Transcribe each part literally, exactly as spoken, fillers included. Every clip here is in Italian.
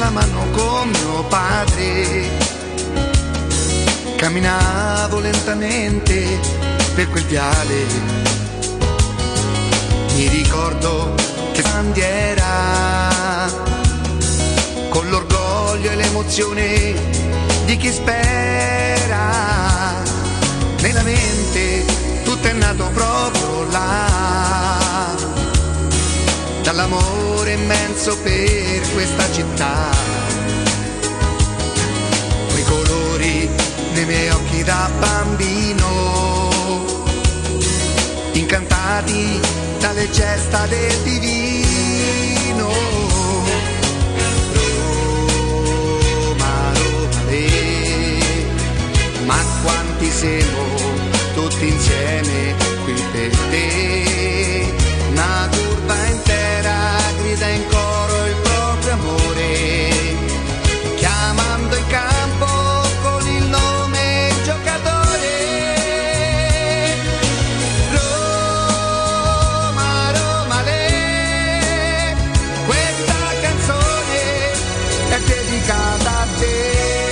la mano con mio padre. Camminavo lentamente per quel viale, mi ricordo che bandiera, con l'orgoglio e l'emozione di chi spera, nella mente tutto è nato proprio là, dall'amore immenso per questa città. Quei colori nei miei occhi da bambino, incantati dalle gesta del divino. Roma, Roma, le, ma quanti siamo tutti insieme qui per te. Una curva intera grida in coro il proprio amore, chiamando in campo con il nome giocatore. Roma, Roma, le, questa canzone è dedicata a te.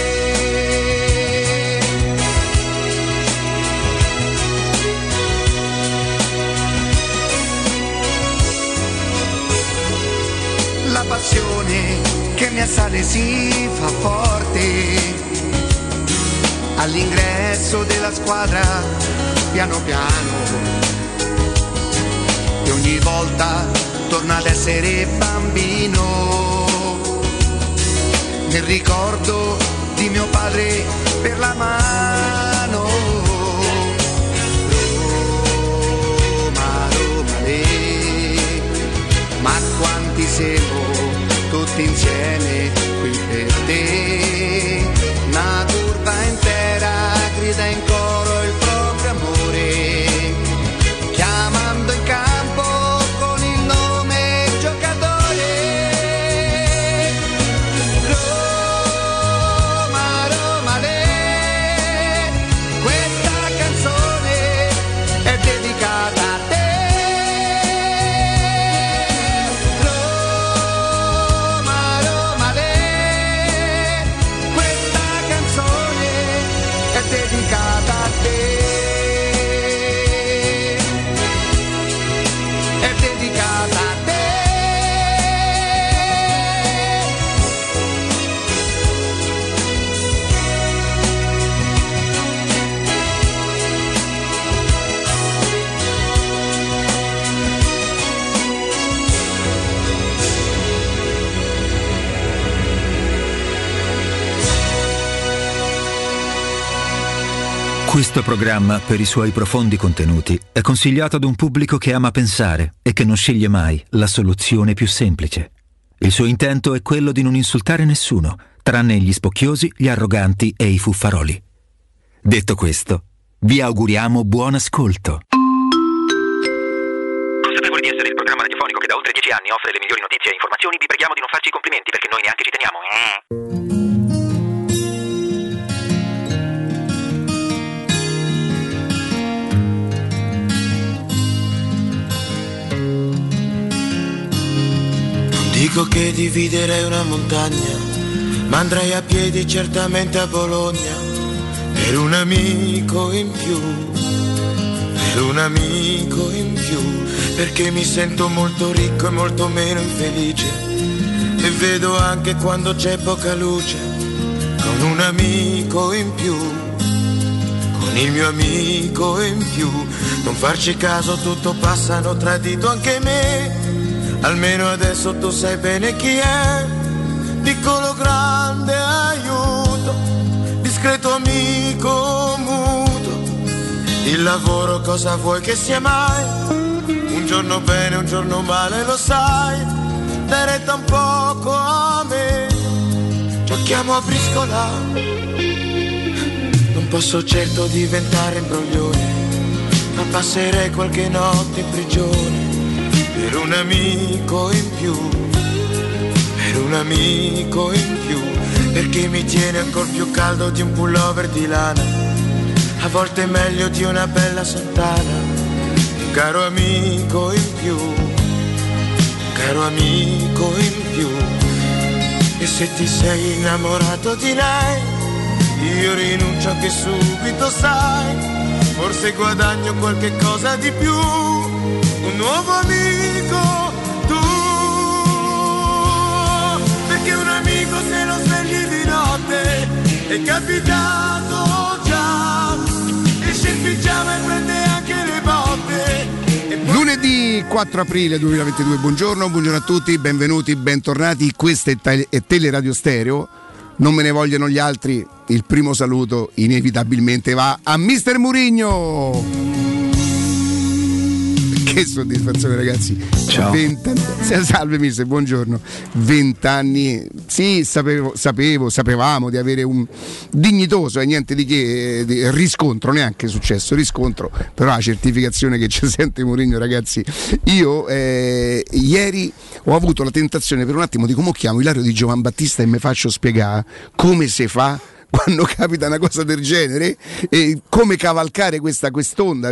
La passione che mi assale si fa forte all'ingresso della squadra, piano piano, e ogni volta torna ad essere bambino, nel ricordo di mio padre per la mano. Roma, Roma, le, ma quanti siamo tutti insieme qui per te. Una curva intera grida in coro il proprio amore, chiamando in campo con il nome giocatore. Roma, Roma, le, questa canzone è dedicata a te. Dedicata a te, è dedicata a te. Questo programma, per i suoi profondi contenuti, è consigliato ad un pubblico che ama pensare e che non sceglie mai la soluzione più semplice. Il suo intento è quello di non insultare nessuno, tranne gli spocchiosi, gli arroganti e i fuffaroli. Detto questo, vi auguriamo buon ascolto. Consapevoli di essere il programma radiofonico che da oltre dieci anni offre le migliori notizie e informazioni, vi preghiamo di non farci i complimenti perché noi neanche ci teniamo. Eh. Dico che dividerei una montagna, ma andrei a piedi certamente a Bologna, per un amico in più, per un amico in più, perché mi sento molto ricco e molto meno infelice, e vedo anche quando c'è poca luce, con un amico in più, con il mio amico in più. Non farci caso, tutto passa, hanno tradito anche me. Almeno adesso tu sai bene chi è, piccolo grande aiuto, discreto amico muto. Il lavoro cosa vuoi che sia mai? Un giorno bene, un giorno male, lo sai, dai retta un poco a me. Giochiamo a briscola, non posso certo diventare imbroglione, ma passerei qualche notte in prigione per un amico in più, per un amico in più, perché mi tiene ancora più caldo di un pullover di lana, a volte meglio di una bella sottana. Un caro amico in più, un caro amico in più. E se ti sei innamorato di lei, io rinuncio anche subito, sai, forse guadagno qualche cosa di più, un nuovo amico tu, perché un amico se lo svegli di notte è capitato già, esce in pigiama e prende anche le botte. Lunedì quattro aprile duemilaventidue, buongiorno, buongiorno a tutti, benvenuti, bentornati, questa è, te- è Teleradio Stereo, non me ne vogliono gli altri, il primo saluto inevitabilmente va a mister Mourinho. Che soddisfazione, ragazzi. Ciao. venti Salve mister, buongiorno. Vent'anni, sì, sapevo, sapevo, sapevamo di avere un dignitoso e niente di che di riscontro, neanche successo, riscontro, però la certificazione che ci sente Mourinho, ragazzi. Io eh, ieri ho avuto la tentazione per un attimo di come chiamo Ilario Di Giovan Battista e mi faccio spiegare come si fa quando capita una cosa del genere e come cavalcare questa quest'onda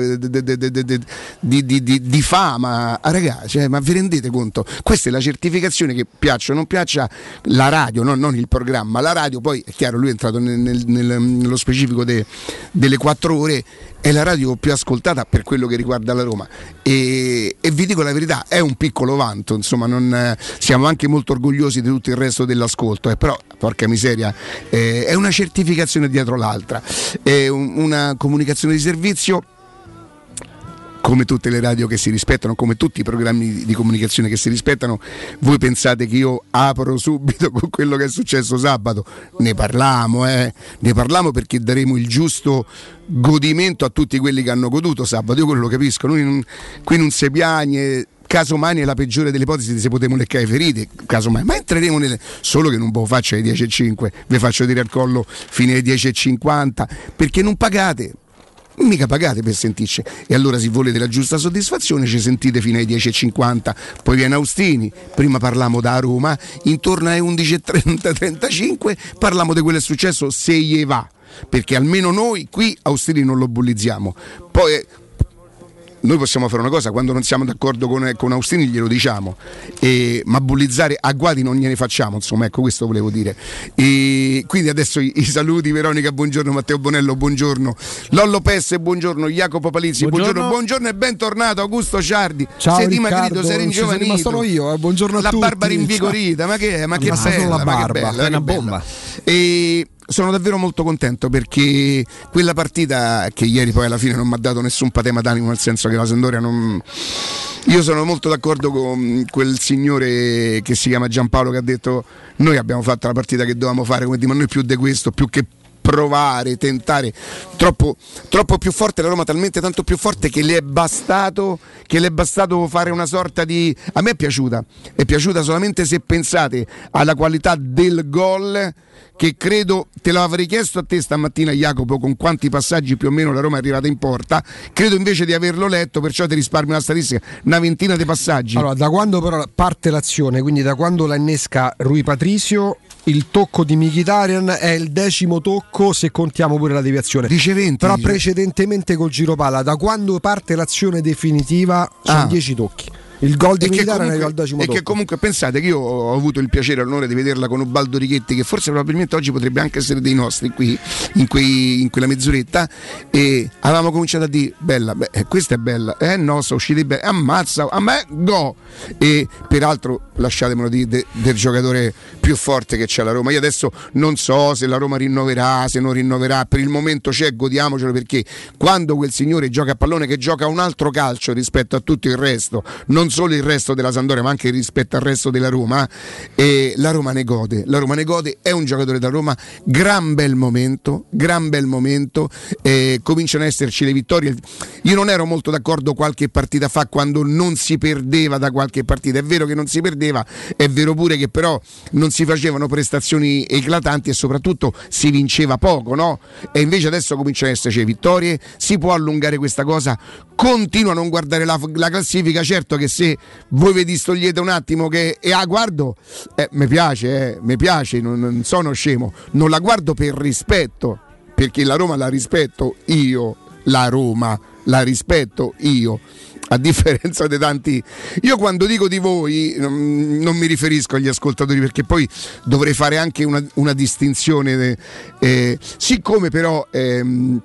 di, di, di, di fama. Ah, ragazzi, cioè, ma vi rendete conto? Questa è la certificazione che piaccia o non piaccia la radio, no, non il programma, la radio. Poi è chiaro, lui è entrato nel, nel, nello specifico de, delle quattro ore, è la radio più ascoltata per quello che riguarda la Roma e, e vi dico la verità, è un piccolo vanto, insomma, non, siamo anche molto orgogliosi di tutto il resto dell'ascolto, eh, però porca miseria, eh, è una certificazione dietro l'altra, è un, una comunicazione di servizio come tutte le radio che si rispettano, come tutti i programmi di comunicazione che si rispettano. Voi pensate che io apro subito con quello che è successo sabato? Ne parliamo, eh? Ne parliamo perché daremo il giusto godimento a tutti quelli che hanno goduto sabato. Io quello lo capisco, noi non, qui non si piagne. Casomai nella peggiore delle ipotesi se potremo leccare i feriti, casomai, ma entreremo nelle, solo che non ve lo faccio alle dieci e cinque, vi faccio dire al collo fino alle dieci e cinquanta, perché non pagate. Mica pagate per sentirci, e allora se volete la giusta soddisfazione ci sentite fino ai dieci e cinquanta, poi viene Austini, prima parliamo da Roma, intorno alle undici e trenta trentacinque parliamo di quello che è successo, se gli va, perché almeno noi qui Austini non lo bullizziamo. Poi noi possiamo fare una cosa, quando non siamo d'accordo con, con Austini glielo diciamo, e, ma bullizzare agguati non gliene facciamo, insomma, ecco, questo volevo dire. E quindi adesso i, i saluti: Veronica, buongiorno, Matteo Bonello, buongiorno, Lollo Pesse, buongiorno, Jacopo Palizzi, buongiorno, buongiorno, buongiorno e bentornato Augusto Ciardi. Ciao, sei Riccardo, dimagrito, sei ringiovanito, ma sono io, eh, buongiorno a la tutti. barba rinvigorita, ma che è? Ma che ma bella, la ma barba, che bella, è una che bella. bomba. E sono davvero molto contento perché quella partita, che ieri poi alla fine non mi ha dato nessun patema d'animo, nel senso che la Sampdoria non... Io sono molto d'accordo con quel signore che si chiama Giampaolo che ha detto: noi abbiamo fatto la partita che dovevamo fare, come dire, ma noi più di questo, più che provare, tentare, troppo, troppo più forte la Roma, talmente tanto più forte che le è bastato che le è bastato fare una sorta di... A me è piaciuta, è piaciuta solamente se pensate alla qualità del gol, che credo, te l'avrei chiesto a te stamattina, Jacopo, con quanti passaggi più o meno la Roma è arrivata in porta, credo invece di averlo letto, perciò ti risparmio la statistica, una ventina di passaggi. Allora, da quando però parte l'azione, quindi da quando la innesca Rui Patricio, il tocco di Mkhitaryan è il decimo tocco se contiamo pure la deviazione. Dice venti. Però dice... precedentemente col giro palla, da quando parte l'azione definitiva sono ah. dieci tocchi. Il gol di Mkhitaryan è il decimo e tocco. che comunque pensate che io ho avuto il piacere e l'onore di vederla con Ubaldo Righetti, che forse probabilmente oggi potrebbe anche essere dei nostri qui in, quei, in quella mezz'oretta, e avevamo cominciato a dire: bella, beh, questa è bella, eh no, sono usciti bene, ammazza, a me go. E peraltro lasciatemelo dire de, del giocatore più forte che c'è la Roma. Io adesso non so se la Roma rinnoverà, se non rinnoverà, per il momento c'è, godiamocelo, perché quando quel signore gioca a pallone, che gioca un altro calcio rispetto a tutto il resto, non solo il resto della Sampdoria ma anche rispetto al resto della Roma, e la Roma ne gode, la Roma ne gode, è un giocatore da Roma, gran bel momento, gran bel momento, eh, cominciano a esserci le vittorie. Io non ero molto d'accordo qualche partita fa quando non si perdeva da qualche partita, è vero che non si perdeva, è vero pure che però non si facevano prestazioni eclatanti e soprattutto si vinceva poco, no? E invece adesso cominciano ad esserci vittorie, si può allungare questa cosa, continua a non guardare la, la classifica, certo che se voi vi distogliete un attimo che e ah guardo, eh, mi piace, eh, mi piace, non, non sono scemo, non la guardo per rispetto, perché la Roma la rispetto io, la Roma la rispetto io, a differenza di tanti, io quando dico di voi non, non mi riferisco agli ascoltatori, perché poi dovrei fare anche una, una distinzione, eh, siccome però ehm,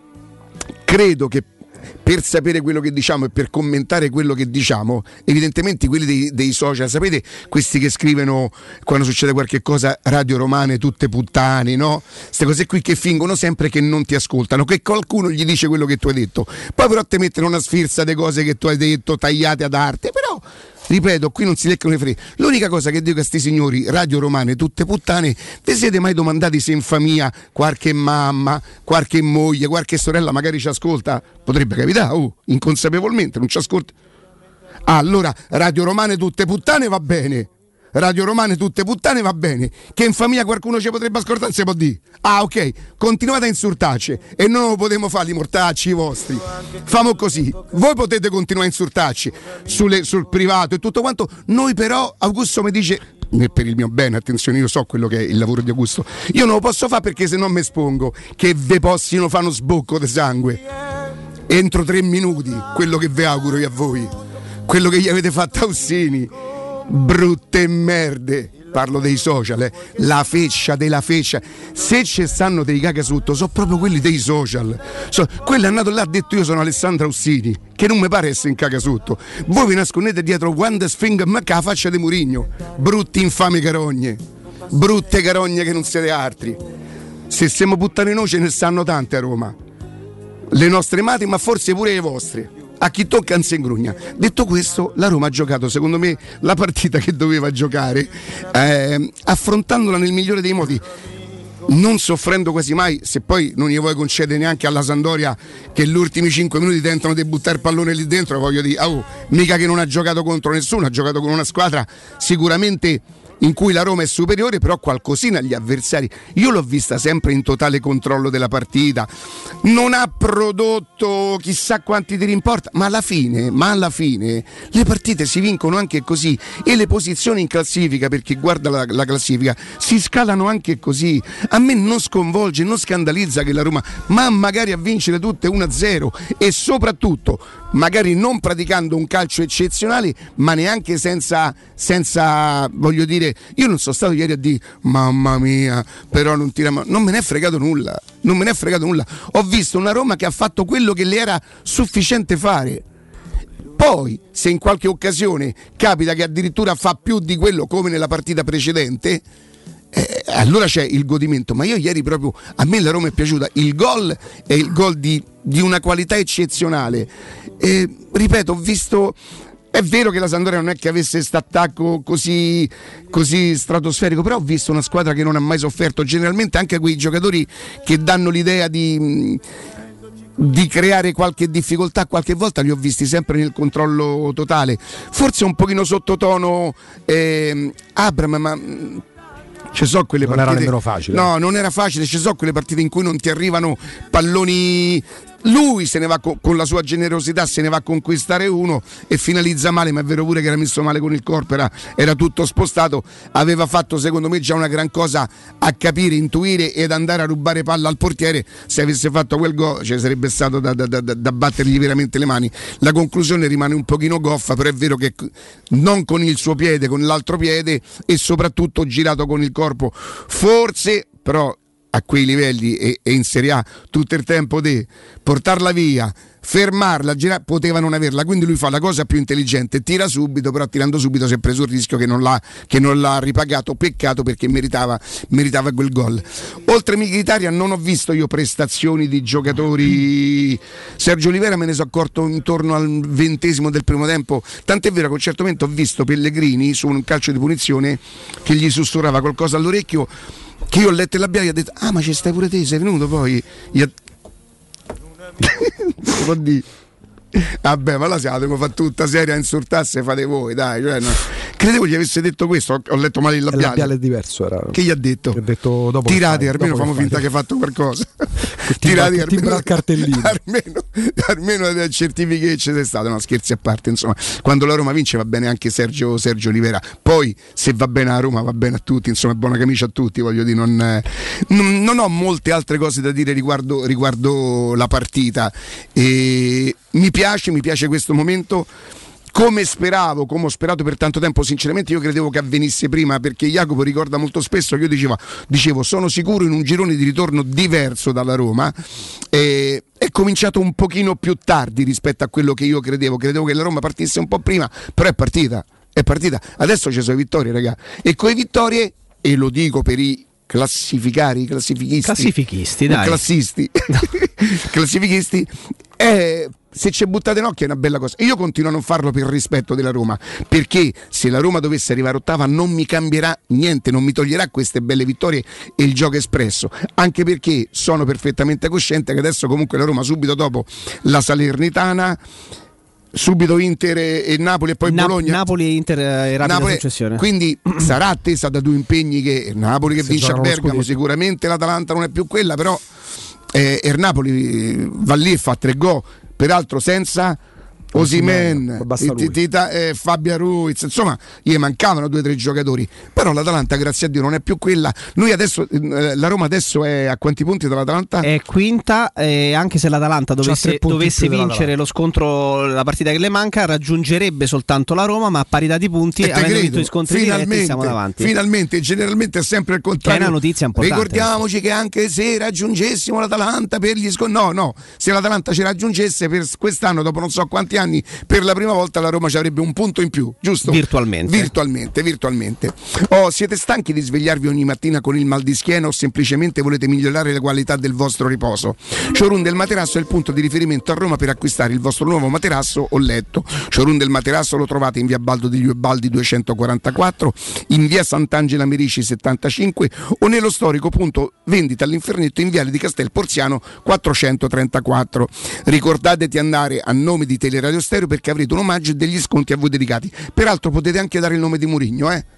credo che per sapere quello che diciamo e per commentare quello che diciamo, evidentemente quelli dei, dei social, sapete, questi che scrivono quando succede qualche cosa, radio romane tutte puttane, no? Queste cose qui che fingono sempre che non ti ascoltano, che qualcuno gli dice quello che tu hai detto, poi però te mettono una sfilza di cose che tu hai detto tagliate ad arte, però ripeto, qui non si leccano i freni. L'unica cosa che dico a sti signori, radio romane tutte puttane, vi siete mai domandati se in famiglia qualche mamma, qualche moglie, qualche sorella magari ci ascolta? Potrebbe capitare, oh, inconsapevolmente non ci ascolta. Ah, allora radio romane tutte puttane va bene, radio romane tutte puttane va bene, che in famiglia qualcuno ci potrebbe ascoltare, si può dire. Ah, ok, continuate a insultarci e non lo potremo fare i mortacci i vostri. Famo così, voi potete continuare a insultarci sulle, sul privato e tutto quanto, noi però, Augusto mi dice, per il mio bene, attenzione, io so quello che è il lavoro di Augusto, io non lo posso fare perché se no mi espongo, che ve possino fare uno sbocco di sangue entro tre minuti, quello che vi auguro io a voi, quello che gli avete fatto a Ussini, brutte merde, parlo dei social, eh. La feccia della feccia, se ci stanno dei caga sotto sono proprio quelli dei social, so, quello è andato là, ha detto io sono Alessandra Ussini, che non mi pare essere in caga sotto, voi vi nascondete dietro Wanda Sfing ma che la faccia di Murigno, brutti infami carogne, brutte carogne che non siete altri. Se siamo puttane noi ce ne stanno tante a Roma, le nostre madri ma forse pure le vostre, a chi tocca non si ingrugna. Detto questo, la Roma ha giocato secondo me la partita che doveva giocare, eh, affrontandola nel migliore dei modi, non soffrendo quasi mai, se poi non gli vuoi concedere neanche alla Sampdoria che gli ultimi cinque minuti tentano di buttare il pallone lì dentro, voglio dire, oh, mica che non ha giocato contro nessuno, ha giocato con una squadra sicuramente in cui la Roma è superiore, però qualcosina agli avversari. Io l'ho vista sempre in totale controllo della partita, non ha prodotto chissà quanti tiri in porta, ma alla fine, ma alla fine le partite si vincono anche così e le posizioni in classifica, per chi guarda la, la classifica, si scalano anche così. A me non sconvolge, non scandalizza che la Roma, ma magari a vincere tutte uno a zero e soprattutto magari non praticando un calcio eccezionale, ma neanche senza, senza voglio dire, io non sono stato ieri a dire mamma mia, però non tiriamo, non me ne è fregato nulla, non me ne è fregato nulla. Ho visto una Roma che ha fatto quello che le era sufficiente fare. Poi, se in qualche occasione capita che addirittura fa più di quello, come nella partita precedente, eh, allora c'è il godimento. Ma io ieri proprio, a me la Roma è piaciuta, il gol è il gol di, di una qualità eccezionale. E, ripeto, ho visto, è vero che la Sampdoria non è che avesse questo attacco così, così stratosferico, però ho visto una squadra che non ha mai sofferto. Generalmente anche quei giocatori che danno l'idea di, di creare qualche difficoltà, qualche volta li ho visti sempre nel controllo totale. Forse un pochino sottotono eh, Abram, ma ci so quelle non partite, era nemmeno facile. No, non era facile, ci so quelle partite in cui non ti arrivano palloni, lui se ne va con, con la sua generosità, se ne va a conquistare uno e finalizza male, ma è vero pure che era messo male con il corpo, era, era tutto spostato. Aveva fatto secondo me già una gran cosa a capire, intuire ed andare a rubare palla al portiere. Se avesse fatto quel gol ci sarebbe stato da, da, da, da battergli veramente le mani. La conclusione rimane un pochino goffa, però è vero che non con il suo piede, con l'altro piede e soprattutto girato con il corpo, forse però a quei livelli e, e in Serie A tutto il tempo di portarla via, fermarla, girare, poteva non averla, quindi lui fa la cosa più intelligente, tira subito, però tirando subito si è preso il rischio che non l'ha, che non l'ha ripagato, peccato perché meritava, meritava quel gol. Oltre Mkhitaryan non ho visto io prestazioni di giocatori. Sergio Olivera me ne sono accorto intorno al ventesimo del primo tempo, tant'è vero che a un certo momento ho visto Pellegrini su un calcio di punizione che gli sussurrava qualcosa all'orecchio, che io ho letto la Bibbia e ho detto ah, ma ci stai pure te, sei venuto poi io... può dire vabbè, ma la siamo fa tutta seria a insultarsi, fate voi, dai, cioè, no. credevo gli avesse detto questo, ho, ho letto male il labiale. Il labiale è diverso, era. Che gli ha detto? Gli ha detto dopo tirate, fai, almeno dopo famo che finta fai. che hai fatto qualcosa. Tirate, Tirate, almeno, il cartellino. almeno, almeno certifichi che ci sei stato. No, scherzi a parte, insomma, quando la Roma vince va bene anche Sergio, Sergio Olivera. Poi se va bene a Roma va bene a tutti, insomma, buona camicia a tutti, voglio dire, non, eh, non, non ho molte altre cose da dire riguardo, riguardo la partita. E mi piace, mi piace questo momento. Come speravo, come ho sperato per tanto tempo, sinceramente io credevo che avvenisse prima, perché Jacopo ricorda molto spesso che io dicevo, dicevo sono sicuro in un girone di ritorno diverso dalla Roma. E è cominciato un pochino più tardi rispetto a quello che io credevo, credevo che la Roma partisse un po' prima, però è partita, è partita. Adesso ci sono vittorie, raga, e con le vittorie, e lo dico per i classificari, classifichisti, classifichisti, dai. classisti, classifichisti, eh, se ci buttate in occhio è una bella cosa. Io continuo a non farlo per rispetto della Roma, perché se la Roma dovesse arrivare ottava non mi cambierà niente, non mi toglierà queste belle vittorie e il gioco espresso, anche perché sono perfettamente cosciente che adesso comunque la Roma subito dopo la Salernitana, subito Inter e Napoli e poi Na- Bologna, Napoli e Inter è rapida Napoli, successione, quindi sarà attesa da due impegni che Napoli che Se vince a Bergamo, scudetto. sicuramente l'Atalanta non è più quella, però eh, il Napoli va lì e fa tre gol, peraltro senza Osimhen, basta lui. Tita, eh, Fabio Ruiz, insomma gli mancavano due o tre giocatori, però l'Atalanta grazie a Dio non è più quella. Lui adesso, eh, la Roma adesso è a quanti punti dall'Atalanta? è quinta, e anche se l'Atalanta C'ha dovesse, tre punti dovesse in più vincere dell'Atalanta. lo scontro, la partita che le manca, raggiungerebbe soltanto la Roma, ma a parità di punti, E te avendo credo, vinto gli scontri diretti, finalmente, siamo davanti. finalmente, generalmente è sempre il contrario. Che è una notizia importante. Ricordiamoci che anche se raggiungessimo l'Atalanta per gli scontri, no, no, se l'Atalanta ci raggiungesse per quest'anno, dopo non so quanti anni, per la prima volta la Roma ci avrebbe un punto in più, giusto? Virtualmente. Virtualmente, virtualmente. Oh, siete stanchi di svegliarvi ogni mattina con il mal di schiena o semplicemente volete migliorare la qualità del vostro riposo? Showroom del Materasso è il punto di riferimento a Roma per acquistare il vostro nuovo materasso o letto. Showroom del Materasso lo trovate in via Baldo degli Ubaldi duecentoquarantaquattro, in via Sant'Angela Merici settantacinque o nello storico punto vendita all'Infernetto in viale di Castel Porziano quattrocentotrentaquattro. Ricordate di andare a nome di Teleradio Stereo perché avrete un omaggio e degli sconti a voi dedicati. Peraltro potete anche dare il nome di Mourinho, eh?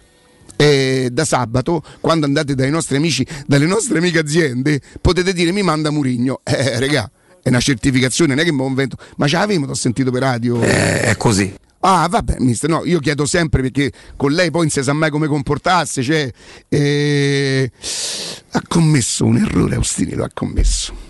E da sabato, quando andate dai nostri amici, dalle nostre amiche aziende, potete dire mi manda Mourinho. Eh, regà, è una certificazione, non è che mi invento, ma ce l'avevo, t'ho sentito per radio. Eh, è così. Ah, vabbè, mister, no, io chiedo sempre perché con lei poi non si sa mai come comportarsi, cioè, eh, ha commesso un errore, Austini lo ha commesso.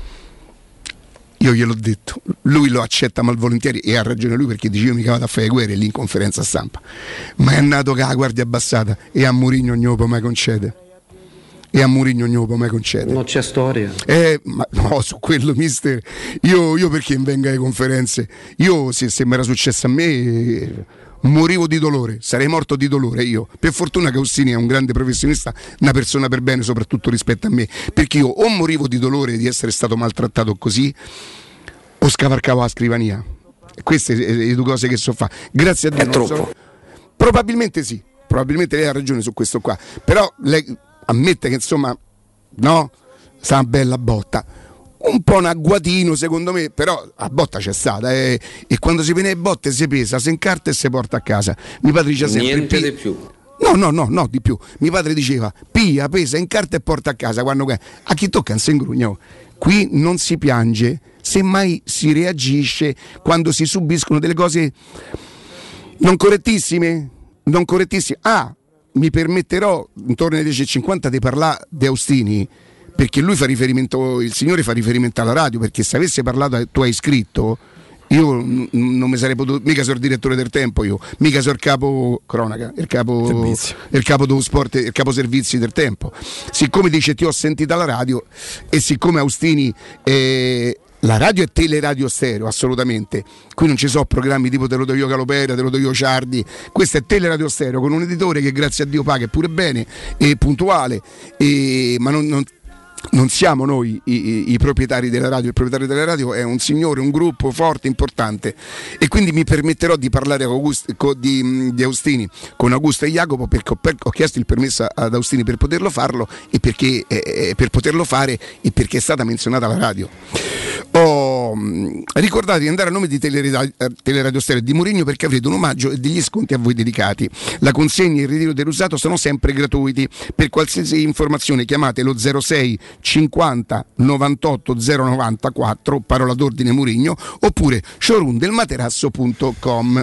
Io gliel'ho detto, lui lo accetta malvolentieri e ha ragione lui perché dice io mica vado a fare guerre lì in conferenza stampa, ma è nato che la guardia abbassata e a Mourinho non glielo può mai concede. E a Mourinho non glielo può mai concedere. Non c'è storia. Eh, ma no, su quello, mister, io, io perché venga alle conferenze? Io, se, se mi era successo a me, eh, morivo di dolore, sarei morto di dolore io. Per fortuna che Austini è un grande professionista, una persona per bene, soprattutto rispetto a me, perché io o morivo di dolore di essere stato maltrattato così, o scavalcavo la scrivania. Queste sono le due cose che so fare. Grazie a Dio. È non troppo. so- Probabilmente sì, probabilmente lei ha ragione su questo qua, però lei ammette che insomma, no, sta una bella botta, un po' un agguatino secondo me, però la botta c'è stata, eh, e quando si viene le botte si pesa, si incarta e si porta a casa. Mio padre dice sempre Niente "Pi- di più. No, no, no, no, di più. Mio padre diceva pia, pesa, incarta e porta a casa. Quando a chi tocca non si ingrugna. Qui non si piange, semmai si reagisce quando si subiscono delle cose non correttissime, non correttissime. Ah, mi permetterò intorno alle dieci e cinquanta di parlare di Austini, perché lui fa riferimento, il signore fa riferimento alla radio, perché se avesse parlato, tu hai scritto, io n- non mi sarei potuto, mica sono il direttore del Tempo, io mica sono il capo cronaca, il capo Servizio. il capo dello sport, il capo servizi del Tempo. Siccome dice ti ho sentito alla radio e siccome Austini eh, la radio è Teleradio Stereo, assolutamente. Qui non ci sono programmi tipo te lo do io Calopera, te lo do io Ciardi. Questo è Teleradio Stereo con un editore che grazie a Dio paga e pure bene e puntuale, e, ma non, non non siamo noi i, i, i proprietari della radio, il proprietario della radio è un signore, un gruppo forte, importante, e quindi mi permetterò di parlare con August, con, di, di Austini con Augusto e Jacopo perché ho, per, ho chiesto il permesso ad Austini per poterlo farlo e perché eh, per poterlo fare e perché è stata menzionata la radio. Oh, ricordate di andare a nome di Teleradio, Teleradio Stereo e di Mourinho perché avrete un omaggio e degli sconti a voi dedicati. La consegna e il ritiro dell'usato sono sempre gratuiti. Per qualsiasi informazione chiamate lo zero sei cinquanta novantotto zero novantaquattro, parola d'ordine Mourinho, oppure showroom del materasso punto com.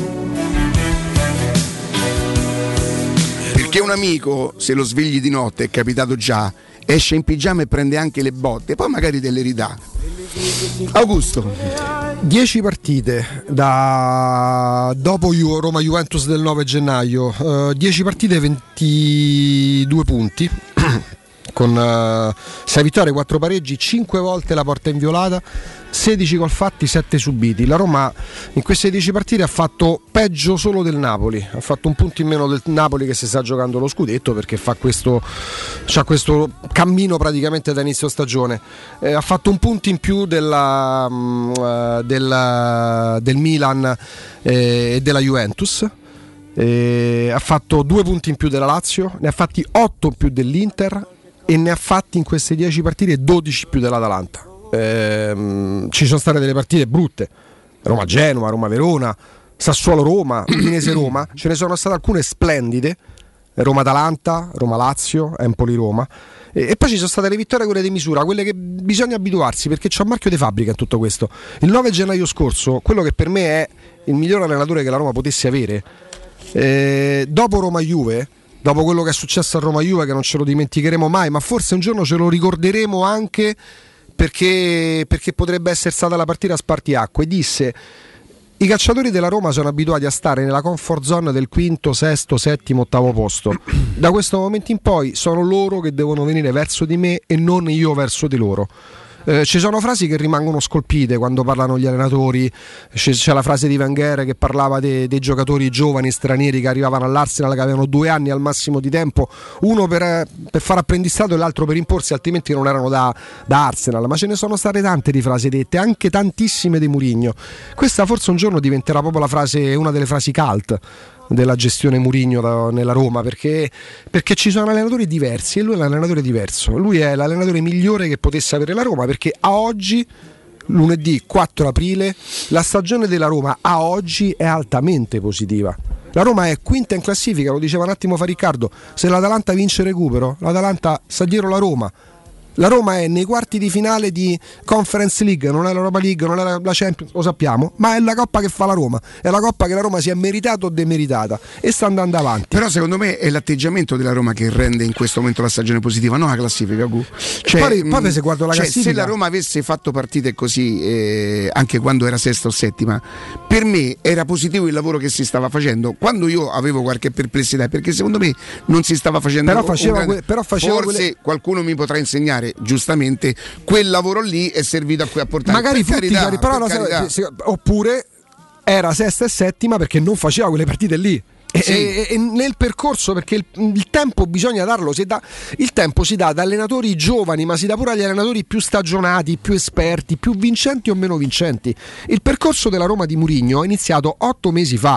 Perché un amico, se lo svegli di notte, è capitato già, esce in pigiama e prende anche le botte, poi magari te le ridà. Augusto, dieci partite da dopo Ju- Roma Juventus del nove gennaio, uh, dieci partite, ventidue punti con uh, sei vittorie, quattro pareggi, cinque volte la porta inviolata, sedici gol fatti, sette subiti. La Roma in queste dieci partite ha fatto peggio solo del Napoli, ha fatto un punto in meno del Napoli che si sta giocando lo scudetto, perché fa questo, c'ha questo cammino praticamente da inizio stagione. Eh, ha fatto un punto in più della, uh, della, del Milan eh, e della Juventus. Eh, ha fatto due punti in più della Lazio, ne ha fatti otto in più dell'Inter e ne ha fatti in queste dieci partite dodici più dell'Atalanta. Eh, ci sono state delle partite brutte, Roma-Genova, Roma-Verona, Sassuolo-Roma, Udinese-Roma, ce ne sono state alcune splendide, Roma-Atalanta, Roma-Lazio, Empoli-Roma, e, e poi ci sono state le vittorie, quelle di misura, quelle che bisogna abituarsi, perché c'è un marchio di fabbrica in tutto questo. Il nove gennaio scorso, quello che per me è il miglior allenatore che la Roma potesse avere, eh, dopo Roma-Juve, dopo quello che è successo a Roma-Juve, che non ce lo dimenticheremo mai, ma forse un giorno ce lo ricorderemo anche perché, perché potrebbe essere stata la partita a spartiacque, disse: i calciatori della Roma sono abituati a stare nella comfort zone del quinto, sesto, settimo, ottavo posto. Da questo momento in poi sono loro che devono venire verso di me e non io verso di loro. Eh, ci sono frasi che rimangono scolpite quando parlano gli allenatori. C'è, c'è la frase di Wenger che parlava de, dei giocatori giovani stranieri che arrivavano all'Arsenal, che avevano due anni al massimo di tempo, uno per, per fare apprendistato e l'altro per imporsi, altrimenti non erano da, da Arsenal. Ma ce ne sono state tante di frasi dette, anche tantissime di Mourinho. Questa forse un giorno diventerà proprio la frase, una delle frasi cult della gestione Mourinho nella Roma, perché, perché ci sono allenatori diversi e lui è l'allenatore diverso. Lui è l'allenatore migliore che potesse avere la Roma, perché a oggi, lunedì quattro aprile, la stagione della Roma a oggi è altamente positiva. La Roma è quinta in classifica, lo diceva un attimo fa Riccardo, se l'Atalanta vince il recupero, l'Atalanta sta dietro la Roma. La Roma è nei quarti di finale di Conference League, non è l'Europa League, non è la Champions, lo sappiamo, ma è la coppa che fa la Roma, è la coppa che la Roma si è meritata o demeritata e sta andando avanti. Però secondo me è l'atteggiamento della Roma che rende in questo momento la stagione positiva, non la classifica. Cioè, poi, poi se guardo la cioè, classifica, se la Roma avesse fatto partite così eh, anche quando era sesta o settima, per me era positivo il lavoro che si stava facendo. Quando io avevo qualche perplessità, perché secondo me non si stava facendo, però faceva, grande... que- però faceva forse quelle... qualcuno mi potrà insegnare giustamente, quel lavoro lì è servito a, a portare magari per frutti, carità, però per no, carità. Se, se, oppure era sesta e settima perché non faceva quelle partite lì. E, sì. e, e nel percorso, perché il, il tempo bisogna darlo, si dà, il tempo si dà ad allenatori giovani, ma si dà pure agli allenatori più stagionati, più esperti, più vincenti o meno vincenti. Il percorso della Roma di Mourinho è iniziato otto mesi fa.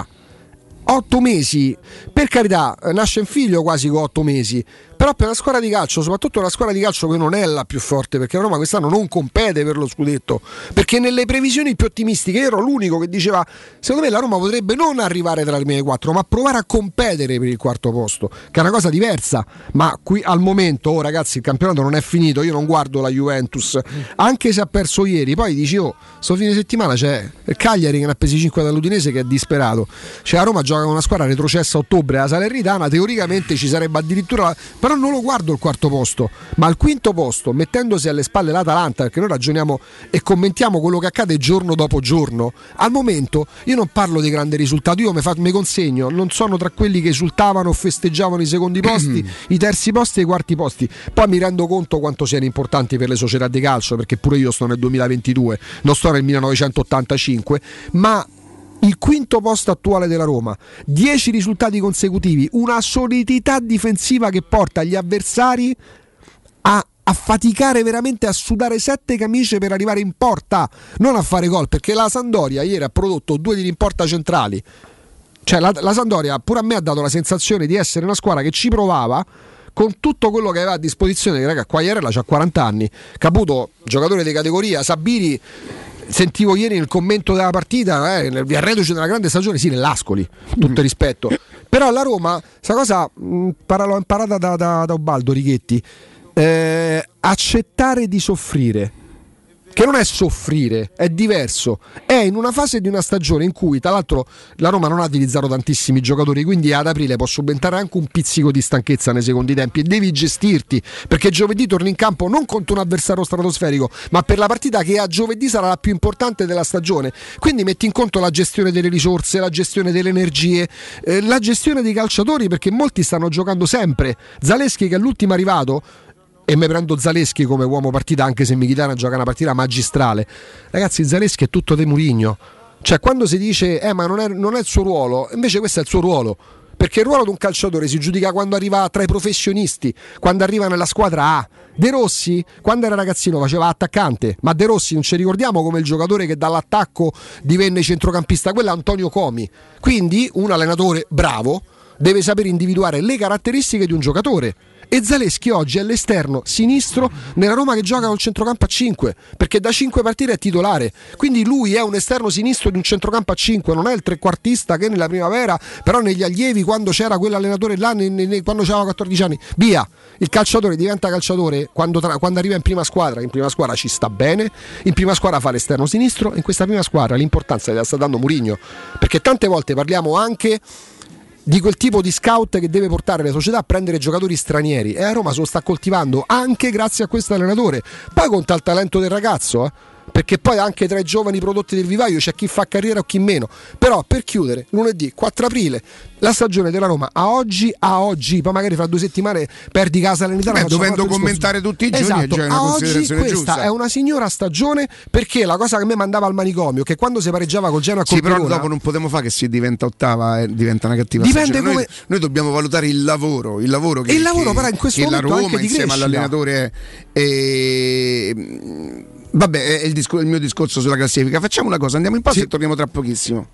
Otto mesi, per carità, nasce un figlio quasi con otto mesi, però per una squadra di calcio, soprattutto una squadra di calcio che non è la più forte, perché la Roma quest'anno non compete per lo scudetto, perché nelle previsioni più ottimistiche ero l'unico che diceva secondo me la Roma potrebbe non arrivare tra le prime quattro, ma provare a competere per il quarto posto, che è una cosa diversa. Ma qui al momento, oh ragazzi, il campionato non è finito, io non guardo la Juventus, anche se ha perso ieri, poi dici oh, sto fine settimana c'è il Cagliari che ne ha presi cinque dall'Udinese, che è disperato, c'è la Roma gioca con una squadra retrocessa a ottobre alla Salernitana, teoricamente ci sarebbe addirittura la... però non lo guardo il quarto posto, ma al quinto posto, mettendosi alle spalle l'Atalanta, perché noi ragioniamo e commentiamo quello che accade giorno dopo giorno, al momento io non parlo di grande risultato, io mi, fa... mi consegno, non sono tra quelli che esultavano o festeggiavano i secondi posti, i terzi posti e i quarti posti, poi mi rendo conto quanto siano importanti per le società di calcio, perché pure io sto nel duemilaventidue, non sto nel millenovecentottantacinque, ma il quinto posto attuale della Roma, dieci risultati consecutivi, una solidità difensiva che porta gli avversari a, a faticare veramente, a sudare sette camicie per arrivare in porta, non a fare gol, perché la Sampdoria ieri ha prodotto due tiri in porta centrali. Cioè la, la Sampdoria pure a me ha dato la sensazione di essere una squadra che ci provava, con tutto quello che aveva a disposizione. Raga, Quagliarella c'ha quaranta anni, Caputo giocatore di categoria, Sabiri sentivo ieri nel commento della partita, eh, nel reduce della grande stagione, sì, nell'Ascoli, tutto rispetto. Però alla Roma, questa cosa mh, l'ho imparata da, da, da Ubaldo Righetti, eh, accettare di soffrire, che non è soffrire, è diverso. È in una fase di una stagione in cui, tra l'altro, la Roma non ha utilizzato tantissimi giocatori, quindi ad aprile può subentrare anche un pizzico di stanchezza nei secondi tempi e devi gestirti, perché giovedì torni in campo non contro un avversario stratosferico, ma per la partita che a giovedì sarà la più importante della stagione. Quindi metti in conto la gestione delle risorse, la gestione delle energie, eh, la gestione dei calciatori, perché molti stanno giocando sempre. Zaleschi, che è l'ultimo arrivato, e mi prendo Zaleschi come uomo partita, anche se Mkhitaryan gioca una partita magistrale. Ragazzi, Zaleschi è tutto De Mourinho. Cioè, quando si dice eh ma non è, non è il suo ruolo, invece questo è il suo ruolo, perché il ruolo di un calciatore si giudica quando arriva tra i professionisti, quando arriva nella squadra A. De Rossi, quando era ragazzino, faceva attaccante, ma De Rossi non ci ricordiamo come il giocatore che dall'attacco divenne centrocampista, quello è Antonio Comi. Quindi un allenatore bravo deve sapere individuare le caratteristiche di un giocatore. E Zaleschi oggi è l'esterno sinistro nella Roma che gioca col centrocampo a cinque, perché da cinque partite è titolare, quindi lui è un esterno sinistro di un centrocampo a cinque, non è il trequartista che nella primavera, però negli allievi, quando c'era quell'allenatore là, ne, ne, quando c'aveva quattordici anni, via, il calciatore diventa calciatore quando, tra, quando arriva in prima squadra. In prima squadra ci sta bene, in prima squadra fa l'esterno sinistro, e in questa prima squadra l'importanza gliela sta dando Mourinho, perché tante volte parliamo anche di quel tipo di scout che deve portare le società a prendere giocatori stranieri, e a Roma se lo sta coltivando anche grazie a questo allenatore. Poi conta il talento del ragazzo, eh? Perché poi anche tra i giovani prodotti del vivaio c'è chi fa carriera o chi meno. Però per chiudere, lunedì quattro aprile, la stagione della Roma a oggi, a oggi, poi magari fra due settimane perdi casa all'Italia. Beh, dovendo commentare tutti i giorni, esatto, è già una a considerazione oggi questa giusta. È una signora stagione, perché la cosa che me mandava al manicomio, che quando si pareggiava col Genoa, sì, però dopo non potremo fare che si diventa ottava e diventa una cattiva Dipende stagione. come... Noi, noi dobbiamo valutare il lavoro, il lavoro che, il lavoro che, però in questo che la momento Roma anche di insieme crescita. all'allenatore è, e... Vabbè, è il, discor- il mio discorso sulla classifica. Facciamo una cosa, andiamo in pausa, sì, e torniamo tra pochissimo.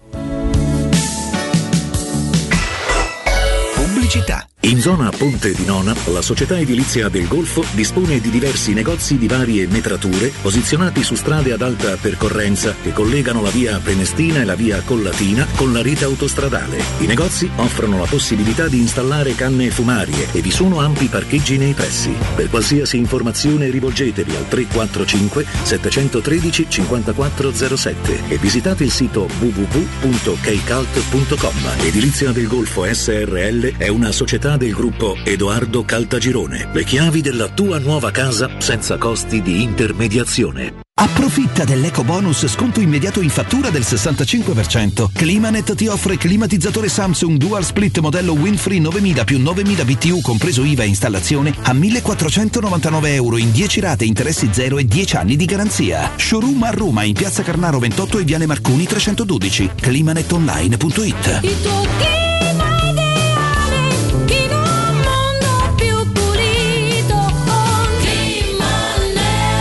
Pubblicità. In zona Ponte di Nona, la società edilizia del Golfo dispone di diversi negozi di varie metrature posizionati su strade ad alta percorrenza che collegano la via Prenestina e la via Collatina con la rete autostradale. I negozi offrono la possibilità di installare canne fumarie e vi sono ampi parcheggi nei pressi. Per qualsiasi informazione rivolgetevi al tre quattro cinque sette uno tre cinque zero sette e visitate il sito w w w punto keicalt punto com. Edilizia del Golfo S R L è una società del gruppo Edoardo Caltagirone. Le chiavi della tua nuova casa senza costi di intermediazione. Approfitta dell'eco bonus sconto immediato in fattura del sessantacinque per cento. Climanet ti offre climatizzatore Samsung Dual Split modello Windfree novemila più novemila B T U compreso I V A e installazione a millequattrocentonovantanove euro in dieci rate, interessi zero e dieci anni di garanzia. Showroom a Roma in Piazza Carnaro ventotto e Viale Marconi trecentododici. climanetonline punto it. Il tuo clima ideale in un mondo più pulito con Climanet.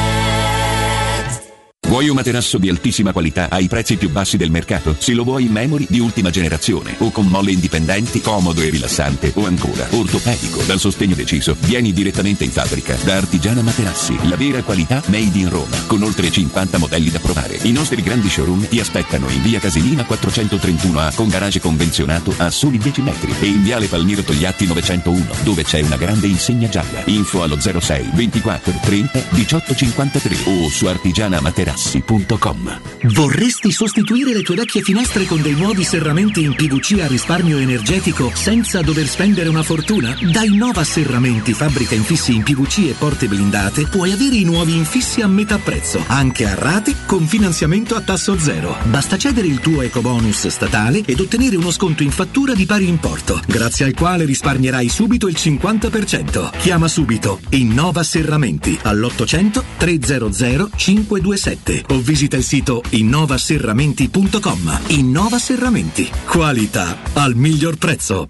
Vuoi un materasso di altissima qualità ai prezzi più bassi del mercato? Se lo vuoi in memory di ultima generazione o con molle indipendenti, comodo e rilassante, o ancora ortopedico dal sostegno deciso, vieni direttamente in fabbrica da Artigiana Materassi, la vera qualità made in Roma, con oltre cinquanta modelli da provare. I nostri grandi showroom ti aspettano in via Casilina quattrocentotrentuno A con garage convenzionato a soli dieci metri e in viale Palmiro Togliatti novecentouno dove c'è una grande insegna gialla. Info allo zero sei ventiquattro trenta diciotto cinquantatré o su artigianamaterassi punto com. Vorresti sostituire le tue vecchie finestre con dei nuovi serramenti in P V C a risparmio energetico senza dover spendere una fortuna? Da Innova Serramenti, fabbrica infissi in P V C e porte blindate, puoi avere i nuovi infissi a metà prezzo, anche a rate con finanziamento a tasso zero. Basta cedere il tuo ecobonus statale ed ottenere uno sconto in fattura di pari importo, grazie al quale risparmierai subito il cinquanta per cento. Chiama subito Innova Serramenti all'ottocento trecento cinque due sette o visita il sito innova serramenti punto com. Innova Serramenti, qualità al miglior prezzo.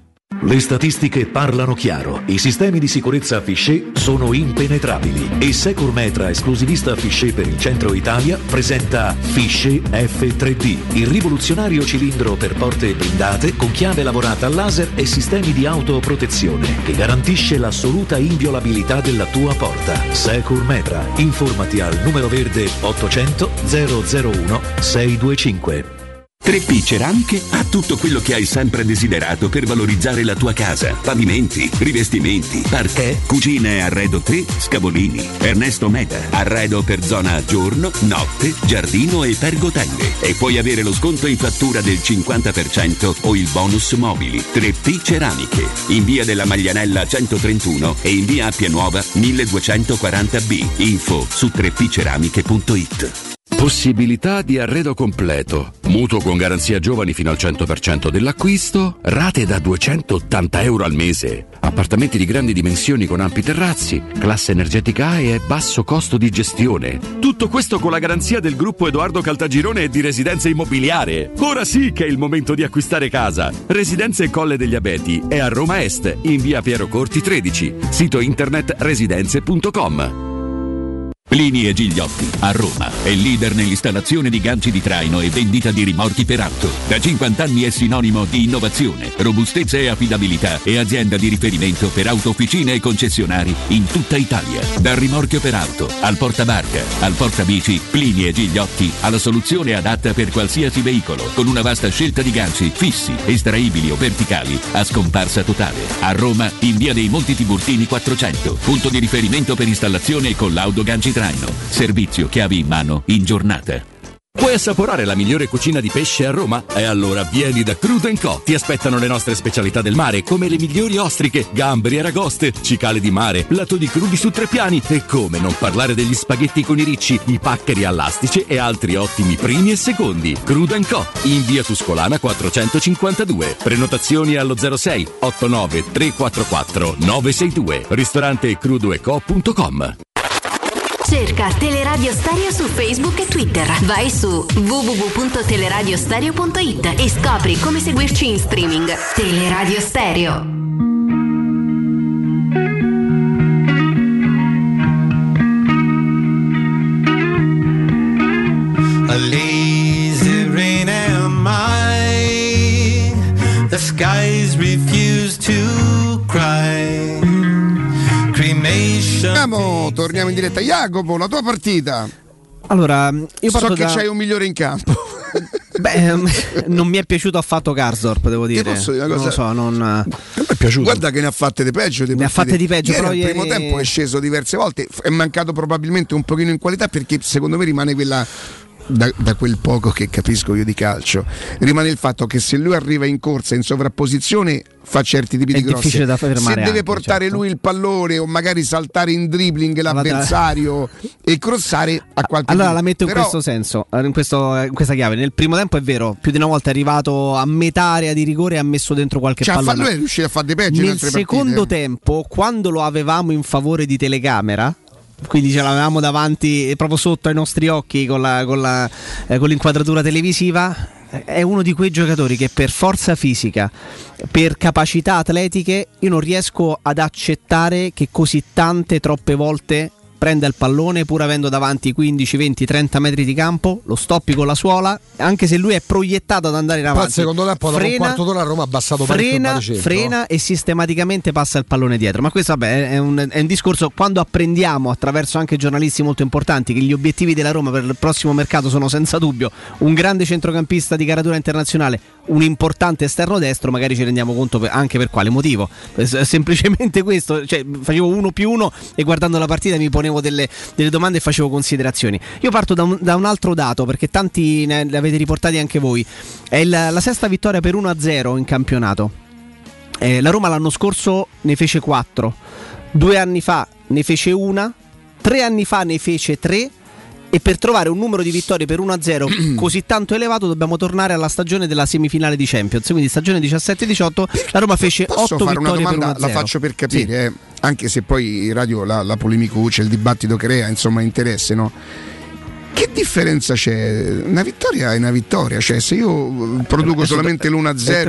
Le statistiche parlano chiaro, i sistemi di sicurezza Fichet sono impenetrabili e Securmetra, esclusivista Fichet per il centro Italia, presenta Fichet F tre D, il rivoluzionario cilindro per porte blindate con chiave lavorata a laser e sistemi di autoprotezione che garantisce l'assoluta inviolabilità della tua porta. Securmetra, informati al numero verde ottocento zero zero uno sei due cinque. tre P Ceramiche ha tutto quello che hai sempre desiderato per valorizzare la tua casa. Pavimenti, rivestimenti, parquet, cucina e arredo tre, Scavolini. Ernesto Meda, arredo per zona giorno, notte, giardino e pergotelle. E puoi avere lo sconto in fattura del cinquanta per cento o il bonus mobili. tre P Ceramiche, in via della Maglianella centotrentuno e in via Appia Nuova milleduecentoquaranta B. Info su tre p ceramiche punto it. Possibilità di arredo completo, mutuo con garanzia giovani fino al cento per cento dell'acquisto, rate da duecentottanta euro al mese, appartamenti di grandi dimensioni con ampi terrazzi, classe energetica A e basso costo di gestione. Tutto questo con la garanzia del gruppo Edoardo Caltagirone e di Residenze Immobiliare. Ora sì che è il momento di acquistare casa. Residenze Colle degli Abeti è a Roma Est, in via Piero Corti tredici, sito internet residenze punto com. Plini e Gigliotti, a Roma, è leader nell'installazione di ganci di traino e vendita di rimorchi per auto. Da cinquanta anni è sinonimo di innovazione, robustezza e affidabilità e azienda di riferimento per autofficine e concessionari in tutta Italia. Dal rimorchio per auto, al portabarca, al portabici, Plini e Gigliotti ha la soluzione adatta per qualsiasi veicolo, con una vasta scelta di ganci fissi, estraibili o verticali, a scomparsa totale. A Roma, in via dei Monti Tiburtini quattrocento, punto di riferimento per installazione e collaudo ganci traino. Servizio chiavi in mano in giornata. Vuoi assaporare la migliore cucina di pesce a Roma? E allora vieni da Crudo and Co. Ti aspettano le nostre specialità del mare, come le migliori ostriche, gamberi e aragoste, cicale di mare, latoni crudi su tre piani e come non parlare degli spaghetti con i ricci, i paccheri all'astice e altri ottimi primi e secondi. Crudo and Co. in via Tuscolana quattrocentocinquantadue. Prenotazioni allo zero sei otto nove tre quattro quattro nove sei due. Ristorante crudo e co punto com. Cerca Teleradio Stereo su Facebook e Twitter. Vai su w w w punto teleradiostereo punto it e scopri come seguirci in streaming. Teleradio Stereo. A lazy rain am I. The skies refuse to cry. Andiamo, torniamo in diretta. Jacopo, la tua partita. Allora, io parto so che da... c'hai un migliore in campo. Beh, non mi è piaciuto affatto Karsdorp, devo dire. Posso dire una cosa? Non lo so, non mi è piaciuto. Guarda che ne ha fatte di peggio. Ne ha fatte di peggio. Ieri però il ieri... primo tempo è sceso diverse volte. È mancato probabilmente un pochino in qualità, perché secondo me rimane quella. Da, da quel poco che capisco io di calcio, rimane il fatto che se lui arriva in corsa in sovrapposizione fa certi tipi è di grossi. difficile da fermare. Se deve anche, portare certo. lui il pallone o magari saltare in dribbling l'avversario e crossare a qualche allora punto. la metto in Però... questo senso, in, questo, in questa chiave. Nel primo tempo è vero, più di una volta è arrivato a metà area di rigore e ha messo dentro qualche cioè, pallone. Lui è riuscito a fare dei peggio. Nel secondo partite. tempo, quando lo avevamo in favore di telecamera, quindi ce l'avevamo davanti proprio sotto ai nostri occhi con, la, con, la, eh, con l'inquadratura televisiva, è uno di quei giocatori che per forza fisica, per capacità atletiche, io non riesco ad accettare che così tante, troppe volte prenda il pallone pur avendo davanti quindici, venti, trenta metri di campo, lo stoppi con la suola, anche se lui è proiettato ad andare in avanti. Poi secondo tempo dopo un quarto d'ora a Roma ha abbassato frena, parecchio il frena e sistematicamente passa il pallone dietro. Ma questo vabbè, è, un, è un discorso, quando apprendiamo attraverso anche giornalisti molto importanti che gli obiettivi della Roma per il prossimo mercato sono senza dubbio un grande centrocampista di caratura internazionale, un importante esterno destro, magari ci rendiamo conto per, anche per quale motivo. Semplicemente questo, cioè, facevo uno più uno e guardando la partita mi ponevo Delle, delle domande e facevo considerazioni. Io parto da un, da un altro dato, perché tanti ne, ne avete riportati anche voi. È il, la sesta vittoria per uno a zero in campionato. Eh, la Roma l'anno scorso ne fece quattro, due anni fa ne fece una, tre anni fa ne fece tre. E per trovare un numero di vittorie per uno a zero così tanto elevato dobbiamo tornare alla stagione della semifinale di Champions, quindi stagione diciassette diciotto. La Roma fece Posso otto fare vittorie una domanda, per uno a zero. la faccio per capire, sì. eh, anche se poi in radio la, la polemicuccia, il dibattito crea insomma interesse, no? Che differenza c'è? Una vittoria è una vittoria, cioè se io produco solamente l'uno a zero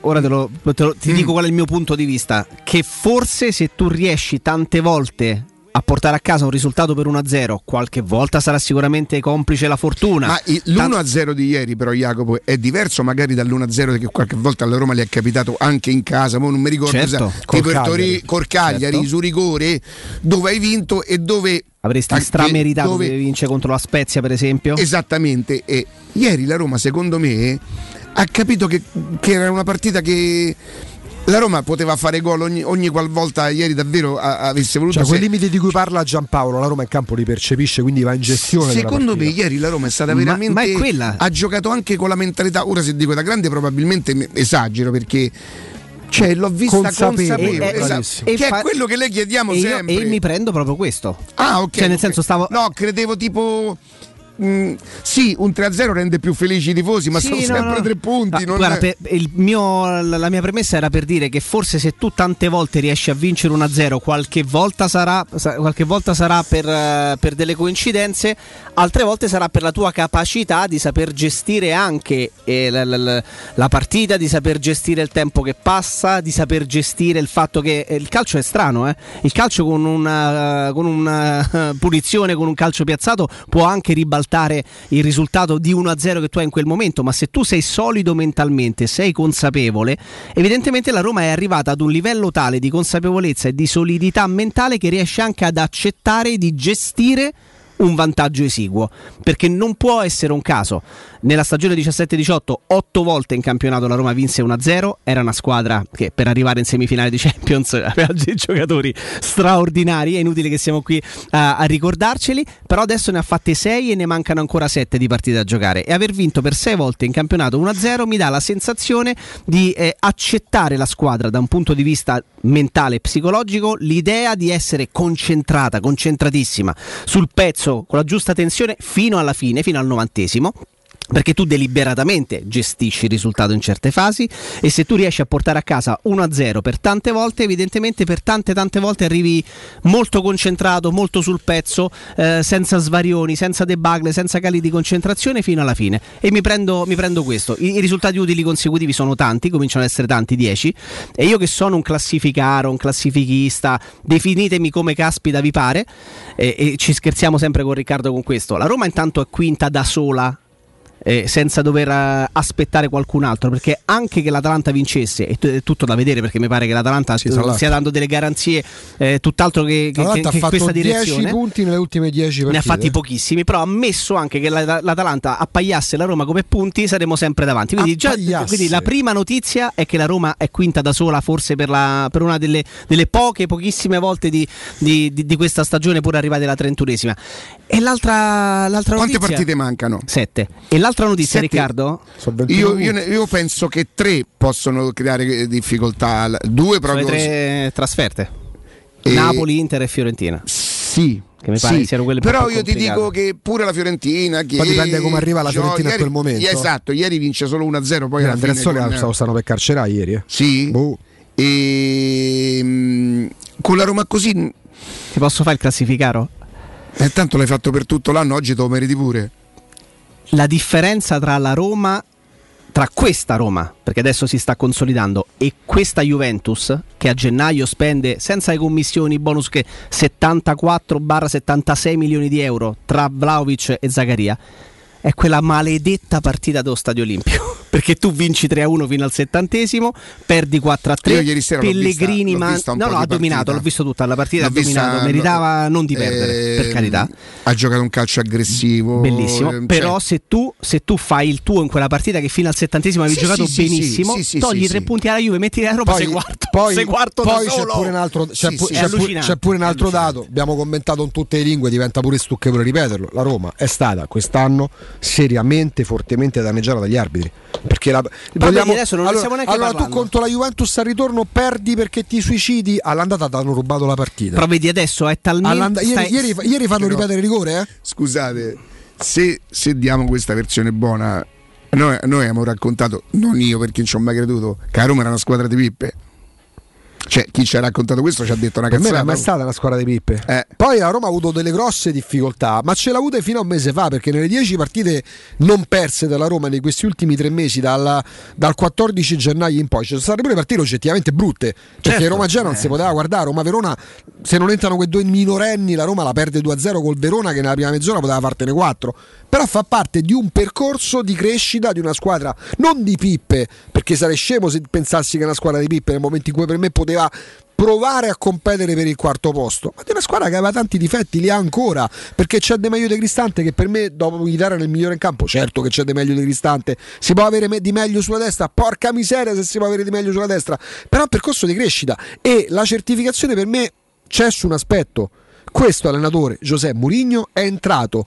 ora te lo, te lo- ti Mm. dico qual è il mio punto di vista, che forse se tu riesci tante volte a portare a casa un risultato per uno a zero, qualche volta sarà sicuramente complice la fortuna. Ma il- l'uno a zero di ieri però, Jacopo, è diverso magari dall'uno a zero che qualche volta alla Roma le è capitato anche in casa, ma non mi ricordo Certo, esatto, col tipo il Cagliari. Tori- col Cagliari, Certo. su rigore, dove hai vinto e dove Avresti anche strameritato dove- che vince contro la Spezia, per esempio. Esattamente, e ieri la Roma secondo me ha capito che, che era una partita che la Roma poteva fare gol ogni, ogni qualvolta ieri davvero a- avesse voluto. Cioè, quei Se- limiti di cui parla Giampaolo, la Roma in campo li percepisce, quindi va in gestione. della Secondo me partita. ieri la Roma è stata Ma- veramente ma è quella. ha giocato anche con la mentalità, ora se dico da grande probabilmente me- esagero perché cioè l'ho vista Consapevole, consapevole, eh, esatto, bravissimo. che E è fa- quello che le chiediamo e io- sempre. e mi prendo proprio questo. Ah, ok. Cioè, nel ok. senso, stavo- No, credevo tipo mm, sì, un tre a zero rende più felici i tifosi, ma Sì, sono no, sempre no. tre punti. Ma, non guarda, è- per- il mio- la la mia premessa era per dire che forse se tu tante volte riesci a vincere uno a zero, qualche volta sarà, sa- qualche volta sarà per, eh, per delle coincidenze, altre volte sarà per la tua capacità di saper gestire anche eh, la, la- la partita, di saper gestire il tempo che passa, di saper gestire il fatto che eh, il calcio è strano, eh? Il calcio con una, con una eh, punizione, con un calcio piazzato può anche ribaltare il risultato di uno a zero che tu hai in quel momento, ma se tu sei solido mentalmente, sei consapevole, evidentemente la Roma è arrivata ad un livello tale di consapevolezza e di solidità mentale che riesce anche ad accettare di gestire un vantaggio esiguo, perché non può essere un caso. Nella stagione diciassette diciotto otto volte in campionato la Roma vinse uno a zero, era una squadra che per arrivare in semifinale di Champions aveva dei giocatori straordinari, è inutile che siamo qui a, a ricordarceli, però adesso ne ha fatte sei e ne mancano ancora sette di partite da giocare, e aver vinto per sei volte in campionato uno a zero mi dà la sensazione di eh, accettare la squadra da un punto di vista mentale e psicologico, l'idea di essere concentrata, concentratissima sul pezzo con la giusta tensione fino alla fine, fino al novantesimo, perché tu deliberatamente gestisci il risultato in certe fasi, e se tu riesci a portare a casa uno a zero per tante volte, evidentemente per tante tante volte arrivi molto concentrato, molto sul pezzo, eh, senza svarioni, senza debacle, senza cali di concentrazione fino alla fine, e mi prendo, mi prendo questo. I, i risultati utili consecutivi sono tanti, cominciano ad essere tanti, dieci, e io che sono un classificaro, un classifichista, definitemi come caspita vi pare, e, e ci scherziamo sempre con Riccardo con questo. La Roma intanto è quinta da sola, eh, senza dover eh, aspettare qualcun altro, perché anche che l'Atalanta vincesse, e t- è tutto da vedere, perché mi pare che l'Atalanta Sì, eh, tra l'altro. stia dando delle garanzie eh, tutt'altro che, che, L'Atalanta che ha fatto questa dieci direzione. punti nelle ultime dieci partite. Ne ha fatti pochissimi, però ammesso anche che la- l'Atalanta appaiasse la Roma come punti, saremo sempre davanti. Quindi, già, Appaiasse. quindi la prima notizia è che la Roma è quinta da sola, forse per, la, per una delle, delle poche, pochissime volte di, di, di- di questa stagione, pure arrivate alla trentunesima. E l'altra, l'altra Quante notizia? partite mancano? Sette. E l'altra notizia, Sette. Riccardo? Io, io, io penso che tre possono creare difficoltà, due Sono le proprio. tre trasferte. E- Napoli, Inter e Fiorentina. Sì. Che mi pare sì. siano quelle un po' Però più io ti complicate. dico che pure la Fiorentina, che Poi dipende come arriva la Fiorentina ieri, a quel momento. Esatto, ieri vince solo uno a zero, poi alla Andrea fine Soli con- stavo stanno per carcerare ieri. Eh. Sì. Boh. E mm, con la Roma così Ti posso fare il classificaro? eh, tanto l'hai fatto per tutto l'anno, oggi te lo meriti pure. La differenza tra la Roma, tra questa Roma, perché adesso si sta consolidando, e questa Juventus, che a gennaio spende senza le commissioni, i bonus, che settantaquattro settantasei milioni di euro tra Vlahovic e Zagaria, è quella maledetta partita dello Stadio Olimpico. Perché tu vinci tre a uno fino al settantesimo, perdi quattro a tre. Io ieri sera l'ho Pellegrini, vista- l'ho ma vista un no, po' no, di ha dominato, partita. l'ho visto tutta la partita, L'ho ha dominato, vista- meritava non di perdere, eh, per carità. Ha giocato un calcio aggressivo. Bellissimo, eh, però cioè- se tu, se tu fai il tuo in quella partita che fino al settantesimo avevi Sì, giocato sì, sì, benissimo, sì, sì, togli sì, tre sì. punti alla Juve, metti la Roma, Poi, sei quarto, poi, sei quarto poi da c'è solo. pure un altro, c'è, Sì, pu- sì, c'è è pu- allucinante. c'è pure un altro dato. Abbiamo commentato in tutte le lingue, diventa pure stucchevole ripeterlo. La Roma è stata quest'anno seriamente, fortemente danneggiata dagli arbitri. Perché la, vogliamo, adesso non ne allora, stiamo neanche allora tu parlando. contro la Juventus al ritorno perdi perché ti suicidi, all'andata ti hanno rubato la partita. Però vedi adesso è talmente All'anda- ieri, stai- ieri, ieri fanno Però- ripetere il rigore, eh? Scusate, se, se diamo questa versione buona, noi, noi abbiamo raccontato, non io perché non ci ho mai creduto, che la Roma era una squadra di pippe. Cioè, chi ci ha raccontato questo ci ha detto una per cazzata. me non è mai stata una squadra di pippe. Eh. Poi la Roma ha avuto delle grosse difficoltà, ma ce l'ha avute fino a un mese fa, perché nelle dieci partite non perse dalla Roma in questi ultimi tre mesi, dal, dal quattordici gennaio in poi, ci sono state pure partite oggettivamente brutte, perché Certo, Roma-Genoa eh. non si poteva guardare. Roma-Verona, se non entrano quei due minorenni, la Roma la perde due a zero col Verona, che nella prima mezz'ora poteva fartene quattro. Però fa parte di un percorso di crescita di una squadra non di pippe, perché sarei scemo se pensassi che è una squadra di pippe nel momento in cui per me poteva provare a competere per il quarto posto, ma di una squadra che aveva tanti difetti, li ha ancora, perché c'è De Meglio De Cristante che per me dopo Militare è il migliore in campo. Certo che c'è De Meglio De Cristante, si può avere me- di meglio sulla destra, porca miseria se si può avere di meglio sulla destra, però è un percorso di crescita e la certificazione per me c'è su un aspetto: questo allenatore Giuseppe Mourinho è entrato,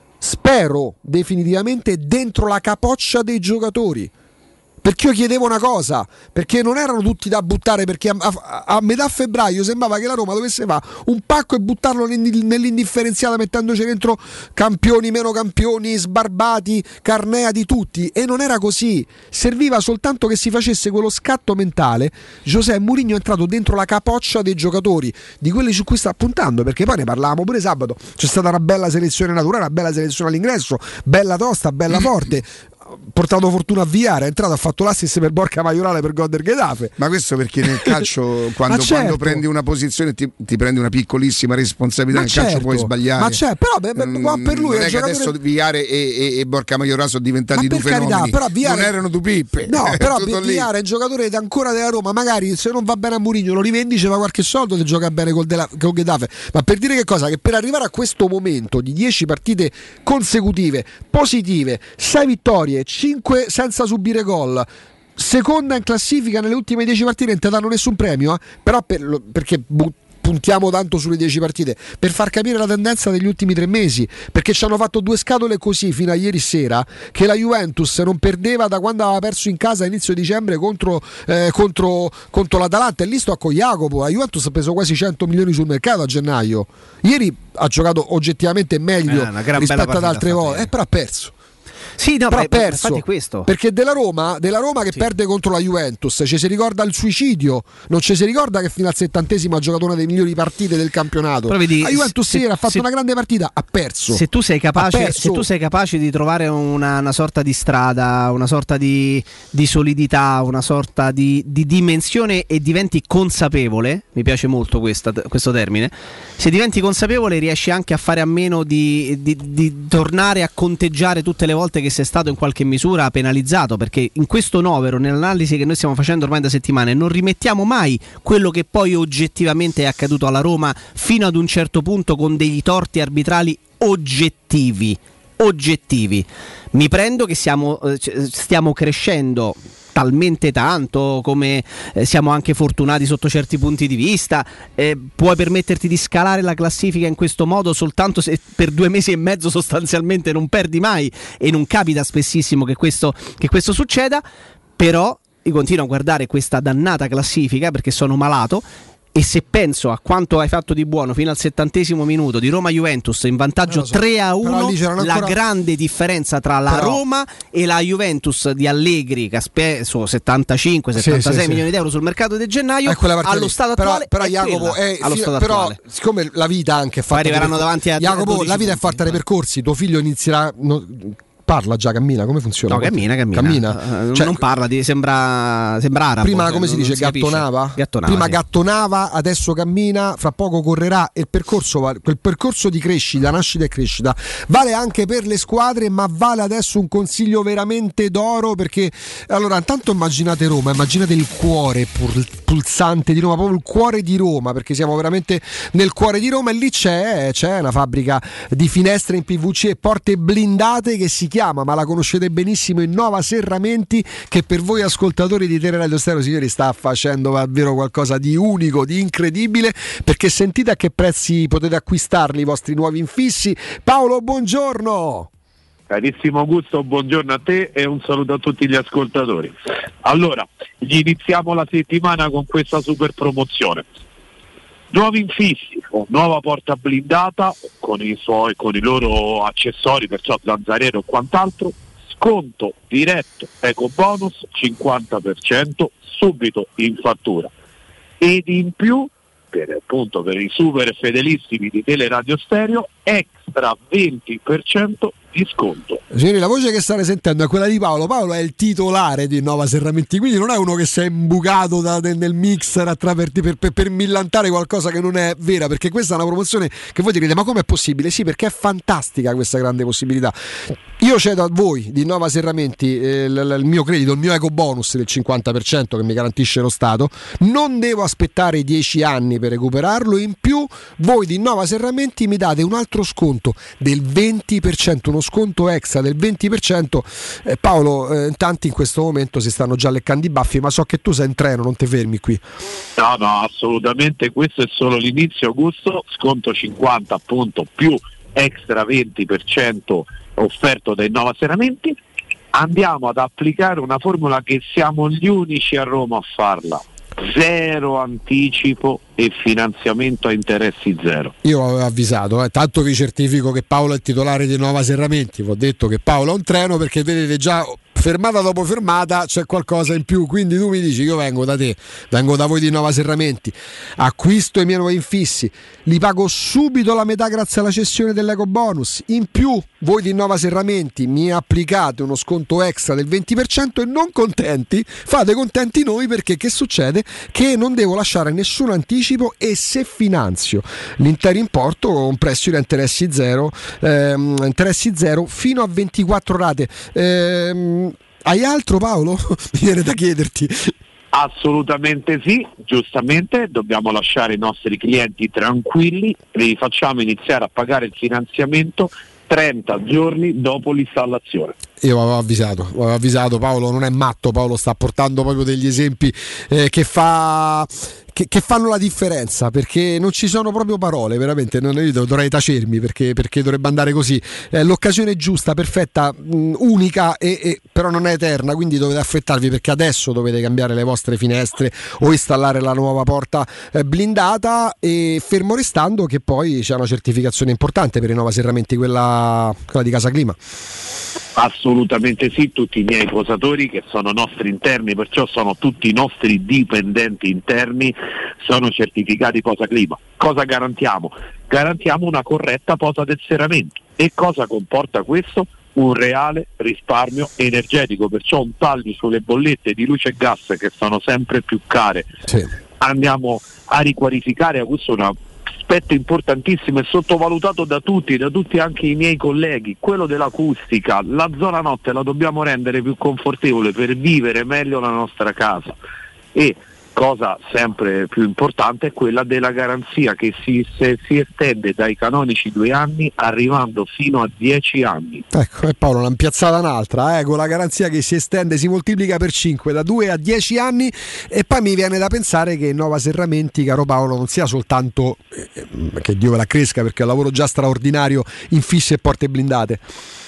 spero definitivamente, dentro la capoccia dei giocatori. Perché io chiedevo una cosa, perché non erano tutti da buttare, perché a, a, a metà febbraio sembrava che la Roma dovesse fare un pacco e buttarlo nell'indifferenziata, mettendoci dentro campioni, meno campioni, sbarbati, carneati, tutti, e non era così. Serviva soltanto che si facesse quello scatto mentale. Giuseppe Mourinho è entrato dentro la capoccia dei giocatori, di quelli su cui sta puntando, perché poi ne parlavamo pure sabato, c'è stata una bella selezione naturale, una bella selezione all'ingresso, bella tosta, bella forte, portato fortuna a Viara, è entrato, ha fatto l'assist per Borca Maiorale per Godder Getafe. Ma questo perché nel calcio quando, certo. quando prendi una posizione ti, ti prendi una piccolissima responsabilità. Ma nel certo. calcio puoi sbagliare. Ma c'è, però beh, beh, Mm, per lui non è è che giocatore... adesso Viare e, e, e Borca Maiorale sono diventati Ma due per carità, fenomeni, però Viare... non erano due pippe. No, però Tutto lì. Viare è un giocatore ancora della Roma, magari se non va bene a Mourinho lo rivendi, ci fa qualche soldo, ti gioca bene col, Dela, col Getafe. Ma per dire che cosa? Che per arrivare a questo momento di dieci partite consecutive positive, sei vittorie, cinque senza subire gol, seconda in classifica nelle ultime dieci partite, non ti danno nessun premio, eh? Però per, lo, perché bu- puntiamo tanto sulle dieci partite, per far capire la tendenza degli ultimi tre mesi, perché ci hanno fatto due scatole così fino a ieri sera, che la Juventus non perdeva da quando aveva perso in casa a inizio dicembre contro, eh, contro, contro l'Atalanta, e lì sto con Jacopo. La Juventus ha preso quasi cento milioni sul mercato a gennaio, ieri ha giocato oggettivamente meglio eh, rispetto ad altre volte, eh, però ha perso. Sì, no, però ha beh, perso, infatti questo. perché della Roma, della Roma che Sì. perde contro la Juventus ci si ricorda il suicidio, non ci si ricorda che fino al settantesimo ha giocato una delle migliori partite del campionato. Però vedi, la Juventus se- ieri ha fatto se- una grande partita, ha perso. Se tu sei Ha capace, perso. se tu sei capace di trovare una, una sorta di strada, una sorta di, di solidità, una sorta di, di dimensione, e diventi consapevole, mi piace molto questa, questo termine, se diventi consapevole riesci anche a fare a meno di, di, di tornare a conteggiare tutte le volte che sei stato in qualche misura penalizzato, perché in questo novero, nell'analisi che noi stiamo facendo ormai da settimane, non rimettiamo mai quello che poi oggettivamente è accaduto alla Roma fino ad un certo punto, con degli torti arbitrali oggettivi oggettivi. Mi prendo che siamo, eh, stiamo crescendo talmente tanto, come eh, siamo anche fortunati sotto certi punti di vista, eh, puoi permetterti di scalare la classifica in questo modo soltanto se per due mesi e mezzo sostanzialmente non perdi mai, e non capita spessissimo che questo, che questo succeda. Però io continuo a guardare questa dannata classifica perché sono malato, e se penso a quanto hai fatto di buono fino al settantesimo minuto di Roma-Juventus in vantaggio so, tre a però uno, lì c'erano la ancora- grande differenza tra la Però- Roma e la Juventus di Allegri, che ha speso settantacinque settantasei Sì, sì, milioni sì. di euro sul mercato di gennaio, È quella partita allo lì. stato però, attuale però è Jacopo quella, è allo fino- stato però attuale. siccome la vita anche è fatta di arriveranno percor- davanti a Jacopo, dodici la vita è punti, fatta di percorsi, tuo figlio inizierà no, parla già, cammina, come funziona? No, cammina, cammina. Cammina? Eh, Cioè, non parla, di, sembra, sembra arabo. prima cioè, come si non- dice, non capisce. gattonava? Gattonava, prima sì. gattonava, adesso cammina, fra poco correrà, e il percorso va- quel percorso di crescita, nascita e crescita vale anche per le squadre, ma vale adesso un consiglio veramente d'oro, perché allora intanto immaginate Roma, immaginate il cuore pul- pulsante di Roma, proprio il cuore di Roma, perché siamo veramente nel cuore di Roma, e lì c'è, c'è una fabbrica di finestre in P V C e porte blindate che si chiama, ma la conoscete benissimo, Innova Serramenti, che per voi ascoltatori di Teleradio Stereo, signori, sta facendo davvero qualcosa di unico, di incredibile, perché sentite a che prezzi potete acquistarli i vostri nuovi infissi. Paolo, buongiorno. Carissimo Augusto, buongiorno a te e un saluto a tutti gli ascoltatori. Allora, gli iniziamo la settimana con questa super promozione. Nuovi infissi, nuova porta blindata con i suoi, con i loro accessori, perciò zanzariero e quant'altro, sconto diretto, eco bonus cinquanta per cento subito in fattura. ed in più per, appunto, per i super fedelissimi di Teleradio Stereo extra venti per cento di sconto. Signori, la voce che state sentendo è quella di Paolo. Paolo è il titolare di Innova Serramenti, quindi non è uno che si è imbucato da, nel mixer per, per, per millantare qualcosa che non è vera, perché questa è una promozione che voi direte ma com'è possibile? Sì, perché è fantastica questa grande possibilità. Io cedo a voi di Innova Serramenti eh, l- l- il mio credito, il mio eco bonus del cinquanta per cento che mi garantisce lo Stato, non devo aspettare dieci anni per recuperarlo, in più voi di Innova Serramenti mi date un altro sconto del venti per cento, uno sconto extra del venti per cento. eh, Paolo, eh, tanti in questo momento si stanno già leccando i baffi, ma so che tu sei in treno, non ti fermi qui. No, no, assolutamente, questo è solo l'inizio, Augusto, sconto cinquanta appunto più extra venti per cento offerto da Innova Serramenti. Andiamo ad applicare una formula che siamo gli unici a Roma a farla: zero anticipo e finanziamento a interessi zero. Io avevo avvisato, eh. Tanto vi certifico che Paolo è il titolare di Innova Serramenti, vi ho detto che Paolo è un treno, perché vedete già fermata dopo fermata c'è qualcosa in più, quindi tu mi dici io vengo da te, vengo da voi di Innova Serramenti, acquisto i miei nuovi infissi, li pago subito la metà grazie alla cessione dell'eco bonus, in più voi di Innova Serramenti mi applicate uno sconto extra del venti per cento e non contenti, fate contenti noi, perché che succede? Che non devo lasciare nessun anticipo e se finanzio l'intero importo con prestito a interessi zero, ehm, interessi zero fino a ventiquattro rate. Ehm, hai altro, Paolo? Mi viene da chiederti. Assolutamente sì, giustamente dobbiamo lasciare i nostri clienti tranquilli, li facciamo iniziare a pagare il finanziamento trenta giorni dopo l'installazione. Io avevo avvisato, avevo avvisato, Paolo non è matto, Paolo sta portando proprio degli esempi eh, che fa che, che fanno la differenza, perché non ci sono proprio parole, veramente, non, io dovrei tacermi perché, perché dovrebbe andare così. È l'occasione giusta, perfetta, mh, unica, e, e, però non è eterna, quindi dovete affrettarvi, perché adesso dovete cambiare le vostre finestre o installare la nuova porta eh, blindata, e fermo restando che poi c'è una certificazione importante per Innova Serramenti, quella, quella di Casa Clima. Assolutamente sì, tutti i miei posatori che sono nostri interni, perciò sono tutti i nostri dipendenti interni, sono certificati posa clima. Cosa garantiamo? Garantiamo una corretta posa del serramento. E cosa comporta questo? Un reale risparmio energetico, perciò un taglio sulle bollette di luce e gas che sono sempre più care. Sì. Andiamo a riqualificare, a questo una aspetto importantissimo e sottovalutato da tutti, da tutti anche i miei colleghi, quello dell'acustica. La zona notte la dobbiamo rendere più confortevole per vivere meglio la nostra casa, e cosa sempre più importante è quella della garanzia che si, se, si estende dai canonici due anni arrivando fino a dieci anni. Ecco, e Paolo l'ha piazzata un'altra, eh, con la garanzia che si estende, si moltiplica per cinque, da due a dieci anni, e poi mi viene da pensare che Innova Serramenti, caro Paolo, non sia soltanto, eh, che Dio ve la cresca, perché è un lavoro già straordinario, infissi e porte blindate.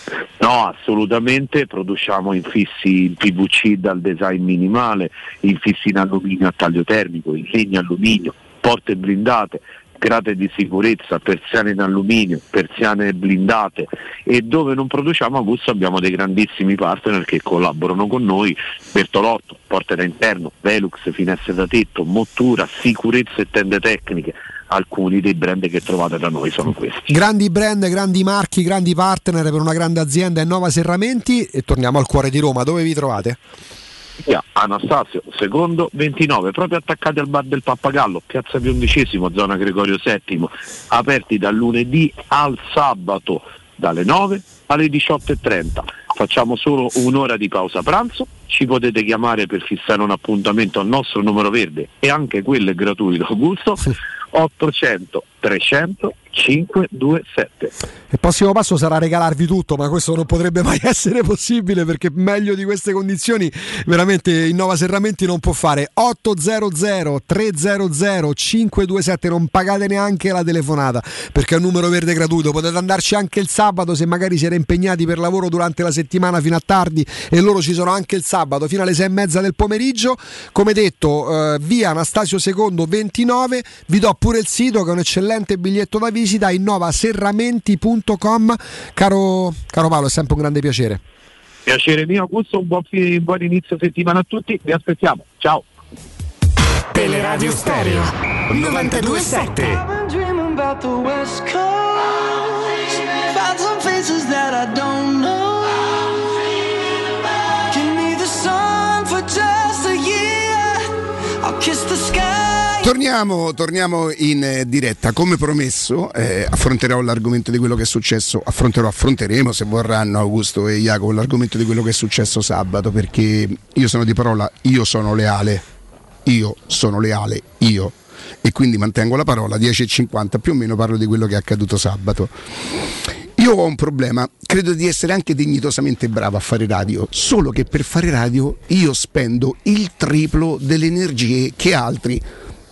No, assolutamente, produciamo infissi in P V C dal design minimale, infissi in alluminio a taglio termico, in legno alluminio, porte blindate, grate di sicurezza, persiane in alluminio, persiane blindate, e dove non produciamo a gusto abbiamo dei grandissimi partner che collaborano con noi: Bertolotto, porte da interno, Velux, finestre da tetto, Mottura, sicurezza e tende tecniche. Alcuni dei brand che trovate da noi sono questi. Grandi brand, grandi marchi, grandi partner per una grande azienda, Innova Serramenti. E torniamo al cuore di Roma, dove vi trovate? Yeah, Anastasio secondo ventinove, proprio attaccati al bar del Pappagallo, piazza Piondicesimo, zona Gregorio settimo, aperti dal lunedì al sabato dalle nove alle diciotto e trenta. Facciamo solo un'ora di pausa pranzo, ci potete chiamare per fissare un appuntamento al nostro numero verde, e anche quello è gratuito, Augusto, ottocento trecento cinquecentoventisette. Il prossimo passo sarà regalarvi tutto, ma questo non potrebbe mai essere possibile, perché meglio di queste condizioni veramente Innova Serramenti non può fare. Ottocento trecento cinquecentoventisette, non pagate neanche la telefonata, perché è un numero verde gratuito. Potete andarci anche il sabato se magari siete impegnati per lavoro durante la settimana fino a tardi, e loro ci sono anche il sabato fino alle sei e mezza del pomeriggio. Come detto, eh, via Anastasio secondo ventinove. Vi do pure il sito, che è un eccellente biglietto da visita, innova serramenti punto com. Caro, caro Paolo, è sempre un grande piacere. Piacere mio, Augusto, un buon, buon inizio settimana a tutti, vi aspettiamo, ciao. Teleradio Stereo novantadue sette. Dreaming about the West Coast. Found some faces that I don't know. Give me the sun for just a year. I'll kiss the sky. Torniamo, torniamo in eh, diretta. Come promesso, eh, affronterò l'argomento di quello che è successo. Affronterò, affronteremo se vorranno Augusto e Jacopo l'argomento di quello che è successo sabato. Perché io sono di parola, io sono leale. Io sono leale, io. E quindi mantengo la parola. Dieci e cinquanta più o meno parlo di quello che è accaduto sabato. Io ho un problema, credo di essere anche dignitosamente bravo a fare radio, solo che per fare radio io spendo il triplo delle energie che altri,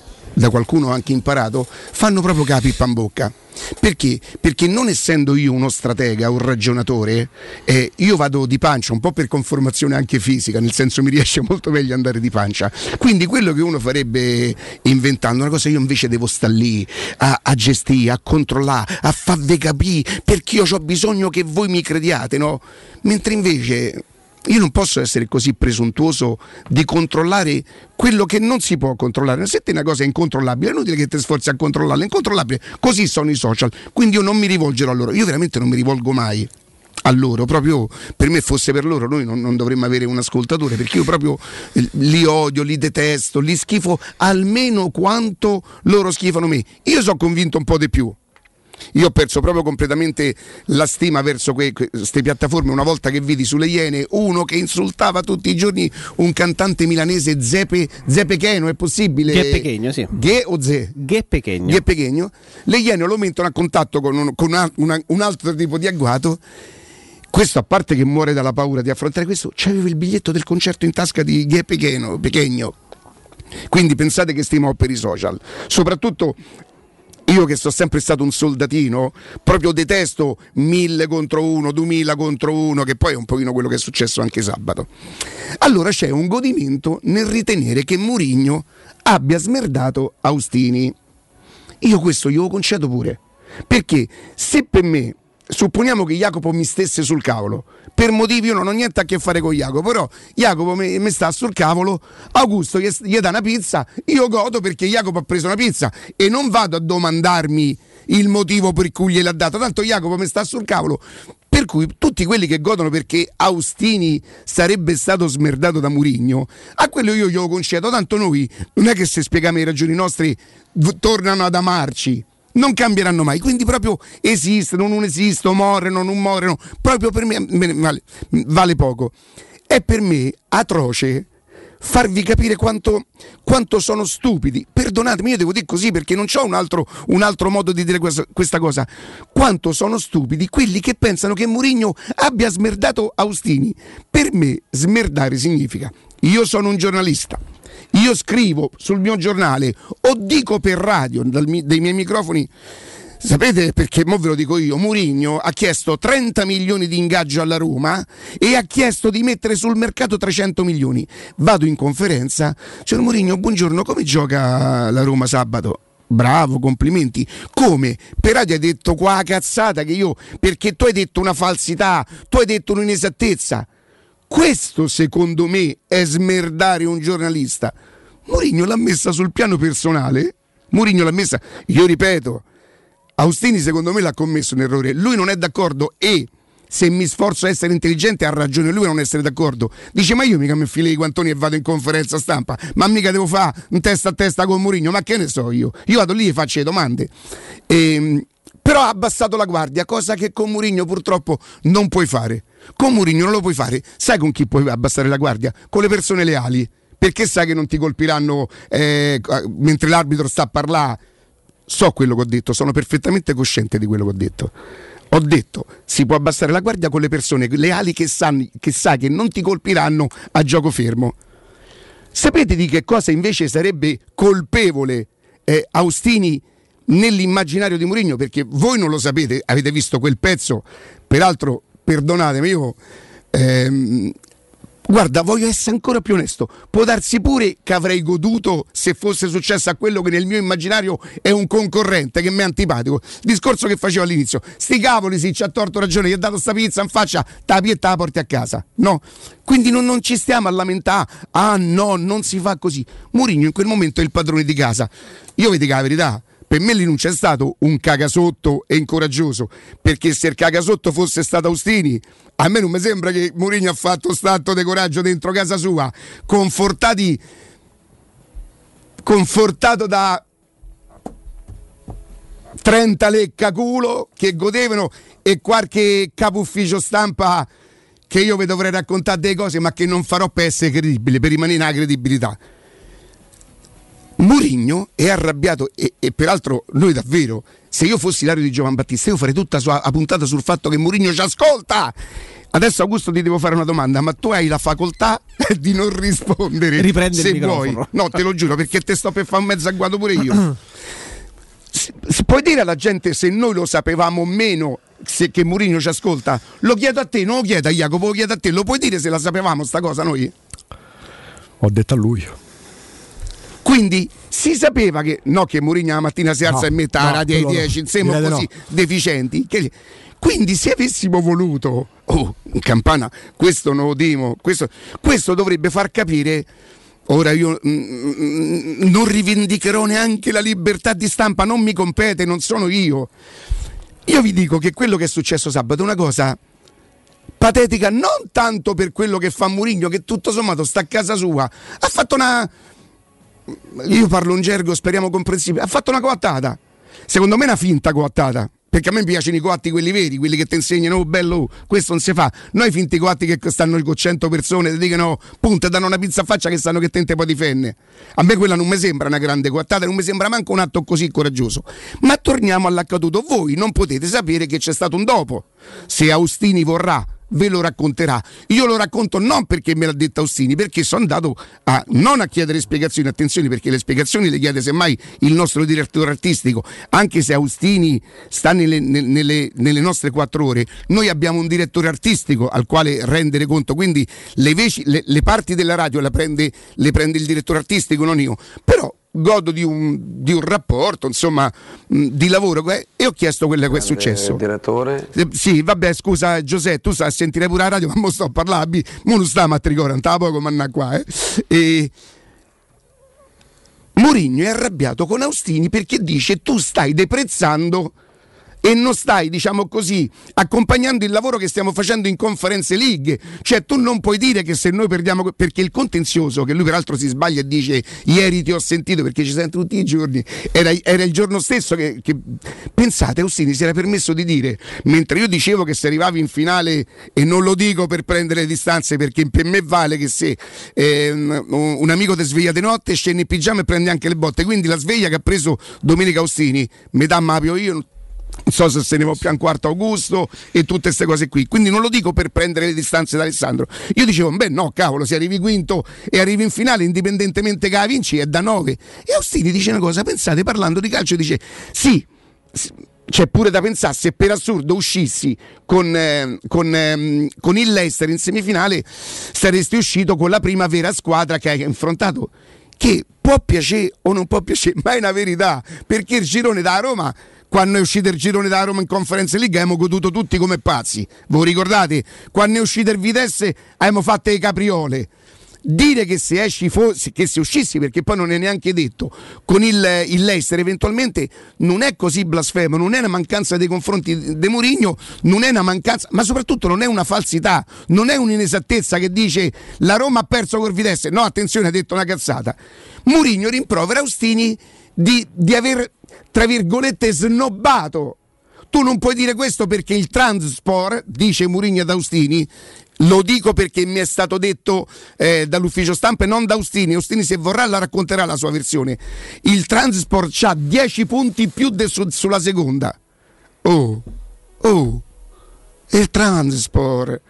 da qualcuno ho anche imparato, fanno proprio capi in bocca. Perché? Perché non essendo io uno stratega, un ragionatore, eh, io vado di pancia, un po' per conformazione anche fisica, nel senso mi riesce molto meglio andare di pancia. Quindi quello che uno farebbe inventando una cosa, io invece devo stare lì a, a gestire, a controllare, a farvi capire, perché io ho bisogno che voi mi crediate, no? Mentre invece io non posso essere così presuntuoso di controllare quello che non si può controllare. Se te una cosa è incontrollabile, è inutile che ti sforzi a controllarla, è incontrollabile. Così sono i social, quindi io non mi rivolgerò a loro, io veramente non mi rivolgo mai a loro, proprio per me fosse per loro noi non, non dovremmo avere un ascoltatore, perché io proprio li odio, li detesto, li schifo almeno quanto loro schifano me. Io sono convinto un po' di più. Io ho perso proprio completamente la stima verso queste piattaforme una volta che vidi sulle Iene uno che insultava tutti i giorni un cantante milanese, Zepe, Zepe Cheno, è possibile? Che Pechegno, sì. Ge o Ze? Che Pechegno. Che Pechegno. Le Iene lo mettono a contatto con, un, con una, una, un altro tipo di agguato. Questo, a parte che muore dalla paura di affrontare questo, c'aveva il biglietto del concerto in tasca di Ge Pechegno, Pechegno. Quindi pensate che stimo per i social. Soprattutto io che sono sempre stato un soldatino, proprio detesto mille contro uno, duemila contro uno, che poi è un pochino quello che è successo anche sabato. Allora c'è un godimento nel ritenere che Mourinho abbia smerdato Austini. Io questo glielo concedo pure, perché se per me, supponiamo che Jacopo mi stesse sul cavolo, per motivi io non ho niente a che fare con Jacopo, però Jacopo mi, mi sta sul cavolo, Augusto gli, gli dà una pizza, io godo perché Jacopo ha preso una pizza e non vado a domandarmi il motivo per cui gliel'ha dato, tanto Jacopo mi sta sul cavolo. Per cui tutti quelli che godono perché Austini sarebbe stato smerdato da Mourinho, a quello io glielo concedo, tanto noi non è che se spieghiamo i ragioni nostre tornano ad amarci. Non cambieranno mai, quindi proprio esistono, non esistono, morrono, non morrono, proprio per me vale, vale poco. È per me atroce farvi capire quanto, quanto sono stupidi. Perdonatemi, io devo dire così perché non c'ho un altro, un altro modo di dire questa, questa cosa. Quanto sono stupidi quelli che pensano che Mourinho abbia smerdato Austini. Per me smerdare significa: io sono un giornalista, io scrivo sul mio giornale o dico per radio dal, dei miei microfoni, sapete perché, mo ve lo dico io, Mourinho ha chiesto trenta milioni di ingaggio alla Roma e ha chiesto di mettere sul mercato trecento milioni. Vado in conferenza, signor Mourinho, buongiorno, come gioca la Roma sabato? Bravo, complimenti. Come? Per radio hai detto qua cazzata che io, perché tu hai detto una falsità, tu hai detto un'inesattezza. Questo secondo me è smerdare un giornalista. Mourinho l'ha messa sul piano personale. Mourinho l'ha messa, io ripeto, Austini secondo me l'ha commesso un errore. Lui non è d'accordo e se mi sforzo a essere intelligente ha ragione lui a non essere d'accordo. Dice: ma io mica mi infilo i guantoni e vado in conferenza stampa, ma mica devo fare un testa a testa con Mourinho, ma che ne so io? Io vado lì e faccio le domande. E, però ha abbassato la guardia, cosa che con Mourinho purtroppo non puoi fare. Con Mourinho non lo puoi fare. Sai con chi puoi abbassare la guardia? Con le persone leali, perché sai che non ti colpiranno eh, mentre l'arbitro sta a parlare. So quello che ho detto, sono perfettamente cosciente di quello che ho detto. Ho detto, si può abbassare la guardia con le persone leali che sanno, che sai che non ti colpiranno a gioco fermo. Sapete di che cosa invece sarebbe colpevole eh, Austini nell'immaginario di Mourinho? Perché voi non lo sapete, avete visto quel pezzo, peraltro perdonatemi, io ehm, Guarda, voglio essere ancora più onesto. Può darsi pure che avrei goduto se fosse successo a quello che nel mio immaginario è un concorrente che mi è antipatico. Discorso che facevo all'inizio. Sti cavoli, sì, ci ha torto ragione, gli ha dato sta pizza in faccia, ta pietta la porti a casa. No. Quindi non, non ci stiamo a lamentare. Ah no, non si fa così. Mourinho in quel momento è il padrone di casa. Io vi dico la verità. Per me lì non c'è stato un cagasotto e incoraggioso, perché se il cagasotto fosse stato Austini, a me non mi sembra che Mourinho ha fatto statto di coraggio dentro casa sua, confortati confortato da trenta leccaculo che godevano e qualche capo ufficio stampa che io vi dovrei raccontare delle cose ma che non farò per essere credibile, per rimanere nella credibilità. Mourinho è arrabbiato e, e peraltro noi davvero, se io fossi Ilario Di Giovan Battista io farei tutta sua, la puntata sul fatto che Mourinho ci ascolta. Adesso Augusto ti devo fare una domanda, ma tu hai la facoltà di non rispondere. Riprendi se il microfono. vuoi. No, te lo giuro, perché te sto per fare un mezzo agguato pure io. Si, si puoi dire alla gente se noi lo sapevamo meno se, che Mourinho ci ascolta? Lo chiedo a te, non lo chiedo a Jacopo, lo chiedo a te. Lo puoi dire se la sapevamo sta cosa noi? Ho detto a lui. Quindi si sapeva che no, che Mourinho la mattina si alza No, e mette no, la radio ai quello no. dieci, siamo Direi di così no. deficienti. Che... Quindi se avessimo voluto, oh, in Campana, questo non lo dimo, questo, questo dovrebbe far capire. Ora io mm, non rivendicherò neanche la libertà di stampa, non mi compete, non sono io. Io vi dico che quello che è successo sabato è una cosa patetica, non tanto per quello che fa Mourinho, che tutto sommato sta a casa sua, ha fatto una... Io parlo in gergo, speriamo comprensibile. Ha fatto una coattata. Secondo me è una finta coattata. Perché a me piacciono i coatti quelli veri, quelli che ti insegnano, oh bello, questo non si fa. Noi finti coatti che stanno con cento persone, ti dicono, punto, danno una pizza a faccia che sanno che tente poi di fenne. A me quella non mi sembra una grande coattata, non mi sembra manco un atto così coraggioso. Ma torniamo all'accaduto. Voi non potete sapere che c'è stato un dopo. Se Austini vorrà, ve lo racconterà. Io lo racconto non perché me l'ha detto Austini, perché sono andato a non a chiedere spiegazioni, attenzione, perché le spiegazioni le chiede semmai il nostro direttore artistico, anche se Austini sta nelle, nelle, nelle nostre quattro ore. Noi abbiamo un direttore artistico al quale rendere conto, quindi le, veci, le, le parti della radio la prende, le prende il direttore artistico, non io. Però godo di un, di un rapporto, insomma, mh, di lavoro, eh, e ho chiesto quello che è successo. Direttore? Eh, sì, vabbè, scusa Giuseppe, tu stai a sentire pure la radio, ma mo sto a parlare, mo non sta a matricola, non te la poco manna qua, eh. E Mourinho è arrabbiato con Austini perché dice tu stai deprezzando e non stai, diciamo così, accompagnando il lavoro che stiamo facendo in Conference League. Cioè tu non puoi dire che se noi perdiamo, perché il contenzioso, che lui peraltro si sbaglia e dice ieri ti ho sentito perché ci sento tutti i giorni, era, era il giorno stesso che, che pensate, Austini si era permesso di dire, mentre io dicevo che se arrivavi in finale, e non lo dico per prendere le distanze perché per me vale che se eh, un amico ti sveglia di notte scende in pigiama e prende anche le botte, quindi la sveglia che ha preso Domenica Austini mi dà Mapio io, non so se se ne va più a un quarto Augusto e tutte queste cose qui, quindi non lo dico per prendere le distanze da Alessandro. Io dicevo, beh no, cavolo, se arrivi quinto e arrivi in finale indipendentemente che la vinci è da nove. E Austini dice una cosa, pensate, parlando di calcio dice sì, c'è pure da pensare, se per assurdo uscissi con, eh, con, eh, con il Leicester in semifinale saresti uscito con la prima vera squadra che hai affrontato, che può piacere o non può piacere, ma è una verità, perché il girone da Roma, quando è uscito il girone da Roma in Conference League abbiamo goduto tutti come pazzi, voi ricordate? Quando è uscito il Vitesse abbiamo fatto le capriole. Dire che se esci fossi, che se uscissi, perché poi non è neanche detto, con il, il Leicester eventualmente non è così blasfemo, non è una mancanza dei confronti di Mourinho, non è una mancanza, ma soprattutto non è una falsità, non è un'inesattezza che dice la Roma ha perso col Vitesse. No, attenzione, ha detto una cazzata. Mourinho rimprovera Austini di, di aver, tra virgolette, snobbato. Tu non puoi dire questo perché il Transport, dice Mourinho ad Austini, lo dico perché mi è stato detto eh, dall'ufficio stampa e non da Austini. Austini, se vorrà, la racconterà la sua versione. Il Transport c'ha dieci punti più de su, sulla seconda. Oh, oh, il Transport.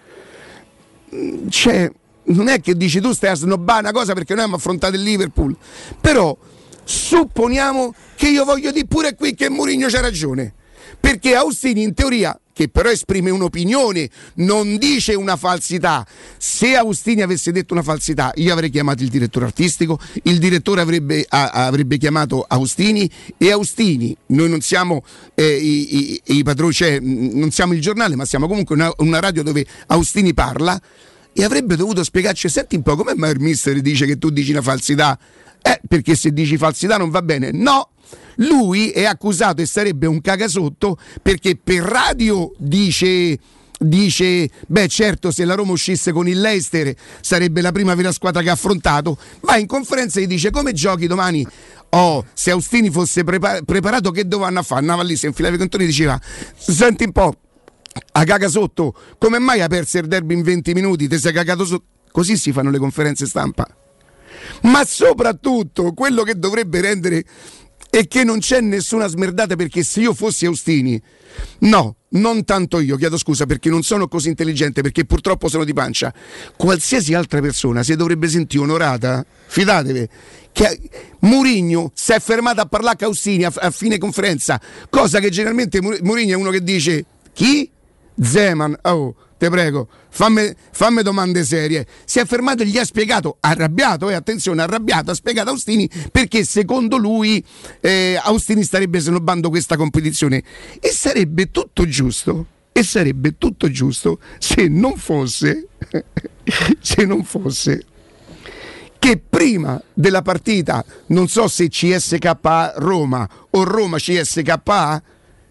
Cioè, non è che dici tu stai a snobbare una cosa perché noi abbiamo affrontato il Liverpool. Però supponiamo che io voglio dire pure qui che Mourinho c'ha ragione. perché Austini in teoria, che però esprime un'opinione, non dice una falsità. Se Austini avesse detto una falsità, io avrei chiamato il direttore artistico, il direttore avrebbe, a, avrebbe chiamato Austini e Austini, noi non siamo eh, i, i, i padroni, cioè, non siamo il giornale, ma siamo comunque una, una radio dove Austini parla, e avrebbe dovuto spiegarci: senti un po', come mai il mister dice che tu dici una falsità? Eh, perché se dici falsità non va bene. No, lui è accusato e sarebbe un cagasotto, perché per radio dice, dice beh certo, se la Roma uscisse con il Leicester sarebbe la prima vera squadra che ha affrontato, ma in conferenza gli dice: come giochi domani? Oh, se Austini fosse prepar- preparato, che dovevano fare? Andava lì, si infilava i contoni e diceva: senti un po', a caga sotto, come mai hai perso il derby in venti minuti? Ti sei cagato sotto? Così si fanno le conferenze stampa. Ma soprattutto quello che dovrebbe rendere è che non c'è nessuna smerdata, perché se io fossi Austini, no, non tanto io, chiedo scusa perché non sono così intelligente, perché purtroppo sono di pancia, qualsiasi altra persona si dovrebbe sentire onorata, fidatevi, che Mourinho si è fermato a parlare a Austini a, a fine conferenza, cosa che generalmente Mourinho è uno che dice: chi? Zeman, oh, te prego, fammi, fammi domande serie. Si è fermato e gli ha spiegato, arrabbiato, e eh, attenzione, arrabbiato, ha spiegato a Austini perché secondo lui eh, Austini starebbe snobando questa competizione, e sarebbe tutto giusto, e sarebbe tutto giusto se non fosse se non fosse che prima della partita, non so se C S K A Roma o Roma C S K A,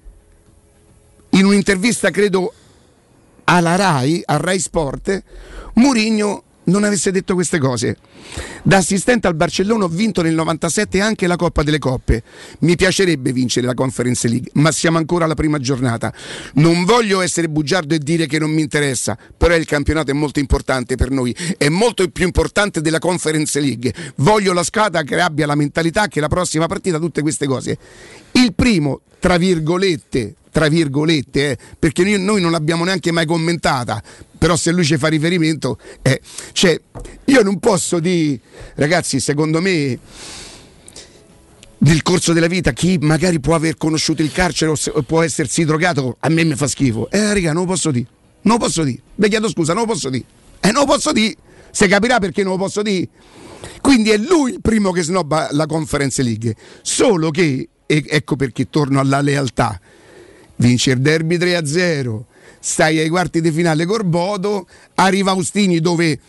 in un'intervista credo alla Rai, a Rai Sport, Mourinho non avesse detto queste cose. Da assistente al Barcellona ho vinto nel novantasette anche la Coppa delle Coppe. Mi piacerebbe vincere la Conference League, ma siamo ancora alla prima giornata. Non voglio essere bugiardo e dire che non mi interessa, però il campionato è molto importante per noi, è molto più importante della Conference League. Voglio la squadra che abbia la mentalità che la prossima partita, tutte queste cose. Il primo, tra virgolette, tra virgolette, eh, perché noi, noi non l'abbiamo neanche mai commentata, però se lui ci fa riferimento, eh, cioè io non posso dire, ragazzi, secondo me nel corso della vita chi magari può aver conosciuto il carcere o, se, o può essersi drogato, a me mi fa schifo, eh raga, non lo posso dire, non lo posso dire, vi chiedo scusa, non lo posso dire, eh non lo posso dire, se capirà perché non lo posso dire. Quindi è lui il primo che snobba la Conference League, solo che, e ecco perché torno alla lealtà, vince il derby tre a zero, stai ai quarti di finale col Bodo, arriva Austini dove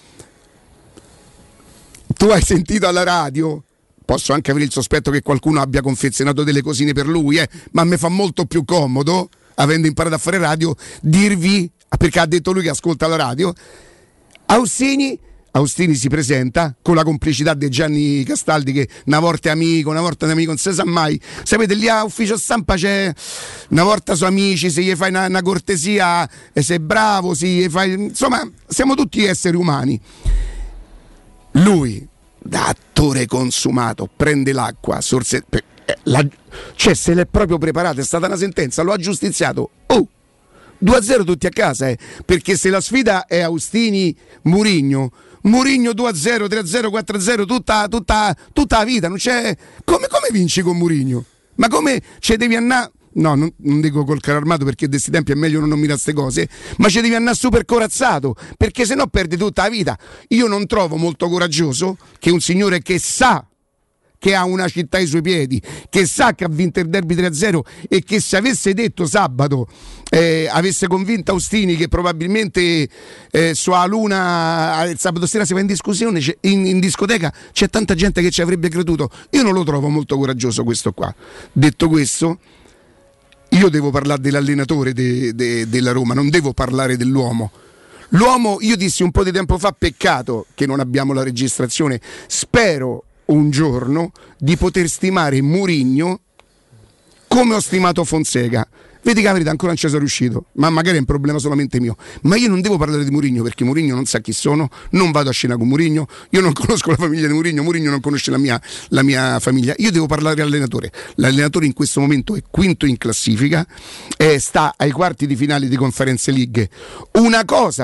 tu hai sentito alla radio, posso anche avere il sospetto che qualcuno abbia confezionato delle cosine per lui, eh, ma mi fa molto più comodo, avendo imparato a fare radio, dirvi, perché ha detto lui che ascolta la radio, Austini Austini si presenta con la complicità di Gianni Castaldi, che una volta è amico, una volta è amico, non si sa mai. Sapete, lì a ufficio stampa c'è una volta sono amici, se gli fai una, una cortesia e sei bravo, se gli fai... insomma, siamo tutti esseri umani. Lui, da attore consumato, prende l'acqua, sorse... la... cioè se l'è proprio preparato, è stata una sentenza, lo ha giustiziato. Oh! due a zero tutti a casa, eh, perché se la sfida è Austini-Mourinho, Mourinho due a zero, tre a zero, quattro a zero tutta, tutta, tutta la vita, non c'è... come, come vinci con Mourinho? Ma come ci devi andare? No, non, non dico col carro armato, perché in questi tempi è meglio non nominare queste cose, ma ci devi andare super corazzato, perché sennò perdi tutta la vita. Io non trovo molto coraggioso che un signore che sa che ha una città ai suoi piedi, che sa che ha vinto il derby tre a zero, e che se avesse detto sabato, eh, avesse convinto Austini che probabilmente eh, sua luna il sabato sera si va in discussione, in, in discoteca, c'è tanta gente che ci avrebbe creduto. Io non lo trovo molto coraggioso questo qua. Detto questo, io devo parlare dell'allenatore de, de, della Roma, non devo parlare dell'uomo. L'uomo, io dissi un po' di tempo fa, peccato che non abbiamo la registrazione, spero un giorno di poter stimare Mourinho come ho stimato Fonseca. Vedi che la verità ancora non ci sono riuscito, ma magari è un problema solamente mio. Ma io non devo parlare di Mourinho, perché Mourinho non sa chi sono, non vado a scena con Mourinho, io non conosco la famiglia di Mourinho, Mourinho non conosce la mia, la mia famiglia. Io devo parlare dell'allenatore. L'allenatore in questo momento è quinto in classifica, eh, sta ai quarti di finale di Conference League. Una cosa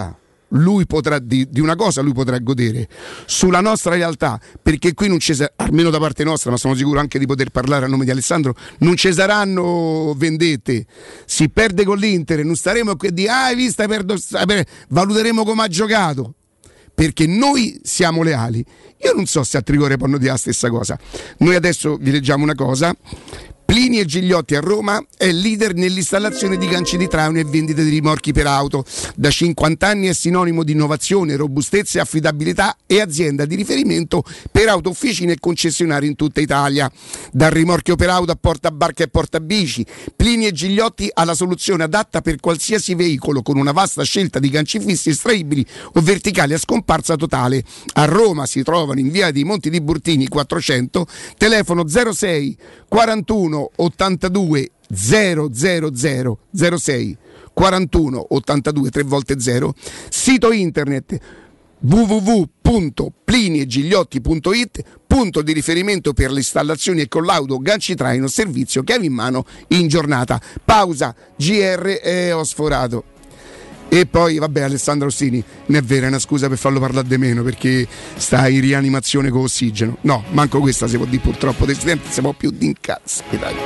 lui potrà di, di una cosa lui potrà godere sulla nostra realtà, perché qui non ci sa- almeno da parte nostra, ma sono sicuro anche di poter parlare a nome di Alessandro, non ci saranno vendette. Si perde con l'Inter, non staremo qui a dire ah hai visto, perdo, per... valuteremo come ha giocato, perché noi siamo leali. Io non so se a Trigore possono dire la stessa cosa. Noi adesso vi leggiamo una cosa. Plini e Gigliotti a Roma è leader nell'installazione di ganci di traino e vendita di rimorchi per auto. Da cinquanta anni è sinonimo di innovazione, robustezza e affidabilità e azienda di riferimento per auto, officine e concessionari in tutta Italia. Dal rimorchio per auto a portabarca e portabici, Plini e Gigliotti ha la soluzione adatta per qualsiasi veicolo, con una vasta scelta di ganci fissi estraibili o verticali a scomparsa totale. A Roma si trovano in via dei Monti di Burtini quattrocento, telefono zero sei quarantuno ottantadue zero zero zero zero sei quarantuno ottantadue tre volte zero, sito internet w w w punto plini e gigliotti punto i t, punto di riferimento per le installazioni e collaudo ganci traino, servizio chiave in mano in giornata. Pausa G R e ho sforato. E poi vabbè, Alessandro Ostini, non è vera, è una scusa per farlo parlare di meno, perché sta in rianimazione con ossigeno. No, manco questa si può dire, purtroppo del studente si può più di incazzo.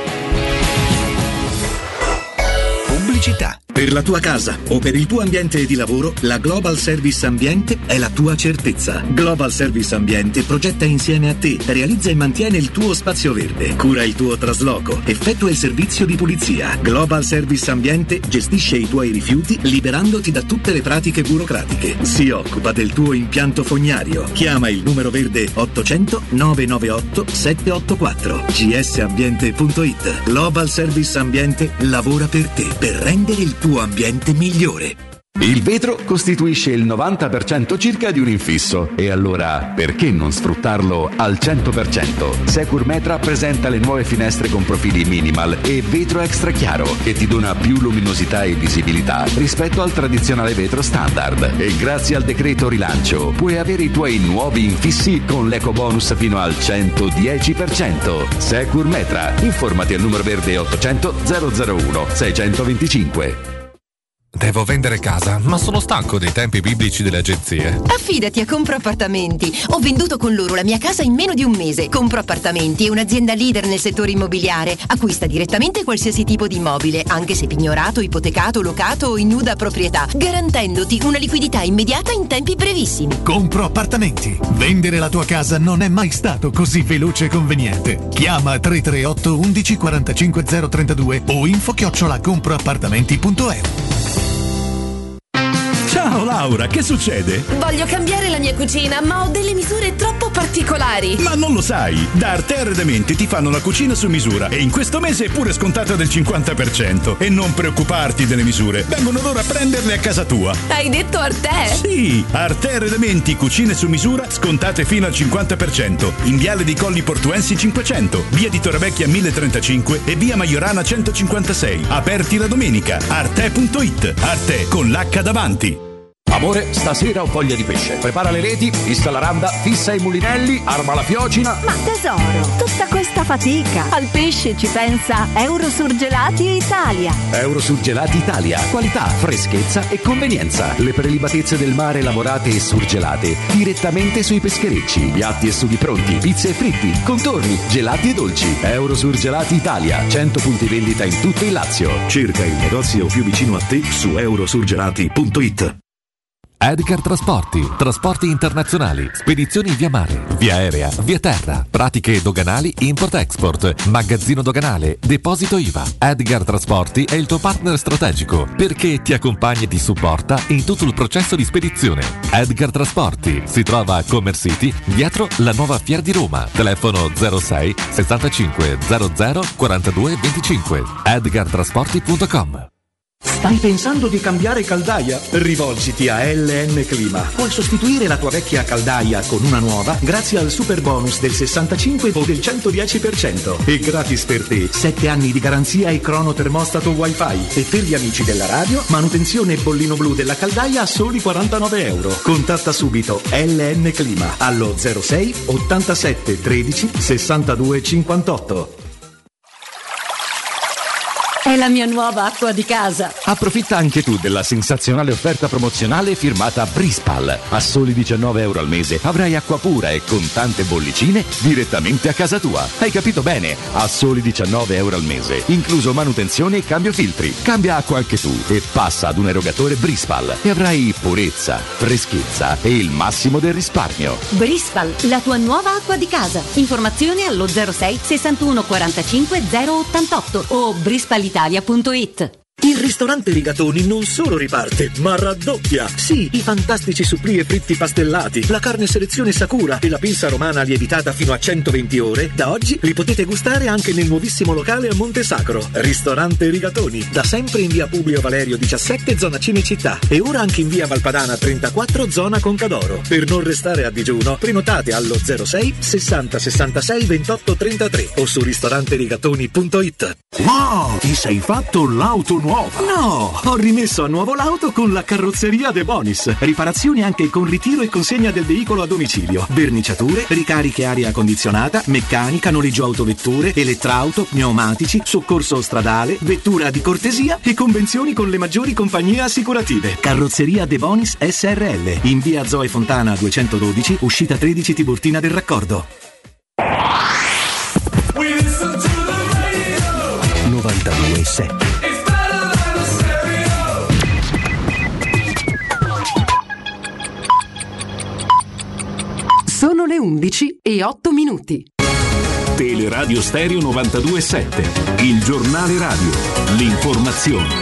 Pubblicità. Per la tua casa o per il tuo ambiente di lavoro, la Global Service Ambiente è la tua certezza. Global Service Ambiente progetta insieme a te, realizza e mantiene il tuo spazio verde, cura il tuo trasloco, effettua il servizio di pulizia. Global Service Ambiente gestisce i tuoi rifiuti liberandoti da tutte le pratiche burocratiche. Si occupa del tuo impianto fognario. Chiama il numero verde ottocento nove nove otto sette otto quattro g s ambiente punto i t. Global Service Ambiente lavora per te, per rendere il tuo ambiente migliore. Il vetro costituisce il novanta per cento circa di un infisso, e allora perché non sfruttarlo al cento per cento? Securmetra presenta le nuove finestre con profili minimal e vetro extra chiaro, che ti dona più luminosità e visibilità rispetto al tradizionale vetro standard. E grazie al decreto rilancio puoi avere i tuoi nuovi infissi con l'ecobonus fino al centodieci per cento. Securmetra, informati al numero verde ottocento zero zero uno seicentoventicinque. Devo vendere casa, ma sono stanco dei tempi biblici delle agenzie. Affidati a Compro Appartamenti. Ho venduto con loro la mia casa in meno di un mese. Compro Appartamenti è un'azienda leader nel settore immobiliare. Acquista direttamente qualsiasi tipo di immobile, anche se pignorato, ipotecato, locato o in nuda proprietà, garantendoti una liquidità immediata in tempi brevissimi. Compro Appartamenti. Vendere la tua casa non è mai stato così veloce e conveniente. Chiama tre tre otto undici quarantacinque zero trentadue o info chiocciola comproappartamenti punto e u. Ciao Laura, che succede? Voglio cambiare la mia cucina, ma ho delle misure troppo particolari. Ma non lo sai, da Arte Arredamenti ti fanno la cucina su misura e in questo mese è pure scontata del cinquanta per cento. E non preoccuparti delle misure, vengono loro a prenderle a casa tua. Hai detto Arte? Sì, Arte Arredamenti, cucine su misura scontate fino al cinquanta per cento. In Viale dei Colli Portuensi cinquecento, via di Torrevecchia mille trentacinque e via Maiorana centocinquantasei. Aperti la domenica. arte punto i t. Arte con l'H davanti. Amore, stasera ho voglia di pesce. Prepara le reti, fissa la randa, fissa i mulinelli, arma la fiocina. Ma tesoro, tutta questa fatica. Al pesce ci pensa Eurosurgelati Italia. Eurosurgelati Italia. Qualità, freschezza e convenienza. Le prelibatezze del mare lavorate e surgelate direttamente sui pescherecci. Piatti e sughi pronti, pizze e fritti, contorni, gelati e dolci. Eurosurgelati Italia. cento punti vendita in tutto il Lazio. Cerca il negozio più vicino a te su eurosurgelati punto i t. Edgar Trasporti, trasporti internazionali, spedizioni via mare, via aerea, via terra, pratiche doganali import-export, magazzino doganale, deposito I V A. Edgar Trasporti è il tuo partner strategico perché ti accompagna e ti supporta in tutto il processo di spedizione. Edgar Trasporti si trova a Commerce City, dietro la nuova Fiera di Roma. Telefono zero sei sessantacinque zero zero quarantadue venticinque. edgar trasporti punto com. Stai pensando di cambiare caldaia? Rivolgiti a L N Clima. Puoi sostituire la tua vecchia caldaia con una nuova grazie al super bonus del sessantacinque o del centodieci per cento. E gratis per te sette anni di garanzia e cronotermostato wifi. E per gli amici della radio, manutenzione e bollino blu della caldaia a soli quarantanove euro. Contatta subito L N Clima allo zero sei ottantasette tredici sessantadue cinquantotto. È la mia nuova acqua di casa. Approfitta anche tu della sensazionale offerta promozionale firmata Brispal. A soli diciannove euro al mese avrai acqua pura e con tante bollicine direttamente a casa tua. Hai capito bene? A soli diciannove euro al mese, incluso manutenzione e cambio filtri. Cambia acqua anche tu e passa ad un erogatore Brispal e avrai purezza, freschezza e il massimo del risparmio. Brispal, la tua nuova acqua di casa. Informazioni allo zero sei sessantuno quarantacinque zero ottantotto o brispalitalia punto it. Il ristorante Rigatoni non solo riparte, ma raddoppia! Sì, i fantastici supplì e fritti pastellati, la carne selezione Sakura e la pinza romana lievitata fino a centoventi ore, da oggi li potete gustare anche nel nuovissimo locale a Monte Sacro. Ristorante Rigatoni, da sempre in via Publio Valerio diciassette, zona Cinecittà, e ora anche in via Valpadana trentaquattro, zona Concadoro. Per non restare a digiuno, prenotate allo zero sei sessanta sessantasei ventotto trentatré o su ristoranterigatoni punto it. Wow, ti sei fatto l'auto nuova? No, ho rimesso a nuovo l'auto con la carrozzeria De Bonis. Riparazioni anche con ritiro e consegna del veicolo a domicilio. Verniciature, ricariche aria condizionata, meccanica, noleggio autovetture, elettrauto, pneumatici, soccorso stradale, vettura di cortesia e convenzioni con le maggiori compagnie assicurative. Carrozzeria De Bonis S R L, in via Zoe Fontana duecentododici, uscita tredici Tiburtina del Raccordo. novantadue sette. Sono le undici e otto minuti. Teleradio Stereo novantadue sette, il giornale radio, l'informazione.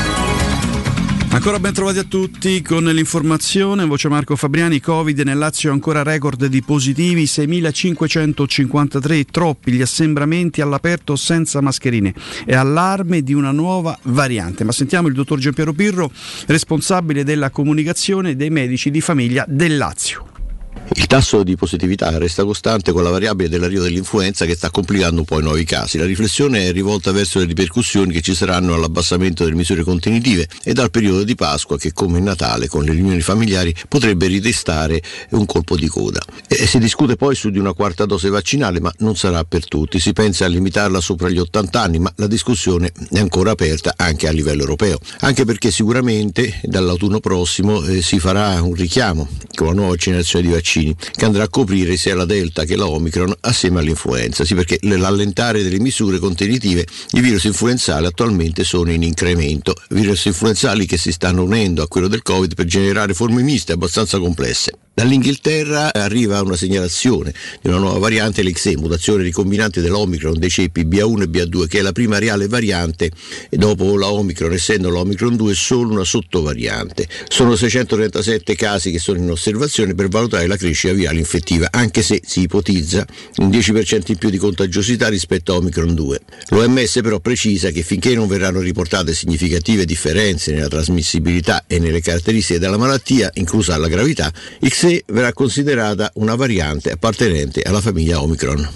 Ancora ben trovati a tutti con l'informazione, voce Marco Fabriani. Covid nel Lazio, ancora record di positivi, seimilacinquecentocinquantatré, troppi gli assembramenti all'aperto senza mascherine e allarme di una nuova variante. Ma sentiamo il dottor Giampiero Pirro, responsabile della comunicazione dei medici di famiglia del Lazio. Il tasso di positività resta costante con la variabile dell'arrivo dell'influenza che sta complicando un po' i nuovi casi. La riflessione è rivolta verso le ripercussioni che ci saranno all'abbassamento delle misure contenitive e dal periodo di Pasqua che, come il Natale con le riunioni familiari, potrebbe ritestare un colpo di coda. E si discute poi su di una quarta dose vaccinale, ma non sarà per tutti. Si pensa a limitarla sopra gli ottanta anni, ma la discussione è ancora aperta anche a livello europeo, anche perché sicuramente dall'autunno prossimo eh, si farà un richiamo con la nuova generazione di vaccini che andrà a coprire sia la Delta che la Omicron assieme all'influenza. Sì, perché l'allentare delle misure contenitive, i virus influenzali attualmente sono in incremento, virus influenzali che si stanno unendo a quello del Covid per generare forme miste abbastanza complesse. Dall'Inghilterra arriva una segnalazione di una nuova variante, l'X E, mutazione ricombinante dell'Omicron dei ceppi B A uno e B A due, che è la prima reale variante e dopo la Omicron, essendo l'Omicron due solo una sottovariante. Sono seicentotrentasette casi che sono in osservazione per valutare la crescita virale infettiva, anche se si ipotizza un dieci per cento in più di contagiosità rispetto a Omicron due. L'O M S però precisa che finché non verranno riportate significative differenze nella trasmissibilità e nelle caratteristiche della malattia, inclusa la gravità, X E verrà considerata una variante appartenente alla famiglia Omicron.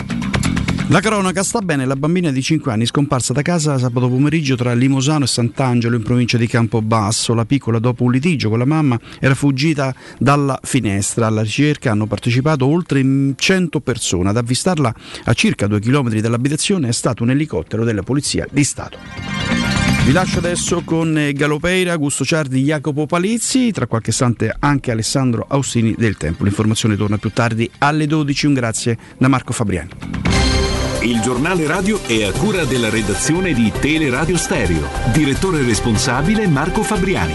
La cronaca sta bene, la bambina di cinque anni scomparsa da casa sabato pomeriggio tra Limosano e Sant'Angelo in provincia di Campobasso. La piccola, dopo un litigio con la mamma, era fuggita dalla finestra. Alla ricerca hanno partecipato oltre cento persone. Ad avvistarla a circa due chilometri dall'abitazione è stato un elicottero della Polizia di Stato. Vi lascio adesso con Galopeira, Gusto Ciardi, Jacopo Palizzi, tra qualche istante anche Alessandro Austini del Tempo. L'informazione torna più tardi alle dodici. Un grazie da Marco Fabriani. Il giornale radio è a cura della redazione di Teleradio Stereo. Direttore responsabile Marco Fabriani.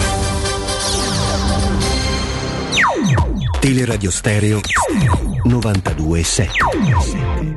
Teleradio Stereo novantadue sette.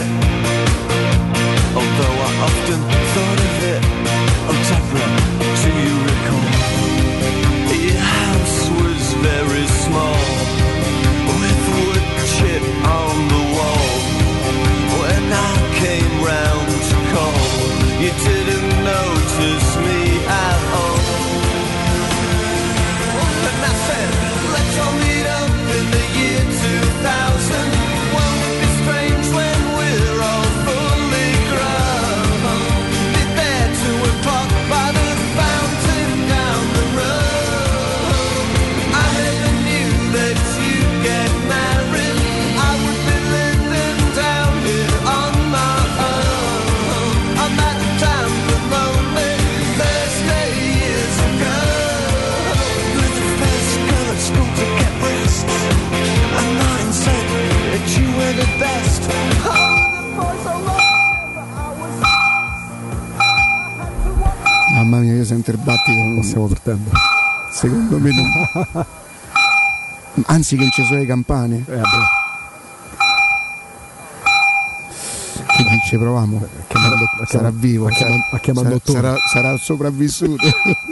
Although I often thought of it, oh Deborah, Interbattito non stiamo partendo. Secondo me non... anzi che non ci sono le campane. Eh, Che dice, proviamo? Chiamando, sarà vivo, ha chiamato, ha chiamato sarà, sarà, sarà sopravvissuto.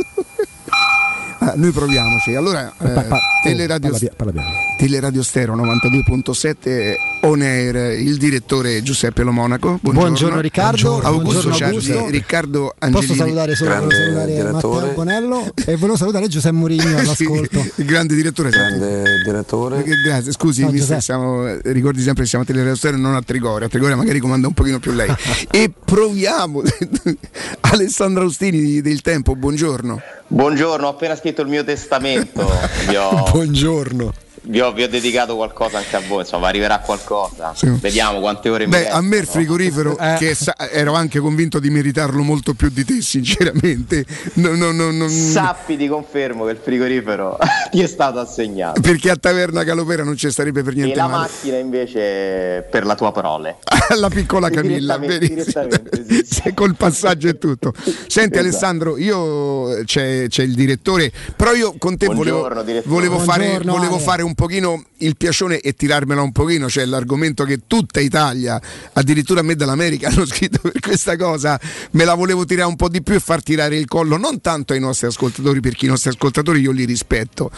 Ah, noi proviamoci. Allora, pa, pa, pa, eh, Teleradio, parla, parla, parla. Teleradio Stereo novantadue virgola sette on air, il direttore Giuseppe Lo Monaco. Buongiorno, buongiorno Riccardo. Buongiorno. Augusto buongiorno, Ciardi, Augusto. Riccardo Angelini. Posso salutare solo volevo salutare Matteo Bonello e volevo salutare Giuseppe Mourinho all'ascolto. Sì, il grande direttore. Grande direttore. Grazie, scusi, no, mister, siamo, ricordi sempre che siamo a Teleradio Stereo, non a Trigoria. A Trigoria magari comanda un pochino più lei. E proviamo. Alessandro Austini del Tempo, buongiorno. Buongiorno, ho appena scritto il mio testamento. Vi ho, buongiorno. Vi ho, vi ho dedicato qualcosa anche a voi, insomma, arriverà qualcosa. Sì. Vediamo quante ore mi Beh, restano. a me il frigorifero, eh. che sa- ero anche convinto di meritarlo molto più di te, sinceramente. No, no, no, no. Sappi, ti confermo che il frigorifero ti è stato assegnato. Perché a Taverna Calopera non ci starebbe per niente e la male. macchina invece per la tua prole. La piccola Camilla, direttamente, sì, sì. Col passaggio e tutto. Senti, esatto. Alessandro, io c'è, c'è il direttore, però io con te Buongiorno, volevo, volevo fare, volevo fare un pochino il piacione e tirarmela un pochino, cioè l'argomento che tutta Italia, addirittura me dall'America hanno scritto per questa cosa, me la volevo tirare un po' di più e far tirare il collo non tanto ai nostri ascoltatori, perché i nostri ascoltatori io li rispetto,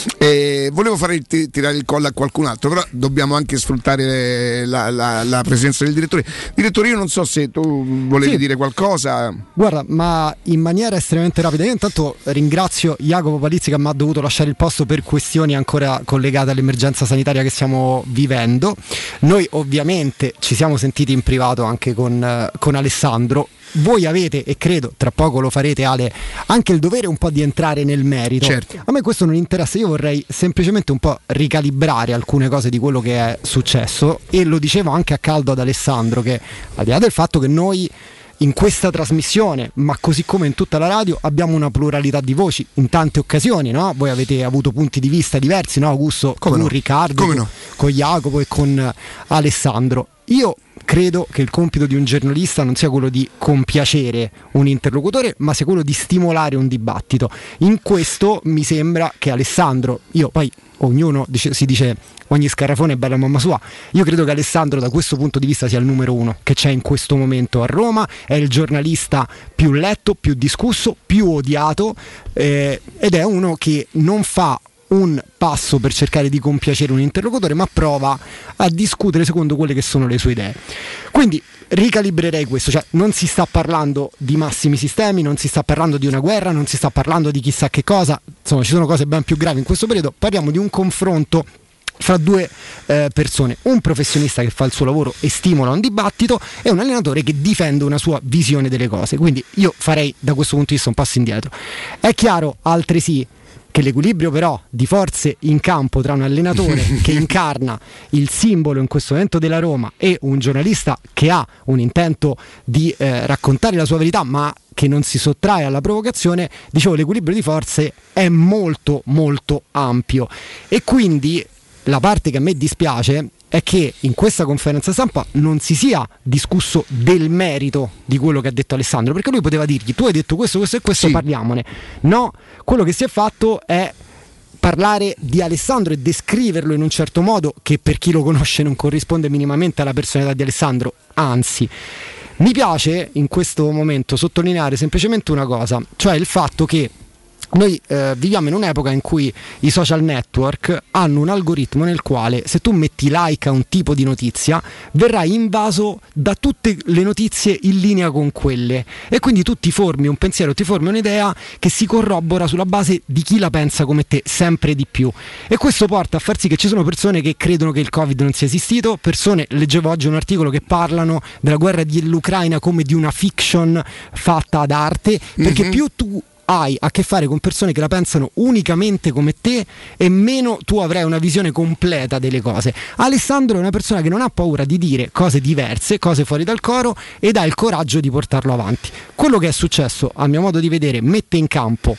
e volevo fare t- tirare il collo a qualcun altro, però dobbiamo anche sfruttare la, la, la presenza del direttore. Direttore, io non so se tu volevi sì. dire qualcosa. Guarda, ma in maniera estremamente rapida. Io intanto ringrazio Jacopo Palizzi che mi ha dovuto lasciare il posto per questioni ancora collegate all'emergenza sanitaria che stiamo vivendo. Noi ovviamente ci siamo sentiti in privato anche con, con Alessandro. Voi avete, e credo tra poco lo farete, Ale, anche il dovere un po' di entrare nel merito. Certo. A me questo non interessa, io vorrei semplicemente un po' ricalibrare alcune cose di quello che è successo, e lo dicevo anche a caldo ad Alessandro, che al di là del fatto che noi in questa trasmissione, ma così come in tutta la radio, abbiamo una pluralità di voci in tante occasioni, no? Voi avete avuto punti di vista diversi, no Augusto? Come con no? Riccardo, come no? con Jacopo e con Alessandro. Io credo che il compito di un giornalista non sia quello di compiacere un interlocutore, ma sia quello di stimolare un dibattito. In questo mi sembra che Alessandro, io poi ognuno dice, si dice ogni scarafone è bella mamma sua, io credo che Alessandro da questo punto di vista sia il numero uno che c'è in questo momento a Roma, è il giornalista più letto, più discusso, più odiato, eh, ed è uno che non fa un passo per cercare di compiacere un interlocutore, ma prova a discutere secondo quelle che sono le sue idee. Quindi ricalibrerei questo, cioè non si sta parlando di massimi sistemi, non si sta parlando di una guerra, non si sta parlando di chissà che cosa, insomma ci sono cose ben più gravi in questo periodo, parliamo di un confronto fra due eh, persone, un professionista che fa il suo lavoro e stimola un dibattito, e un allenatore che difende una sua visione delle cose. Quindi io farei da questo punto di vista un passo indietro. È chiaro altresì che l'equilibrio però di forze in campo tra un allenatore che incarna il simbolo in questo momento della Roma e un giornalista che ha un intento di eh, raccontare la sua verità ma che non si sottrae alla provocazione, dicevo, l'equilibrio di forze è molto molto ampio, e quindi la parte che a me dispiace è che in questa conferenza stampa non si sia discusso del merito di quello che ha detto Alessandro, perché lui poteva dirgli tu hai detto questo, questo e questo, sì. parliamone. No, quello che si è fatto è parlare di Alessandro e descriverlo in un certo modo che per chi lo conosce non corrisponde minimamente alla personalità di Alessandro, anzi. Mi piace in questo momento sottolineare semplicemente una cosa, cioè il fatto che noi eh, viviamo in un'epoca in cui i social network hanno un algoritmo nel quale se tu metti like a un tipo di notizia verrai invaso da tutte le notizie in linea con quelle, e quindi tu ti formi un pensiero, ti formi un'idea che si corrobora sulla base di chi la pensa come te sempre di più, e questo porta a far sì che ci sono persone che credono che il Covid non sia esistito, persone, leggevo oggi un articolo, che parlano della guerra dell'Ucraina come di una fiction fatta ad arte, perché mm-hmm. più tu hai a che fare con persone che la pensano unicamente come te e meno tu avrai una visione completa delle cose. Alessandro è una persona che non ha paura di dire cose diverse, cose fuori dal coro, ed ha il coraggio di portarlo avanti. Quello che è successo, a mio modo di vedere, mette in campo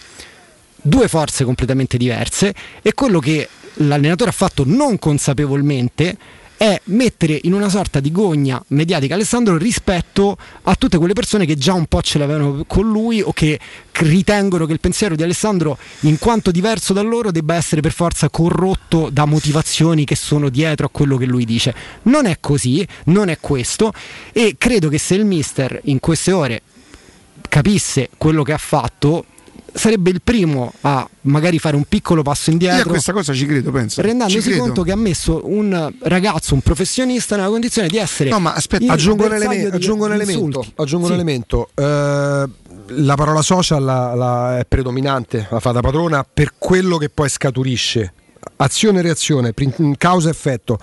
due forze completamente diverse, e quello che l'allenatore ha fatto non consapevolmente è mettere in una sorta di gogna mediatica Alessandro rispetto a tutte quelle persone che già un po' ce l'avevano con lui o che ritengono che il pensiero di Alessandro, in quanto diverso da loro, debba essere per forza corrotto da motivazioni che sono dietro a quello che lui dice. Non è così, non è questo, e credo che se il mister in queste ore capisse quello che ha fatto, sarebbe il primo a magari fare un piccolo passo indietro. Io a questa cosa ci credo, penso. Rendendosi ci credo. conto che ha messo un ragazzo, un professionista, nella condizione di essere. No, ma aspetta, aggiungo un elemento. Aggiungo un elemento. Aggiungo sì. un elemento. Uh, la parola social la, la è predominante, la fa da padrona per quello che poi scaturisce. Azione e reazione, causa e effetto.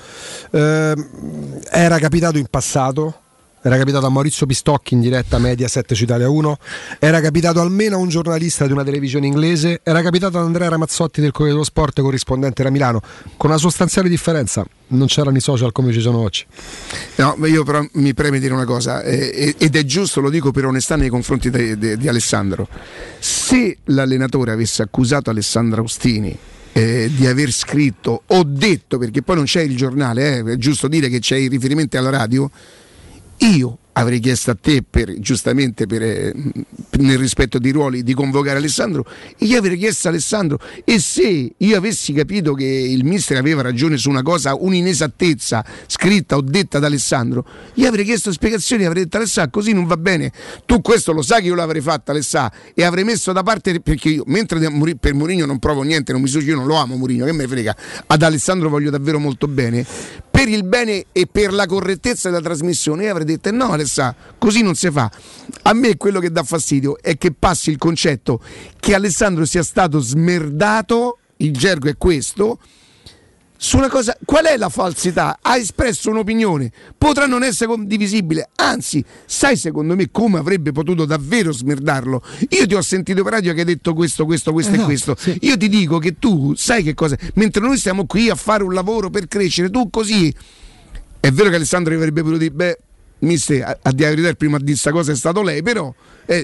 Uh, era capitato in passato. Era capitato a Maurizio Pistocchi in diretta Mediaset su Italia uno, era capitato almeno a un giornalista di una televisione inglese, era capitato ad Andrea Ramazzotti del Corriere dello Sport, corrispondente da Milano, con una sostanziale differenza: non c'erano i social come ci sono oggi. No, io però mi preme dire una cosa, eh, ed è giusto, lo dico per onestà nei confronti de, de, di Alessandro. Se l'allenatore avesse accusato Alessandro Austini Eh, di aver scritto o detto, perché poi non c'è il giornale, eh, è giusto dire che c'è i riferimenti alla radio, io avrei chiesto a te, per, giustamente per, eh, nel rispetto dei ruoli, di convocare Alessandro, e io avrei chiesto a Alessandro, e se io avessi capito che il mister aveva ragione su una cosa, un'inesattezza scritta o detta da Alessandro, io avrei chiesto spiegazioni, avrei detto: Alessà, così non va bene, tu questo lo sai che io l'avrei fatto, Alessà, e avrei messo da parte, perché io, mentre per Mourinho non provo niente, non mi so, io non lo amo Mourinho, che me frega, ad Alessandro voglio davvero molto bene, per il bene e per la correttezza della trasmissione, io avrei detto: no Alessà, così non si fa. A me quello che dà fastidio è che passi il concetto che Alessandro sia stato smerdato, il gergo è questo, su una cosa. Qual è la falsità? Ha espresso un'opinione, potrà non essere condivisibile, anzi, sai secondo me come avrebbe potuto davvero smerdarlo? Io ti ho sentito per radio che hai detto questo, questo, questo esatto, e questo, sì. Io ti dico che tu sai che cosa, mentre noi stiamo qui a fare un lavoro per crescere, tu così, è vero che Alessandro avrebbe potuto dire: beh, mister, a, a dire la verità, il primo a dire questa cosa è stato lei, però eh,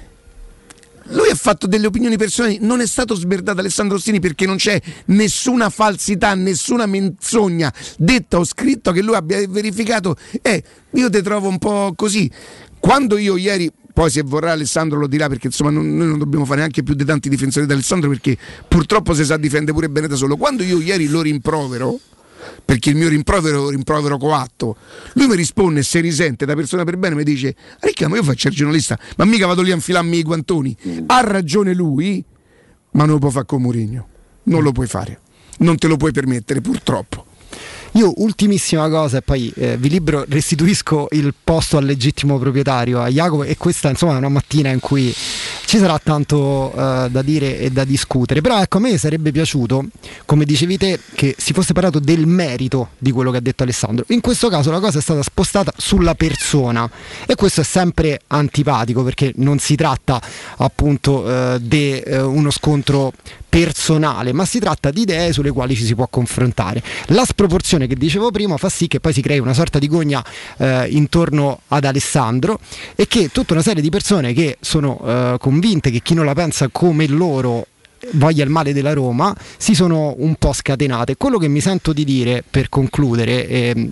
lui ha fatto delle opinioni personali, non è stato smerdato Alessandro Austini, perché non c'è nessuna falsità, nessuna menzogna detta o scritta che lui abbia verificato. Eh, io te trovo un po' così. Quando io ieri, poi se vorrà Alessandro lo dirà, perché insomma non, noi non dobbiamo fare neanche più di tanti difensori di Alessandro, perché purtroppo si sa difende pure bene da solo. Quando io ieri lo rimprovero, perché il mio rimprovero rimprovero coatto, lui mi risponde, se risente da persona per bene, mi dice: Ricca, ma io faccio il giornalista, ma mica vado lì a infilarmi i guantoni. Ha ragione lui, ma non lo può fare con Mourinho, non lo puoi fare, non te lo puoi permettere, purtroppo. Io ultimissima cosa e poi eh, vi libero, restituisco il posto al legittimo proprietario, a Jacopo, e questa insomma è una mattina in cui ci sarà tanto uh, da dire e da discutere, però ecco, a me sarebbe piaciuto, come dicevi te, che si fosse parlato del merito di quello che ha detto Alessandro. In questo caso la cosa è stata spostata sulla persona, e questo è sempre antipatico, perché non si tratta appunto uh, di uh, uno scontro personale, ma si tratta di idee sulle quali ci si può confrontare. La sproporzione che dicevo prima fa sì che poi si crei una sorta di gogna eh, intorno ad Alessandro, e che tutta una serie di persone che sono eh, convinte che chi non la pensa come loro voglia il male della Roma si sono un po' scatenate. Quello che mi sento di dire, per concludere, eh,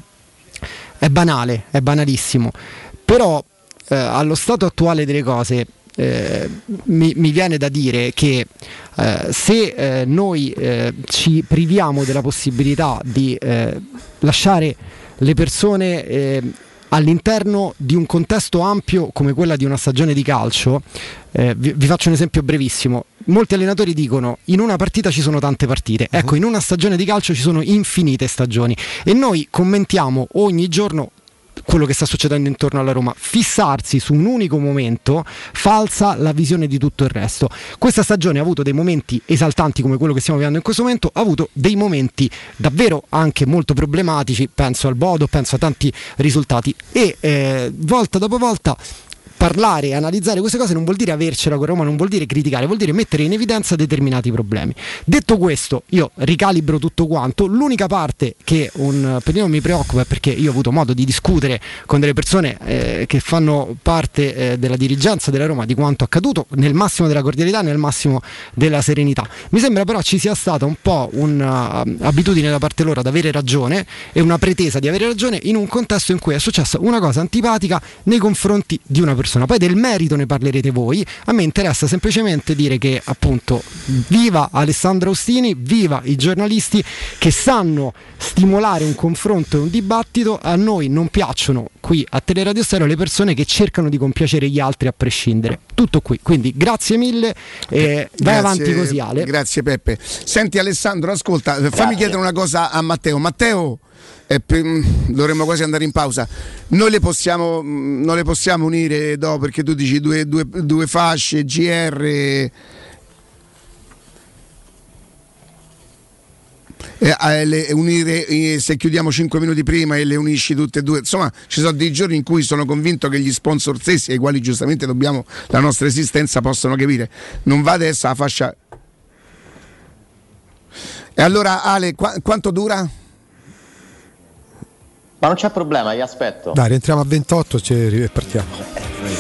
è banale, è banalissimo, però eh, allo stato attuale delle cose Eh, mi, mi viene da dire che eh, se eh, noi eh, ci priviamo della possibilità di eh, lasciare le persone eh, all'interno di un contesto ampio come quella di una stagione di calcio, eh, vi, vi faccio un esempio brevissimo. Molti allenatori dicono: in una partita ci sono tante partite. Ecco, in una stagione di calcio ci sono infinite stagioni, e noi commentiamo ogni giorno quello che sta succedendo intorno alla Roma. Fissarsi su un unico momento falsa la visione di tutto il resto. Questa stagione ha avuto dei momenti esaltanti come quello che stiamo vivendo in questo momento, ha avuto dei momenti davvero anche molto problematici, penso al Bodo, penso a tanti risultati, e eh, volta dopo volta parlare e analizzare queste cose non vuol dire avercela con Roma, non vuol dire criticare, vuol dire mettere in evidenza determinati problemi. Detto questo, io ricalibro tutto quanto. L'unica parte che un pelino mi preoccupa è perché io ho avuto modo di discutere con delle persone eh, che fanno parte eh, della dirigenza della Roma di quanto accaduto, nel massimo della cordialità, nel massimo della serenità. Mi sembra però ci sia stata un po' un'abitudine da parte loro ad avere ragione e una pretesa di avere ragione in un contesto in cui è successa una cosa antipatica nei confronti di una persona. Poi del merito ne parlerete voi, a me interessa semplicemente dire che appunto viva Alessandro Austini, viva i giornalisti che sanno stimolare un confronto e un dibattito. A noi non piacciono qui a Teleradio Stereo le persone che cercano di compiacere gli altri a prescindere. Tutto qui, quindi grazie mille e vai avanti così, Ale. Grazie Peppe. Senti Alessandro, ascolta, fammi Grazie. chiedere una cosa a Matteo. Matteo, eh, per, dovremmo quasi andare in pausa. Noi le possiamo, non le possiamo unire dopo, perché tu dici due, due, due fasce, G R... Eh, le, unire eh, se chiudiamo cinque minuti prima e le unisci tutte e due, insomma ci sono dei giorni in cui sono convinto che gli sponsor stessi, ai quali giustamente dobbiamo la nostra esistenza, possono capire. Non va adesso la fascia. E allora Ale, qu- quanto dura? Ma non c'è problema, vi aspetto. Dai, rientriamo a ventotto e partiamo.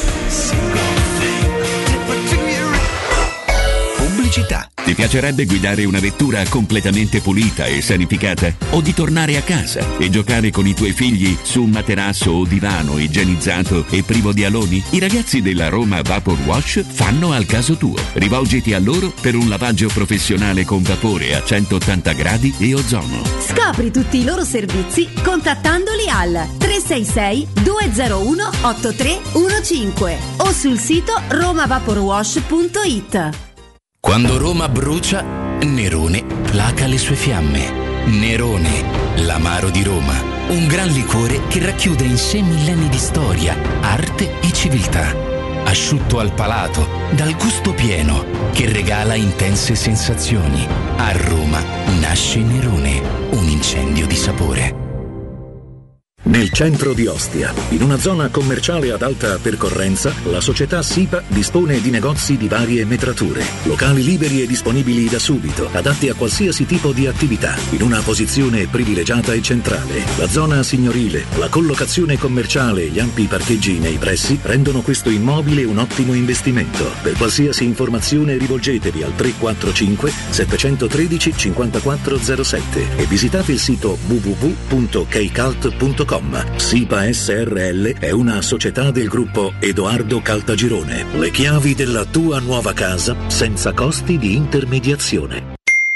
Pubblicità. Ti piacerebbe guidare una vettura completamente pulita e sanificata? O di tornare a casa e giocare con i tuoi figli su un materasso o divano igienizzato e privo di aloni? I ragazzi della Roma Vapor Wash fanno al caso tuo. Rivolgiti a loro per un lavaggio professionale con vapore a centottanta gradi e ozono. Scopri tutti i loro servizi contattandoli al tre sei sei due zero uno otto tre uno cinque o sul sito roma vapor wash punto it. Quando Roma brucia, Nerone placa le sue fiamme. Nerone, l'amaro di Roma. Un gran liquore che racchiude in sé millenni di storia, arte e civiltà. Asciutto al palato, dal gusto pieno, che regala intense sensazioni. A Roma nasce Nerone, un incendio di sapore. Nel centro di Ostia, in una zona commerciale ad alta percorrenza, la società SIPA dispone di negozi di varie metrature, locali liberi e disponibili da subito, adatti a qualsiasi tipo di attività, in una posizione privilegiata e centrale. La zona signorile, la collocazione commerciale e gli ampi parcheggi nei pressi rendono questo immobile un ottimo investimento. Per qualsiasi informazione rivolgetevi al tre quattro cinque sette uno tre cinque quattro zero sette e visitate il sito w w w punto keicalt punto com. SIPA S R L è una società del gruppo Edoardo Caltagirone. Le chiavi della tua nuova casa senza costi di intermediazione.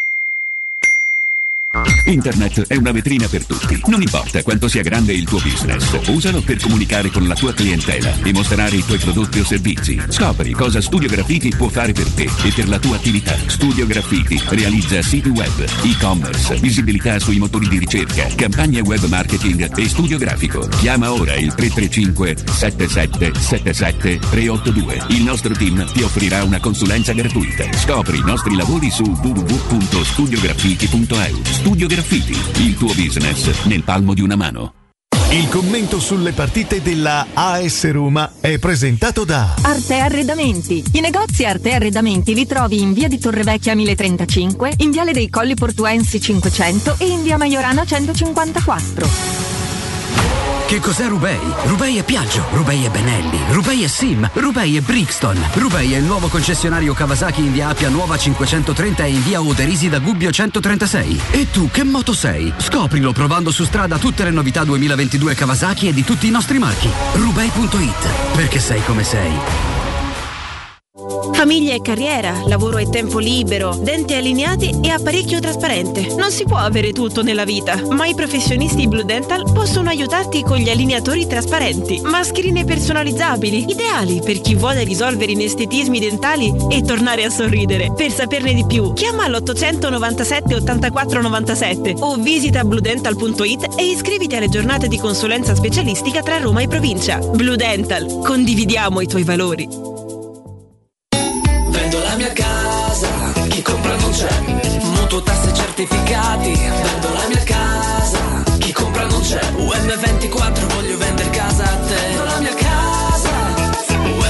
Internet è una vetrina per tutti. Non importa quanto sia grande il tuo business, usalo per comunicare con la tua clientela e mostrare i tuoi prodotti o servizi. Scopri cosa Studio Graffiti può fare per te e per la tua attività. Studio Graffiti realizza siti web, e-commerce, visibilità sui motori di ricerca, campagne web marketing e studio grafico. Chiama ora il tre tre cinque sette sette sette sette tre otto due. Il nostro team ti offrirà una consulenza gratuita. Scopri i nostri lavori su w w w punto studio graffiti punto e u. Studio Graffiti, il tuo business nel palmo di una mano. Il commento sulle partite della A S Roma è presentato da Arte Arredamenti. I negozi Arte Arredamenti li trovi in via di Torrevecchia mille trentacinque, in viale dei Colli Portuensi cinquecento e in via Maiorana centocinquantaquattro. Che cos'è Rubei? Rubei è Piaggio, Rubei è Benelli, Rubei è Sim, Rubei è Brixton. Rubei è il nuovo concessionario Kawasaki in via Appia Nuova cinquecentotrenta e in via Oderisi da Gubbio centotrentasei. E tu che moto sei? Scoprilo provando su strada tutte le novità duemilaventidue Kawasaki e di tutti i nostri marchi. Rubei punto it, perché sei come sei. Famiglia e carriera, lavoro e tempo libero, denti allineati e apparecchio trasparente. Non si può avere tutto nella vita, ma i professionisti Blue Dental possono aiutarti con gli allineatori trasparenti, mascherine personalizzabili, ideali per chi vuole risolvere inestetismi dentali e tornare a sorridere. Per saperne di più, chiama all'ottocentonovantasette ottantaquattro novantasette o visita blue dental punto it e iscriviti alle giornate di consulenza specialistica tra Roma e provincia. Blue Dental, condividiamo i tuoi valori. Vendo la mia casa, chi compra non c'è. Mutuo, tasse, certificati. Vendo la mia casa, chi compra non c'è. U M ventiquattro, voglio vendere casa a te. Vendo la mia casa, U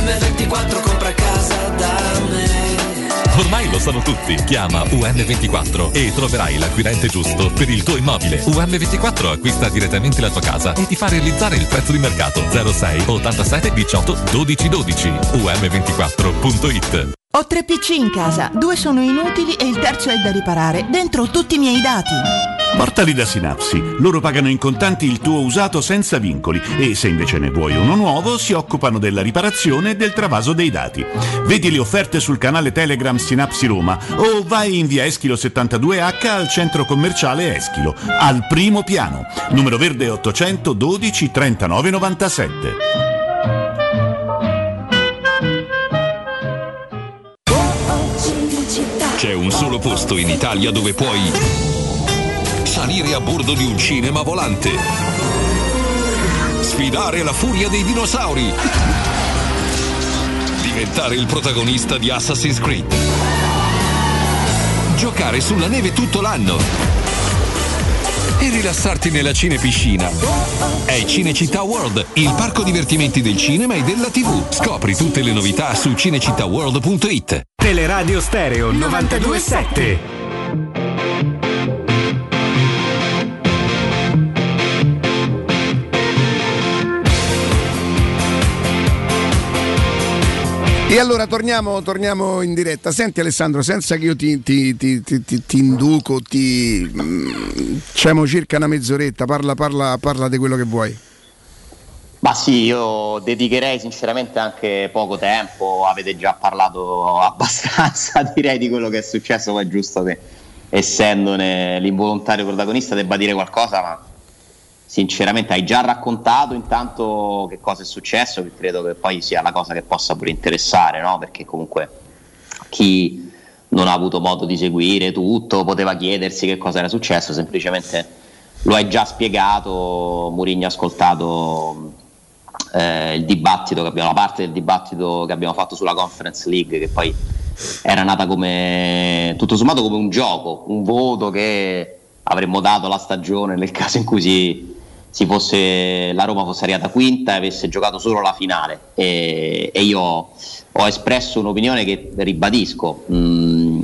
Ormai lo sanno tutti. Chiama U M ventiquattro e troverai l'acquirente giusto per il tuo immobile. U M ventiquattro acquista direttamente la tua casa e ti fa realizzare il prezzo di mercato. zero sei ottantasette diciotto dodici dodici U M ventiquattro punto it. Ho tre P C in casa, due sono inutili e il terzo è da riparare. Dentro tutti i miei dati. Portali da Synapsi. Loro pagano in contanti il tuo usato senza vincoli e se invece ne vuoi uno nuovo si occupano della riparazione e del travaso dei dati. Vedi le offerte sul canale Telegram Synapsi Roma o vai in via Eschilo settantadue H al centro commerciale Eschilo, al primo piano. Numero verde ottocentododici trentanove novantasette. C'è un solo posto in Italia dove puoi salire a bordo di un cinema volante, sfidare la furia dei dinosauri, diventare il protagonista di Assassin's Creed, giocare sulla neve tutto l'anno e rilassarti nella cinepiscina. È Cinecittà World, il parco divertimenti del cinema e della tivù. Scopri tutte le novità su cinecittà world punto it. Teleradio Stereo novantadue sette. E allora torniamo, torniamo in diretta. Senti Alessandro, senza che io ti, ti, ti, ti, ti, ti induco, ti diciamo circa una mezz'oretta, parla, parla, parla di quello che vuoi. Ma sì, io dedicherei sinceramente anche poco tempo, avete già parlato abbastanza direi di quello che è successo, poi è giusto che essendone l'involontario protagonista debba dire qualcosa, ma sinceramente hai già raccontato intanto che cosa è successo, che credo che poi sia la cosa che possa pure interessare, no? Perché comunque chi non ha avuto modo di seguire tutto poteva chiedersi che cosa era successo, semplicemente lo hai già spiegato. Mourinho ha ascoltato eh, il dibattito che abbiamo, la parte del dibattito che abbiamo fatto sulla Conference League, che poi era nata come tutto sommato come un gioco, un voto che avremmo dato alla stagione nel caso in cui si si fosse, la Roma fosse arrivata quinta e avesse giocato solo la finale, e, e io ho espresso un'opinione che ribadisco. mm,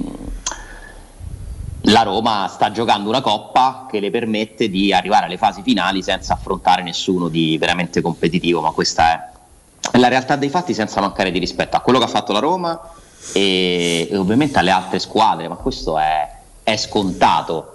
la Roma sta giocando una coppa che le permette di arrivare alle fasi finali senza affrontare nessuno di veramente competitivo, ma questa è la realtà dei fatti, senza mancare di rispetto a quello che ha fatto la Roma e, e ovviamente alle altre squadre, ma questo è, è scontato.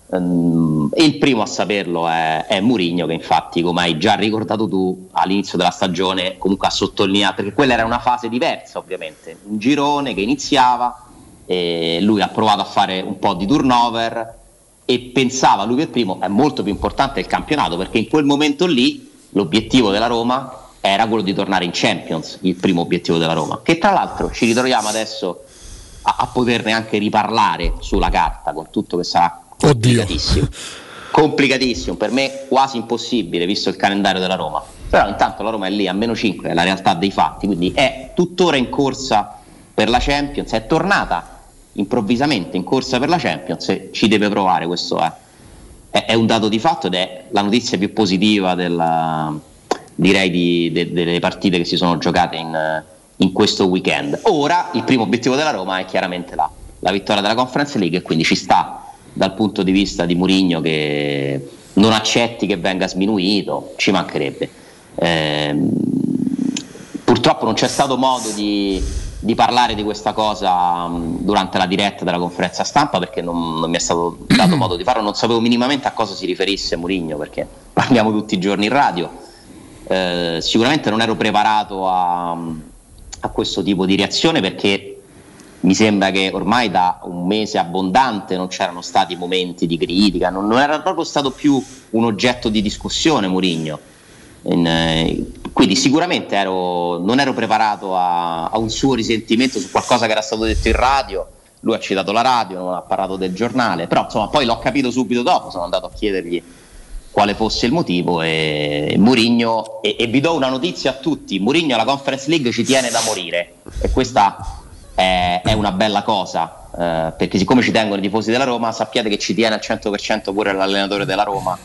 Um, e il primo a saperlo è, è Mourinho, che infatti, come hai già ricordato tu, all'inizio della stagione comunque ha sottolineato, perché quella era una fase diversa ovviamente, un girone che iniziava e lui ha provato a fare un po' di turnover e pensava lui per primo è molto più importante il campionato, perché in quel momento lì l'obiettivo della Roma era quello di tornare in Champions, il primo obiettivo della Roma, che tra l'altro ci ritroviamo adesso a, a poterne anche riparlare sulla carta, con tutto che sarà complicatissimo. complicatissimo, per me quasi impossibile visto il calendario della Roma, però intanto la Roma è lì a meno cinque, è la realtà dei fatti, quindi è tuttora in corsa per la Champions, è tornata improvvisamente in corsa per la Champions e ci deve provare, questo è, è, è un dato di fatto ed è la notizia più positiva della, direi di, de, delle partite che si sono giocate in, in questo weekend. Ora il primo obiettivo della Roma è chiaramente la, la vittoria della Conference League, e quindi ci sta dal punto di vista di Mourinho che non accetti che venga sminuito, ci mancherebbe. Ehm, purtroppo non c'è stato modo di, di parlare di questa cosa durante la diretta della conferenza stampa, perché non, non mi è stato dato modo di farlo, non sapevo minimamente a cosa si riferisse Mourinho, perché parliamo tutti i giorni in radio. Ehm, sicuramente non ero preparato a, a questo tipo di reazione, perché mi sembra che ormai da un mese abbondante non c'erano stati momenti di critica, non, non era proprio stato più un oggetto di discussione Mourinho. In, eh, quindi sicuramente ero, non ero preparato a, a un suo risentimento su qualcosa che era stato detto in radio. Lui ha citato la radio, non ha parlato del giornale, però insomma poi l'ho capito subito dopo, sono andato a chiedergli quale fosse il motivo, e Mourinho, e, e vi do una notizia a tutti, Mourinho alla Conference League ci tiene da morire, e questa è, è una bella cosa, eh, perché siccome ci tengono i tifosi della Roma, sappiate che ci tiene al cento per cento pure l'allenatore della Roma,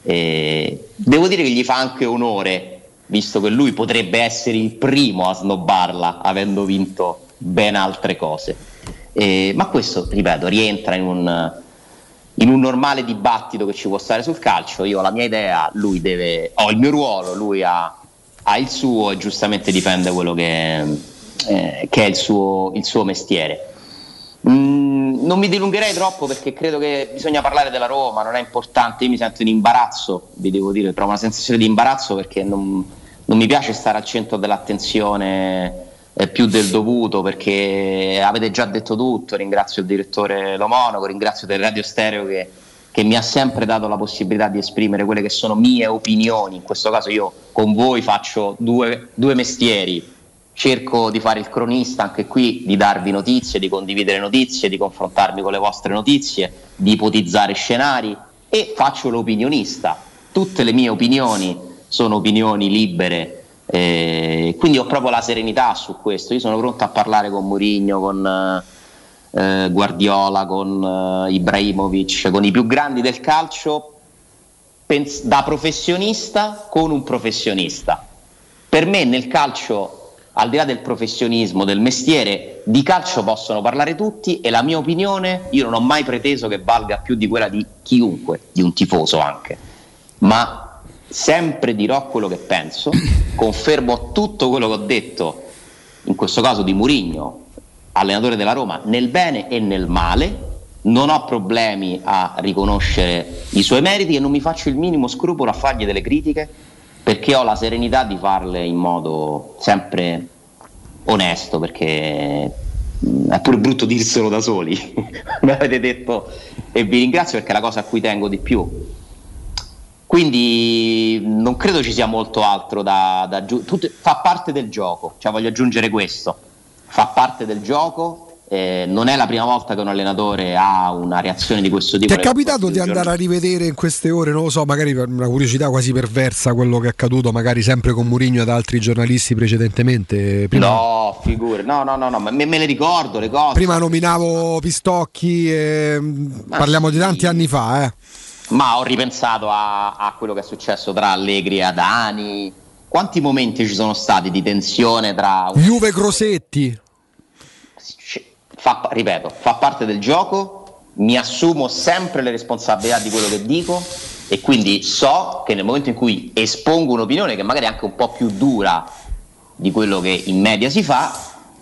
e devo dire che gli fa anche onore, visto che lui potrebbe essere il primo a snobbarla avendo vinto ben altre cose. Eh, ma questo, ripeto, rientra in un, in un normale dibattito che ci può stare sul calcio. Io ho la mia idea, lui deve, ho il mio ruolo, lui ha, ha il suo e giustamente difende quello che, eh, che è il suo, il suo mestiere. Mm, non mi dilungherei troppo perché credo che bisogna parlare della Roma, non è importante. Io mi sento in imbarazzo, vi devo dire, provo una sensazione di imbarazzo perché non, non mi piace stare al centro dell'attenzione eh, più del dovuto, perché avete già detto tutto. Ringrazio il direttore Lo Monaco, ringrazio Teleradio Stereo che, che mi ha sempre dato la possibilità di esprimere quelle che sono mie opinioni. In questo caso io con voi faccio due, due mestieri. Cerco di fare il cronista anche qui, di darvi notizie, di condividere notizie, di confrontarmi con le vostre notizie, di ipotizzare scenari, e faccio l'opinionista. Tutte le mie opinioni sono opinioni libere, eh, quindi ho proprio la serenità su questo. Io sono pronto a parlare con Mourinho, con eh, Guardiola, con eh, Ibrahimovic, con i più grandi del calcio, pens- da professionista con un professionista. Per me nel calcio, al di là del professionismo, del mestiere, di calcio possono parlare tutti, e la mia opinione io non ho mai preteso che valga più di quella di chiunque, di un tifoso anche, ma sempre dirò quello che penso, confermo tutto quello che ho detto, in questo caso di Mourinho, allenatore della Roma, nel bene e nel male. Non ho problemi a riconoscere i suoi meriti e non mi faccio il minimo scrupolo a fargli delle critiche, perché ho la serenità di farle in modo sempre onesto, perché è pure brutto dirselo da soli. Mi avete detto, e vi ringrazio perché è la cosa a cui tengo di più. Quindi non credo ci sia molto altro da, da aggiungere. Fa parte del gioco, cioè voglio aggiungere questo, fa parte del gioco. Eh, non è la prima volta che un allenatore ha una reazione di questo tipo. Ti è capitato di andare a rivedere in queste ore, non lo so, magari per una curiosità quasi perversa, quello che è accaduto magari sempre con Mourinho ed altri giornalisti precedentemente? Prima... No, figure, no, no, no, no, me, me le ricordo le cose. Prima nominavo Pistocchi, e... parliamo sì. di tanti anni fa, eh. Ma ho ripensato a, a quello che è successo tra Allegri e Adani. Quanti momenti ci sono stati di tensione tra Juve Crosetti? Fa, ripeto, fa parte del gioco, mi assumo sempre le responsabilità di quello che dico, e quindi so che nel momento in cui espongo un'opinione che magari è anche un po' più dura di quello che in media si fa,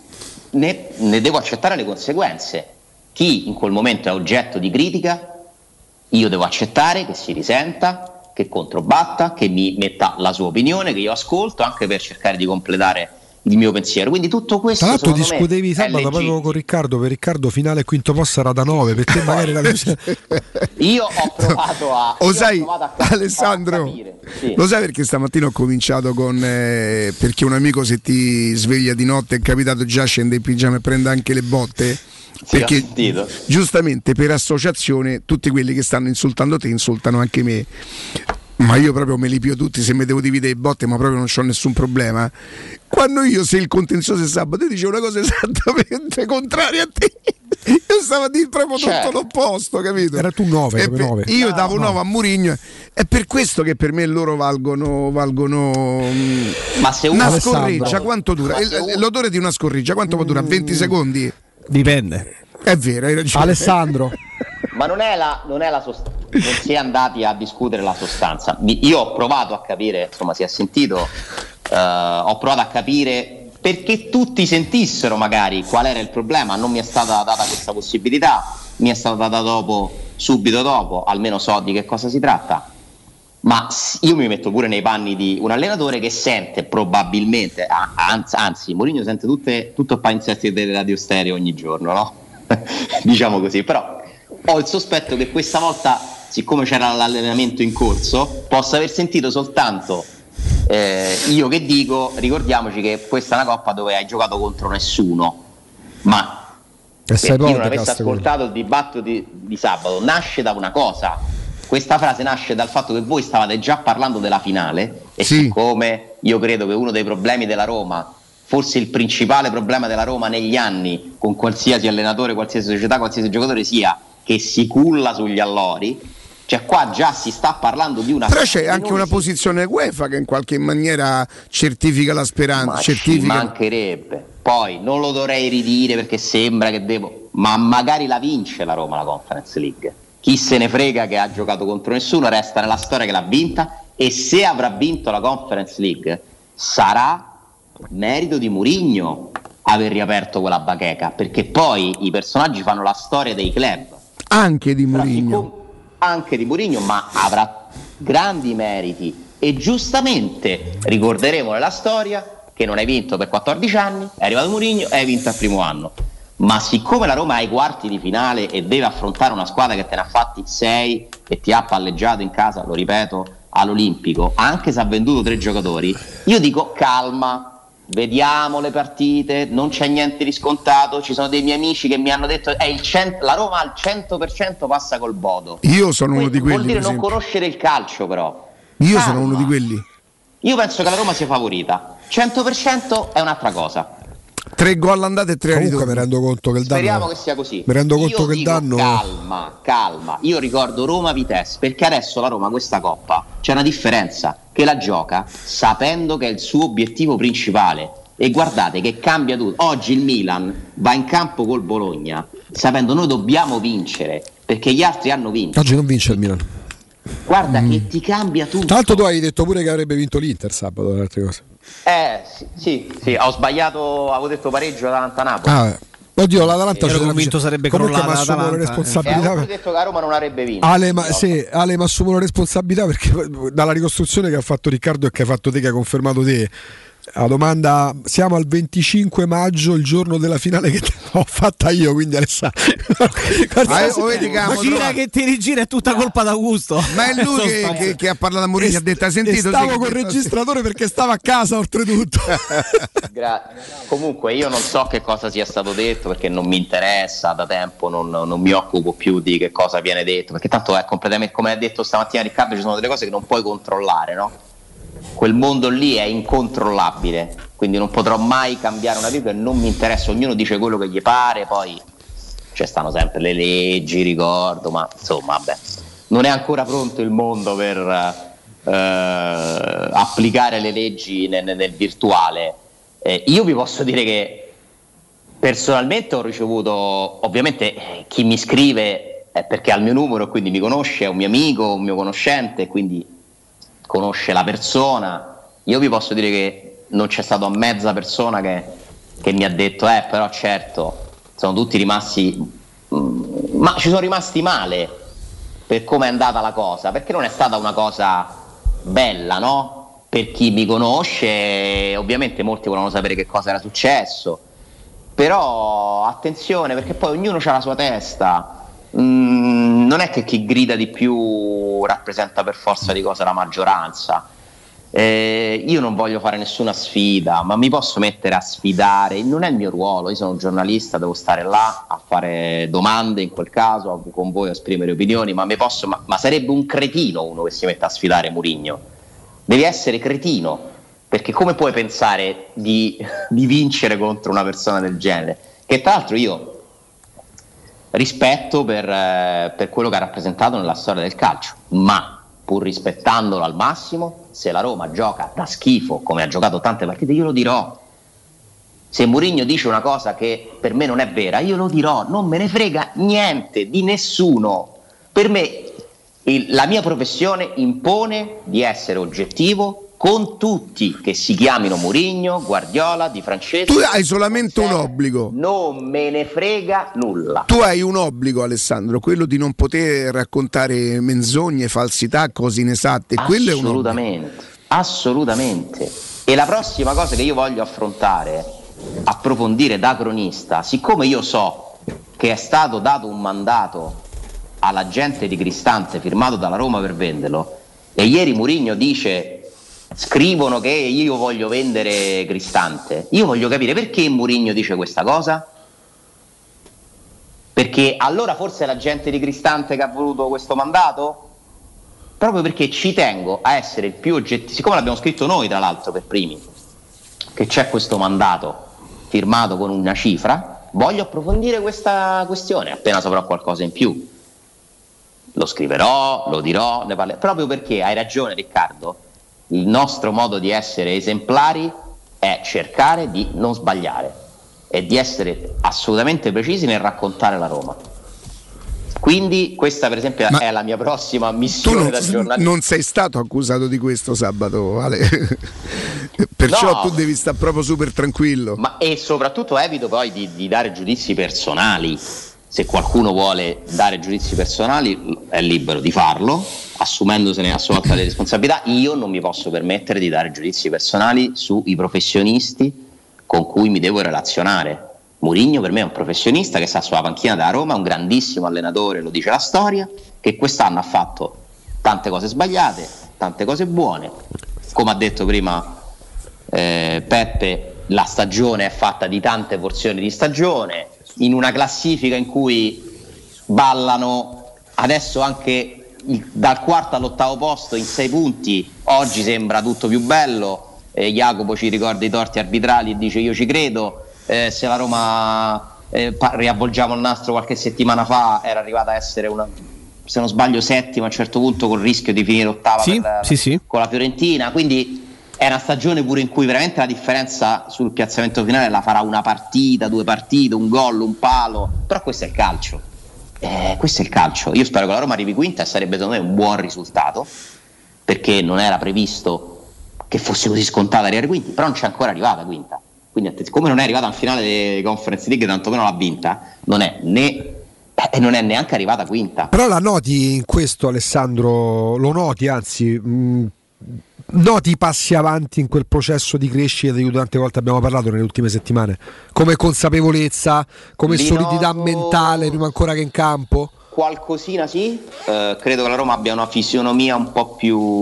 ne, ne devo accettare le conseguenze. Chi in quel momento è oggetto di critica, io devo accettare che si risenta, che controbatta, che mi metta la sua opinione, che io ascolto anche per cercare di completare il mio pensiero. Quindi tutto questo, tra l'altro discutevi sabato proprio con Riccardo, per Riccardo finale quinto posto era da nove, per te magari la luce... io ho provato a o sai, ho provato a Alessandro a capire. Sì. Lo sai perché stamattina ho cominciato con eh, perché un amico, se ti sveglia di notte è capitato già scende in pigiama e prende anche le botte, perché giustamente per associazione tutti quelli che stanno insultando te insultano anche me, ma io proprio me li pio tutti, se mi devo dividere le botte, ma proprio non c'ho nessun problema. Quando io, se il contenzioso è sabato, io dicevo una cosa esattamente contraria a te, io stavo a dire proprio tutto certo. l'opposto, capito? Era tu nove, per, nove. Io no, davo no. nove a Mourinho, è per questo che per me loro valgono valgono ma se una uno scorreggia, quanto dura? uno... L'odore di una scorreggia quanto può durare? venti secondi? Dipende. È vero, hai ragione. Alessandro. Ma non è la, non è la sostanza, non si è andati a discutere la sostanza. Io ho provato a capire, insomma, si è sentito, eh, ho provato a capire perché tutti sentissero magari qual era il problema. Non mi è stata data questa possibilità, mi è stata data dopo, subito dopo, almeno so di che cosa si tratta. Ma io mi metto pure nei panni di un allenatore che sente probabilmente, anzi, anzi Mourinho sente tutte, tutto il palinsesto delle radio stereo ogni giorno, no? Diciamo così, però ho il sospetto che questa volta, siccome c'era l'allenamento in corso, possa aver sentito soltanto eh, io che dico, ricordiamoci che questa è una coppa dove hai giocato contro nessuno, ma per chi non avesse ascoltato il dibattito di, di sabato, nasce da una cosa. Questa frase nasce dal fatto che voi stavate già parlando della finale, e sì. Siccome io credo che uno dei problemi della Roma, forse il principale problema della Roma negli anni, con qualsiasi allenatore, qualsiasi società, qualsiasi giocatore, sia che si culla sugli allori, cioè qua già si sta parlando di una... Però c'è anche una posizione UEFA che in qualche maniera certifica la speranza. Ma certifica... ci mancherebbe. Poi non lo dovrei ridire perché sembra che devo... ma magari la vince la Roma la Conference League. Chi se ne frega che ha giocato contro nessuno, resta nella storia che l'ha vinta, e se avrà vinto la Conference League sarà merito di Mourinho aver riaperto quella bacheca, perché poi i personaggi fanno la storia dei club, anche di Mourinho, anche di Mourinho, ma avrà grandi meriti, e giustamente ricorderemo nella storia che non hai vinto per quattordici anni, è arrivato Mourinho e hai vinto al primo anno. Ma siccome la Roma è ai quarti di finale e deve affrontare una squadra che te ne ha fatti sei e ti ha palleggiato in casa, lo ripeto, all'Olimpico, anche se ha venduto tre giocatori, io dico calma, vediamo le partite, non c'è niente di scontato. Ci sono dei miei amici che mi hanno detto è il cent- la Roma al cento per cento passa col Bodo. Io sono uno di quelli. Vuol dire non conoscere il calcio, però. Io calma. sono uno di quelli. Io penso che la Roma sia favorita. cento per cento è un'altra cosa. Tre gol andate e tre Comunque ritorni. mi rendo conto che il danno Speriamo che sia così. Mi rendo conto Io che il dico, danno calma, calma. Io ricordo Roma-Vitesse, perché adesso la Roma questa coppa c'è una differenza, che la gioca sapendo che è il suo obiettivo principale. E guardate che cambia tutto. Oggi il Milan va in campo col Bologna sapendo noi dobbiamo vincere, perché gli altri hanno vinto. Oggi non vince il Milan. Guarda mm. che ti cambia tutto. Tra l'altro tu hai detto pure che avrebbe vinto l'Inter sabato, le altre cose. Eh sì, sì, sì, ho sbagliato, avevo detto pareggio davanti a Napoli. Ah, oddio, l'Atalanta ero convinto sarebbe comunque mi assumo le responsabilità. E avevo detto che la Roma non avrebbe vinto. Ale, ma sì, Ale, mi assumo la responsabilità perché dalla ricostruzione che ha fatto Riccardo e che hai fatto te, che hai confermato te, la domanda, siamo al venticinque maggio, il giorno della finale che ho fatta io, quindi Alessandro ah, oh, vedi, la gira che ti rigira è tutta colpa d'Augusto. Ma è lui che, che, che ha parlato a Mourinho, ha detto, ha sentito, e stavo sì, col registratore perché stava a casa oltretutto. Gra- comunque io non so che cosa sia stato detto, perché non mi interessa, da tempo non, non mi occupo più di che cosa viene detto, perché tanto è completamente, come ha detto stamattina Riccardo, ci sono delle cose che non puoi controllare, no? Quel mondo lì è incontrollabile, quindi non potrò mai cambiare una virgola e non mi interessa, ognuno dice quello che gli pare, poi ci stanno sempre le leggi, ricordo, ma insomma vabbè, non è ancora pronto il mondo per eh, applicare le leggi nel, nel virtuale. Eh, io vi posso dire che personalmente ho ricevuto, ovviamente eh, chi mi scrive è perché ha il mio numero e quindi mi conosce, è un mio amico, un mio conoscente, quindi conosce la persona. Io vi posso dire che non c'è stata mezza persona che, che mi ha detto eh però certo sono tutti rimasti mh, ma ci sono rimasti male per come è andata la cosa, perché non è stata una cosa bella, no? Per chi mi conosce ovviamente molti volevano sapere che cosa era successo, però attenzione, perché poi ognuno ha la sua testa. Mm, non è che chi grida di più rappresenta per forza di cosa la maggioranza. Eh, io non voglio fare nessuna sfida, ma mi posso mettere a sfidare, non è il mio ruolo, io sono un giornalista, devo stare là a fare domande in quel caso, con voi a esprimere opinioni, ma mi posso, ma, ma sarebbe un cretino uno che si mette a sfidare Mourinho. Devi essere cretino, perché come puoi pensare di, di vincere contro una persona del genere? Che tra l'altro io rispetto per, eh, per quello che ha rappresentato nella storia del calcio, ma pur rispettandolo al massimo, se la Roma gioca da schifo come ha giocato tante partite, io lo dirò. Se Mourinho dice una cosa che per me non è vera, io lo dirò, non me ne frega niente di nessuno. Per me il, la mia professione impone di essere oggettivo con tutti, che si chiamino Mourinho, Guardiola, Di Francesco. Tu hai solamente un obbligo. Non me ne frega nulla. Tu hai un obbligo, Alessandro, quello di non poter raccontare menzogne, falsità, cose inesatte. Quello è un assolutamente, assolutamente. E la prossima cosa che io voglio affrontare, approfondire da cronista, siccome io so che è stato dato un mandato alla gente di Cristante firmato dalla Roma per venderlo, e ieri Mourinho dice scrivono che io voglio vendere Cristante, io voglio capire perché Mourinho dice questa cosa, perché allora forse è la gente di Cristante che ha voluto questo mandato, proprio perché ci tengo a essere il più oggettivo, siccome l'abbiamo scritto noi tra l'altro per primi che c'è questo mandato firmato con una cifra, voglio approfondire questa questione, appena saprò qualcosa in più lo scriverò, lo dirò, ne parlerò, proprio perché hai ragione Riccardo. Il nostro modo di essere esemplari è cercare di non sbagliare. e di essere assolutamente precisi nel raccontare la Roma. Quindi questa per esempio Ma è la mia prossima missione non, da giornalista. Non sei stato accusato di questo sabato, Ale. Perciò no, tu devi stare proprio super tranquillo. Ma e soprattutto evito poi di, di dare giudizi personali. Se qualcuno vuole dare giudizi personali è libero di farlo, assumendosene a sua volta le responsabilità. Io non mi posso permettere di dare giudizi personali sui professionisti con cui mi devo relazionare. Mourinho per me è un professionista che sta sulla panchina della Roma, è un grandissimo allenatore, lo dice la storia, che quest'anno ha fatto tante cose sbagliate, tante cose buone. Come ha detto prima eh, Peppe, la stagione è fatta di tante porzioni di stagione, in una classifica in cui ballano adesso anche il, dal quarto all'ottavo posto in sei punti, oggi sembra tutto più bello, eh, Jacopo ci ricorda i torti arbitrali e dice io ci credo. Eh, se la Roma eh, pa- riavvolgiamo il nastro qualche settimana fa era arrivata a essere una, se non sbaglio settima a un certo punto, col rischio di finire ottava sì, per, sì, sì. con la Fiorentina, quindi è una stagione pure in cui veramente la differenza sul piazzamento finale la farà una partita, due partite, un gol, un palo, però questo è il calcio, eh, questo è il calcio. Io spero che la Roma arrivi quinta e sarebbe secondo me un buon risultato, perché non era previsto che fosse così scontata arrivare quinti, però non c'è ancora arrivata quinta. Quindi come non è arrivata al finale delle Conference League, tantomeno l'ha vinta, non è né e non è neanche arrivata quinta. Però la noti in questo, Alessandro, lo noti, anzi mh, noti i passi avanti in quel processo di crescita di cui tante volte abbiamo parlato nelle ultime settimane, come consapevolezza, come Li solidità noto... mentale prima ancora che in campo? Qualcosina sì, eh, credo che la Roma abbia una fisionomia un po'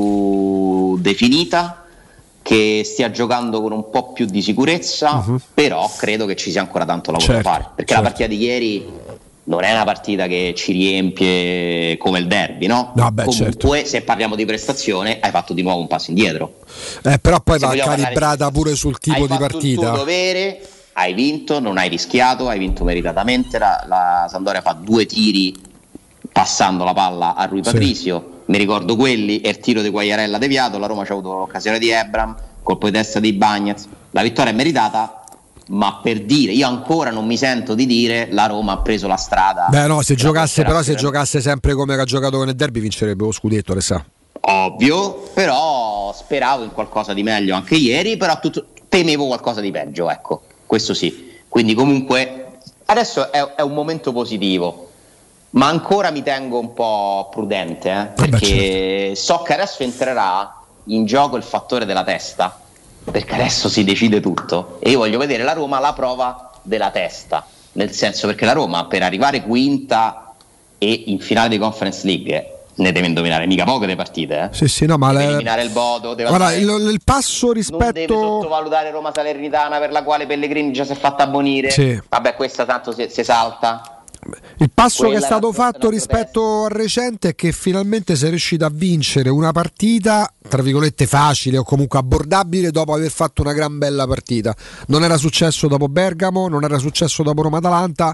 più definita, che stia giocando con un po' più di sicurezza, uh-huh. però credo che ci sia ancora tanto lavoro certo, da fare, perché certo. la partita di ieri non è una partita che ci riempie come il derby, no? no beh, Comunque certo. se parliamo di prestazione hai fatto di nuovo un passo indietro, eh, però poi se va calibrata di... pure sul tipo hai di partita. Hai fatto il tuo dovere, hai vinto, non hai rischiato, hai vinto meritatamente, la, la Sampdoria fa due tiri passando la palla a Rui Patricio, sì. Mi ricordo quelli e il tiro di Quagliarella deviato, la Roma c'ha avuto l'occasione di Ebram, colpo di testa di Bagnez, la vittoria è meritata, ma per dire, io ancora non mi sento di dire la Roma ha preso la strada. Beh no, se giocasse però se giocasse sempre come ha giocato nel derby vincerebbe lo scudetto, le sa. Ovvio, però speravo in qualcosa di meglio anche ieri, però tutto, temevo qualcosa di peggio, ecco, questo sì. Quindi comunque adesso è, è un momento positivo, ma ancora mi tengo un po' prudente, eh, perché Vabbè, certo. so che adesso entrerà in gioco il fattore della testa, perché adesso si decide tutto e io voglio vedere la Roma alla prova della testa, nel senso, perché la Roma per arrivare quinta e in finale di Conference League ne deve indovinare mica poche le partite, eh? Sì, sì, no, ma deve le... eliminare il Bodo, deve guarda, andare... il, il passo rispetto non deve sottovalutare Roma Salernitana, per la quale Pellegrini già si è fatta abbonire, sì. Vabbè, questa tanto si, si salta. Il passo Quella che è stato fatto rispetto testa. al recente è che finalmente si è riuscito a vincere una partita tra virgolette facile o comunque abbordabile dopo aver fatto una gran bella partita. Non era successo dopo Bergamo, non era successo dopo Roma-Atalanta,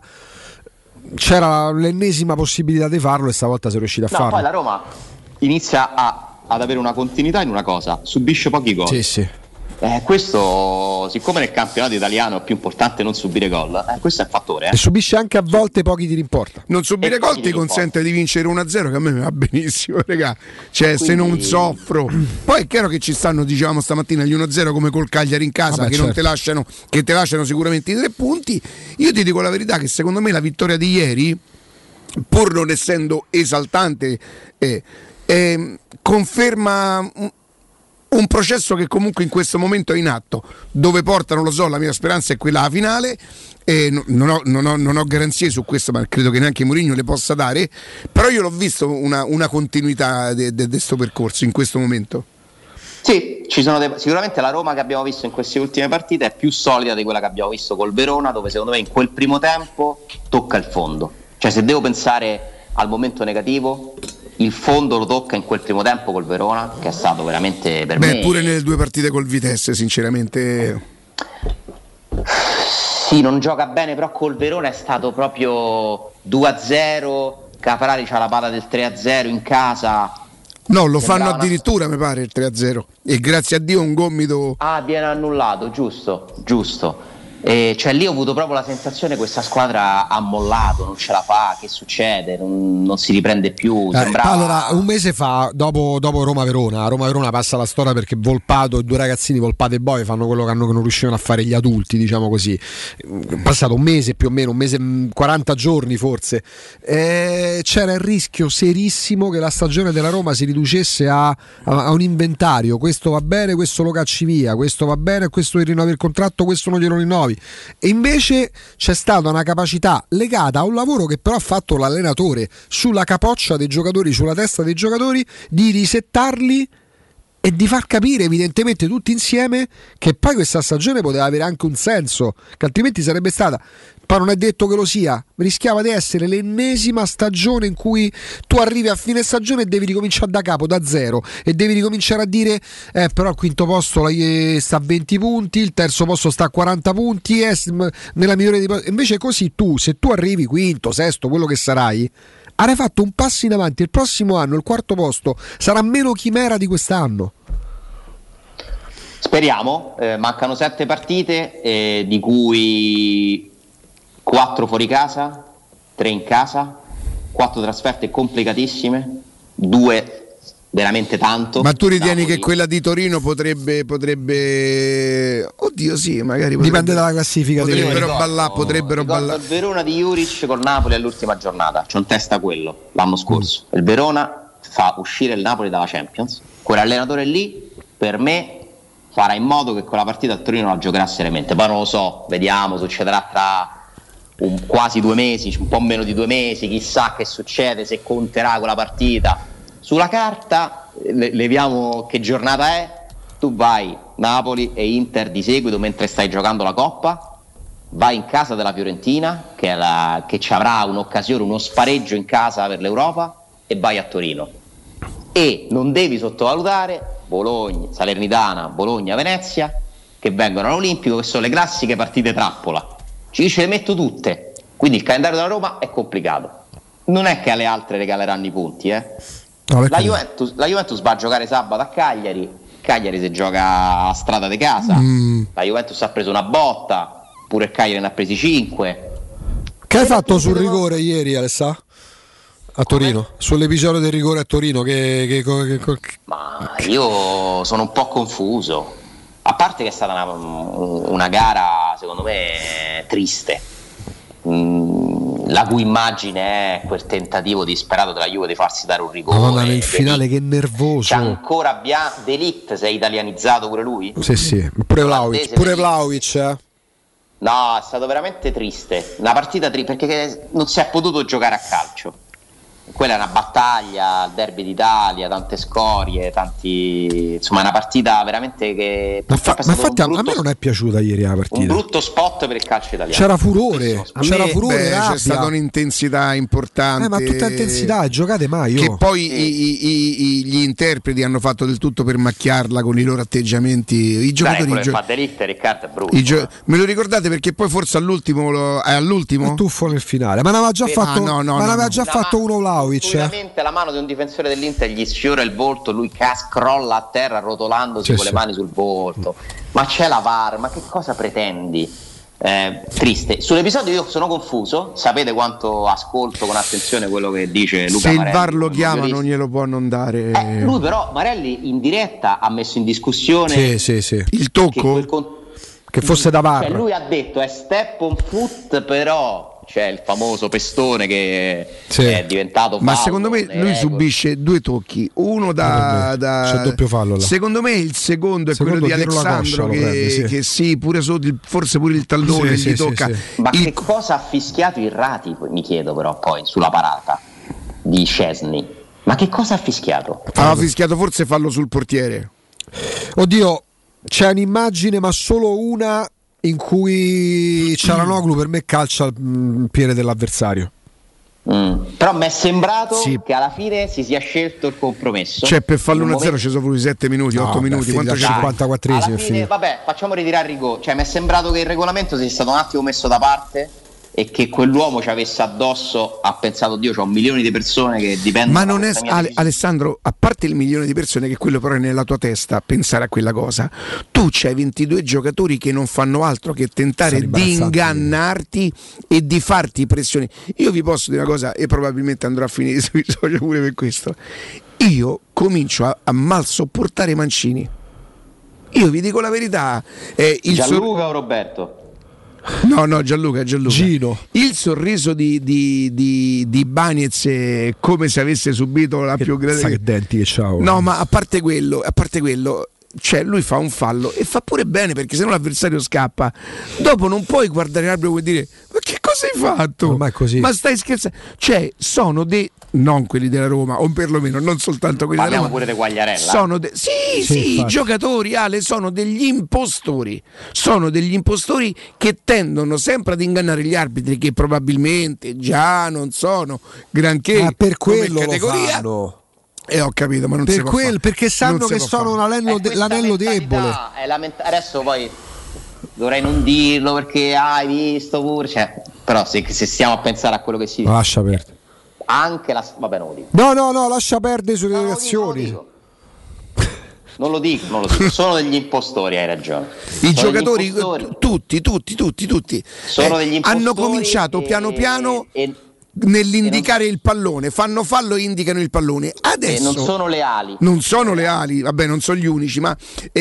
c'era l'ennesima possibilità di farlo e stavolta si è riuscito a no, farlo. Poi la Roma inizia a, ad avere una continuità in una cosa, subisce pochi gol. Sì, sì. Eh, questo, siccome nel campionato italiano è più importante non subire gol, eh, questo è un fattore. Eh. E subisce anche a volte pochi tiri in porta. Non subire gol ti consente di vincere uno a zero, che a me mi va benissimo, regà. Cioè, Quindi... se non soffro. Poi è chiaro che ci stanno, dicevamo stamattina, gli uno a zero come col Cagliari in casa, Vabbè, che certo. non te lasciano, che te lasciano sicuramente i tre punti. Io ti dico la verità che secondo me la vittoria di ieri, pur non essendo esaltante, eh, eh, conferma un processo che comunque in questo momento è in atto, dove portano, lo so, la mia speranza è quella finale, e non ho, non ho, non ho garanzie su questo, ma credo che neanche Mourinho le possa dare, però io l'ho visto una, una continuità di questo percorso in questo momento. Sì, ci sono dei, sicuramente la Roma che abbiamo visto in queste ultime partite è più solida di quella che abbiamo visto col Verona, dove secondo me in quel primo tempo tocca il fondo. Cioè, se devo pensare al momento negativo, il fondo lo tocca in quel primo tempo col Verona, che è stato veramente per Beh, me... pure nelle due partite col Vitesse, sinceramente... Sì, non gioca bene, però col Verona è stato proprio due a zero, Caprari c'ha la palla del tre a zero in casa... No, lo fanno addirittura, una... mi pare, il tre a zero, e grazie a Dio un gomito... Ah, viene annullato, giusto, giusto. E cioè lì ho avuto proprio la sensazione che questa squadra ha mollato, non ce la fa, che succede, non, non si riprende più. Eh, sembrava... Allora, un mese fa, dopo, dopo Roma-Verona, Roma-Verona passa la storia perché Volpato e due ragazzini, Volpato e Boy, fanno quello che, hanno, che non riuscivano a fare gli adulti, diciamo così. È passato un mese più o meno, un mese, quaranta giorni forse. Eh, c'era il rischio serissimo che la stagione della Roma si riducesse a, a, a un inventario: questo va bene, questo lo cacci via, questo va bene, questo gli rinnovi il contratto, questo non glielo rinnovi. E invece c'è stata una capacità legata a un lavoro che però ha fatto l'allenatore sulla capoccia dei giocatori, sulla testa dei giocatori, di risettarli e di far capire evidentemente tutti insieme che poi questa stagione poteva avere anche un senso, che altrimenti sarebbe stata, poi non è detto che lo sia, rischiava di essere l'ennesima stagione in cui tu arrivi a fine stagione e devi ricominciare da capo, da zero, e devi ricominciare a dire eh però il quinto posto sta a venti punti, il terzo posto sta a quaranta punti, eh, nella migliore dei posti. Invece così tu, se tu arrivi quinto, sesto, quello che sarai, avrai fatto un passo in avanti. Il prossimo anno il quarto posto sarà meno chimera di quest'anno. Speriamo. Eh, mancano sette partite, eh, di cui quattro fuori casa, tre in casa, quattro trasferte complicatissime, due veramente tanto. Ma tu ritieni Napoli. che quella di Torino potrebbe potrebbe oddio sì, magari potrebbe... dipende dalla classifica, potrebbero ballare, potrebbero ballare. Il Verona di Juric con Napoli all'ultima giornata, c'ho in testa quello l'anno scorso. Mm. Il Verona fa uscire il Napoli dalla Champions. Quell'allenatore lì, per me, farà in modo che quella partita a Torino la giocherà seriamente. Poi non lo so, vediamo, succederà tra un, quasi due mesi, un po' meno di due mesi, chissà che succede, se conterà quella partita. Sulla carta le, leviamo che giornata è, tu vai Napoli e Inter di seguito mentre stai giocando la Coppa, vai in casa della Fiorentina che, è la, che ci avrà un'occasione, uno spareggio in casa per l'Europa, e vai a Torino. E non devi sottovalutare Bologna, Salernitana, Bologna, Venezia, che vengono all'Olimpico, che sono le classiche partite trappola. Ci ce le metto tutte, quindi il calendario della Roma è complicato. Non è che alle altre regaleranno i punti, eh. No, la, Juventus, la Juventus va a giocare sabato a Cagliari. Cagliari si gioca a strada di casa. mm. La Juventus ha preso una botta, pure il Cagliari ne ha presi cinque. Che hai fatto sul rigore ieri, Alessà? A Torino? Come? Sull'episodio del rigore a Torino che, che, che, che... Ma io sono un po' confuso. A parte che è stata una, una gara secondo me triste, mm, la cui immagine è quel tentativo disperato della Juve di farsi dare un rigore. Madonna, nel finale che nervoso. C'è ancora Bia- De Ligt, si è italianizzato pure lui? Sì sì, pure Vlahovic, pure Vlahovic eh. No, è stato veramente triste, una partita triste perché non si è potuto giocare a calcio. Quella è una battaglia, il derby d'Italia, tante scorie, tanti, insomma è una partita veramente che ma, fa, ma infatti brutto, a me non è piaciuta ieri la partita, un brutto spot per il calcio italiano. C'era furore, c'era me, furore beh, rabbia. C'è stata un'intensità importante, eh, ma tutta intensità, giocate mai che oh. poi sì. i, i, i, gli interpreti hanno fatto del tutto per macchiarla con i loro atteggiamenti. I giocatori Dai, gio- fa Delict, Riccardo è brutto, gio- eh. me lo ricordate perché poi forse all'ultimo lo, è all'ultimo un tuffo nel finale, ma ne aveva già eh, fatto, ah, no, no, ma ne aveva no, già no. fatto no, uno Vlahovic. Sicuramente la mano di un difensore dell'Inter gli sfiora il volto, lui cas- crolla a terra rotolandosi sì, con sì. le mani sul volto. Ma c'è la V A R, ma che cosa pretendi? Eh, triste. Sull'episodio io sono confuso, sapete quanto ascolto con attenzione quello che dice Luca Se Marelli. il V A R lo chiama non glielo può non dare. Eh, lui però, Marelli in diretta ha messo in discussione sì, sì, sì. il tocco che, con... che fosse da V A R. Cioè, lui ha detto è step on foot, però c'è il famoso pestone che sì. è diventato ma fallo, secondo me lui regole. subisce due tocchi, uno da, da... c'è doppio fallo là. Secondo me il secondo è secondo quello di Alessandro che, prende, sì. che sì pure sotto il, forse pure il tallone sì, gli sì, tocca sì, sì. Ma il... che cosa ha fischiato Irrati, mi chiedo però poi sulla parata di Szczesny, ma che cosa ha fischiato? Ha fischiato forse fallo sul portiere. Oddio, c'è un'immagine ma solo una in cui Cialanoglu per me calcia il piede dell'avversario. Mm. Però mi è sembrato sì. che alla fine si sia scelto il compromesso. Cioè per farlo uno a zero momento... ci sono voluti sette minuti, no, otto beh, minuti, quanto c'è? cinquantaquattresimo alla fine, vabbè, facciamo ritirare il rigore. Cioè mi è sembrato che il regolamento sia stato un attimo messo da parte e che quell'uomo ci avesse addosso, ha pensato Dio, c'ho milioni di persone che dipendono. Ma non da è questa mia Ale- decisione. Alessandro, a parte il milione di persone che quello però è nella tua testa pensare a quella cosa, tu c'hai ventidue giocatori che non fanno altro che tentare Sono di imbarazzanti. ingannarti e di farti pressioni. Io vi posso dire una cosa e probabilmente andrò a finire sui social pure per questo. Io comincio a, a mal sopportare Mancini. Io vi dico la verità, eh, il Gianluca sor- o Roberto? No, no, Gianluca, Gianluca. Gino. Il sorriso di, di, di, di Bagnez è come se avesse subito la Che, più grande. sa che denti che c'ha. No, ma a parte quello, a parte quello, cioè lui fa un fallo e fa pure bene, perché se no l'avversario scappa. Dopo non puoi guardare l'arbitro e dire: ma che cosa hai fatto? Ormai è così. Ma stai scherzando? Cioè, sono dei non quelli della Roma, o perlomeno non soltanto quelli Parliamo della Roma. pure di Quagliarella. Sono de- sì, Sì, sì, i infatti. giocatori, Ale, sono degli impostori. Sono degli impostori che tendono sempre ad ingannare gli arbitri, che probabilmente già non sono granché Ma per come quello lo categoria. fanno. E ho capito, ma non Per si può quel, fare. perché sanno Non si che può sono fare. l'anello, È de- questa l'anello mentalità, debole. è la ment- adesso poi dovrei non dirlo perché ah, hai visto pure, cioè, però se, se stiamo a pensare a quello che si dice, Lascia perdere. anche la vabbè non lo dico. No, no, no, lascia perdere sulle Non lo dico, reazioni. non lo dico. Non lo dico, non lo dico. Sono degli impostori, hai ragione. I Sono giocatori, degli impostori. tutti, tutti, tutti, tutti Sono eh, degli impostori hanno cominciato e- piano piano e, nell'indicare il pallone, fanno fallo e indicano il pallone. e Adesso non sono leali. non sono leali, vabbè, non sono gli unici, ma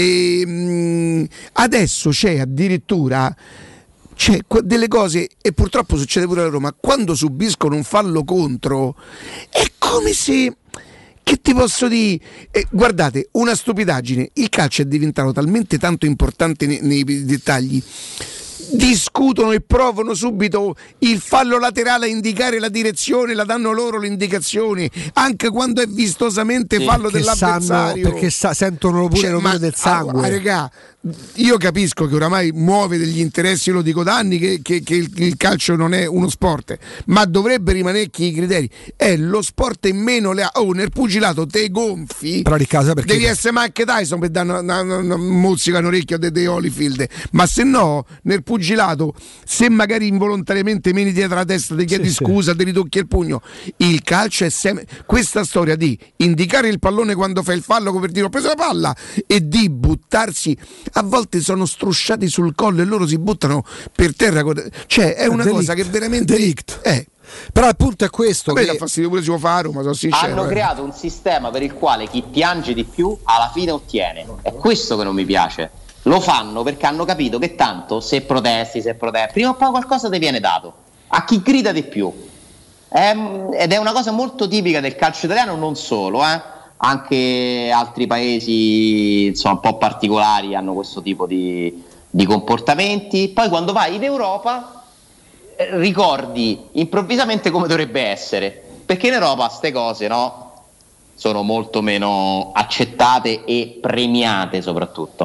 ehm, adesso c'è addirittura c'è que- delle cose, e purtroppo succede pure a Roma, quando subiscono un fallo contro è come se, che ti posso dire, eh, guardate, una stupidaggine, il calcio è diventato talmente tanto importante nei, nei dettagli, discutono e provano subito il fallo laterale a indicare la direzione, la danno loro l'indicazione anche quando è vistosamente Sì, fallo Perché dell'avversario, sanno, perché sa- sentono pure Cioè, l'odore ma- del sangue. ah, regà, io capisco che oramai muove degli interessi, io lo dico da anni che, che- che il, il calcio non è uno sport, ma dovrebbe rimanere chi i criteri. È lo sport in meno le oh, nel pugilato te gonfi. Però di casa perché Devi essere Mike Tyson per dare una, una, una, una mozzica in orecchio de, de Holyfield, ma se no nel pugilato, se magari involontariamente meni dietro la testa, ti chiedi Sì, sì. scusa, ti ritocchi il pugno, il calcio è sempre questa storia di indicare il pallone quando fai il fallo, come per dire ho preso la palla, e di buttarsi, a volte sono strusciati sul collo e loro si buttano per terra, cioè è una Delict. cosa che veramente Delict. eh, Però il punto è questo. a me dà Che... fastidio pure se lo fa a Roma, sono sincero. Hanno eh. creato un sistema per il quale chi piange di più alla fine ottiene. È questo che non mi piace. Lo fanno perché hanno capito che tanto se protesti, se protesti, prima o poi qualcosa ti viene dato a chi grida di più. Ehm, ed è una cosa molto tipica del calcio italiano, non solo, eh. Anche altri paesi insomma un po' particolari hanno questo tipo di, di comportamenti. Poi quando vai in Europa eh, ricordi improvvisamente come dovrebbe essere, perché in Europa ste cose, no, sono molto meno accettate e premiate soprattutto.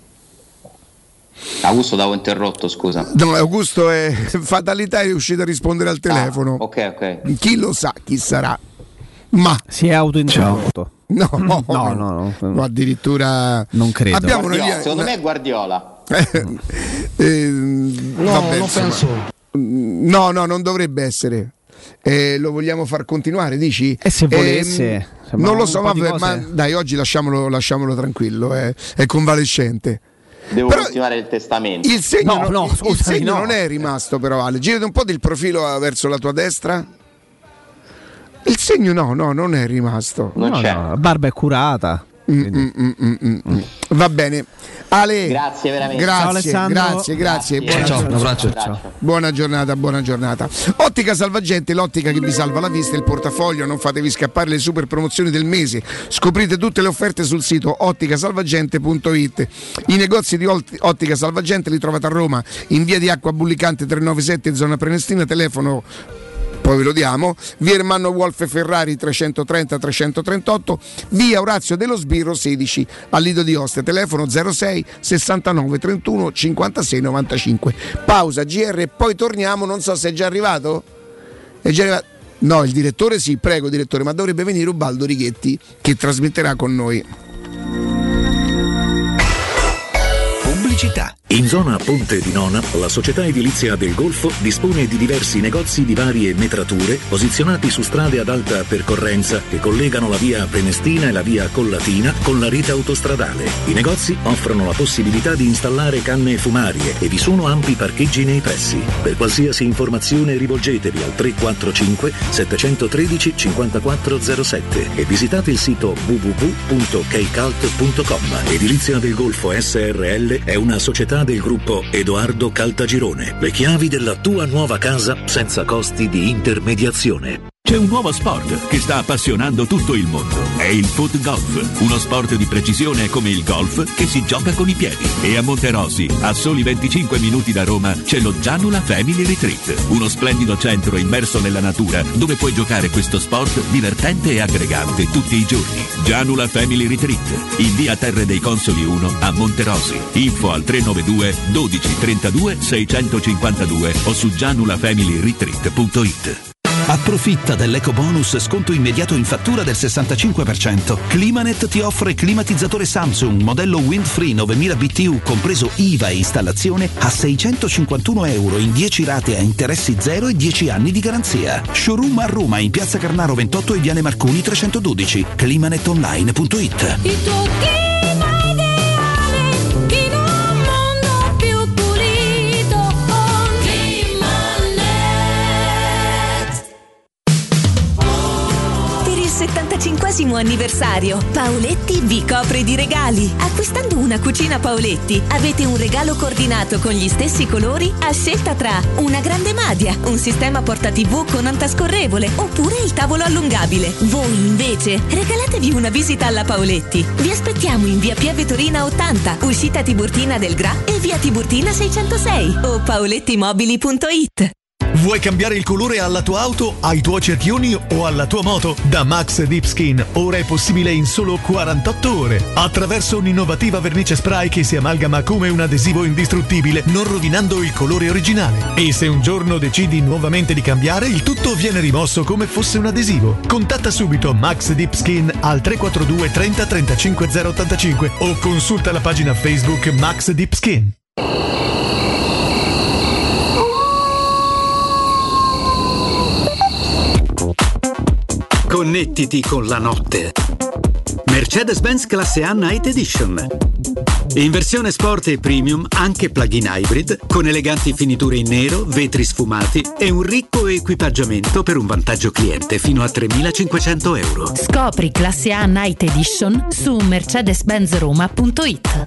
Augusto, t'avevo interrotto, scusa. No, Augusto è fatalità, è riuscito a rispondere al telefono. Ah, ok, ok. Chi lo sa chi sarà? Ma si è autointerrotto. No, no, no, no, no, addirittura non credo. Abbiamo una Guardiola, via- secondo una- me è Guardiola. Eh, vabbè, non insomma. penso. No, no, non dovrebbe essere. Eh, lo vogliamo far continuare, dici? E se volesse, Ehm, insomma, non lo un so, po' di vabbè, cose- ma dai, oggi lasciamolo, lasciamolo tranquillo, è, è convalescente. Devo Però continuare il testamento. il segno, No, non- no, il- il scusami, segno no. non è rimasto, però, Ale. Girati un po' del profilo eh, verso la tua destra. Il segno no, no, non è rimasto. Non No, c'è. no, la barba è curata. Mm, mm, mm, mm, mm, mm. Va bene, Ale. Grazie veramente. Grazie, Ciao, Alessandro. grazie, grazie. Grazie. Buona, Ciao, un giornata. abbraccio. Ciao. Buona giornata, buona giornata. Ottica Salvagente, l'ottica che vi salva la vista e il portafoglio. Non fatevi scappare le super promozioni del mese. Scoprite tutte le offerte sul sito ottica salvagente punto it. I negozi di Ot- Ottica Salvagente li trovate a Roma, in via di Acqua Bullicante trecentonovantasette, zona Prenestina, telefono poi ve lo diamo, via Ermanno Wolf e Ferrari trecentotrenta trecentotrentotto, via Orazio dello Sbirro sedici a Lido di Ostia, telefono zero sei sessantanove trentuno cinquantasei novantacinque. Pausa G R e poi torniamo. Non so se è già arrivato. È già arrivato? No, il direttore sì, prego direttore, ma dovrebbe venire Ubaldo Righetti che trasmetterà con noi. Pubblicità. In zona Ponte di Nona, la società edilizia del Golfo dispone di diversi negozi di varie metrature posizionati su strade ad alta percorrenza che collegano la via Prenestina e la via Collatina con la rete autostradale. I negozi offrono la possibilità di installare canne fumarie e vi sono ampi parcheggi nei pressi. Per qualsiasi informazione rivolgetevi al tre quattro cinque sette uno tre cinque zero zero sette e visitate il sito w w w punto keycult punto com. Edilizia del Golfo S R L è una società del gruppo Edoardo Caltagirone. Le chiavi della tua nuova casa senza costi di intermediazione. C'è un nuovo sport che sta appassionando tutto il mondo. È il foot golf, uno sport di precisione come il golf che si gioca con i piedi. E a Monterosi, a soli venticinque minuti da Roma, c'è lo Gianula Family Retreat, uno splendido centro immerso nella natura dove puoi giocare questo sport divertente e aggregante tutti i giorni. Gianula Family Retreat, in via Terre dei Consoli uno a Monterosi. Info al tre nove due dodici trentadue seicentocinquantadue o su gianula family retreat punto it. Approfitta dell'eco bonus sconto immediato in fattura del sessantacinque per cento. Climanet ti offre climatizzatore Samsung modello Windfree novemila B T U compreso I V A e installazione a seicentocinquantuno euro in dieci rate a interessi zero e dieci anni di garanzia. Showroom a Roma in Piazza Carnaro ventotto e Viale Marconi trecentododici. climanet online punto it. Il tuo clima ideale in un mondo più pulito con Climanet. Per il settantacinquesimo anniversario, Paoletti vi copre di regali. Acquistando una cucina Paoletti, avete un regalo coordinato con gli stessi colori a scelta tra una grande madia, un sistema porta tivù con antascorrevole oppure il tavolo allungabile. Voi invece regalatevi una visita alla Paoletti. Vi aspettiamo in via Pieve Torina ottanta, uscita Tiburtina del Gra e via Tiburtina seicentosei o paolettimobili punto it. Vuoi cambiare il colore alla tua auto, ai tuoi cerchioni o alla tua moto? Da Max Deep Skin ora è possibile in solo quarantotto ore attraverso un'innovativa vernice spray che si amalgama come un adesivo indistruttibile, non rovinando il colore originale. E se un giorno decidi nuovamente di cambiare, il tutto viene rimosso come fosse un adesivo. Contatta subito Max Deep Skin al tre quattro due trenta trentacinque zero ottantacinque o consulta la pagina Facebook Max Deep Skin. Connettiti con la notte. Mercedes-Benz classe A Night Edition. In versione sport e premium, anche plug-in hybrid, con eleganti finiture in nero, vetri sfumati e un ricco equipaggiamento per un vantaggio cliente fino a tremilacinquecento euro. Scopri classe A Night Edition su mercedes benz roma punto it.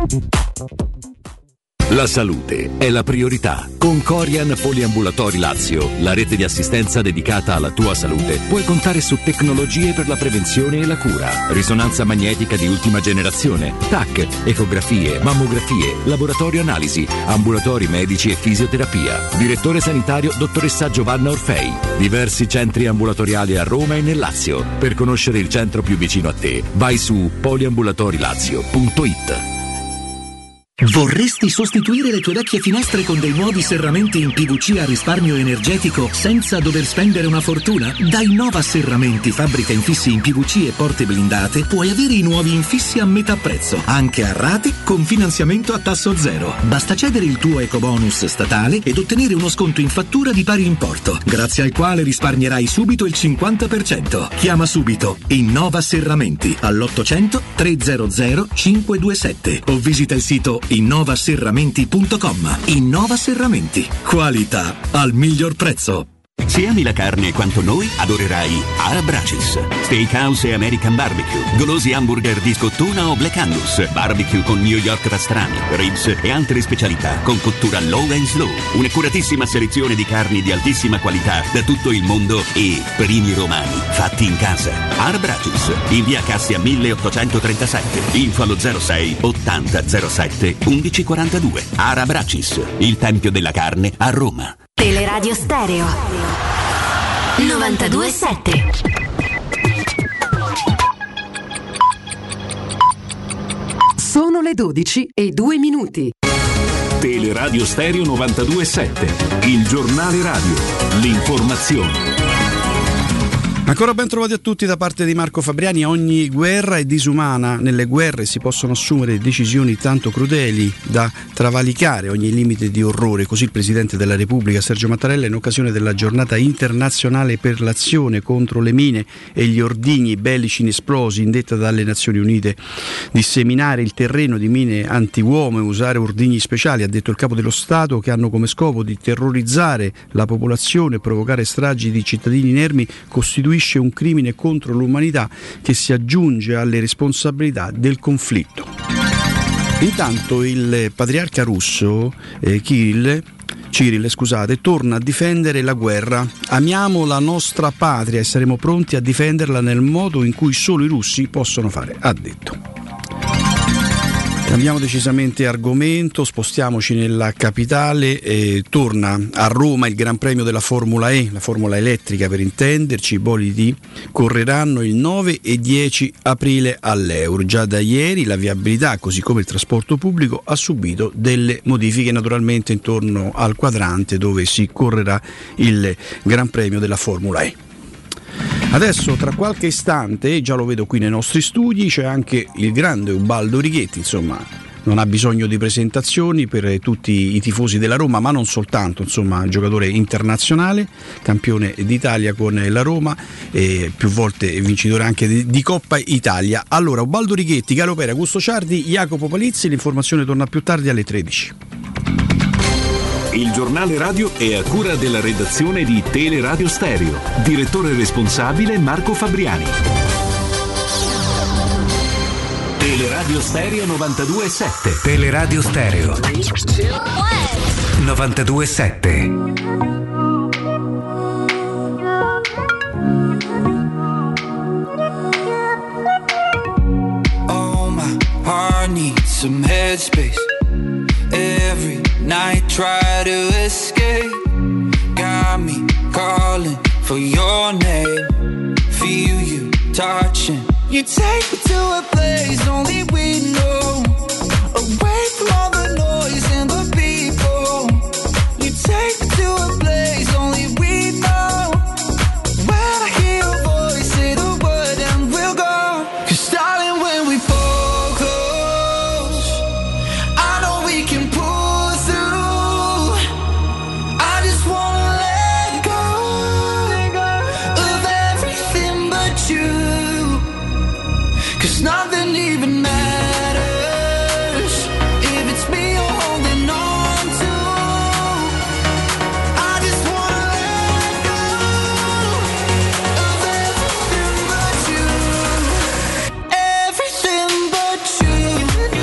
La salute è la priorità. Con Corian Poliambulatori Lazio, la rete di assistenza dedicata alla tua salute, puoi contare su tecnologie per la prevenzione e la cura. Risonanza magnetica di ultima generazione, T A C, ecografie, mammografie, laboratorio analisi, ambulatori medici e fisioterapia. Direttore sanitario dottoressa Giovanna Orfei. Diversi centri ambulatoriali a Roma e nel Lazio. Per conoscere il centro più vicino a te, vai su poliambulatorilazio punto it. Vorresti sostituire le tue vecchie finestre con dei nuovi serramenti in P V C a risparmio energetico senza dover spendere una fortuna? Da Innova Serramenti, fabbrica infissi in P V C e porte blindate, puoi avere i nuovi infissi a metà prezzo, anche a rate con finanziamento a tasso zero. Basta cedere il tuo ecobonus statale ed ottenere uno sconto in fattura di pari importo, grazie al quale risparmierai subito il cinquanta per cento. Chiama subito Innova Serramenti all'ottocento trecento cinquecentoventisette o visita il sito innova serramenti punto com. Innova Serramenti, qualità al miglior prezzo. Se ami la carne quanto noi, adorerai Arab Racis. Steakhouse e American Barbecue, golosi hamburger di scottuna o Black Angus, barbecue con New York pastrami, ribs e altre specialità con cottura low and slow. Un'accuratissima selezione di carni di altissima qualità da tutto il mondo e primi romani fatti in casa. Arab Racis, in via Cassia milleottocentotrentasette, info allo zero sei ottanta zero sette undici quarantadue. Arab Racis, il tempio della carne a Roma. Teleradio Stereo novantadue sette. Sono le dodici e due minuti. Teleradio Stereo novantadue sette, il giornale radio, l'informazione. Ancora ben trovati a tutti da parte di Marco Fabriani. Ogni guerra è disumana. Nelle guerre si possono assumere decisioni tanto crudeli da travalicare ogni limite di orrore. Così il Presidente della Repubblica Sergio Mattarella, in occasione della giornata internazionale per l'azione contro le mine e gli ordigni bellici inesplosi, indetta dalle Nazioni Unite, di seminare il terreno di mine antiuomo e usare ordigni speciali, ha detto il Capo dello Stato, che hanno come scopo di terrorizzare la popolazione e provocare stragi di cittadini inermi, costituisce un crimine contro l'umanità che si aggiunge alle responsabilità del conflitto. Intanto il patriarca russo eh, Kirill Cyril, scusate, torna a difendere la guerra. Amiamo la nostra patria e saremo pronti a difenderla nel modo in cui solo i russi possono fare, ha detto. Cambiamo decisamente argomento, spostiamoci nella capitale, eh, torna a Roma il Gran Premio della Formula E, la Formula elettrica per intenderci. I bolidi correranno il nove e dieci aprile all'Eur. Già da ieri la viabilità, così come il trasporto pubblico, ha subito delle modifiche, naturalmente intorno al quadrante dove si correrà il Gran Premio della Formula E. Adesso tra qualche istante, già lo vedo qui nei nostri studi, c'è anche il grande Ubaldo Righetti, insomma non ha bisogno di presentazioni per tutti i tifosi della Roma, ma non soltanto, insomma giocatore internazionale, campione d'Italia con la Roma e più volte vincitore anche di, di Coppa Italia. Allora Ubaldo Righetti, Galo Pera, Augusto Ciardi, Jacopo Palizzi, l'informazione torna più tardi alle tredici. Il giornale radio è a cura della redazione di Teleradio Stereo. Direttore responsabile Marco Fabriani. Teleradio Stereo novantadue e sette. Teleradio Stereo novantadue e sette. Oh, my heart needs some headspace. Every night try to escape. Got me calling for your name. Feel you touching. You take me to a place only we know. Away from all the noise and the people. You take me to a place only we know. When I hear your voice, say the word and we'll go. 'Cause darling, when we fall close, I know we can pull through. I just wanna let go of everything but you. 'Cause nothing even matters if it's me you're holding on to. I just wanna let go of everything but you. Everything but you.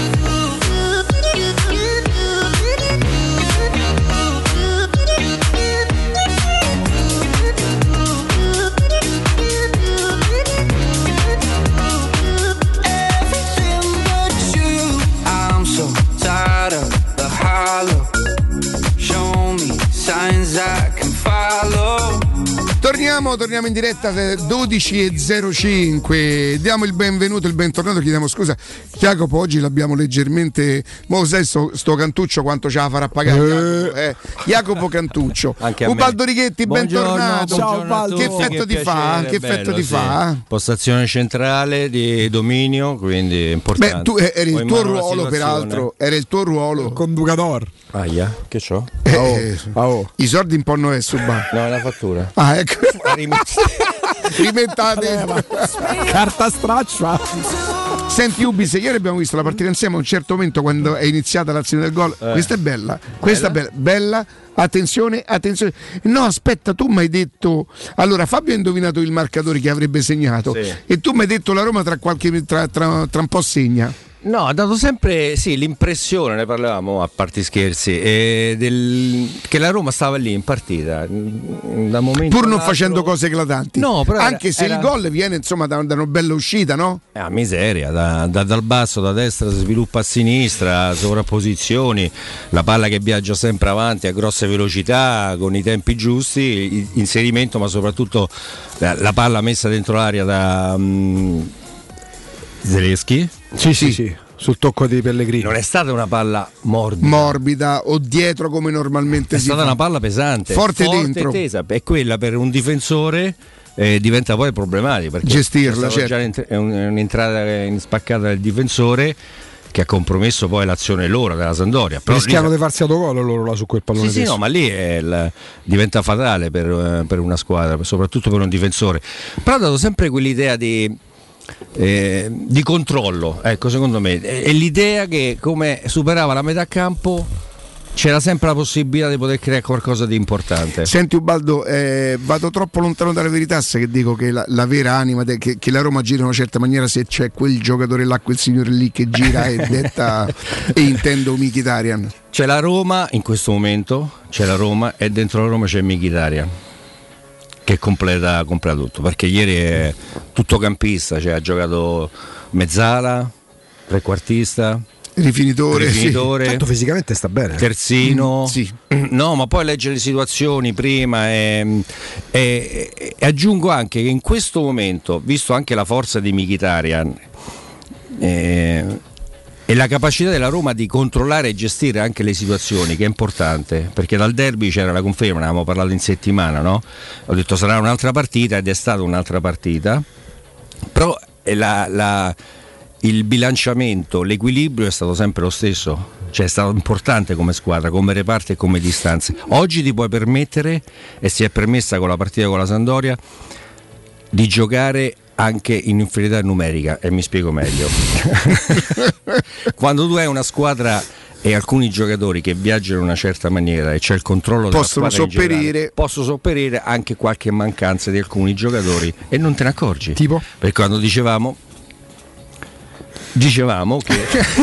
I'm so tired of the hollow. Show me signs I can follow. Torniamo, torniamo in diretta alle dodici e zero cinque. Diamo il benvenuto, il bentornato, chiediamo scusa. Jacopo, oggi l'abbiamo leggermente. Mo sai sto, sto Cantuccio quanto ce la farà pagare? Jacopo, eh? Jacopo Cantuccio. Anche a me. Ubaldo Righetti, Buongiorno, bentornato. buongiorno a Ubaldo. Che tutti, effetto che ti fa? piacere, Che effetto bello, ti sì. fa? Postazione centrale di dominio, quindi è importante. Beh, tu eri Ho il in tuo mano la ruolo, situazione. peraltro. Era il tuo ruolo. Conducador. Aia, che c'ho? Eh, Ah, oh. I soldi un po' non è suba. No, è la fattura. Ah, ecco. Rimetta dentro. Carta straccia. Senti Ubis, ieri abbiamo visto la partita insieme a un certo momento quando è iniziata l'azione del gol. Eh. Questa è bella, questa Bella? è bella, bella. Attenzione, attenzione. No, aspetta, tu mi hai detto. Allora, Fabio ha indovinato il marcatore che avrebbe segnato. Sì. E tu mi hai detto la Roma tra qualche tra, tra, tra un po' segna. No, ha dato sempre sì, l'impressione, ne parlavamo a parte scherzi, eh, del, che la Roma stava lì in partita da momento pur non all'altro. facendo cose eclatanti. No, però anche era, se era... il gol viene insomma da, da una bella uscita, no? Eh, a miseria, da, da, dal basso, da destra si sviluppa a sinistra, sovrapposizioni, la palla che viaggia sempre avanti a grosse velocità, con i tempi giusti, inserimento, ma soprattutto la, la palla messa dentro l'aria da um, Zelensky. Sì, sì, sì, sul tocco dei Pellegrini. Non è stata una palla morbida. Morbida o dietro come normalmente è si stata fa. una palla pesante, forte, forte dentro. e tesa. È quella per un difensore eh, diventa poi problematico perché gestirla, c'è stata certo. già è un'entrata in spaccata del difensore che ha compromesso poi l'azione loro della Sampdoria. Però rischiano lì... di farsi autogol loro là su quel pallone. Sì, sì, no, ma lì è il... diventa fatale per, per una squadra, soprattutto per un difensore. Però ha dato sempre quell'idea di, eh, di controllo, ecco, secondo me. È, è l'idea che come superava la metà campo c'era sempre la possibilità di poter creare qualcosa di importante. Senti Ubaldo, eh, vado troppo lontano dalle verità se che dico che la, la vera anima de, che, che la Roma gira in una certa maniera se c'è quel giocatore là, quel signore lì che gira e detta e intendo Mkhitaryan. C'è la Roma in questo momento, c'è la Roma e dentro la Roma c'è Mkhitaryan che completa, completa tutto, perché ieri è tutto campista, cioè ha giocato mezzala, trequartista, rifinitore, rifinitore sì. Tanto fisicamente sta bene, terzino, mm, sì. No, ma poi legge le situazioni prima e, e, e aggiungo anche che in questo momento, visto anche la forza di Mkhitaryan e, e la capacità della Roma di controllare e gestire anche le situazioni, che è importante, perché dal derby c'era la conferma, ne avevamo parlato in settimana, no? Ho detto sarà un'altra partita ed è stata un'altra partita, però la, la il bilanciamento, l'equilibrio è stato sempre lo stesso, cioè è stato importante come squadra, come reparti e come distanze. Oggi ti puoi permettere, e si è permessa con la partita con la Sampdoria, di giocare anche in inferiorità numerica, e mi spiego meglio. Quando tu hai una squadra e alcuni giocatori che viaggiano in una certa maniera e c'è il controllo della possono squadra sopperire generale, possono sopperire anche qualche mancanza di alcuni giocatori e non te ne accorgi. Tipo? Perché quando dicevamo Dicevamo che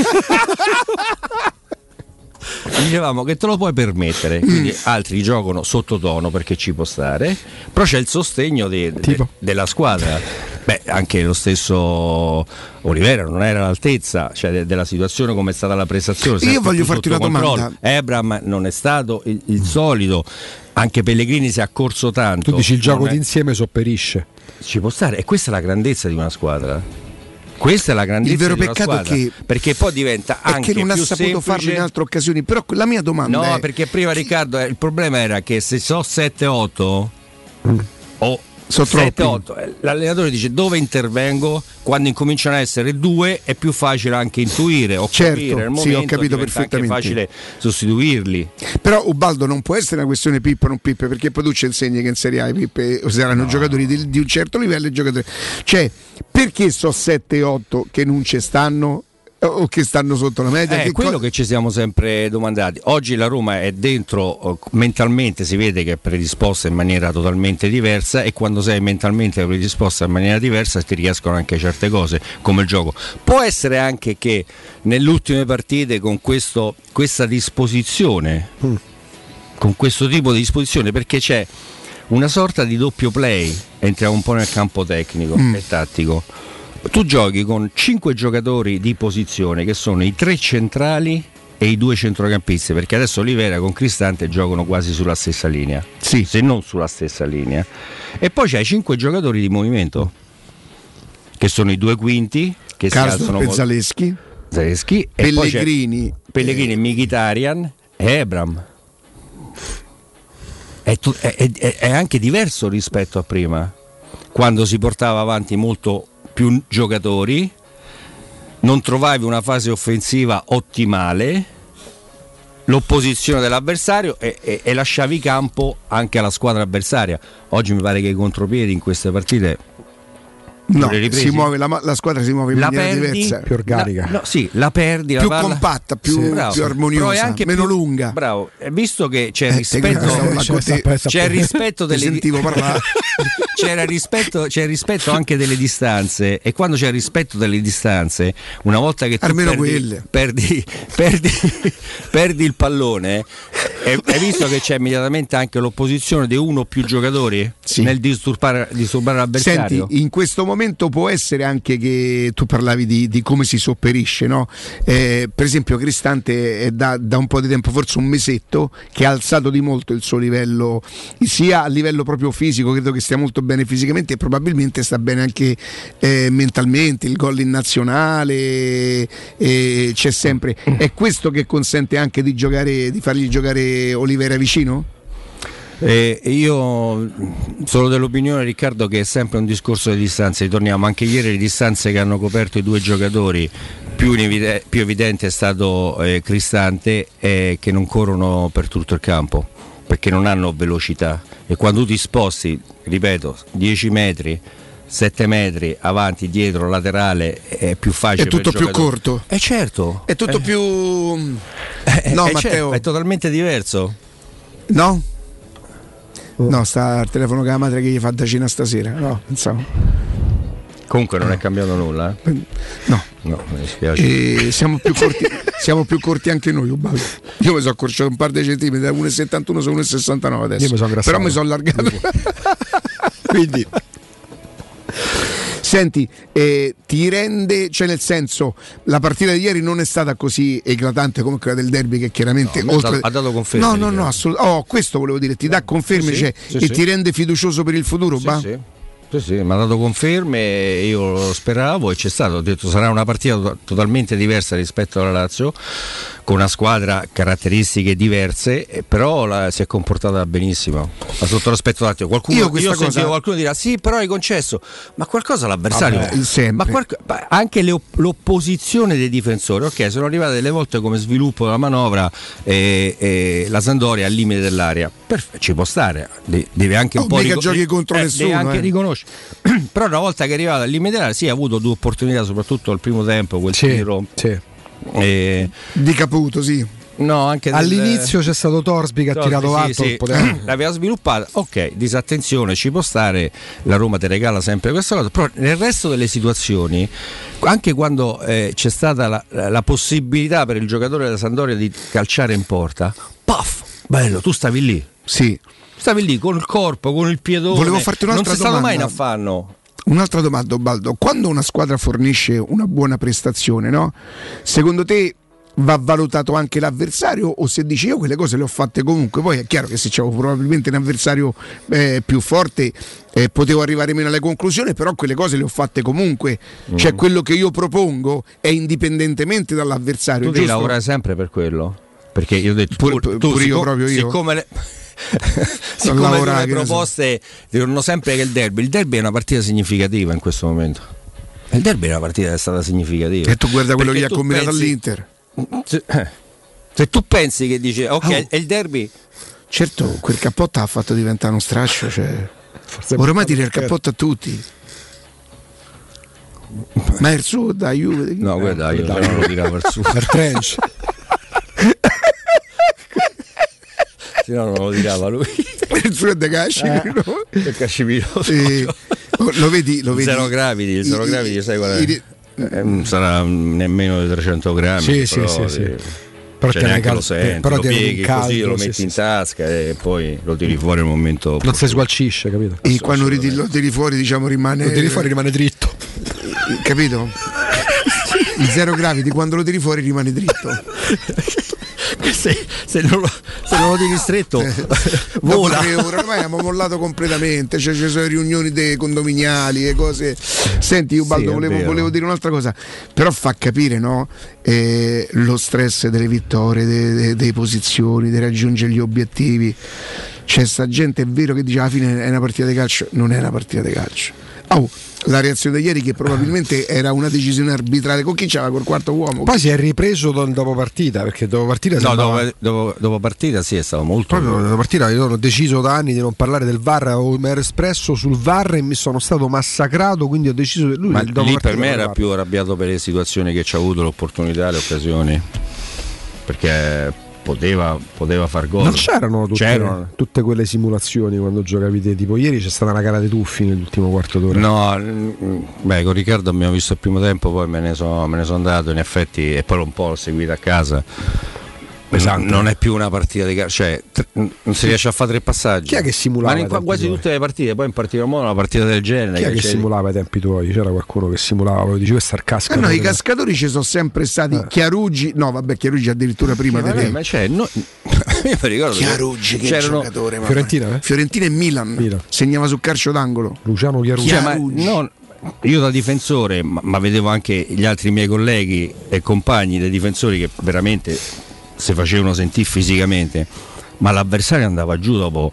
dicevamo che te lo puoi permettere, quindi altri giocano sottotono perché ci può stare, però c'è il sostegno de, de, della squadra. Beh, anche lo stesso Olivera non era all'altezza, cioè de, della situazione come è stata la prestazione. Io voglio farti una controllo. domanda. Ebram non è stato il, il solito, anche Pellegrini si è accorso tanto. Tu dici il gioco è... d'insieme sopperisce. Ci può stare, e questa è la grandezza di una squadra. Questa è la grandezza il vero di una peccato squadra, che perché poi diventa anche è che non più ha saputo semplice... farlo in altre occasioni. Però la mia domanda no, è perché prima Riccardo il problema era che se so sette otto mm. o sette otto l'allenatore dice dove intervengo, quando incominciano a essere due è più facile anche intuire o certo, capire il momento, sì, ho capito perfettamente, anche facile sostituirli. Però Ubaldo non può essere una questione Pippo o non Pippe, perché poi tu ci insegni che in Serie A i Pippe saranno no. giocatori di, di un certo livello e giocatori, cioè perché so sette otto che non ci stanno o che stanno sotto la media? È che quello co- che ci siamo sempre domandati. Oggi la Roma è dentro, mentalmente si vede che è predisposta in maniera totalmente diversa, e quando sei mentalmente predisposta in maniera diversa ti riescono anche certe cose come il gioco. Può essere anche che nelle ultime partite con questo, questa disposizione mm. con questo tipo di disposizione, perché c'è una sorta di doppio play, entriamo un po' nel campo tecnico mm. e tattico. Tu giochi con cinque giocatori di posizione che sono i tre centrali e i due centrocampisti, perché adesso Olivera con Cristante giocano quasi sulla stessa linea, sì. se non sulla stessa linea, e poi c'hai cinque giocatori di movimento che sono i due quinti che Carlo si alzano e Zaleschi, Zaleschi Pellegrini, e poi Pellegrini, eh. Mkhitaryan e Ebram. È, tu, è, è, è anche diverso rispetto a prima, quando si portava avanti molto più giocatori, non trovavi una fase offensiva ottimale, l'opposizione dell'avversario e, e, e lasciavi campo anche alla squadra avversaria. Oggi mi pare che i contropiedi in queste partite no, si muove la, la squadra si muove in la maniera perdi, diversa, più organica, la, no, sì, la perdi, più la palla, compatta, più, sì, più armoniosa, anche meno più, lunga. Bravo, visto che c'è eh, rispetto, te, c'è il rispetto delle sentivo parlare. C'era rispetto, c'è il rispetto anche delle distanze, e quando c'è il rispetto delle distanze, una volta che tu almeno perdi, perdi, perdi, perdi il pallone, hai visto che c'è immediatamente anche l'opposizione di uno o più giocatori sì. nel disturbare, disturbare l'avversario. Senti, in questo momento può essere anche che tu parlavi di, di come si sopperisce, no? Eh, per esempio Cristante è da, da un po' di tempo, forse un mesetto, che ha alzato di molto il suo livello, sia a livello proprio fisico, credo che stia molto bene fisicamente e probabilmente sta bene anche eh, mentalmente, il gol in nazionale eh, c'è sempre. È questo che consente anche di giocare, di fargli giocare Olivera vicino? E io sono dell'opinione, Riccardo, che è sempre un discorso di distanze. Ritorniamo anche ieri, le distanze che hanno coperto i due giocatori, più, evide- più evidente è stato eh, Cristante, eh, che non corrono per tutto il campo perché non hanno velocità, e quando tu ti sposti, ripeto, dieci metri, sette metri avanti, dietro, laterale, è più facile. È tutto per il più giocatore. corto. È certo. È tutto Eh. più. Eh, No, eh, Matteo. certo, è totalmente diverso. No? No, sta al telefono con la madre che gli fa da cena stasera. No, pensavo. Comunque non è cambiato nulla, eh? No. No, mi dispiace. E siamo più corti, siamo più corti anche noi, Ubaldo. Io mi sono accorciato un par di centimetri, da uno virgola settantuno sono uno virgola sessantanove adesso. Io mi sono aggrassato. Però mi sono allargato. Quindi senti, eh, ti rende, cioè nel senso, la partita di ieri non è stata così eclatante come quella del derby, che chiaramente No, oltre... ha dato conferme. No, no, no, assolutamente. Oh, questo volevo dire, ti dà conferme, Sì, cioè, sì, e sì. ti rende fiducioso per il futuro, Sì, ba? sì. Sì, sì, mi ha dato conferme, io lo speravo e c'è stato, ho detto sarà una partita to- totalmente diversa rispetto alla Lazio, con una squadra caratteristiche diverse, eh, però la, si è comportata benissimo, ma sotto l'aspetto tattico. Qualcuno, Io io, questa ho sentito cosa- qualcuno dirà sì, però hai concesso, ma qualcosa l'avversario, Vabbè, sempre. ma qualc- ma anche le op- l'opposizione dei difensori, ok, sono arrivate delle volte come sviluppo della manovra eh, eh, la Sampdoria al limite dell'area, Perf- ci può stare, de- deve anche un Oh, po' mica rico- giochi contro eh, nessuno, deve anche eh. riconoscere. Però una volta che è arrivato al limite dell'area, sì, ha avuto due opportunità, soprattutto al primo tempo, quel Sì, tiro sì. eh, Di Caputo, sì. no, anche del- All'inizio c'è stato Torsby che ha Torsby, tirato sì, alto. sì. poteva- L'aveva sviluppata, ok, disattenzione, ci può stare, la Roma ti regala sempre questa cosa, però nel resto delle situazioni, anche quando eh, c'è stata la, la possibilità per il giocatore della Sampdoria di calciare in porta, paf, bello, tu stavi lì, Sì. stavi lì con il corpo, con il piedone, Volevo farti non un'altra sei stato mai in domanda. affanno. Un'altra domanda, Baldo. Quando una squadra fornisce una buona prestazione, no? Secondo te va valutato anche l'avversario, o se dici io quelle cose le ho fatte comunque? Poi è chiaro che se c'avevo probabilmente un avversario eh, più forte eh, potevo arrivare meno alle conclusioni, però quelle cose le ho fatte comunque. Mm. Cioè quello che io propongo è indipendentemente dall'avversario. Tu devi giusto? lavorare sempre per quello, perché io ho detto Pur- tu, pure tu, io, siccome, proprio io. siccome le, siccome lavorare, le che ne so. proposte dicono sempre che il derby il derby è una partita significativa in questo momento, il derby è una partita che è stata significativa, E tu guarda quello Perché che gli ha tu combinato pensi- all'Inter. se, eh, se tu pensi che dici ok, Oh. è il derby, Certo, quel cappotto ha fatto diventare uno straccio. Cioè. Ormai tira il cappotto a tutti. Ma è il suo da Juve? no guarda, io non lo tiravo al su, Per trench. se no non lo tirava lui. Il suo è da Cascimiro. Che Cascimiro, Eh, oh, lo vedi, lo vedi. zero gravidi, il zero I- gravidi, sai qual è? i- Eh, sarà nemmeno di trecento grammi, Sì, sì, però, sì, sì. eh, Però cioè tiene neanche cal- lo senti, però lo tiene pieghi un caldo, così, lo sì, metti sì, in sì. tasca e poi lo tiri fuori al momento. Non si sgualcisce, capito? E quando riti- lo tiri fuori, diciamo, rimane. Lo tiri fuori, rimane dritto. Capito? Il zero gravity quando lo tiri fuori rimane dritto. se, se, non lo, se non lo tiri stretto Dopo vola. tre ore ormai abbiamo mollato completamente, cioè ci sono riunioni dei condominiali e cose. Senti, io Baldo Sì, è volevo, vero. volevo dire un'altra cosa, però fa capire, no? Eh, lo stress delle vittorie, de- de- delle posizioni, di raggiungere gli obiettivi. C'è sta gente, è vero che dice alla fine è una partita di calcio, non è una partita di calcio. Oh, la reazione di ieri che probabilmente era una decisione arbitrale, con chi c'era col quarto uomo? Poi si è ripreso do- dopo partita, perché dopo partita No, sembrava- dopo, dopo, dopo partita sì, è stato molto. proprio dopo partita io ho deciso da anni di non parlare del V A R, o mi ero espresso sul V A R e mi sono stato massacrato, quindi ho deciso che lui Ma dopo lì partita per me non era parla. più arrabbiato per le situazioni che ci ha avuto, l'opportunità, le occasioni, perché poteva, poteva far gol. Non c'erano tutte, C'erano. tutte quelle simulazioni quando giocavi te, tipo ieri c'è stata una gara dei tuffi nell'ultimo quarto d'ora. No, mm, beh, con Riccardo abbiamo visto il primo tempo, poi me ne sono me ne sono andato in effetti e poi l'ho un po' seguito a casa. Pesante. Non è più una partita di calcio, cioè tr- non si riesce a fare tre passaggi. Chi è che simulava Ma in ai qua- tempi quasi tuoi? tutte le partite, poi in particolar modo una partita del genere. Chi è che c'è- simulava ai tempi tuoi? C'era qualcuno che simulava, lo dicevo, questo è il Ma cascatore. no, i cascatori ci sono sempre stati. Eh. Chiaruggi, no, vabbè, Chiaruggi addirittura prima Eh, di vabbè, te. ma c'è, no, io mi ricordo che Chiaruggi, che c'erano- giocatore, mamma Fiorentina, mia. eh? Fiorentina e Milan. Milan. Segnava sul calcio d'angolo. Luciano Chiaruggi. Cioè, ma Chiaruggi. non- io da difensore, ma, ma vedevo anche gli altri miei colleghi e compagni dei difensori che veramente si facevano sentire fisicamente, ma l'avversario andava giù dopo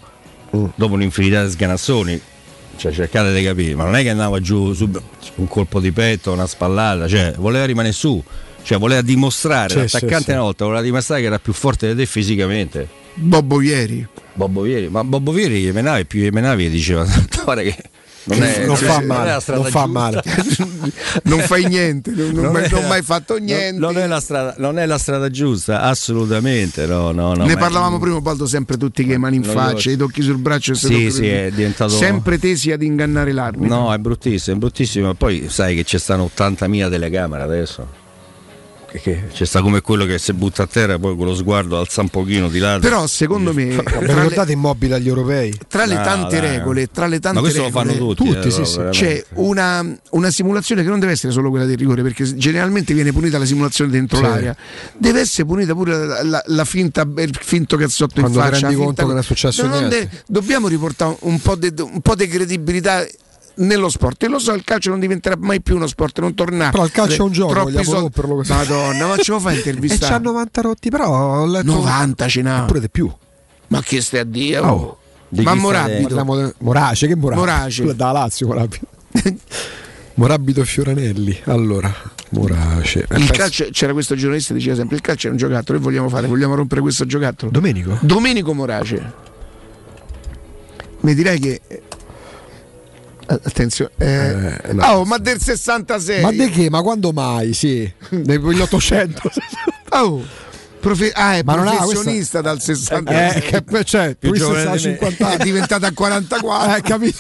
mm. dopo un'infinità di sganassoni, cioè cercate di capire, ma non è che andava giù sub, un colpo di petto, una spallata, cioè voleva rimanere su, cioè voleva dimostrare, sì, l'attaccante sì, sì. una volta voleva dimostrare che era più forte di te fisicamente. Bobbo Vieri. Bobbo Vieri, ma Bobbo Vieri gli menavi più gli menavi diceva guarda che non, è, non cioè, fa non male, è la strada non fa male. Non fai niente, non, non, non, mai, non mai fatto niente. Non, non, è la strada, non è la strada giusta, assolutamente. No, no, no, ne ma parlavamo prima, Baldo, sempre tutti che mani in faccia, i tocchi sul braccio, sì, sì, è diventato sempre tesi ad ingannare l'arbitro. No, è bruttissimo, è bruttissimo. Poi sai che ci stanno ottantamila telecamere adesso. Che c'è sta come quello che si butta a terra e poi con lo sguardo alza un pochino di lato. Però secondo me ricordate le... Immobile agli europei, tra le tante no, regole tra le tante ma questo regole, lo fanno tutti, tutti eh, sì, sì. C'è una, una simulazione che non deve essere solo quella del rigore, perché generalmente viene punita la simulazione dentro sì. l'area, deve essere punita pure la, la, la finta, il finto cazzotto quando in faccia, ti rendi conto finta... che non è successo no, niente. De... dobbiamo riportare un po' di un po' di credibilità nello sport, e lo so, il calcio non diventerà mai più uno sport, non tornerà. Però il calcio è un gioco, troppi soldi. Così. Madonna, ma ce lo fai intervistare? E c'ha novanta rotti, però ho letto novanta ce n'ha. Oppure di più. Ma che stai a dire? Oh. Oh. Ma Morabito. De... Morace, che Morace? Morace. Da Lazio, Morabito. Morabito Fioranelli. Allora, Morace. Il penso... calcio, c'era questo giornalista che diceva sempre: il calcio è un giocattolo, che vogliamo fare? Vogliamo rompere questo giocattolo? Domenico? Domenico Morace. Mi direi che attenzione, eh, eh, no, oh, ma del sessantasei, ma di che? Ma quando mai? Sì, nell'ottocento. Oh, profe- ah, è ma professionista non dal sessantasei, eh, che cioè, più a cinquanta anni è diventata a quarantaquattro, eh, capito?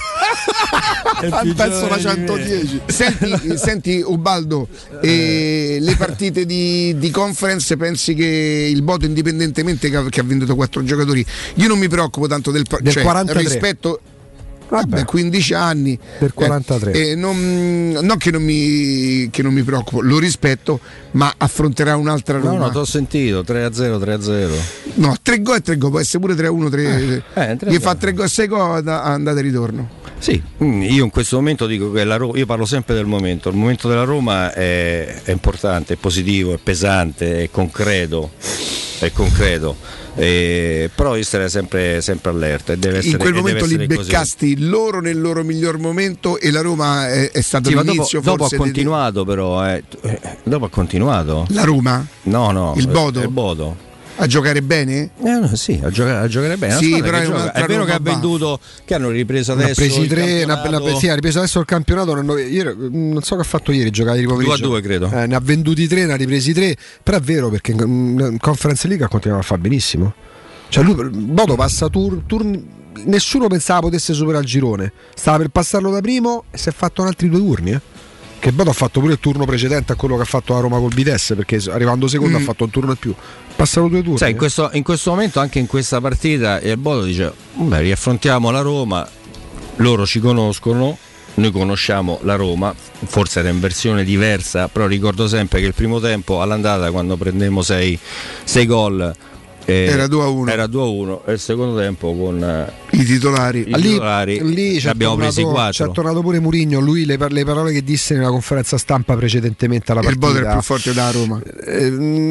Penso la centodieci. Senti, senti Ubaldo, eh, le partite di, di conference, pensi che il Bodo, indipendentemente che ha, che ha venduto quattro giocatori, io non mi preoccupo tanto del, del cioè, quarantatré rispetto. Vabbè, quindici anni del quarantatré, eh, eh, non, non che non mi che non mi preoccupo, lo rispetto, ma affronterà un'altra Roma. No, no, ti ho sentito tre a zero, tre a zero. No, tre gol e tre gol, può essere pure tre a uno, tre. Eh, eh, gli fa tre gol e sei gol andata e ritorno. Sì, io in questo momento dico che la Roma, io parlo sempre del momento, il momento della Roma è, è importante, è positivo, è pesante, è concreto, è concreto. Eh, però io starei sempre, sempre allerta e deve essere, in quel momento li beccasti così. Loro nel loro miglior momento, e la Roma è, è stato sì, l'inizio dopo, forse dopo ha continuato di... però eh, dopo ha continuato la Roma? No, no, il Bodo? Il Bodo. A giocare bene? Eh, no, sì, a giocare, a giocare bene. Sì, però è, gioca. È vero che ha venduto, che hanno ripreso adesso. Ha presi tre, una, una, sì, ha ripreso adesso il campionato. Non, ieri, non so che ha fatto ieri, giocare ieri pomeriggio. due a due credo. Eh, ne ha venduti tre, ne ha ripresi tre. Però è vero, perché in Conference League ha continuato a fare benissimo. Cioè lui, Bodo passa tur, turni, nessuno pensava potesse superare il girone. Stava per passarlo da primo e si è fatto altri due turni, eh. Che Bodo ha fatto pure il turno precedente a quello che ha fatto a Roma col Vitesse, perché arrivando secondo mm. ha fatto un turno in più. Passano due turni. Sai, in questo, in questo momento, anche in questa partita, il Bodo dice: beh, riaffrontiamo la Roma, loro ci conoscono, noi conosciamo la Roma, forse era in versione diversa, però ricordo sempre che il primo tempo all'andata, quando prendemmo sei gol, Eh, era due a uno era due a uno e il secondo tempo con eh, i titolari, i titolari lì, lì ne abbiamo tornato, presi quattro. C'è tornato pure Mourinho, lui le, le parole che disse nella conferenza stampa precedentemente alla partita. Il Bodo è più forte da Roma, eh,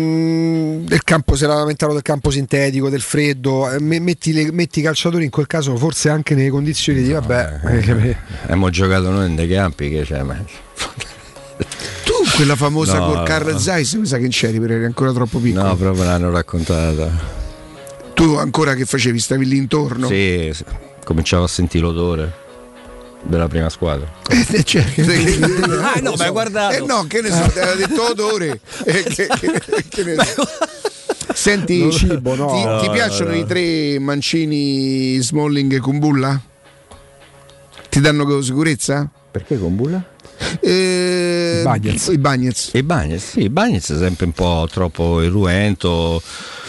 del campo, si era lamentato del campo sintetico, del freddo, eh, metti, le, metti i calciatori in quel caso forse anche nelle condizioni di vabbè no, eh, abbiamo giocato noi nei campi che c'è, ma... Tu quella famosa no, con Carl no. Zeiss mi sa che c'eri perché eri ancora troppo piccolo. No, proprio l'hanno raccontata. Tu ancora che facevi? Stavi lì intorno? Sì, cominciavo a sentire l'odore della prima squadra. Eh, cioè, che, che, ah no, ma guardato. Eh no, che ne so, ti aveva detto odore. Eh, che, che, che ne so. Senti, cibo, no. ti, no, ti piacciono no, no. i tre Mancini, Smalling e Kumbulla? Ti danno sicurezza? Perché Kumbulla? Eh, I Bagnets. I Bagnets. I Bagnets, sì, i Bagnets è sempre un po' troppo irruento.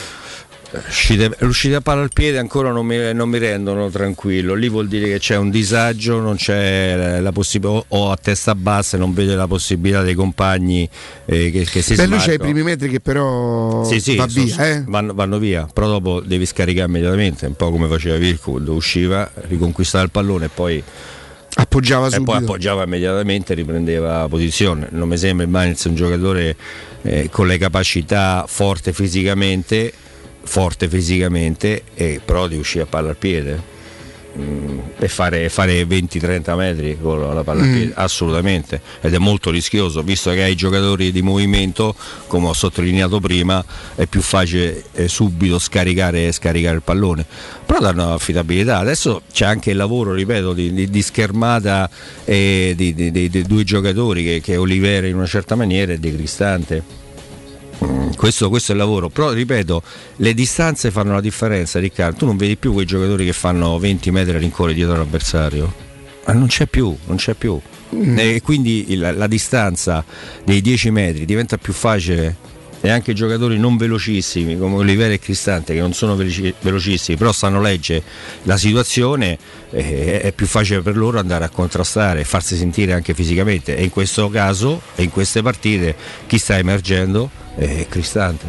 L'uscita a palla al piede ancora non mi, non mi rendono tranquillo. Lì vuol dire che c'è un disagio, non c'è la possibilità, o a testa bassa, non vede la possibilità dei compagni eh, che, che si Beh, smarcano. lui c'ha i primi metri che però sì, sì, va sono, via, eh? vanno, vanno via, però dopo devi scaricare immediatamente, un po' come faceva Virco, quando usciva, riconquistava il pallone e poi appoggiava e subito. poi appoggiava immediatamente e riprendeva posizione. Non mi sembra il Bagnets un giocatore eh, con le capacità, forte fisicamente forte fisicamente e però di uscire a palla al piede. mh, e fare, fare venti trenta metri con la palla a piede, mm. assolutamente, ed è molto rischioso, visto che hai giocatori di movimento, come ho sottolineato prima, è più facile eh, subito scaricare, scaricare il pallone, però danno affidabilità. Adesso c'è anche il lavoro, ripeto, di, di, di schermata eh, di, di, di, di due giocatori, che, che Olivera in una certa maniera e De Cristante. Questo, questo è il lavoro, però ripeto, le distanze fanno la differenza, Riccardo. Tu non vedi più quei giocatori che fanno venti metri a rincorrere dietro l'avversario, ma non c'è più, non c'è più. Mm. E quindi il, la distanza dei dieci metri diventa più facile, e anche giocatori non velocissimi come Olivera e Cristante, che non sono veloci, velocissimi, però sanno leggere la situazione, eh, è più facile per loro andare a contrastare e farsi sentire anche fisicamente, e in questo caso e in queste partite chi sta emergendo è Cristante.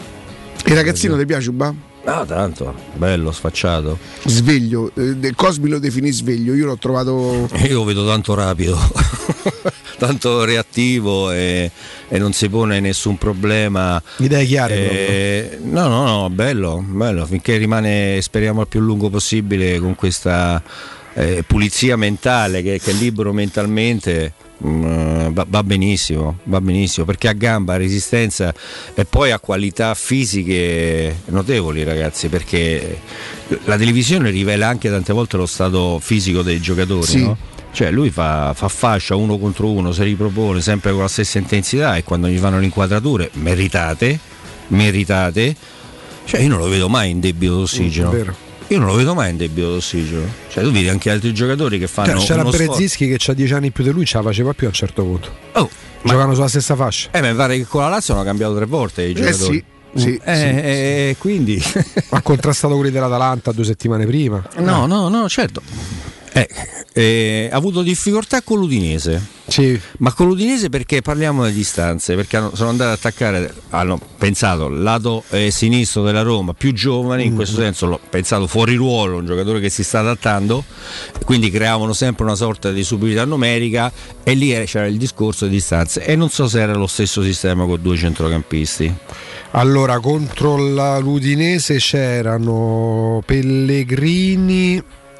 Il ragazzino ti piace, Uba? Ah, tanto, bello, sfacciato. Sveglio, eh, Cosmi lo definì sveglio, io l'ho trovato... Io lo vedo tanto rapido, tanto reattivo, e, e non si pone nessun problema. Idee chiare. Eh, no, no, no, bello, bello, finché rimane, speriamo, il più lungo possibile con questa eh, pulizia mentale, che, che è libero mentalmente. Mm, va, va benissimo, va benissimo, perché ha gamba, resistenza e poi ha qualità fisiche notevoli, ragazzi, perché la televisione rivela anche tante volte lo stato fisico dei giocatori, sì. No? Cioè lui fa, fa fascia uno contro uno, si ripropone sempre con la stessa intensità, e quando gli fanno le inquadrature meritate, meritate, cioè io non lo vedo mai in debito d'ossigeno. Mm, vero. Io non lo vedo mai in debito d'ossigeno. Cioè tu vedi anche altri giocatori che fanno. Cioè, c'era Berezinski che ha dieci anni più di lui, ce la faceva più a un certo punto. Oh, giocano ma... sulla stessa fascia. Eh, ma mi pare che con la Lazio hanno cambiato tre volte i eh giocatori. Sì, sì, eh, sì, eh, sì. Quindi ha contrastato quelli dell'Atalanta due settimane prima. No, no, no, certo. Eh, eh, ha avuto difficoltà con l'Udinese. Sì. Ma con l'Udinese perché parliamo di distanze, perché hanno, sono andati ad attaccare, hanno pensato lato eh, sinistro della Roma, più giovane, in questo senso l'ho pensato fuori ruolo, un giocatore che si sta adattando, quindi creavano sempre una sorta di superiorità numerica, e lì c'era il discorso di distanze, e non so se era lo stesso sistema con due centrocampisti. Allora, contro la, l'Udinese c'erano Pellegrini,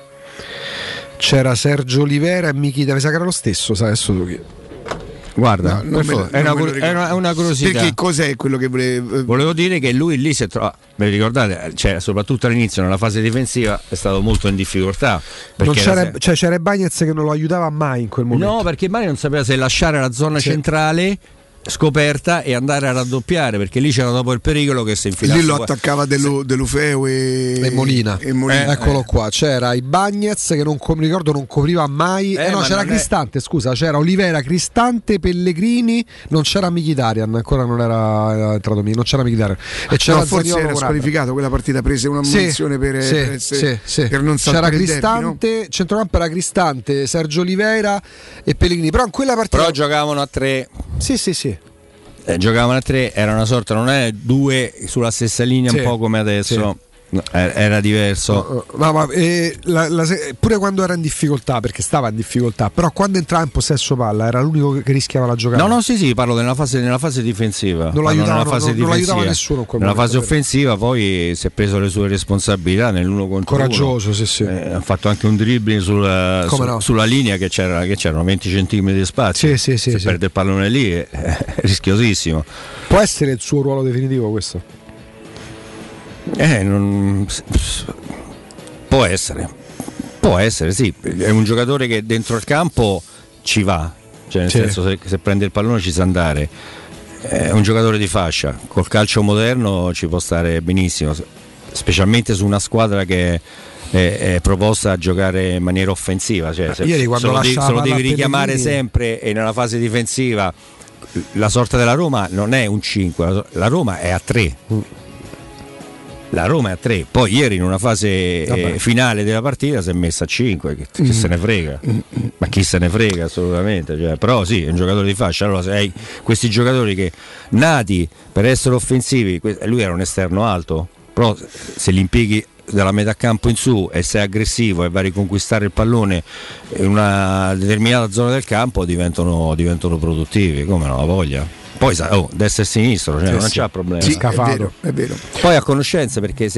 c'era Sergio Olivera e Michita, mi sa che era lo stesso, sai, adesso tu che... Guarda, no, per favore, è, una, è, una, è una curiosità. Perché cos'è quello che volevo? Volevo dire che lui lì si è trovato, vi ricordate, cioè, soprattutto all'inizio nella fase difensiva è stato molto in difficoltà. Non c'era, se... cioè, c'era Bagnez che non lo aiutava mai in quel momento. No, perché Mani non sapeva se lasciare la zona sì. centrale scoperta e andare a raddoppiare, perché lì c'era dopo il pericolo che si infilasse. Lì lo attaccava Delu, Delufeu e, e Molina, e Molina. Eh, eccolo eh. qua, c'era Ibañez che non mi ricordo non copriva mai eh, eh no c'era Cristante è... scusa, c'era Olivera, Cristante, Pellegrini, non c'era Mkhitaryan, ancora non era entrato non c'era Mkhitaryan, e c'era no, forse era squalificato quella partita, prese una munizione sì, per, sì, per, essere, sì, sì. per non saltare. C'era Cristante, derby, no? Centrocampo era Cristante, Sergio Olivera e Pellegrini, però in quella partita però giocavano a tre. Sì sì sì Eh, giocavano a tre, era una sorta, non è due sulla stessa linea, sì, un po' come adesso, sì. No, era diverso. No, ma, eh, la, la, pure quando era in difficoltà, perché stava in difficoltà, però quando entrava in possesso palla era l'unico che rischiava la giocata. No, no, sì, sì, parlo nella fase, nella fase difensiva. Non l'aiutava, fase non, non l'aiutava nessuno. In nella momento, fase offensiva poi si è preso le sue responsabilità nell'uno contro coraggioso, uno. Sì, sì. Eh, ha fatto anche un dribbling sulla, su, no? sulla linea che, c'era, che c'erano venti centimetri di spazio. Sì, sì, sì, se sì. perde il pallone lì è, è rischiosissimo. Può essere il suo ruolo definitivo questo? Eh, non... può essere, può essere, sì. È un giocatore che dentro il campo ci va, cioè nel sì. senso se, se prende il pallone ci sa andare. È un giocatore di fascia, col calcio moderno ci può stare benissimo, specialmente su una squadra che è, è proposta a giocare in maniera offensiva. Cioè, se, Ieri quando se, lo devi, se lo devi richiamare Pellegrini... sempre, e nella fase difensiva la sorta della Roma non è un cinque, la Roma è a tre. Mm. La Roma è a tre, poi ieri in una fase eh, finale della partita si è messa a cinque, che, che mm. se ne frega, mm. ma chi se ne frega assolutamente, cioè, però sì, è un giocatore di fascia. Allora se hai questi giocatori che nati per essere offensivi, lui era un esterno alto, però se li impieghi dalla metà campo in su e sei aggressivo e vai a riconquistare il pallone in una determinata zona del campo, diventano, diventano produttivi, come no, la voglia. Poi oh, destra e sinistro, cioè, sì, non sì. c'ha problema. Sì, è vero, è vero. Poi a conoscenza, perché se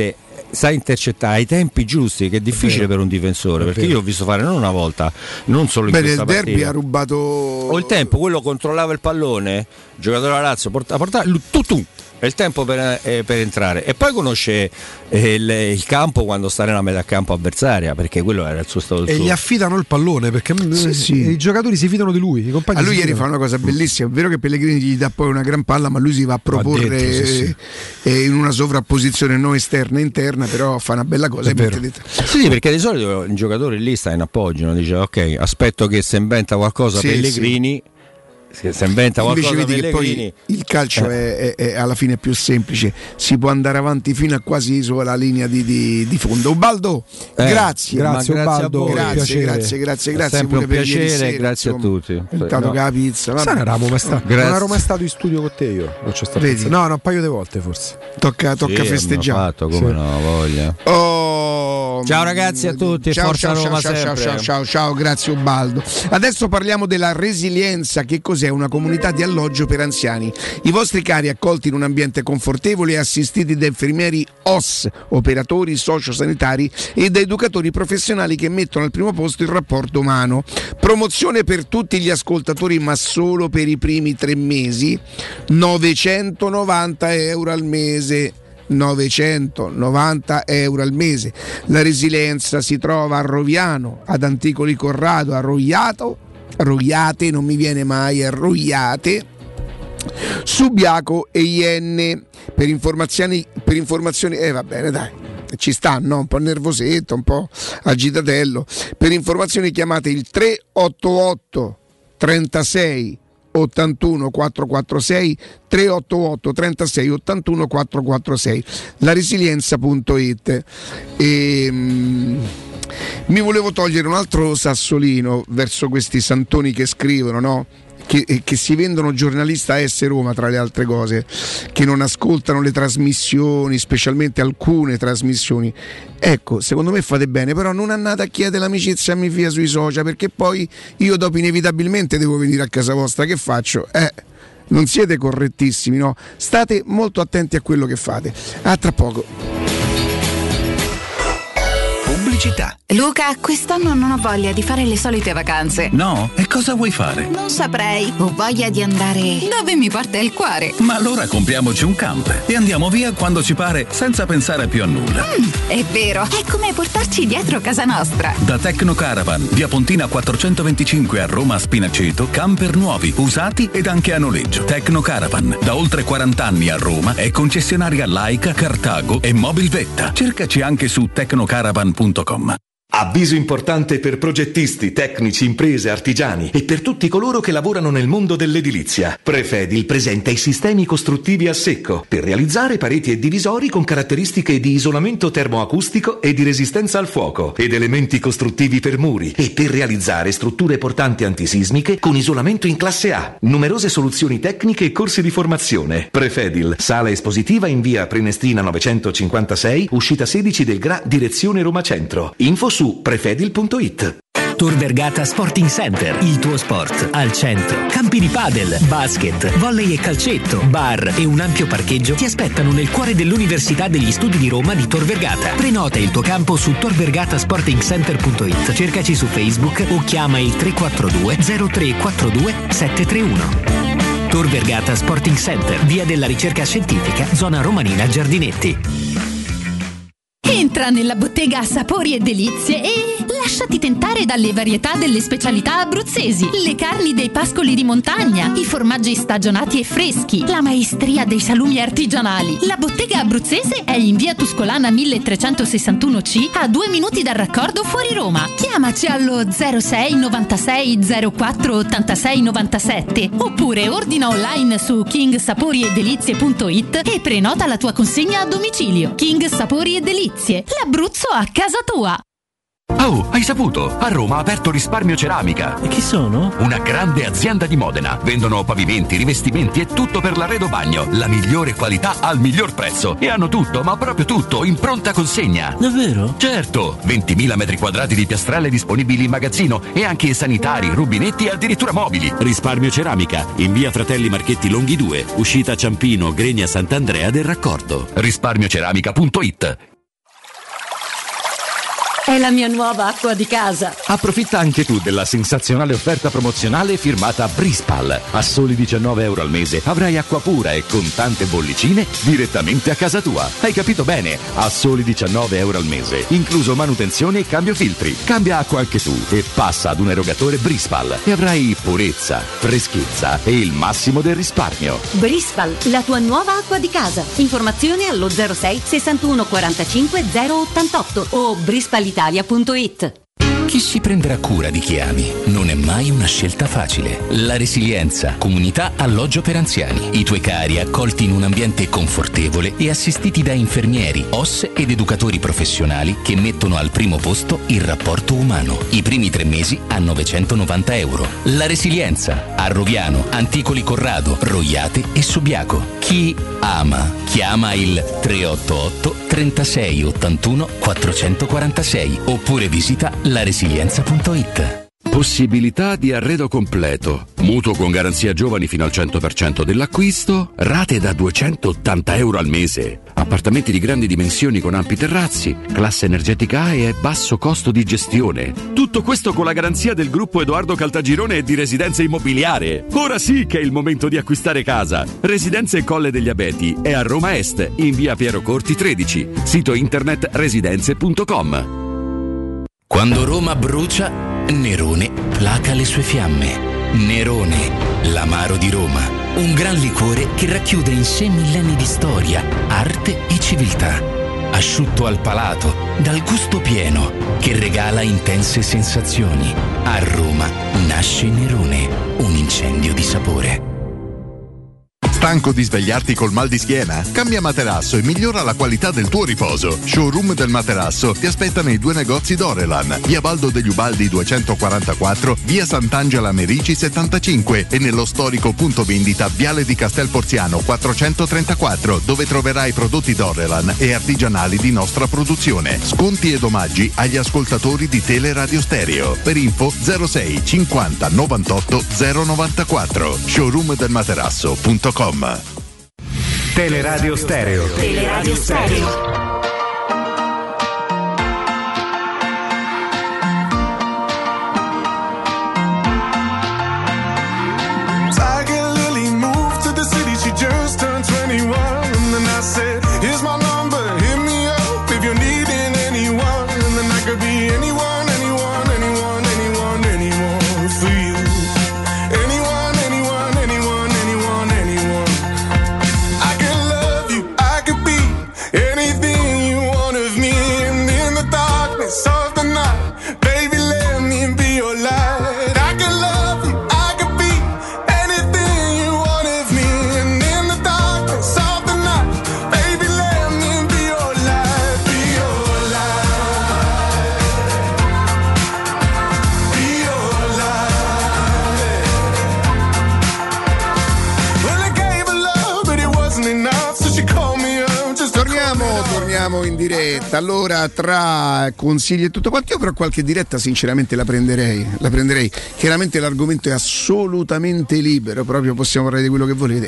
sa intercettare ai tempi giusti, che è difficile per un difensore, È perché vero. io ho visto fare non una volta, non solo in Beh, questa nel derby partita. ha rubato O il tempo, quello controllava il pallone, il giocatore della Lazio portava, portava lui, tu, tu, è il tempo per, eh, per entrare, e poi conosce eh, il, il campo quando sta nella metà campo avversaria, perché quello era il suo stato. E gli affidano il pallone, perché Sì, eh, sì. i giocatori si fidano di lui, i compagni A lui si ieri fa fidano. una cosa bellissima, è vero che Pellegrini gli dà poi una gran palla, ma lui si va a proporre dentro, sì, sì. eh, in una sovrapposizione non esterna interna, però fa una bella cosa. È e vero. mette- Sì, sì, perché di solito il giocatore lì sta in appoggio, no? Dice ok, aspetto che si inventa qualcosa Sì, Pellegrini, se si inventa Invece qualcosa vedi che Pellegrini. poi il calcio Eh. è, è- è alla fine più semplice, si può andare avanti fino a quasi sulla linea di, di, di fondo. Ubaldo, Eh, grazie. grazie, ma Ubaldo, a voi. Grazie, piacere. grazie, grazie, È grazie sempre pure un per ieri piacere, sera, grazie a insomma. tutti. Intanto No. che la pizza, vabbè. Sa, non eravamo mai stati- Grazie. non ero mai stato in studio con te io. Non c'è stato Vedi? pensato. No, no, un paio di volte forse. Tocca, tocca Sì, festeggiare. abbiamo fatto, come Sì. no, voglia. Oh, Ciao ragazzi a tutti, ciao, forza ciao, Roma ciao, ciao, sempre. ciao, ciao, ciao, grazie Ubaldo. Adesso parliamo della Resilienza. Che cos'è? Una comunità di alloggio per anziani. I vostri cari accolti in un ambiente confortevole e assistiti da infermieri O S, operatori sociosanitari e da educatori professionali che mettono al primo posto il rapporto umano. Promozione per tutti gli ascoltatori, ma solo per i primi tre mesi, novecentonovanta euro al mese. novecentonovanta euro al mese. La Resilienza si trova a Roviano, ad Anticoli Corrado, a Roiato, Roiate, non mi viene mai, a Roiate, Subiaco e Ienne. Per informazioni, per informazioni, eh va bene dai, ci stanno, un po' nervosetto, un po' agitatello. Per informazioni chiamate il tre otto otto trentasei ottantuno quattrocentoquarantasei, tre otto otto trentasei ottantuno quattrocentoquarantasei, la resilienza punto it. E, mm, mi volevo togliere un altro sassolino verso questi santoni che scrivono, no? Che, che si vendono giornalista a S Roma, tra le altre cose, che non ascoltano le trasmissioni, specialmente alcune trasmissioni. Ecco, secondo me fate bene, però non andate a chiedere l'amicizia a mia figlia sui social, perché poi io dopo inevitabilmente devo venire a casa vostra. Che faccio? Eh, non siete correttissimi, no? State molto attenti a quello che fate. A tra poco. Pubblicità. Luca, quest'anno non ho voglia di fare le solite vacanze. No? E cosa vuoi fare? Non saprei. Ho voglia di andare dove mi porta il cuore. Ma allora compriamoci un camper e andiamo via quando ci pare, senza pensare più a nulla. Mm, è vero, è come portarci dietro casa nostra. Da Tecnocaravan, via Pontina quattrocentoventicinque a Roma Spinaceto, camper nuovi, usati ed anche a noleggio. Tecnocaravan, da oltre quaranta anni a Roma, è concessionaria Laika, Cartago e Mobilvetta. Cercaci anche su tecnocaravan punto com. Avviso importante per progettisti, tecnici, imprese, artigiani e per tutti coloro che lavorano nel mondo dell'edilizia. Prefedil presenta i sistemi costruttivi a secco per realizzare pareti e divisori con caratteristiche di isolamento termoacustico e di resistenza al fuoco ed elementi costruttivi per muri e per realizzare strutture portanti antisismiche con isolamento in classe A. Numerose soluzioni tecniche e corsi di formazione. Prefedil, sala espositiva in via Prenestina novecentocinquantasei, uscita sedici del Gra, direzione Roma Centro. Info su prefedil punto it. Tor Vergata Sporting Center, il tuo sport al centro. Campi di padel, basket, volley e calcetto, bar e un ampio parcheggio ti aspettano nel cuore dell'Università degli Studi di Roma di Tor Vergata. Prenota il tuo campo su tor vergata sporting center punto it. Cercaci su Facebook o chiama il tre quattro due zero tre quattro due sette tre uno. Tor Vergata Sporting Center, via della ricerca scientifica, zona romanina Giardinetti. Entra nella bottega Sapori e Delizie e lasciati tentare dalle varietà delle specialità abruzzesi, le carni dei pascoli di montagna, i formaggi stagionati e freschi, la maestria dei salumi artigianali. La bottega abruzzese è in via Tuscolana milletrecentosessantuno C, a due minuti dal raccordo fuori Roma. Chiamaci allo zero sei novantasei zero quattro ottantasei novantasette oppure ordina online su king sapori e delizie punto it e prenota la tua consegna a domicilio. King Sapori e Delizie, l'Abruzzo a casa tua. Oh, hai saputo? A Roma ha aperto Risparmio Ceramica. E chi sono? Una grande azienda di Modena. Vendono pavimenti, rivestimenti e tutto per l'arredo bagno. La migliore qualità al miglior prezzo. E hanno tutto, ma proprio tutto, in pronta consegna. Davvero? Certo! ventimila metri quadrati di piastrelle disponibili in magazzino e anche sanitari, rubinetti e addirittura mobili. Risparmio Ceramica, in via Fratelli Marchetti Longhi due, uscita Ciampino, Gregna Sant'Andrea del Raccordo. risparmio ceramica punto it. È la mia nuova acqua di casa. Approfitta anche tu della sensazionale offerta promozionale firmata Brispal. A soli diciannove euro al mese avrai acqua pura e con tante bollicine direttamente a casa tua. Hai capito bene? A soli diciannove euro al mese, incluso manutenzione e cambio filtri. Cambia acqua anche tu e passa ad un erogatore Brispal e avrai purezza, freschezza e il massimo del risparmio. Brispal, la tua nuova acqua di casa. Informazioni allo zero sei sessantuno quarantacinque zero ottantotto o brispal italia punto it. Chi si prenderà cura di chi ami non è mai una scelta facile. La Resilienza, comunità alloggio per anziani. I tuoi cari accolti in un ambiente confortevole e assistiti da infermieri, O S ed educatori professionali che mettono al primo posto il rapporto umano. I primi tre mesi a novecentonovanta euro. La Resilienza, a Roviano, Anticoli Corrado, Roiate e Subiaco. Chi ama, chiama il tre otto otto trentasei ottantuno quattrocentoquarantasei oppure visita la resilienza punto it. Possibilità di arredo completo, mutuo con garanzia giovani fino al cento per cento dell'acquisto, rate da duecentottanta euro al mese, appartamenti di grandi dimensioni con ampi terrazzi, classe energetica A e basso costo di gestione. Tutto questo con la garanzia del gruppo Edoardo Caltagirone e di Residenze Immobiliare. Ora sì che è il momento di acquistare casa. Residenze Colle degli Abeti è a Roma Est, in via Piero Corti tredici, sito internet residenze punto com. Quando Roma brucia, Nerone placa le sue fiamme. Nerone, l'amaro di Roma. Un gran liquore che racchiude in sé millenni di storia, arte e civiltà. Asciutto al palato, dal gusto pieno, che regala intense sensazioni. A Roma nasce Nerone, un incendio di sapore. Stanco di svegliarti col mal di schiena? Cambia materasso e migliora la qualità del tuo riposo. Showroom del materasso ti aspetta nei due negozi Dorelan, via Baldo degli Ubaldi duecentoquarantaquattro, via Sant'Angela Merici settantacinque e nello storico punto vendita Viale di Castel Porziano quattrocentotrentaquattro, dove troverai prodotti Dorelan e artigianali di nostra produzione. Sconti ed omaggi agli ascoltatori di Teleradio Stereo. Per info zero sei cinquanta novantotto zero novantaquattro. showroom del materasso punto com. Teleradio Stereo. Teleradio Stereo. In diretta, allora tra consigli e tutto quanto, io però qualche diretta sinceramente la prenderei, la prenderei. Chiaramente l'argomento è assolutamente libero, proprio possiamo parlare di quello che volete,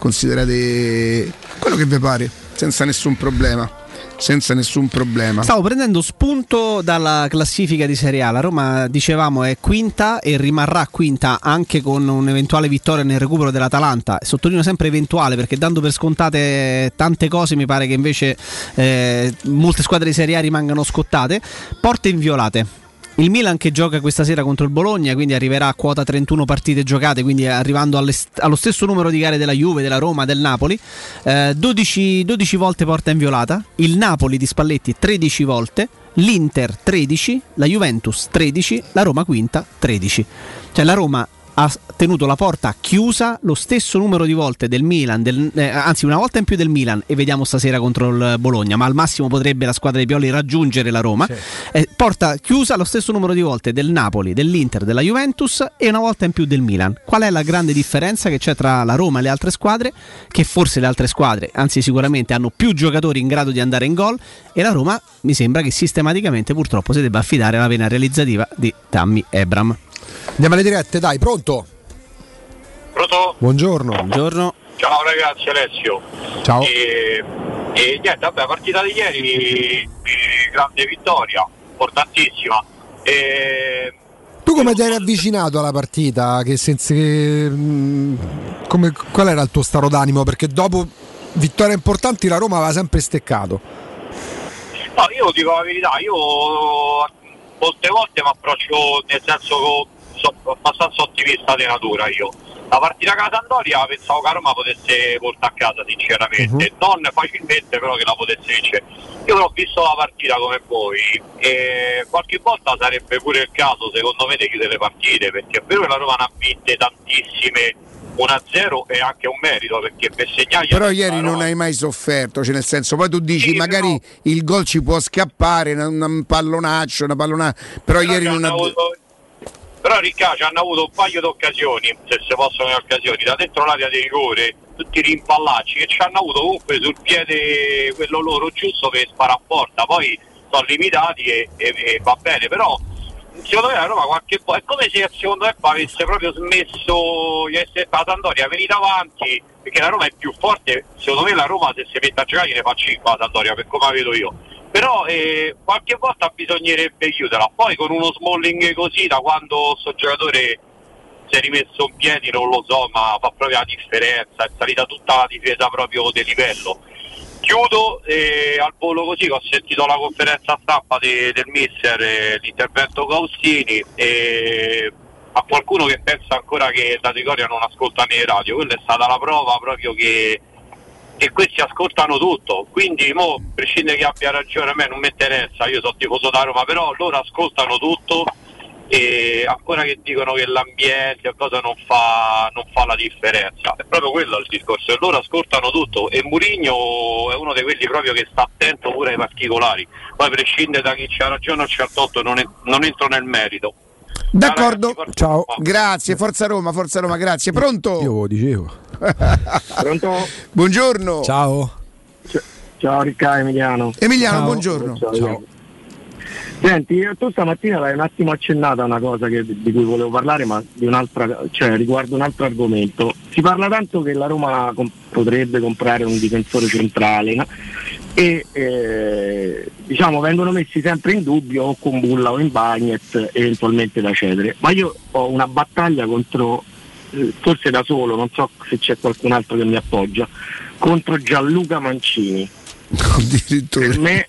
considerate quello che vi pare, senza nessun problema. Senza nessun problema. Stavo prendendo spunto dalla classifica di Serie A. La Roma, dicevamo, è quinta e rimarrà quinta anche con un'eventuale vittoria nel recupero dell'Atalanta. Sottolineo sempre eventuale, perché dando per scontate tante cose mi pare che invece eh, molte squadre di Serie A rimangano scottate. Porte inviolate. Il Milan che gioca questa sera contro il Bologna, quindi arriverà a quota trentuno partite giocate, quindi arrivando alle, allo stesso numero di gare della Juve, della Roma, del Napoli. eh, dodici, dodici volte porta inviolata. Il Napoli di Spalletti tredici volte, l'Inter tredici, la Juventus tredici, la Roma quinta tredici. Cioè la Roma ha tenuto la porta chiusa lo stesso numero di volte del Milan, del, eh, anzi una volta in più del Milan, e vediamo stasera contro il Bologna, ma al massimo potrebbe la squadra di Pioli raggiungere la Roma. Sì. Eh, porta chiusa lo stesso numero di volte del Napoli, dell'Inter, della Juventus e una volta in più del Milan. Qual è la grande differenza che c'è tra la Roma e le altre squadre? Che forse le altre squadre, anzi sicuramente, hanno più giocatori in grado di andare in gol, e la Roma mi sembra che sistematicamente purtroppo si debba affidare alla vena realizzativa di Tammy Abraham. Andiamo alle dirette, dai, pronto? Pronto? Buongiorno. Buongiorno. Ciao ragazzi, Alessio. Ciao. E, e niente, vabbè, partita di ieri, grande vittoria. importantissima. E... Tu come ti eri avvicinato alla partita? Che senza, che, come, qual era il tuo stato d'animo? Perché dopo vittorie importanti la Roma aveva sempre steccato. No, io dico la verità, io molte volte mi approccio, nel senso che sono abbastanza ottimista di natura io. La partita con la Sampdoria pensavo che la Roma potesse portare a casa sinceramente, uh-huh. non facilmente però che la potesse vincere. Io ho visto la partita come voi e qualche volta sarebbe pure il caso secondo me di chiudere le partite, perché è vero che la Roma ne ha vinte tantissime uno a zero e anche un merito, perché per segnargli però ieri non hai mai sofferto, cioè nel senso poi tu dici sì, magari no. il gol ci può scappare, un pallonaccio, una pallonaccia, però, però ieri non ha avuto... Però Riccardo ci hanno avuto un paio di occasioni, se si possono le occasioni, da dentro l'area di rigore, tutti i rimpallacci che ci hanno avuto comunque sul piede quello loro giusto per sparare a porta, poi sono limitati e, e, e va bene, però secondo me la Roma qualche po' è come se secondo me avesse proprio smesso di essere la Sampdoria, venite avanti, perché la Roma è più forte, secondo me la Roma se si mette a giocare ne fa cinque la Sampdoria, per come la vedo io. Però eh, qualche volta bisognerebbe chiuderla, poi con uno Smalling così da quando sto giocatore si è rimesso in piedi non lo so, ma fa proprio la differenza, è salita tutta la difesa proprio di livello. Chiudo eh, al volo così, che ho sentito la conferenza stampa de, del mister, eh, l'intervento Gaustini, e a qualcuno che pensa ancora che da Trigoria non ascolta né radio, quella è stata la prova proprio che che questi ascoltano tutto, quindi mo, prescinde che abbia ragione, a me non mi interessa, io sono tifoso da Roma, però loro ascoltano tutto e ancora che dicono che l'ambiente o cosa non fa, non fa la differenza, è proprio quello il discorso, e loro ascoltano tutto e Mourinho è uno di quelli proprio che sta attento pure ai particolari, poi prescinde da chi c'ha ragione o c'ha torto, non, è, non entro nel merito. D'accordo, ragazzi, ciao, grazie, Forza Roma, Forza Roma, grazie. Pronto? Io lo dicevo. Pronto? Buongiorno. Ciao. C- ciao Riccardo Emiliano. Emiliano, ciao. buongiorno. Ciao. Ciao. Senti, tu stamattina l'hai un attimo accennata a una cosa che, di cui volevo parlare, ma di un'altra, cioè riguardo un altro argomento. Si parla tanto che la Roma com- potrebbe comprare un difensore centrale, no? E eh, diciamo vengono messi sempre in dubbio o con Bulla o in Bagnet eventualmente da cedere, ma io ho una battaglia contro, eh, forse da solo, non so se c'è qualcun altro che mi appoggia, contro Gianluca Mancini. Addirittura per me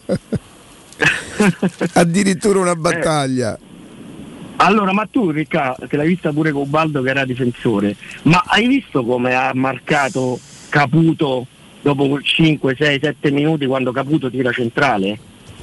addirittura una battaglia. Eh, allora, ma tu Riccardo, che l'hai vista pure con Ubaldo che era difensore, ma hai visto come ha marcato Caputo dopo cinque, sei, sette minuti quando Caputo tira centrale?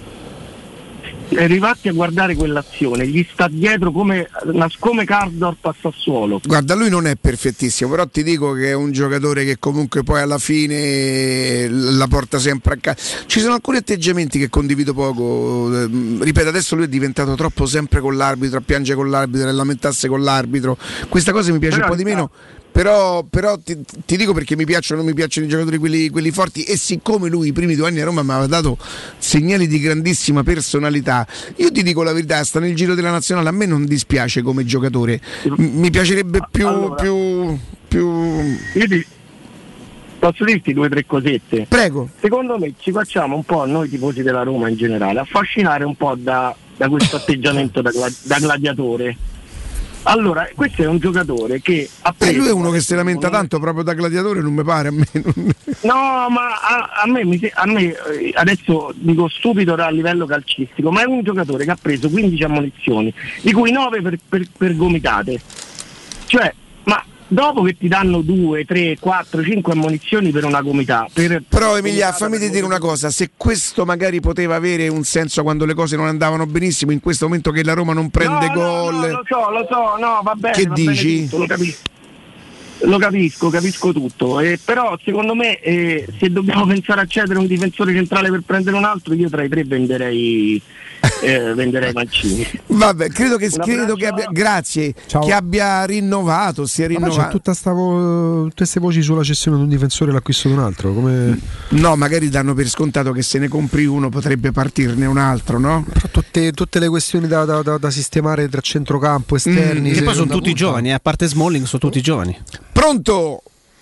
Arrivati a guardare quell'azione, gli sta dietro come, come Karsdorp a Sassuolo. Guarda, lui non è perfettissimo, però ti dico che è un giocatore che comunque poi alla fine la porta sempre a casa. Ci sono alcuni atteggiamenti che condivido poco, ripeto, adesso lui è diventato troppo sempre con l'arbitro, a piange con l'arbitro, a lamentarsi con l'arbitro, questa cosa mi piace però un po' di meno. Però, però ti, ti dico perché mi piacciono, non mi piacciono i giocatori quelli, quelli forti, e siccome lui i primi due anni a Roma mi aveva dato segnali di grandissima personalità, io ti dico la verità, sta nel giro della nazionale, a me non dispiace come giocatore, M- mi piacerebbe più, allora, più, più... Io ti, posso dirti due o tre cosette? Prego. Secondo me ci facciamo un po', noi tifosi della Roma in generale, affascinare un po' da, da questo atteggiamento da, da gladiatore. Allora, questo è un giocatore che ha preso, eh, lui è uno che si lamenta tanto proprio da gladiatore, non mi pare a me. Non... No, ma a, a, me, a me adesso dico stupido a livello calcistico, ma è un giocatore che ha preso quindici ammonizioni, di cui nove per, per, per gomitate. Cioè, ma dopo che ti danno due, tre, quattro, cinque ammonizioni per una gomità. Per, Però Emilia, fammi dire una cosa, se questo magari poteva avere un senso quando le cose non andavano benissimo, in questo momento che la Roma non prende no, gol. No, no, lo so, lo so, no, va bene. Che va dici? Bene tutto, lo capisco. Lo capisco, capisco tutto, eh, però secondo me eh, se dobbiamo pensare a cedere un difensore centrale per prendere un altro, io tra i tre venderei eh, venderei Mancini. Vabbè, credo che, credo che abbia, grazie, Ciao. che abbia rinnovato, sia rinnovato. Ma c'è tutta sta vo- tutte queste voci sulla cessione di un difensore e l'acquisto di un altro, come... No, magari danno per scontato che se ne compri uno potrebbe partirne un altro, no? Però tutte, tutte le questioni da, da, da, da sistemare tra centrocampo, esterni. Mm, e poi sono tutti punta. giovani, a parte Smalling sono tutti giovani. Pronto?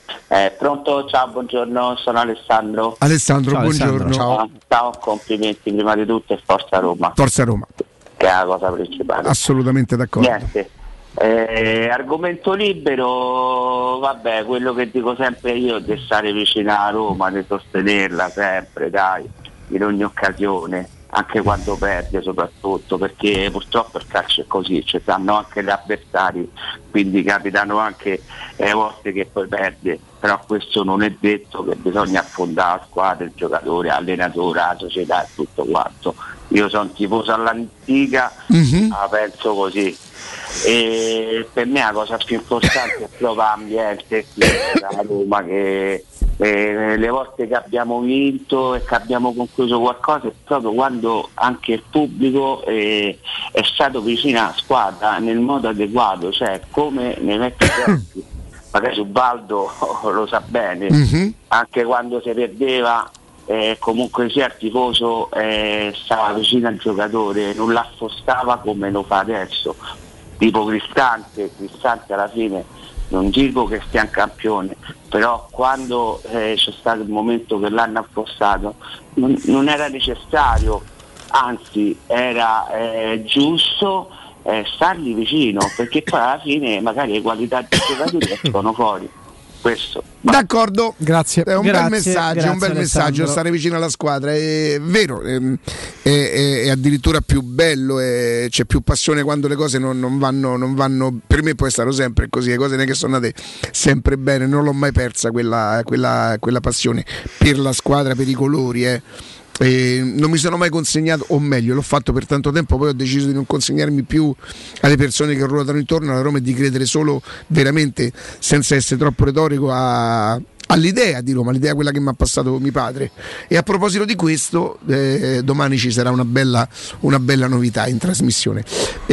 Eh, pronto? Ciao, buongiorno, sono Alessandro. Alessandro, Ciao, buongiorno. Alessandro. Ciao. Ciao, complimenti prima di tutto e Forza Roma. Forza Roma. Che è la cosa principale. Assolutamente d'accordo. Niente. Eh, argomento libero, vabbè, quello che dico sempre io è di stare vicino a Roma, di sostenerla sempre, dai, in ogni occasione, anche quando perde soprattutto, perché purtroppo il calcio è così, ci stanno anche gli avversari, quindi capitano anche eh, volte che poi perde, però questo non è detto che bisogna affondare la squadra, il giocatore, l'allenatore, la società e tutto quanto. Io sono tifoso all'antica, mm-hmm. la penso così. E per me la cosa più importante è proprio l'ambiente a Roma, che eh, le volte che abbiamo vinto e che abbiamo concluso qualcosa è proprio quando anche il pubblico eh, è stato vicino alla squadra nel modo adeguato, cioè come nei vecchi tempi. Magari Ubaldo lo sa bene, mm-hmm. anche quando si perdeva eh, comunque sia il tifoso eh, stava vicino al giocatore, non l'affostava come lo fa adesso. Tipo Cristante, Cristante alla fine non dico che stia in campione, però quando eh, c'è stato il momento che l'hanno affossato non, non era necessario, anzi era eh, giusto eh, stargli vicino, perché poi alla fine magari le qualità dei giocatori escono fuori. Questo. D'accordo, grazie. È un grazie, bel messaggio, grazie, un bel Alessandro. messaggio stare vicino alla squadra, è vero, è, è, è addirittura più bello, è, c'è più passione quando le cose non, non vanno, non vanno. Per me poi è stato sempre così, le cose che sono andate sempre bene, non l'ho mai persa quella, quella, quella passione per la squadra, per i colori. Eh. E non mi sono mai consegnato, o meglio l'ho fatto per tanto tempo, poi ho deciso di non consegnarmi più alle persone che ruotano intorno alla Roma e di credere solo veramente, senza essere troppo retorico, a, all'idea di Roma, l'idea quella che mi ha passato mio padre. E a proposito di questo, eh, domani ci sarà una bella, una bella novità in trasmissione.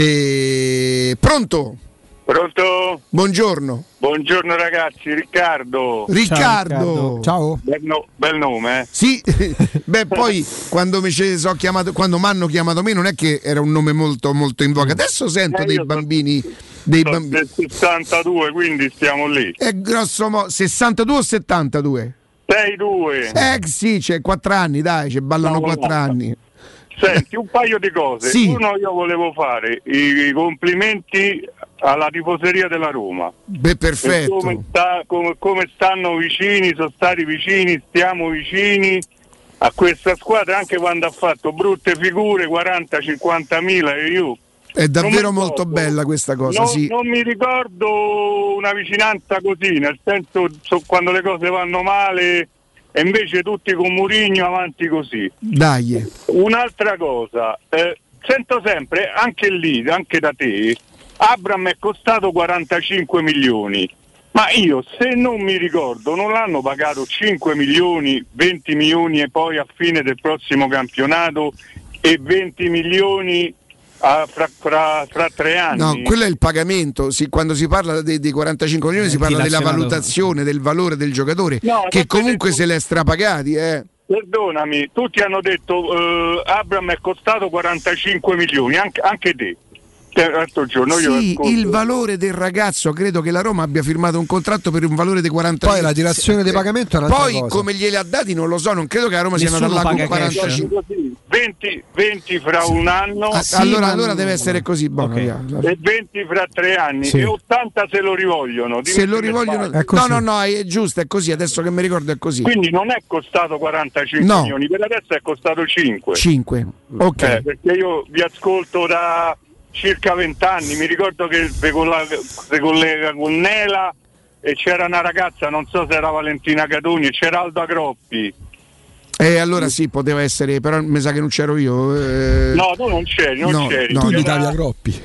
E... Pronto? Pronto? Buongiorno. Buongiorno ragazzi, Riccardo. Riccardo. Ciao. Bel, no, bel nome, eh? Sì, beh poi quando mi so chiamato, quando mi hanno chiamato me non è che era un nome molto molto in voga. Adesso sento eh, dei bambini dei sono bambini del sessantadue, quindi stiamo lì. È grosso modo sessantadue o settantadue? sei due. Eh sì, c'è quattro anni, dai, ci ballano no, quattro anni. Senti, un paio di cose. Sì. Uno, io volevo fare i complimenti alla tifoseria della Roma. Beh, perfetto. Come, sta, come, come stanno vicini, sono stati vicini, stiamo vicini a questa squadra anche quando ha fatto brutte figure, quaranta cinquanta mila e io. È davvero molto bella questa cosa, non, sì. Non mi ricordo una vicinanza così, nel senso so, quando le cose vanno male e invece tutti con Mourinho avanti così. Dai. Un'altra cosa, eh, sento sempre, anche lì, anche da te, Abraham è costato quarantacinque milioni, ma io se non mi ricordo non l'hanno pagato cinque milioni, venti milioni e poi a fine del prossimo campionato e venti milioni a, fra, fra, fra tre anni. No, quello è il pagamento, sì, quando si parla dei, dei quarantacinque milioni eh, si parla della valutazione, del valore del giocatore, no, che comunque detto... se l'è strapagati. Eh. Perdonami, tutti hanno detto uh, Abraham è costato quarantacinque milioni, anche, anche te. L'altro giorno io sì, il valore del ragazzo, credo che la Roma abbia firmato un contratto per un valore di quaranta. Poi la dilazione dei pagamenti è un'altra poi cosa. Come glieli ha dati non lo so, non credo che la Roma Nessuno sia andata là con quarantacinque. venti, venti fra un anno. Ah, sì, allora, allora deve essere così, buono, okay. E venti fra tre anni sì. E ottanta se lo rivogliono. Se lo rivogliono. No, no, no, è giusto, è così, adesso che mi ricordo è così. Quindi non è costato quarantacinque no. milioni, per adesso è costato cinque. cinque. Ok. Eh, perché io vi ascolto da circa vent'anni, mi ricordo che si collega con Nela e c'era una ragazza, non so se era Valentina Catoni, e c'era Aldo Agroppi. Eh allora sì, poteva essere, però mi sa che non c'ero io. Eh... No, tu non c'eri, non no, c'eri. No, tu l'Italia Agroppi.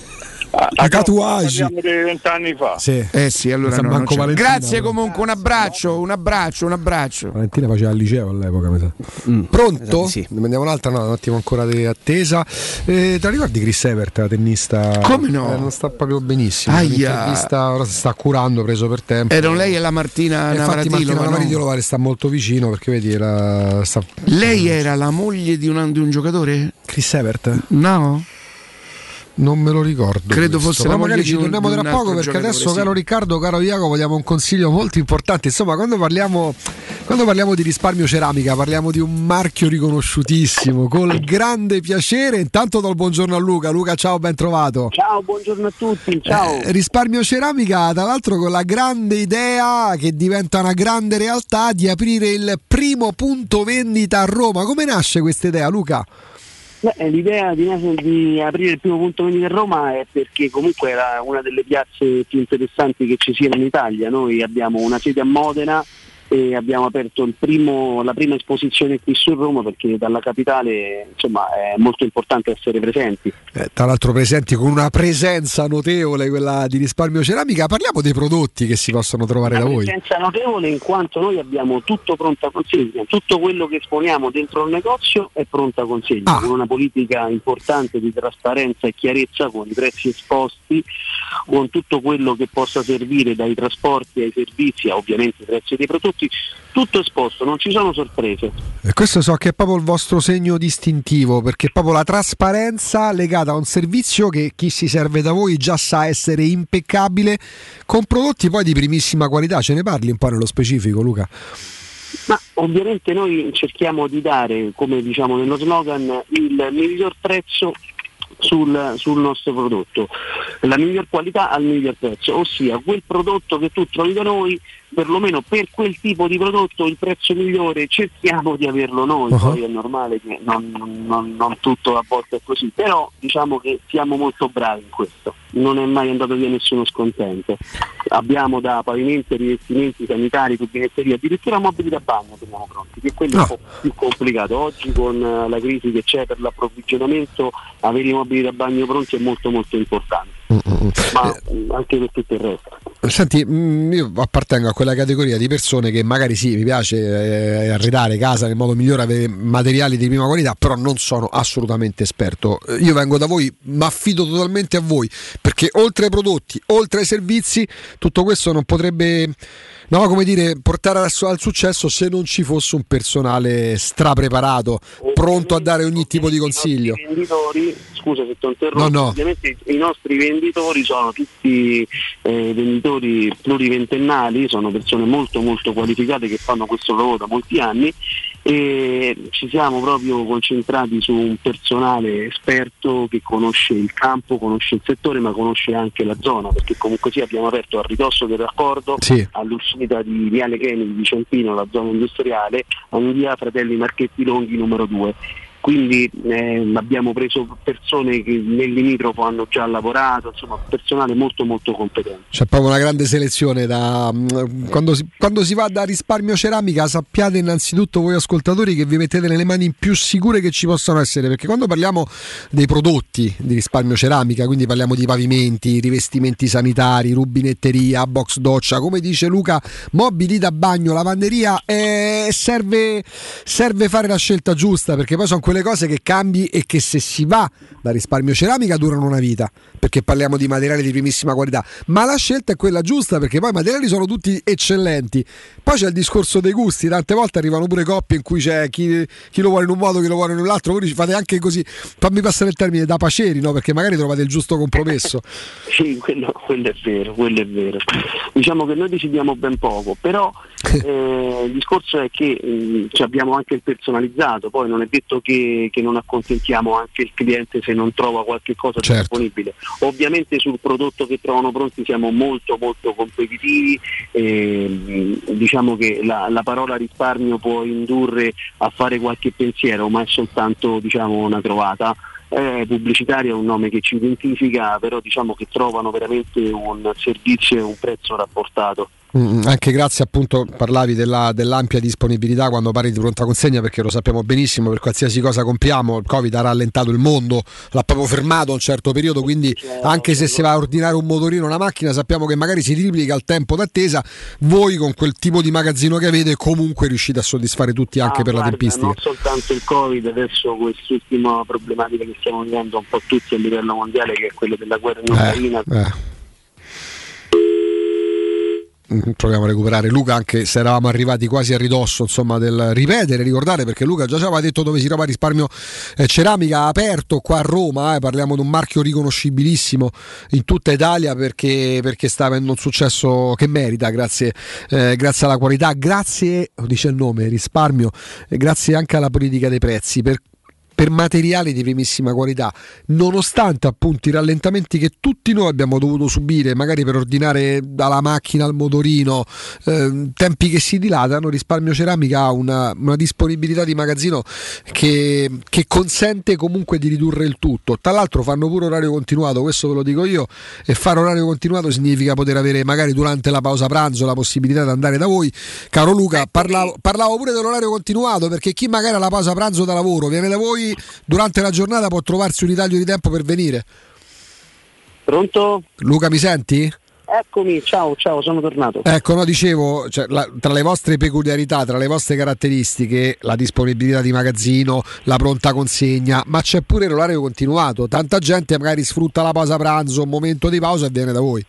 A tatuaggi di vent'anni fa. Sì. Eh sì, allora no, non Valentina, grazie comunque, un abbraccio, un abbraccio, un abbraccio. Valentina faceva il liceo all'epoca, mi sa. Mm. Pronto? Esatto, sì. Ne mandiamo un'altra, no, un attimo ancora di attesa. Eh, te la ricordi Chris Evert, la tennista? Come no? Eh, non sta proprio benissimo. Aia. Ora si sta curando, preso per tempo. Era lei e la Martina Navratilova. Martina Navratilova no? Sta molto vicino perché vedi la, sta... Lei era la moglie di un, di un giocatore? Chris Evert? No. Non me lo ricordo. Credo questo. fosse Però la magari moglie ci di un- torniamo di tra un poco, altro perché adesso, giocatore, caro sì. Riccardo, caro Iacopo, vogliamo un consiglio molto importante. Insomma, quando parliamo, quando parliamo di risparmio ceramica, parliamo di un marchio riconosciutissimo, col grande piacere. Intanto do il buongiorno a Luca. Luca, ciao, ben trovato. Ciao, buongiorno a tutti, ciao. Eh, risparmio ceramica, tra l'altro, con la grande idea, che diventa una grande realtà, di aprire il primo punto vendita a Roma. Come nasce questa idea, Luca? Beh, l'idea di, di aprire il primo punto vendita a Roma è perché comunque era una delle piazze più interessanti che ci siano in Italia. Noi abbiamo una sede a Modena e abbiamo aperto il primo, la prima esposizione qui su Roma, perché dalla capitale, insomma, è molto importante essere presenti. Eh, tra l'altro presenti con una presenza notevole, quella di risparmio ceramica. Parliamo dei prodotti che si possono trovare Una da voi. presenza notevole, in quanto noi abbiamo tutto pronto a consegna, tutto quello che esponiamo dentro il negozio è pronto a consegna, Ah. con una politica importante di trasparenza e chiarezza, con i prezzi esposti, con tutto quello che possa servire dai trasporti ai servizi, a ovviamente i prezzi dei prodotti, tutto esposto, non ci sono sorprese. E questo so che è proprio il vostro segno distintivo, perché è proprio la trasparenza legata a un servizio che chi si serve da voi già sa essere impeccabile, con prodotti poi di primissima qualità. Ce ne parli un po' nello specifico, Luca? Ma ovviamente noi cerchiamo di dare, come diciamo nello slogan, il miglior prezzo sul, sul nostro prodotto, la miglior qualità al miglior prezzo, ossia quel prodotto che tu trovi da noi, perlomeno per quel tipo di prodotto il prezzo migliore cerchiamo di averlo noi. Uh-huh. Poi è normale che non, non, non tutto a volte è così, però diciamo che siamo molto bravi in questo, non è mai andato via nessuno scontento. Abbiamo da pavimenti, rivestimenti sanitari, rubinetteria, addirittura mobili da bagno teniamo pronti, che quello è un po' più complicato. Oggi con la crisi che c'è per l'approvvigionamento, avere i mobili da bagno pronti è molto molto importante. Mm-mm. Ma anche per tutto il resto. Senti, io appartengo a quella categoria di persone che magari sì, mi piace eh, arredare casa nel modo migliore, avere materiali di prima qualità, però non sono assolutamente esperto. Io vengo da voi, ma affido totalmente a voi, perché oltre ai prodotti, oltre ai servizi, tutto questo non potrebbe, no, come dire, portare al, al successo se non ci fosse un personale strapreparato, pronto a dare ogni tipo di consiglio. I venditori, scusa se ti interrompo, No, no. ovviamente i nostri venditori sono tutti eh, venditori pluriventennali, sono persone molto molto qualificate che fanno questo lavoro da molti anni, e ci siamo proprio concentrati su un personale esperto che conosce il campo, conosce il settore, ma conosce anche la zona, perché comunque sì, abbiamo aperto a ridosso del raccordo, sì, all'uscita di Viale Kennedy di Ciampino, la zona industriale, in via Fratelli Marchetti Longhi numero due. Quindi eh, abbiamo preso persone che nel limitrofo hanno già lavorato, insomma personale molto molto competente. C'è proprio una grande selezione da, quando, si, quando si va da risparmio ceramica, sappiate innanzitutto voi ascoltatori che vi mettete nelle mani più sicure che ci possano essere, perché quando parliamo dei prodotti di risparmio ceramica, quindi parliamo di pavimenti, rivestimenti sanitari, rubinetteria, box doccia, come dice Luca, mobili da bagno, lavanderia, eh, serve, serve fare la scelta giusta, perché poi sono quelle cose che cambi e che se si va da risparmio ceramica durano una vita, perché parliamo di materiali di primissima qualità, ma la scelta è quella giusta, perché poi i materiali sono tutti eccellenti. Poi c'è il discorso dei gusti, tante volte arrivano pure coppie in cui c'è chi, chi lo vuole in un modo, chi lo vuole in un altro, voi ci fate anche così, fammi passare il termine, da paceri, no? Perché magari trovate il giusto compromesso. Sì, quello, quello è vero, quello è vero. Diciamo che noi decidiamo ben poco, però eh, il discorso è che mh, abbiamo anche il personalizzato, poi non è detto che, che non accontentiamo anche il cliente se non trova qualche cosa certo. disponibile. Ovviamente sul prodotto che trovano pronti siamo molto molto competitivi, eh, diciamo che la, la parola risparmio può indurre a fare qualche pensiero, ma è soltanto, diciamo, una trovata. Eh, pubblicitaria è un nome che ci identifica, però diciamo che trovano veramente un servizio e un prezzo rapportato. Mm, anche grazie, appunto, parlavi della, dell'ampia disponibilità quando parli di pronta consegna, perché lo sappiamo benissimo, per qualsiasi cosa compriamo il Covid ha rallentato il mondo, l'ha proprio fermato a un certo periodo, quindi anche se si va a ordinare un motorino, una macchina, sappiamo che magari si triplica il tempo d'attesa. Voi con quel tipo di magazzino che avete comunque riuscite a soddisfare tutti anche ah, per guarda, la tempistica. Non soltanto il Covid, adesso quest'ultima problematica che stiamo vivendo un po' tutti a livello mondiale, che è quella della guerra in Ucraina. Eh, eh. proviamo a recuperare Luca, anche se eravamo arrivati quasi a ridosso, insomma, del ripetere, ricordare, perché Luca già ci aveva detto dove si trova Risparmio eh, Ceramica, aperto qua a Roma, eh, parliamo di un marchio riconoscibilissimo in tutta Italia, perché, perché sta avendo un successo che merita, grazie, eh, grazie alla qualità, grazie, dice il nome, Risparmio, eh, grazie anche alla politica dei prezzi, per per materiali di primissima qualità, nonostante appunto i rallentamenti che tutti noi abbiamo dovuto subire, magari per ordinare dalla macchina al motorino, eh, tempi che si dilatano. Risparmio Ceramica ha una, una disponibilità di magazzino che, che consente comunque di ridurre il tutto. Tra l'altro fanno pure orario continuato, questo ve lo dico io, e fare orario continuato significa poter avere magari durante la pausa pranzo la possibilità di andare da voi. Caro Luca, parlavo, parlavo pure dell'orario continuato, perché chi magari ha la pausa pranzo da lavoro viene da voi durante la giornata, può trovarsi un ritaglio di tempo per venire. Pronto? Luca, mi senti? Eccomi, ciao, ciao, sono tornato. Ecco, no, dicevo, cioè, la, tra le vostre peculiarità, tra le vostre caratteristiche, la disponibilità di magazzino, la pronta consegna, ma c'è pure l'orario continuato. Tanta gente magari sfrutta la pausa pranzo, un momento di pausa e viene da voi.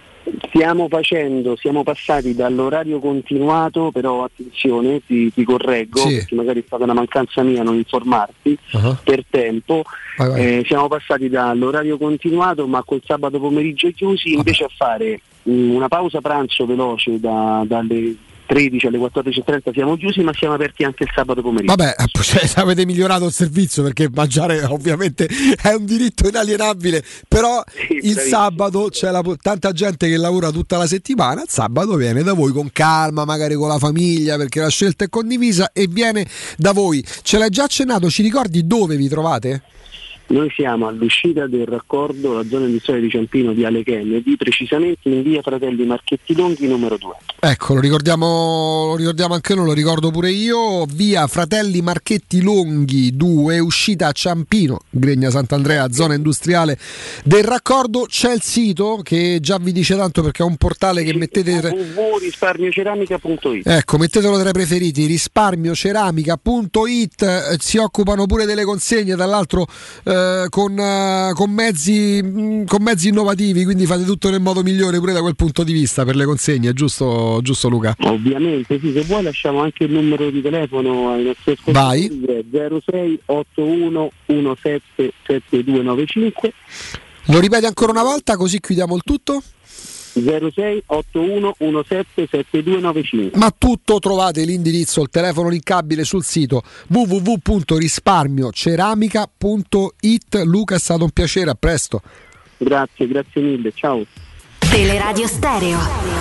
Stiamo facendo, siamo passati dall'orario continuato, però attenzione, ti, ti correggo, sì, perché magari è stata una mancanza mia non informarti uh-huh. per tempo. Vai, vai. Eh, siamo passati dall'orario continuato, ma col sabato pomeriggio chiusi, invece a fare mh, una pausa pranzo veloce da, dalle tredici alle quattordici e trenta siamo chiusi, ma siamo aperti anche il sabato pomeriggio. Vabbè, cioè, avete migliorato il servizio, perché mangiare ovviamente è un diritto inalienabile, però sì, il bravissimo. Sabato c'è la, tanta gente che lavora tutta la settimana, il sabato viene da voi con calma, magari con la famiglia, perché la scelta è condivisa, e viene da voi. Ce l'hai già accennato, ci ricordi dove vi trovate? Noi siamo all'uscita del raccordo, la zona industriale di Ciampino, Viale Kennedy, precisamente in via Fratelli Marchetti Longhi numero due. Ecco, lo ricordiamo, lo ricordiamo anche noi, lo ricordo pure io, via Fratelli Marchetti Longhi due, uscita a Ciampino, Gregna Sant'Andrea, zona industriale del raccordo. C'è il sito che già vi dice tanto, perché è un portale che mettete... w w w punto risparmioceramica punto it. Ecco, mettetelo tra i preferiti, risparmioceramica punto it, si occupano pure delle consegne, dall'altro... Eh, Con, uh, con, mezzi, mh, con mezzi innovativi, quindi fate tutto nel modo migliore pure da quel punto di vista per le consegne, giusto, giusto Luca? Ovviamente sì, se vuoi lasciamo anche il numero di telefono ai nostri ascoltatori, zero sei otto uno uno sette sette due nove cinque. Lo ripeti ancora una volta così chiudiamo il tutto? zero sei otto uno uno sette sette due nove cinque. Ma tutto trovate l'indirizzo, il telefono linkabile sul sito w w w punto risparmioceramica punto it. Luca, è stato un piacere, a presto. Grazie, grazie mille, ciao. Teleradio Stereo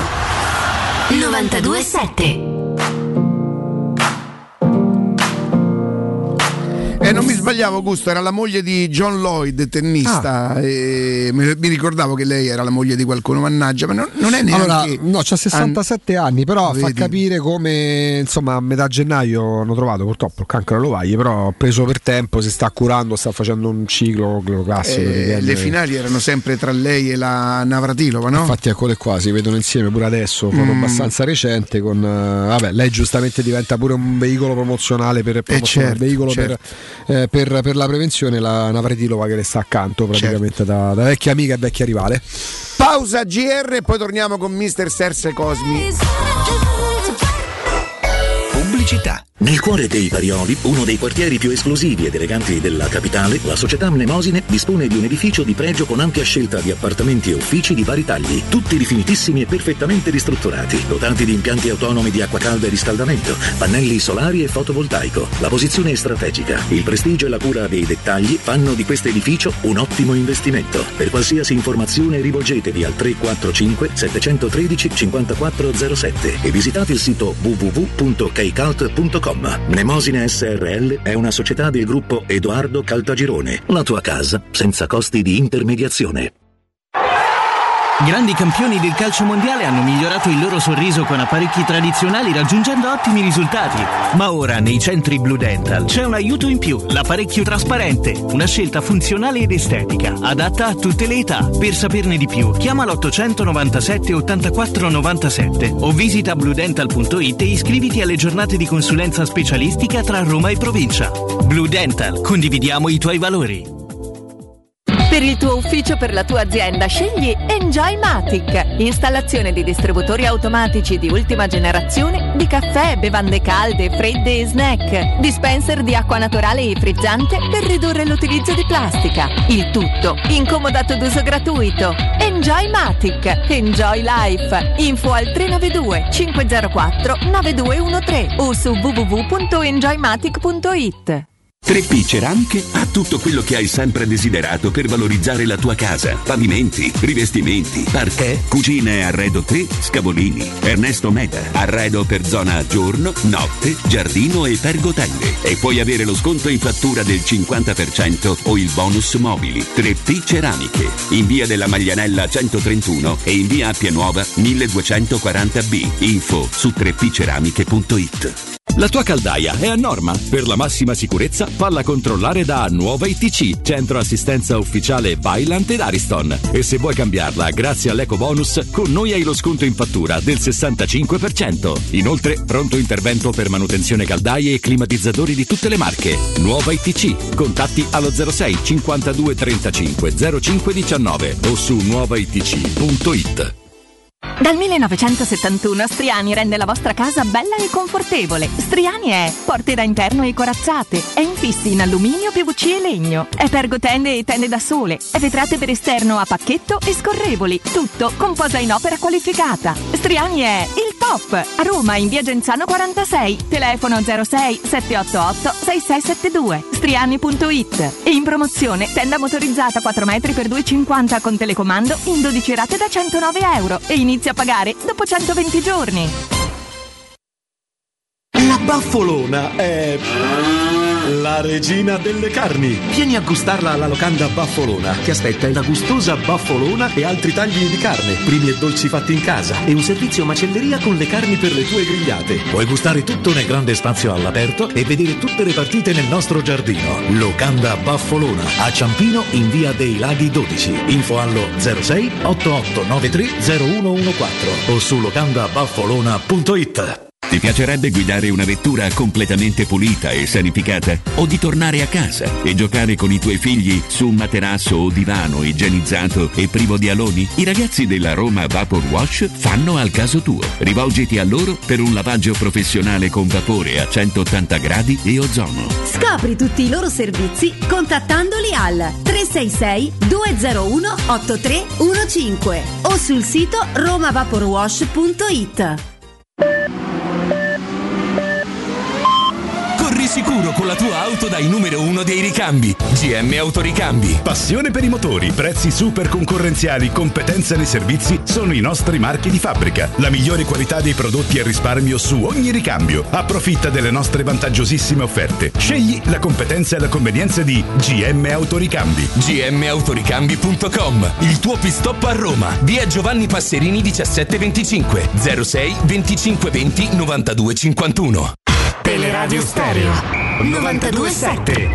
novantadue sette. Eh, non mi sbagliavo, Gusto, era la moglie di John Lloyd, tennista, ah. e mi, mi ricordavo che lei era la moglie di qualcuno, mannaggia, ma non, non è neanche... Allora, no, c'ha sessantasette an... anni, però Vedi. fa capire come, insomma, a metà gennaio hanno trovato purtroppo il cancro alle ovaie, però preso per tempo, si sta curando, sta facendo un ciclo classico. Eh, le finali erano sempre tra lei e la Navratilova, no? Infatti eccole qua, si vedono insieme pure adesso, foto mm. abbastanza recente, con uh, vabbè, lei giustamente diventa pure un veicolo promozionale per, eh certo, un veicolo certo. per Eh, per, per la prevenzione, la Navratilova che le sta accanto praticamente, certo. da, da vecchia amica e vecchia rivale. Pausa G R e poi torniamo con mister Serse Cosmi. Pubblicità. Nel cuore dei Parioli, uno dei quartieri più esclusivi ed eleganti della capitale, la società Mnemosine dispone di un edificio di pregio con ampia scelta di appartamenti e uffici di vari tagli, tutti rifinitissimi e perfettamente ristrutturati, dotati di impianti autonomi di acqua calda e riscaldamento, pannelli solari e fotovoltaico. La posizione è strategica, il prestigio e la cura dei dettagli fanno di questo edificio un ottimo investimento. Per qualsiasi informazione rivolgetevi al tre quattro cinque sette uno tre cinque quattro zero sette e visitate il sito w w w punto kcalt punto com. Mnemosine S R L è una società del gruppo Edoardo Caltagirone. La tua casa senza costi di intermediazione. Grandi campioni del calcio mondiale hanno migliorato il loro sorriso con apparecchi tradizionali raggiungendo ottimi risultati. Ma ora nei centri Blue Dental c'è un aiuto in più, l'apparecchio trasparente, una scelta funzionale ed estetica, adatta a tutte le età. Per saperne di più, chiama l'ottocento novantasette ottantaquattro novantasette o visita blue dental punto it e iscriviti alle giornate di consulenza specialistica tra Roma e provincia. Blue Dental, condividiamo i tuoi valori. Per il tuo ufficio, per la tua azienda, scegli Enjoymatic. Installazione di distributori automatici di ultima generazione di caffè, bevande calde, fredde e snack. Dispenser di acqua naturale e frizzante per ridurre l'utilizzo di plastica. Il tutto incomodato d'uso gratuito. Enjoymatic. Enjoy life. Info al tre nove due cinque zero quattro nove due uno tre o su w w w punto enjoymatic punto it. tre P Ceramiche ha tutto quello che hai sempre desiderato per valorizzare la tua casa. Pavimenti, rivestimenti, parquet, cucina e arredo tre, Scavolini. Ernesto Meda, arredo per zona giorno, notte, giardino e pergotelle. E puoi avere lo sconto in fattura del cinquanta per cento o il bonus mobili. tre P Ceramiche, in via della Maglianella centotrentuno e in via Appia Nuova milleduecentoquaranta B. Info su tre p ceramiche punto it. La tua caldaia è a norma? Per la massima sicurezza, falla controllare da Nuova I T C, centro assistenza ufficiale Vaillant ed Ariston. E se vuoi cambiarla grazie all'eco bonus, con noi hai lo sconto in fattura del sessantacinque per cento. Inoltre, pronto intervento per manutenzione caldaie e climatizzatori di tutte le marche. Nuova I T C. Contatti allo zero sei cinquantadue trentacinque zero cinque diciannove o su nuova i t c punto it. Dal millenovecentosettantuno Striani rende la vostra casa bella e confortevole. Striani è porte da interno e corazzate, è infissi in alluminio, P V C e legno, è pergotende e tende da sole, è vetrate per esterno a pacchetto e scorrevoli, tutto con posa in opera qualificata. Striani è il top! A Roma in via Genzano quarantasei, telefono zero sei sette otto otto sei sei sette due, striani punto it. E in promozione tenda motorizzata quattro metri per due e cinquanta con telecomando in dodici rate da centonove euro e inizia a pagare dopo centoventi giorni. La Baffolona è la regina delle carni. Vieni a gustarla alla locanda Baffolona. Ti aspetta una gustosa baffolona e altri tagli di carne, primi e dolci fatti in casa e un servizio macelleria con le carni per le tue grigliate. Puoi gustare tutto nel grande spazio all'aperto e vedere tutte le partite nel nostro giardino. Locanda Baffolona a Ciampino in via dei Laghi dodici. Info allo zero sei otto otto nove tre zero uno uno quattro o su locanda baffolona punto it. Ti piacerebbe guidare una vettura completamente pulita e sanificata? O di tornare a casa e giocare con i tuoi figli su un materasso o divano igienizzato e privo di aloni? I ragazzi della Roma Vapor Wash fanno al caso tuo. Rivolgiti a loro per un lavaggio professionale con vapore a centottanta gradi e ozono. Scopri tutti i loro servizi contattandoli al tre sei sei due zero uno otto tre uno cinque o sul sito roma vapor wash punto it. Corri sicuro con la tua auto dai numero uno dei ricambi. G M Autoricambi. Passione per i motori, prezzi super concorrenziali, competenza nei servizi sono i nostri marchi di fabbrica. La migliore qualità dei prodotti e risparmio su ogni ricambio. Approfitta delle nostre vantaggiosissime offerte. Scegli la competenza e la convenienza di G M Autoricambi. G M autoricambi punto com. Il tuo pit stop a Roma. Via Giovanni Passerini diciassette venticinque zero sei venticinque venti novantadue cinquantuno. Teleradio Stereo novantadue sette.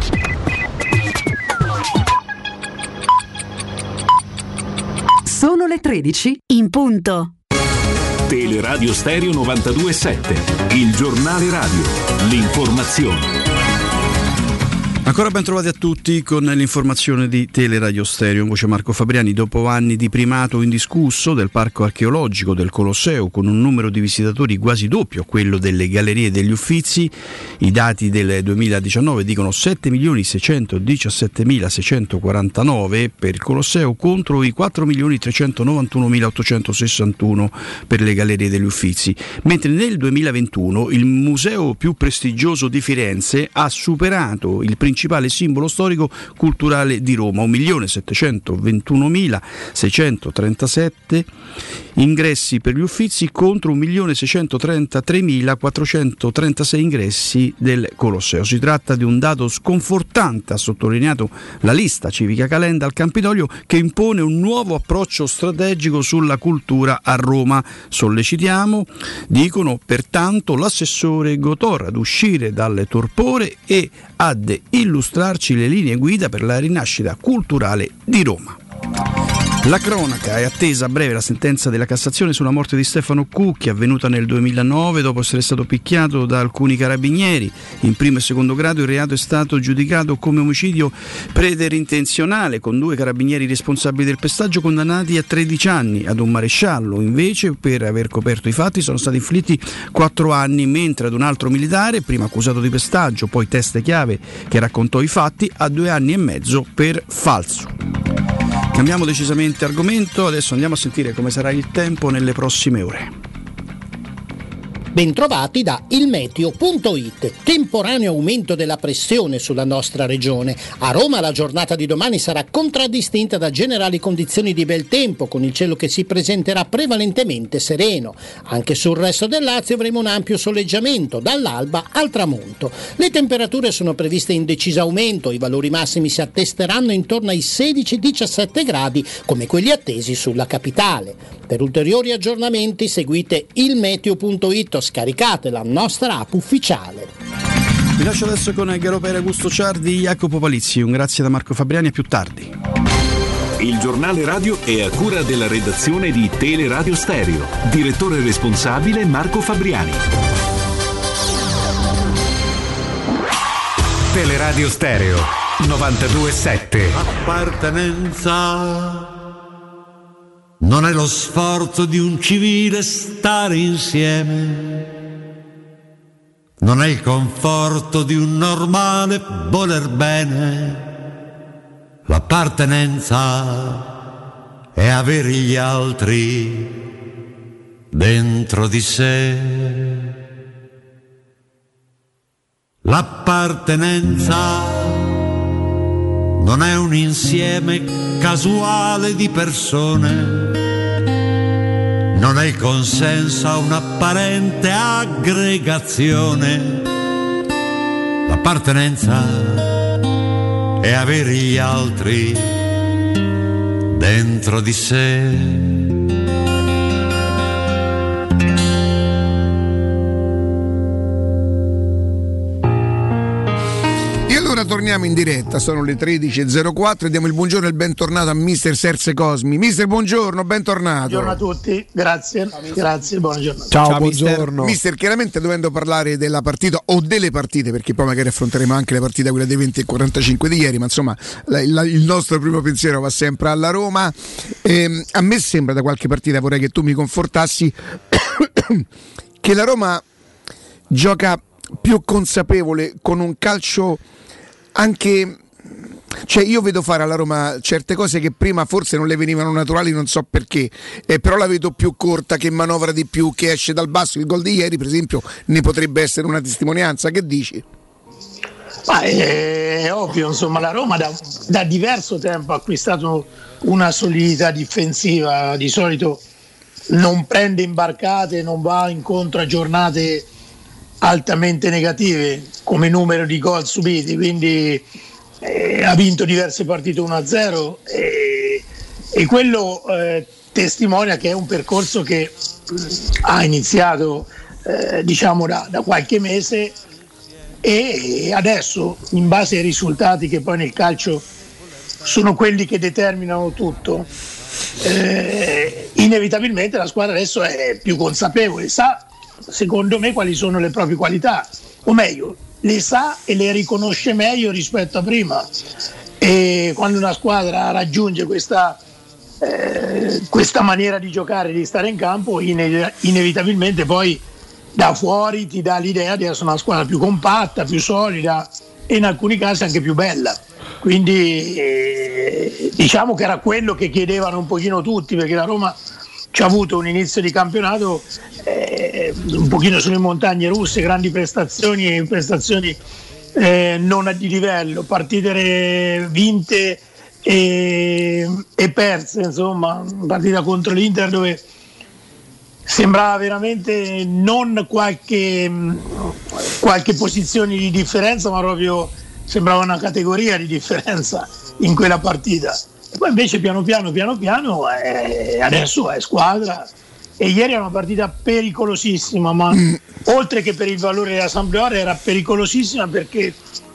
Sono le tredici in punto. Teleradio Stereo novantadue sette, il giornale radio, l'informazione. Ancora ben trovati a tutti con l'informazione di Teleradio Stereo. In voce Marco Fabriani. Dopo anni di primato indiscusso del parco archeologico del Colosseo, con un numero di visitatori quasi doppio a quello delle gallerie e degli Uffizi, i dati del duemiladiciannove dicono sette milioni seicentodiciassettemilaseicentoquarantanove per il Colosseo contro i quattro milioni trecentonovantunomilaottocentosessantuno per le gallerie degli Uffizi, mentre nel duemilaventuno il museo più prestigioso di Firenze ha superato il principale simbolo storico culturale di Roma, un milione settecentoventunomilaseicentotrentasette ingressi per gli Uffizi contro un milione seicentotrentatremilaquattrocentotrentasei ingressi del Colosseo. Si tratta di un dato sconfortante, ha sottolineato la lista Civica Calenda al Campidoglio, che impone un nuovo approccio strategico sulla cultura a Roma. Sollecitiamo, dicono pertanto, l'assessore Gotor ad uscire dal torpore e ad illustrarci le linee guida per la rinascita culturale di Roma. La cronaca è attesa a breve la sentenza della Cassazione sulla morte di Stefano Cucchi, avvenuta nel duemilanove dopo essere stato picchiato da alcuni carabinieri. In primo e secondo grado il reato è stato giudicato come omicidio preterintenzionale, con due carabinieri responsabili del pestaggio condannati a tredici anni. Ad un maresciallo invece, per aver coperto i fatti, sono stati inflitti quattro anni, mentre ad un altro militare, prima accusato di pestaggio, poi teste chiave che raccontò i fatti, a due anni e mezzo per falso. Cambiamo decisamente argomento, adesso andiamo a sentire come sarà il tempo nelle prossime ore. Bentrovati da ilmeteo punto it. Temporaneo aumento della pressione sulla nostra regione. A Roma la giornata di domani sarà contraddistinta da generali condizioni di bel tempo, con il cielo che si presenterà prevalentemente sereno. Anche sul resto del Lazio avremo un ampio soleggiamento, dall'alba al tramonto. Le temperature sono previste in deciso aumento, i valori massimi si attesteranno intorno ai sedici diciassette gradi, come quelli attesi sulla capitale. Per ulteriori aggiornamenti seguite ilmeteo punto it, scaricate la nostra app ufficiale. Vi lascio adesso con Galopera Augusto Ciardi, Jacopo Palizzi. Un grazie da Marco Fabriani, a più tardi. Il giornale radio è a cura della redazione di Teleradio Stereo. Direttore responsabile Marco Fabriani. Teleradio Stereo novantadue sette. Appartenenza non è lo sforzo di un civile stare insieme, non è il conforto di un normale voler bene. L'appartenenza è avere gli altri dentro di sé. L'appartenenza non è un insieme casuale di persone, non è il consenso a un'apparente aggregazione. L'appartenenza è avere gli altri dentro di sé. Ora torniamo in diretta, sono le tredici e zero quattro e diamo il buongiorno e il bentornato a mister Serse Cosmi. Mister, buongiorno, bentornato. Buongiorno a tutti, grazie, grazie, buongiorno. Ciao, Ciao buongiorno. Mister, mister, chiaramente dovendo parlare della partita o delle partite, perché poi magari affronteremo anche le partite, quelle dei venti e quarantacinque di ieri, ma insomma la, la, il nostro primo pensiero va sempre alla Roma. Eh, a me sembra da qualche partita, vorrei che tu mi confortassi, che la Roma gioca più consapevole, con un calcio anche, cioè io vedo fare alla Roma certe cose che prima forse non le venivano naturali, non so perché, eh, però la vedo più corta, che manovra di più, che esce dal basso. Il gol di ieri per esempio ne potrebbe essere una testimonianza. Che dici? Ma è, è ovvio, insomma, la Roma da, da diverso tempo ha acquistato una solidità difensiva, di solito non prende imbarcate, non va incontro a giornate altamente negative come numero di gol subiti, quindi eh, ha vinto diverse partite uno a zero e, e quello eh, testimonia che è un percorso che mh, ha iniziato eh, diciamo da, da qualche mese, e adesso, in base ai risultati che poi nel calcio sono quelli che determinano tutto, eh, inevitabilmente la squadra adesso è più consapevole, sa secondo me quali sono le proprie qualità, o meglio le sa e le riconosce meglio rispetto a prima, e quando una squadra raggiunge questa, eh, questa maniera di giocare, di stare in campo, ine- inevitabilmente poi da fuori ti dà l'idea di essere una squadra più compatta, più solida e in alcuni casi anche più bella. Quindi eh, diciamo che era quello che chiedevano un pochino tutti, perché la Roma ci ha avuto un inizio di campionato eh, un pochino sulle montagne russe, grandi prestazioni e prestazioni eh, non di livello, partite vinte e, e perse, insomma, partita contro l'Inter dove sembrava veramente non qualche, qualche posizione di differenza, ma proprio sembrava una categoria di differenza in quella partita. E poi invece piano piano piano piano eh, adesso è squadra, e ieri era una partita pericolosissima, ma mm. oltre che per il valore della Sampdoria era pericolosissima perché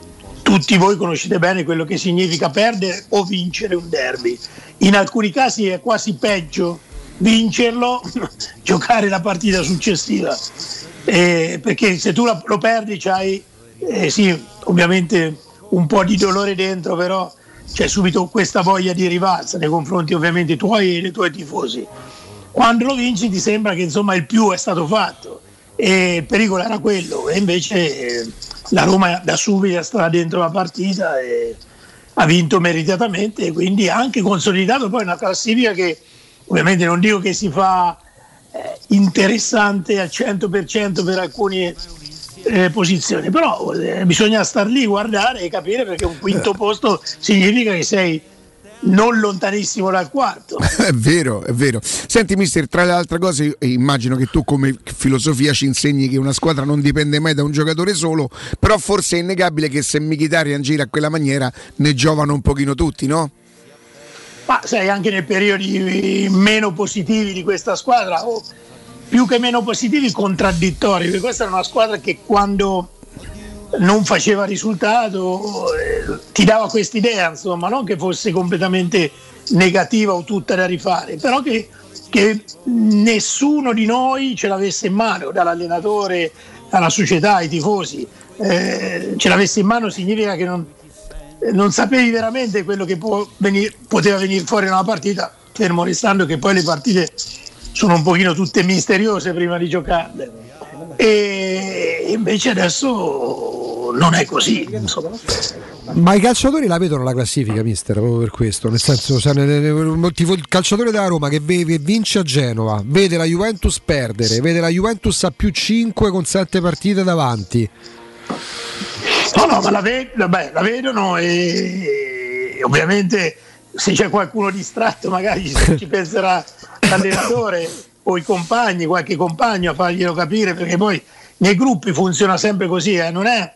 tutti voi conoscete bene quello che significa perdere o vincere un derby. In alcuni casi è quasi peggio vincerlo, giocare la partita successiva, eh, perché se tu lo perdi c'hai eh, sì, ovviamente un po' di dolore dentro, però c'è subito questa voglia di rivalsa nei confronti ovviamente tuoi e dei tuoi tifosi. Quando lo vinci ti sembra che insomma il più è stato fatto e il pericolo era quello, e invece eh, la Roma da subito è stata dentro la partita e ha vinto meritatamente, e quindi ha anche consolidato poi una classifica che ovviamente non dico che si fa eh, interessante al cento per cento per alcune eh, posizioni, però eh, bisogna star lì, guardare e capire, perché un quinto posto significa che sei non lontanissimo dal quarto. È vero, è vero. Senti mister, tra le altre cose immagino che tu come filosofia ci insegni che una squadra non dipende mai da un giocatore solo, però forse è innegabile che se Mkhitaryan gira a quella maniera ne giovano un pochino tutti, no? Ma sai, anche nei periodi meno positivi di questa squadra, o più che meno positivi, contraddittori, perché questa era una squadra che quando non faceva risultato eh, ti dava quest'idea, insomma, non che fosse completamente negativa o tutta da rifare, però che, che nessuno di noi ce l'avesse in mano, dall'allenatore alla società, ai tifosi, eh, ce l'avesse in mano significa che non, non sapevi veramente quello che può venir, poteva venire fuori in una partita, fermo restando che poi le partite sono un pochino tutte misteriose prima di giocarle, e invece adesso non è così, insomma. Ma i calciatori la vedono la classifica, mister, proprio per questo, nel senso, cioè, il calciatore della Roma che vince a Genova, vede la Juventus perdere, vede la Juventus a più cinque con sette partite davanti. No, no, ma la, ve- vabbè, la vedono, e, e ovviamente se c'è qualcuno distratto magari ci, ci penserà l'allenatore o i compagni, qualche compagno a farglielo capire, perché poi nei gruppi funziona sempre così, eh? Non è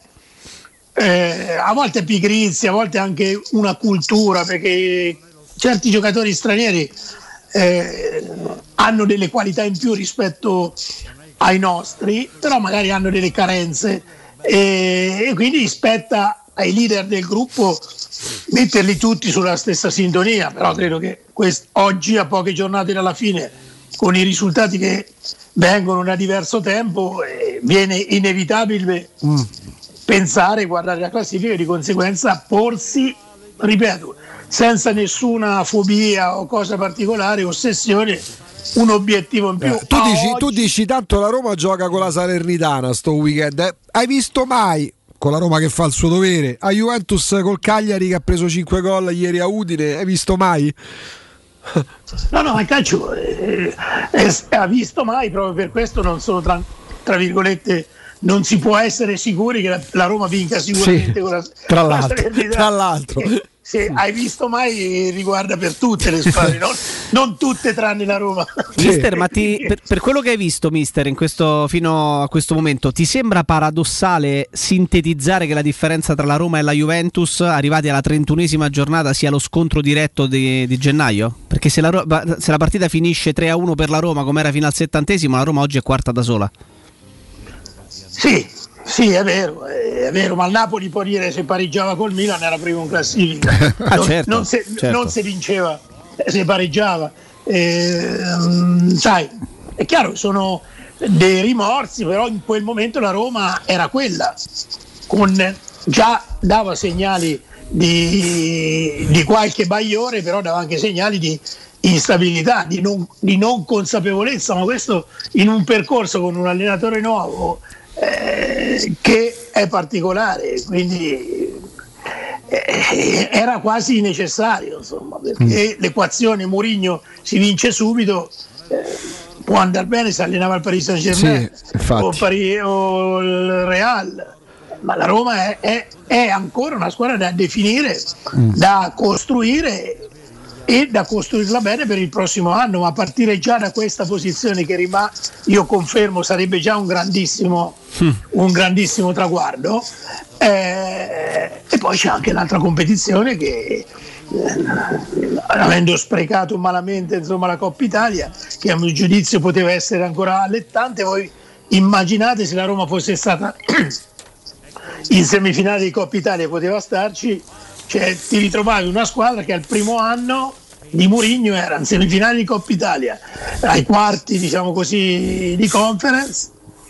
eh, a volte è pigrizia, a volte anche una cultura, perché certi giocatori stranieri eh, hanno delle qualità in più rispetto ai nostri, però magari hanno delle carenze, e, e quindi spetta ai leader del gruppo metterli tutti sulla stessa sintonia. Però credo che quest- oggi, a poche giornate dalla fine, con i risultati che vengono da diverso tempo, eh, viene inevitabile mm. pensare, guardare la classifica e di conseguenza porsi, ripeto, senza nessuna fobia o cosa particolare, ossessione, un obiettivo in più. Eh, tu, dici, oggi... tu dici tanto la Roma gioca con la Salernitana sto weekend, eh? Hai visto mai, con la Roma che fa il suo dovere, a Juventus col Cagliari che ha preso cinque gol ieri a Udine, hai visto mai? No, no, ma il calcio eh, eh, ha visto mai, proprio per questo non sono tra, tra virgolette, non si può essere sicuri che la, la Roma vinca sicuramente, sì, con la, tra con l'altro, la tra l'altro. Eh, se hai visto mai riguarda per tutte le squadre, non, non tutte tranne la Roma. Mister, ma ti, per, per quello che hai visto, mister, in questo, fino a questo momento, ti sembra paradossale sintetizzare che la differenza tra la Roma e la Juventus, arrivati alla trentunesima giornata, sia lo scontro diretto di, di gennaio? Perché se la, se la partita finisce tre a uno per la Roma, come era fino al settantesimo, la Roma oggi è quarta da sola. Sì, sì, è vero, è vero, ma il Napoli può dire se pareggiava col Milan era primo in classifica, ah, non, certo, non, se, certo. non se vinceva, se pareggiava. Eh, sai, è chiaro, sono dei rimorsi, però in quel momento la Roma era quella, con, già dava segnali di, di qualche bagliore, però dava anche segnali di instabilità, di non, di non consapevolezza, ma questo in un percorso con un allenatore nuovo eh, che è particolare, quindi eh, era quasi necessario, insomma, perché mm. l'equazione Mourinho si vince subito, eh, può andare bene se allenava il Paris Saint-Germain, sì, o, Paris, o il Real, ma la Roma è, è, è ancora una squadra da definire, mm. da costruire e da costruirla bene per il prossimo anno, ma a partire già da questa posizione che rimane, io confermo, sarebbe già un grandissimo mm. un grandissimo traguardo, eh, e poi c'è anche l'altra competizione che eh, avendo sprecato malamente, insomma, la Coppa Italia, che a mio giudizio poteva essere ancora allettante, voi immaginate se la Roma fosse stata in semifinale di Coppa Italia poteva starci, cioè ti ritrovavi una squadra che al primo anno di Mourinho era in semifinale di Coppa Italia, ai quarti diciamo così di Conference,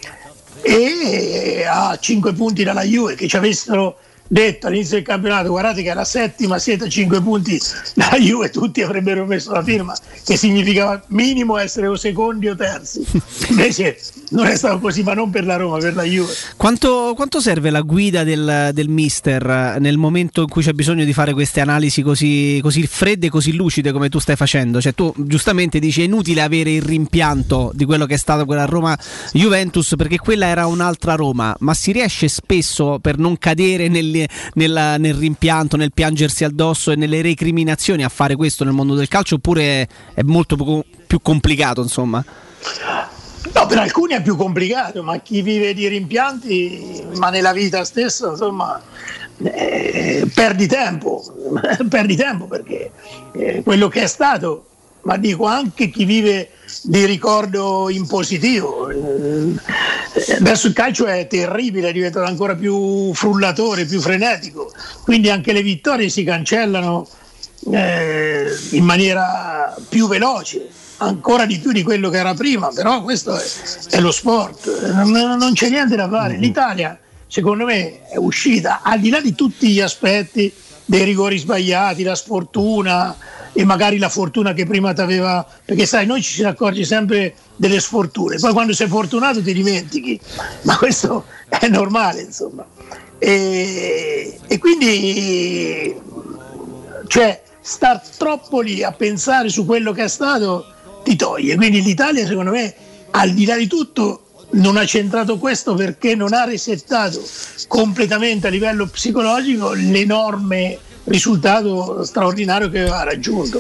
e a cinque punti dalla Juve, che ci avessero detto all'inizio del campionato guardate che alla settima siete a cinque punti dalla Juve, tutti avrebbero messo la firma, che significava minimo essere o secondi o terzi. Invece non è stato così, ma non per la Roma, per la Juve. Quanto, quanto serve la guida del, del mister nel momento in cui c'è bisogno di fare queste analisi così, così fredde, così lucide come tu stai facendo? Cioè tu giustamente dici è inutile avere il rimpianto di quello che è stata quella Roma-Juventus, perché quella era un'altra Roma, ma si riesce spesso, per non cadere nel Nel, nel rimpianto, nel piangersi addosso e nelle recriminazioni, a fare questo nel mondo del calcio, oppure è molto poco, più complicato, insomma? No, per alcuni è più complicato, ma chi vive di rimpianti, ma nella vita stessa, insomma, eh, perdi tempo, perdi tempo perché eh, quello che è stato, ma dico anche chi vive di ricordo in positivo. Adesso il calcio è terribile, è diventato ancora più frullatore, più frenetico, quindi anche le vittorie si cancellano eh, in maniera più veloce, ancora di più di quello che era prima, però questo è, è lo sport, non, non c'è niente da fare. L'Italia secondo me è uscita, al di là di tutti gli aspetti dei rigori sbagliati, la sfortuna e magari la fortuna che prima ti aveva, perché sai, noi ci si accorge sempre delle sfortune, poi quando sei fortunato ti dimentichi, ma questo è normale, insomma. E, e quindi cioè star troppo lì a pensare su quello che è stato ti toglie, quindi l'Italia secondo me al di là di tutto non ha centrato questo perché non ha resettato completamente a livello psicologico l'enorme risultato straordinario che aveva raggiunto,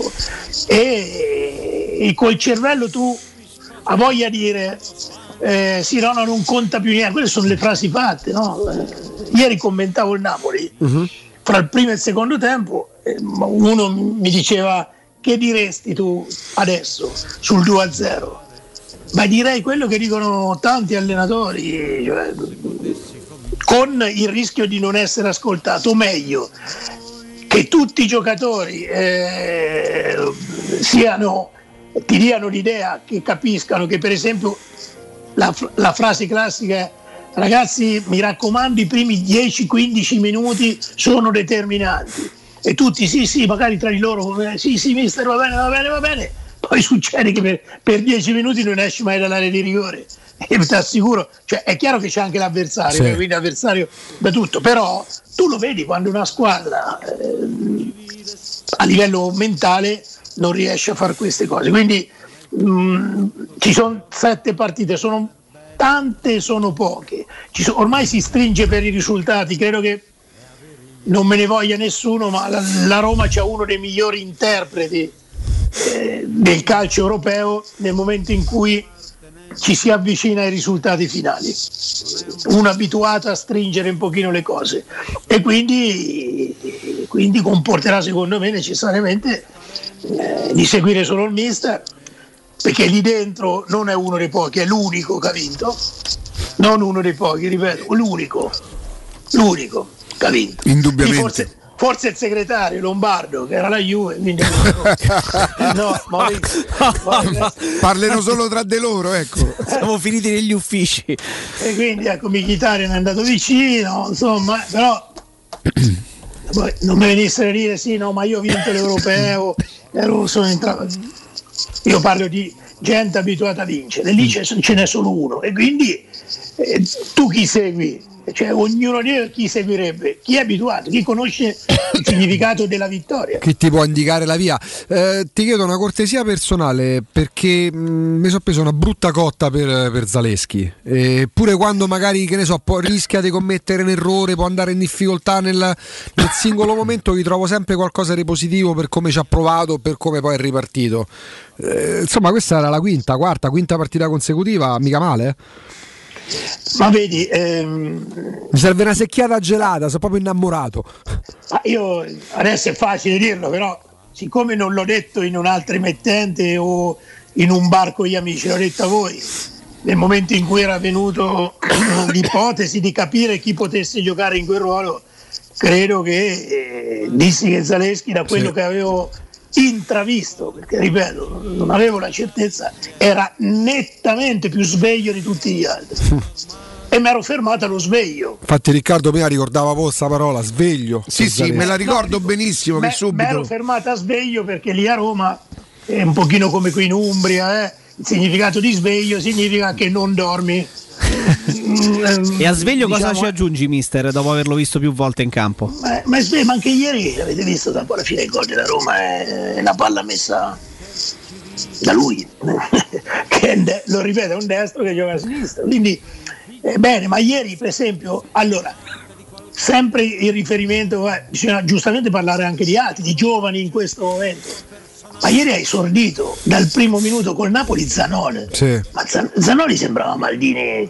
e, e col cervello tu ha voglia di dire eh, sì no, no non conta più niente, quelle sono le frasi fatte, no? Eh, ieri commentavo il Napoli uh-huh. fra il primo e il secondo tempo, eh, uno mi diceva che diresti tu adesso sul due a zero, ma direi quello che dicono tanti allenatori, cioè, con il rischio di non essere ascoltato, o meglio che tutti i giocatori eh, siano, ti diano l'idea, che capiscano che per esempio la, la frase classica è ragazzi mi raccomando i primi dieci quindici minuti sono determinanti, e tutti sì sì magari tra di loro sì sì mister va bene va bene va bene, poi succede che per, per dieci minuti non esci mai dall'area di rigore, e ti assicuro, cioè è chiaro che c'è anche l'avversario, sì. Quindi avversario da tutto, però tu lo vedi quando una squadra eh, a livello mentale non riesce a fare queste cose, quindi mh, ci sono sette partite, sono tante, sono poche, ci so, ormai si stringe per i risultati, credo che non me ne voglia nessuno, ma la, la Roma c'ha uno dei migliori interpreti eh, del calcio europeo nel momento in cui ci si avvicina ai risultati finali, uno abituato a stringere un pochino le cose, e quindi, quindi comporterà secondo me necessariamente eh, di seguire solo il mister, perché lì dentro non è uno dei pochi, è l'unico che ha vinto, non uno dei pochi, ripeto, l'unico, l'unico che ha vinto. Indubbiamente. Forse, forse il segretario Lombardo che era la Juve, quindi no, Maurizio, parlino solo tra di loro, ecco. Siamo finiti negli uffici, e quindi ecco Mkhitaryan è andato vicino, insomma, però poi non mi venissero a dire sì no ma io ho vinto l'europeo, ero, sono entrato. Io parlo di gente abituata a vincere, lì ce n'è solo uno, e quindi eh, tu chi segui? Cioè ognuno di noi chi seguirebbe? Chi è abituato, chi conosce il significato della vittoria, chi ti può indicare la via. Eh, ti chiedo una cortesia personale, perché mh, mi sono preso una brutta cotta per, per Zaleschi, eppure quando magari che ne so può, rischia di commettere un errore, può andare in difficoltà nel, nel singolo momento, gli trovo sempre qualcosa di positivo per come ci ha provato, per come poi è ripartito. Eh, insomma questa era la quinta, quarta, quinta partita consecutiva, mica male, eh? Ma vedi, ehm, mi serve una secchiata gelata, sono proprio innamorato. Ma io adesso è facile dirlo, però siccome non l'ho detto in un'altra emittente o in un bar con gli amici, l'ho detto a voi, nel momento in cui era venuto l'ipotesi di capire chi potesse giocare in quel ruolo, credo che eh, dissi che Zalewski, da quello sì. che avevo intravisto, perché ripeto, non avevo la certezza, era nettamente più sveglio di tutti gli altri. E mi ero fermato allo sveglio. Infatti Riccardo prima ricordava questa parola, sveglio. Sì, sì, me la ricordo no, benissimo me, che subito. Mi ero fermato a sveglio perché lì a Roma è un pochino come qui in Umbria, eh? Il significato di sveglio significa che non dormi. E a sveglio diciamo, cosa ci aggiungi, mister, dopo averlo visto più volte in campo? Ma, ma, ma anche ieri avete visto dopo la fine del gol della Roma, è la palla messa da lui che è de- lo ripeto, è un destro che gioca a sinistra, quindi eh, bene, ma ieri per esempio, allora sempre il riferimento, eh, bisogna giustamente parlare anche di altri, di giovani in questo momento, ma ieri ha esordito dal primo minuto col Napoli Zanoli, sì. ma Zan- Zanoli sembrava Maldini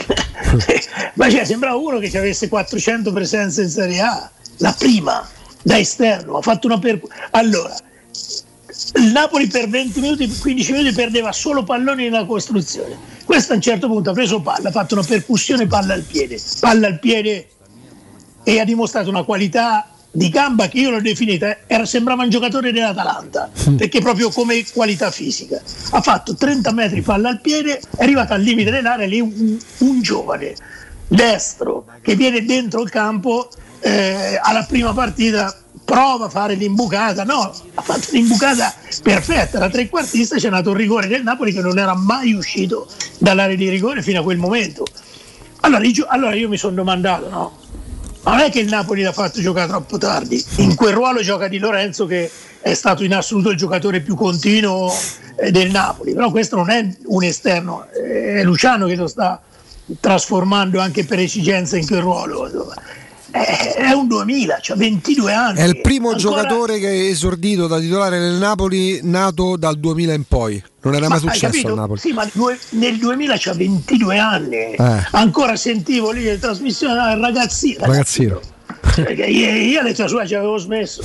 ma cioè sembrava uno che ci avesse quattrocento presenze in Serie A, la prima da esterno, ha fatto una per... allora il Napoli per venti minuti, quindici minuti perdeva solo palloni nella costruzione, questo a un certo punto ha preso palla, ha fatto una percussione, palla al piede, palla al piede e ha dimostrato una qualità di gamba che io l'ho definita, era, sembrava un giocatore dell'Atalanta, perché proprio come qualità fisica ha fatto trenta metri palla al piede, è arrivato al limite dell'area lì un, un giovane destro che viene dentro il campo, eh, alla prima partita prova a fare l'imbucata, no, ha fatto l'imbucata perfetta, da trequartista c'è nato un rigore del Napoli che non era mai uscito dall'area di rigore fino a quel momento. Allora, io, allora io mi sono domandato, no, non è che il Napoli l'ha fatto giocare troppo tardi, in quel ruolo gioca Di Lorenzo che è stato in assoluto il giocatore più continuo eh, del Napoli, però questo non è un esterno, è Luciano che lo sta trasformando anche per esigenza in quel ruolo, insomma. È un duemila, c'ha ventidue anni. È il primo ancora... giocatore che è esordito da titolare nel Napoli nato dal duemila in poi. Non era mai ma successo al Napoli. Sì, ma nel duemila c'ha ventidue anni. Eh. Ancora sentivo lì le trasmissioni, no, il ragazzino. Ragazzino. Perché io, io all'età sua ci avevo smesso.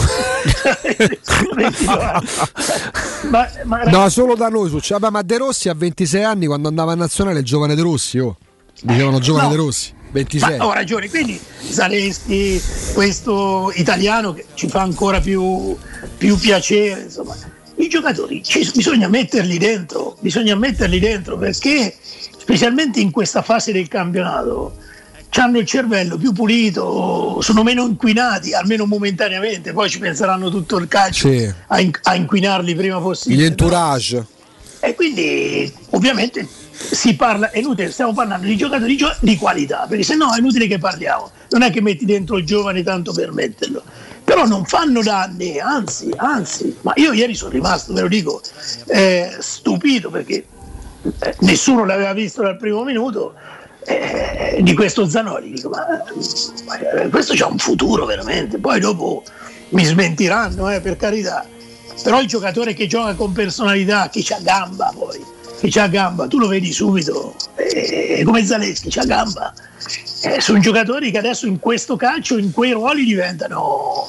ma, ma, no, solo da noi succede. Vabbè, ma De Rossi a ventisei anni, quando andava in nazionale, il giovane De Rossi, oh. Dicevano giovane no. De Rossi. ventisei. Ma ho ragione, quindi Zalewski, questo italiano che ci fa ancora più, più piacere, insomma, i giocatori ci, bisogna metterli dentro, bisogna metterli dentro perché specialmente in questa fase del campionato hanno il cervello più pulito, sono meno inquinati, almeno momentaneamente, poi ci penseranno tutto il calcio sì. a, in, a inquinarli prima possibile. Gli entourage. No? E quindi ovviamente si parla, è inutile, stiamo parlando di giocatori di, di qualità, perché se no è inutile che parliamo, non è che metti dentro il giovane tanto per metterlo, però non fanno danni, anzi, anzi, ma io ieri sono rimasto, ve lo dico, eh, stupito perché eh, nessuno l'aveva visto dal primo minuto eh, di questo Zanoli, dico ma, ma questo c'ha un futuro veramente, poi dopo mi smentiranno, eh, per carità, però il giocatore che gioca con personalità, che c'ha gamba poi, che c'ha gamba, tu lo vedi subito, eh, come Zalewski c'ha gamba, eh, sono giocatori che adesso in questo calcio, in quei ruoli diventano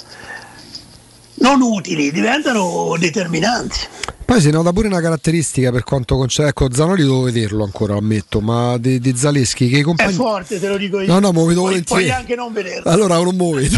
non utili, diventano determinanti. Poi si nota pure una caratteristica per quanto concerne, ecco, Zanoli devo vederlo ancora, ammetto, ma di, di Zalewski che i compagni... È forte, te lo dico io. No, no, mi vedo puoi, volentieri. Puoi anche non vederlo. Allora non mi vedo.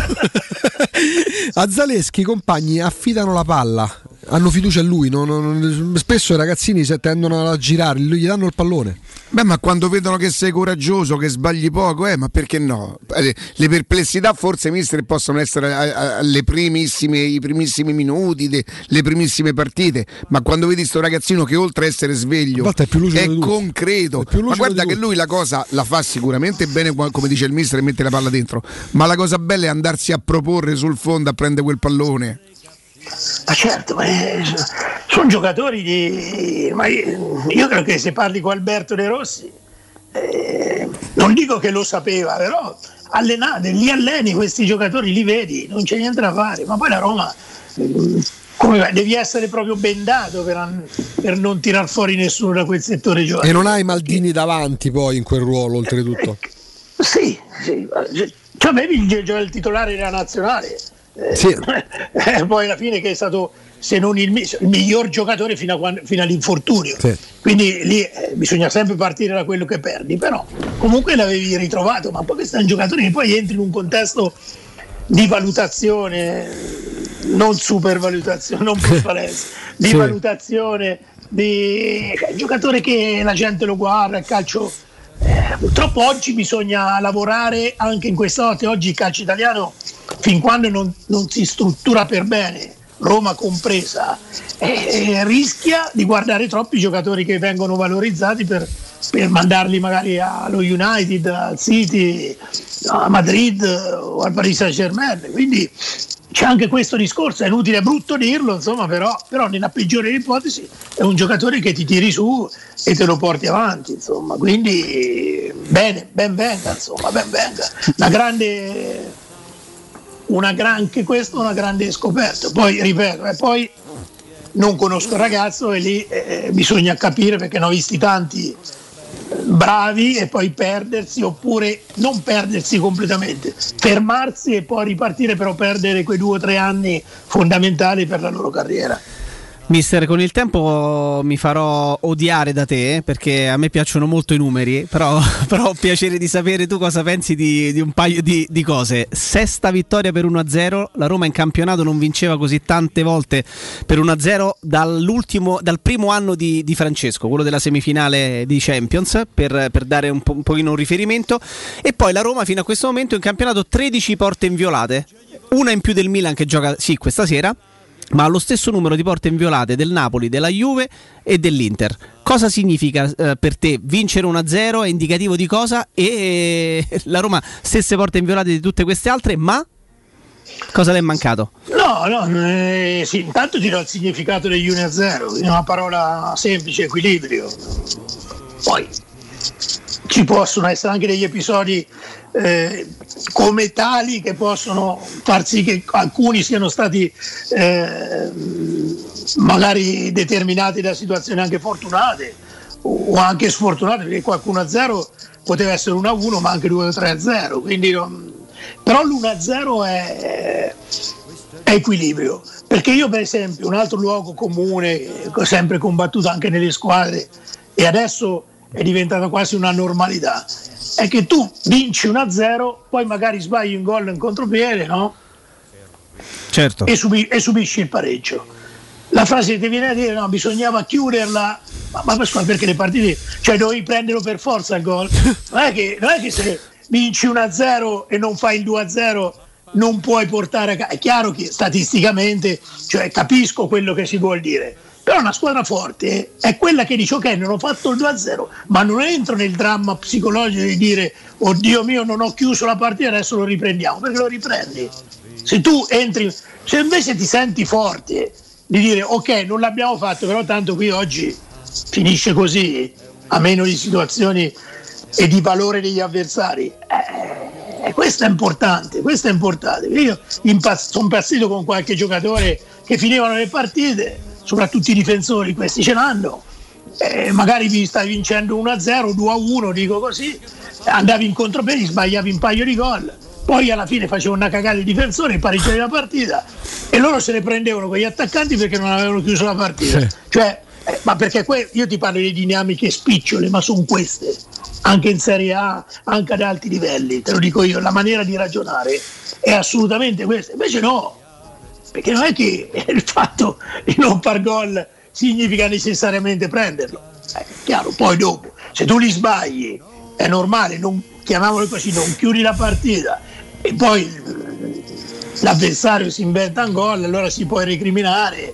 A Zalewski i compagni affidano la palla, hanno fiducia in lui, non, non, spesso i ragazzini si tendono a girare, gli danno il pallone. Beh, ma quando vedono che sei coraggioso, che sbagli poco, eh, ma perché no? Le perplessità forse, mister, possono essere alle primissime, i primissimi minuti, de, le primissime partite, ma quando vedi sto ragazzino che oltre a essere sveglio è, più è concreto, è ma guarda che lui la cosa la fa sicuramente bene, come dice il mister, e mette la palla dentro, ma la cosa bella è andarsi a proporre sul fondo a prendere quel pallone. Ma certo, ma è, sono giocatori di... Ma io, io credo che se parli con Alberto De Rossi, eh, non dico che lo sapeva, però allenate, li alleni questi giocatori, li vedi, non c'è niente da fare, ma poi la Roma... Come devi essere proprio bendato per, per non tirar fuori nessuno da quel settore giovane. E non hai Maldini davanti poi in quel ruolo, oltretutto. Eh, eh, sì, sì. Cioè, avevi il, il titolare della nazionale, eh, sì. eh, poi alla fine che è stato, se non il, il miglior giocatore fino, a quando, fino all'infortunio, sì. Quindi lì eh, bisogna sempre partire da quello che perdi, però comunque l'avevi ritrovato, ma poi questo è un giocatore che poi entra in un contesto di valutazione, non supervalutazione, non plusvalenza, di sì. valutazione, di cioè, giocatore che la gente lo guarda, il calcio. Eh, purtroppo oggi bisogna lavorare anche in quest'ottica. Oggi il calcio italiano, fin quando non, non si struttura per bene, Roma compresa, eh, rischia di guardare troppi giocatori che vengono valorizzati per, per mandarli magari allo United, al City, a Madrid o al Paris Saint-Germain. Quindi c'è anche questo discorso, è inutile, è brutto dirlo, insomma, però, però nella peggiore ipotesi è un giocatore che ti tiri su e te lo porti avanti, insomma. Quindi bene, ben venga, insomma, ben venga. Una grande, una gran, anche questo è una grande scoperta. Poi ripeto, e poi non conosco il ragazzo e lì eh, bisogna capire, perché ne ho visti tanti bravi e poi perdersi, oppure non perdersi completamente, fermarsi e poi ripartire, però perdere quei due o tre anni fondamentali per la loro carriera. Mister, con il tempo mi farò odiare da te, perché a me piacciono molto i numeri, però, però ho piacere di sapere tu cosa pensi di, di un paio di, di cose. Sesta vittoria per uno a zero, la Roma in campionato non vinceva così tante volte per uno a zero dall'ultimo, dal primo anno di, di Francesco, quello della semifinale di Champions, per, per dare un, po', un pochino un riferimento. E poi la Roma fino a questo momento in campionato tredici porte inviolate, una in più del Milan che gioca sì questa sera, ma ha lo stesso numero di porte inviolate del Napoli, della Juve e dell'Inter. Cosa significa eh, per te vincere uno a zero? È indicativo di cosa? E eh, la Roma stesse porte inviolate di tutte queste altre, ma cosa le è mancato? No, no, eh, sì, intanto dirò il significato degli uno a zero, in una parola semplice, equilibrio. Poi ci possono essere anche degli episodi eh, come tali che possono far sì che alcuni siano stati eh, magari determinati da situazioni anche fortunate o anche sfortunate, perché qualcuno a zero poteva essere uno a uno ma anche due o tre a zero, quindi non... però l'uno a zero è, è equilibrio, perché io per esempio un altro luogo comune che ho sempre combattuto anche nelle squadre e adesso è diventata quasi una normalità, è che tu vinci uno a zero, poi magari sbagli un gol in contropiede, no? Certo. E, subi- e subisci il pareggio. La frase che ti viene a dire, no, bisognava chiuderla, ma, ma perché le partite, cioè dovevi prenderlo per forza il gol. Non è che, non è che se vinci uno a zero e non fai il due a zero non puoi portare a casa. È chiaro che statisticamente, cioè capisco quello che si vuol dire, però una squadra forte è quella che dice ok, non ho fatto il due a zero, ma non entro nel dramma psicologico di dire oddio mio non ho chiuso la partita, adesso lo riprendiamo, perché lo riprendi. Se tu entri, se invece ti senti forte di dire ok, non l'abbiamo fatto, però tanto qui oggi finisce così, a meno di situazioni e di valore degli avversari, eh, questo è importante, questo è importante. Io impazz- sono impazzito con qualche giocatore che finivano le partite, soprattutto i difensori, questi ce l'hanno, eh, magari vi stai vincendo uno a zero, due a uno, dico così, andavi in contropiede, sbagliavi un paio di gol, poi alla fine facevo una cagata il difensore, pareggiavi la partita e loro se ne prendevano con gli attaccanti perché non avevano chiuso la partita. Sì. Cioè, eh, ma perché que- io ti parlo di dinamiche spicciole, ma sono queste, anche in Serie A, anche ad alti livelli, te lo dico io, la maniera di ragionare è assolutamente questa. Invece no, perché non è che il fatto di non far gol significa necessariamente prenderlo, è chiaro. Poi dopo, se tu li sbagli, è normale, non, chiamiamolo così, non chiudi la partita e poi l'avversario si inventa un gol, allora si può recriminare,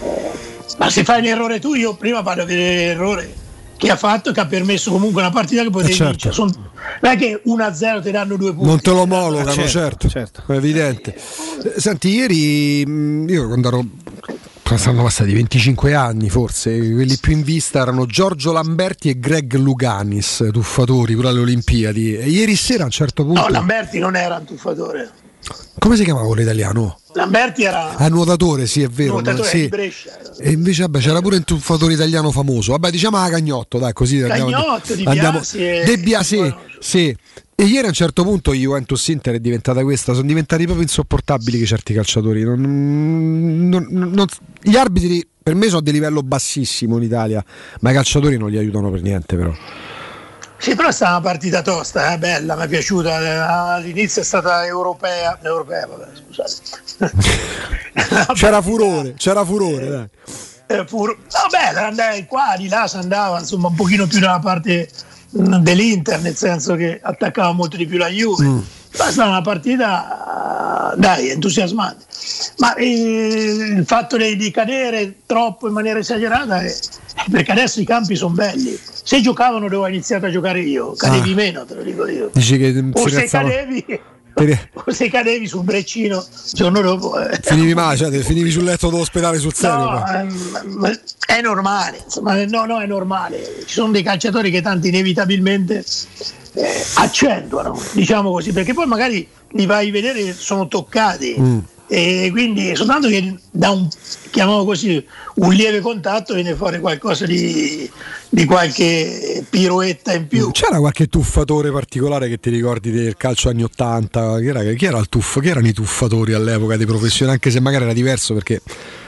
ma se fai un errore tu, io prima parlo dell'errore che ha fatto, che ha permesso comunque una partita che potevi eh certo. vincere. Son, non è che uno a zero ti danno due punti, non te lo omologano, certo, certo, certo. È evidente. Senti, ieri io quando ero, saranno passati venticinque anni forse, quelli più in vista erano Giorgio Lamberti e Greg Luganis, tuffatori pure alle Olimpiadi, e ieri sera a un certo punto no, Lamberti non era un tuffatore. Come si chiamava l'italiano? Lamberti era ah, nuotatore, sì, è vero. Nuotatore sì. di Brescia. E invece vabbè, c'era pure un tuffatore italiano famoso. Vabbè, diciamo a Cagnotto, dai, così Cagnotto, andiamo. Di andiamo. Biasi e... De Biasi, sì. E ieri a un certo punto Juventus Inter è diventata questa, sono diventati proprio insopportabili che certi calciatori. Non, non, non, gli arbitri per me sono di livello bassissimo in Italia, ma i calciatori non li aiutano per niente però. Sì, però è stata una partita tosta, eh, bella, mi è piaciuta. All'inizio è stata europea, europea, vabbè, scusate. C'era furore, c'era furore, dai. Eh, fur... Vabbè, andai qua, di là si andava, insomma, un pochino più dalla parte dell'Inter, nel senso che attaccava molto di più la Juve. Mm. È stata una partita, dai, entusiasmante. Ma eh, il fatto di, di cadere troppo in maniera esagerata è perché adesso i campi sono belli. Se giocavano dove ho iniziato a giocare io, cadevi ah. meno, te lo dico io. Dici che o se cazzava... cadevi o se cadevi sul Breccino il giorno dopo eh. finivi male, cioè finivi sul letto dell'ospedale sul serio. No, ehm, è normale, insomma, no, no, è normale. Ci sono dei calciatori che tanto inevitabilmente eh, accentuano, diciamo così, perché poi magari li vai a vedere sono toccati. Mm. E quindi soltanto che da un, chiamiamo così, un lieve contatto viene fuori qualcosa di, di qualche piroetta in più. C'era qualche tuffatore particolare che ti ricordi del calcio anni ottanta? Chi era, chi era il tuffo? Chi erano i tuffatori all'epoca di professione? Anche se magari era diverso perché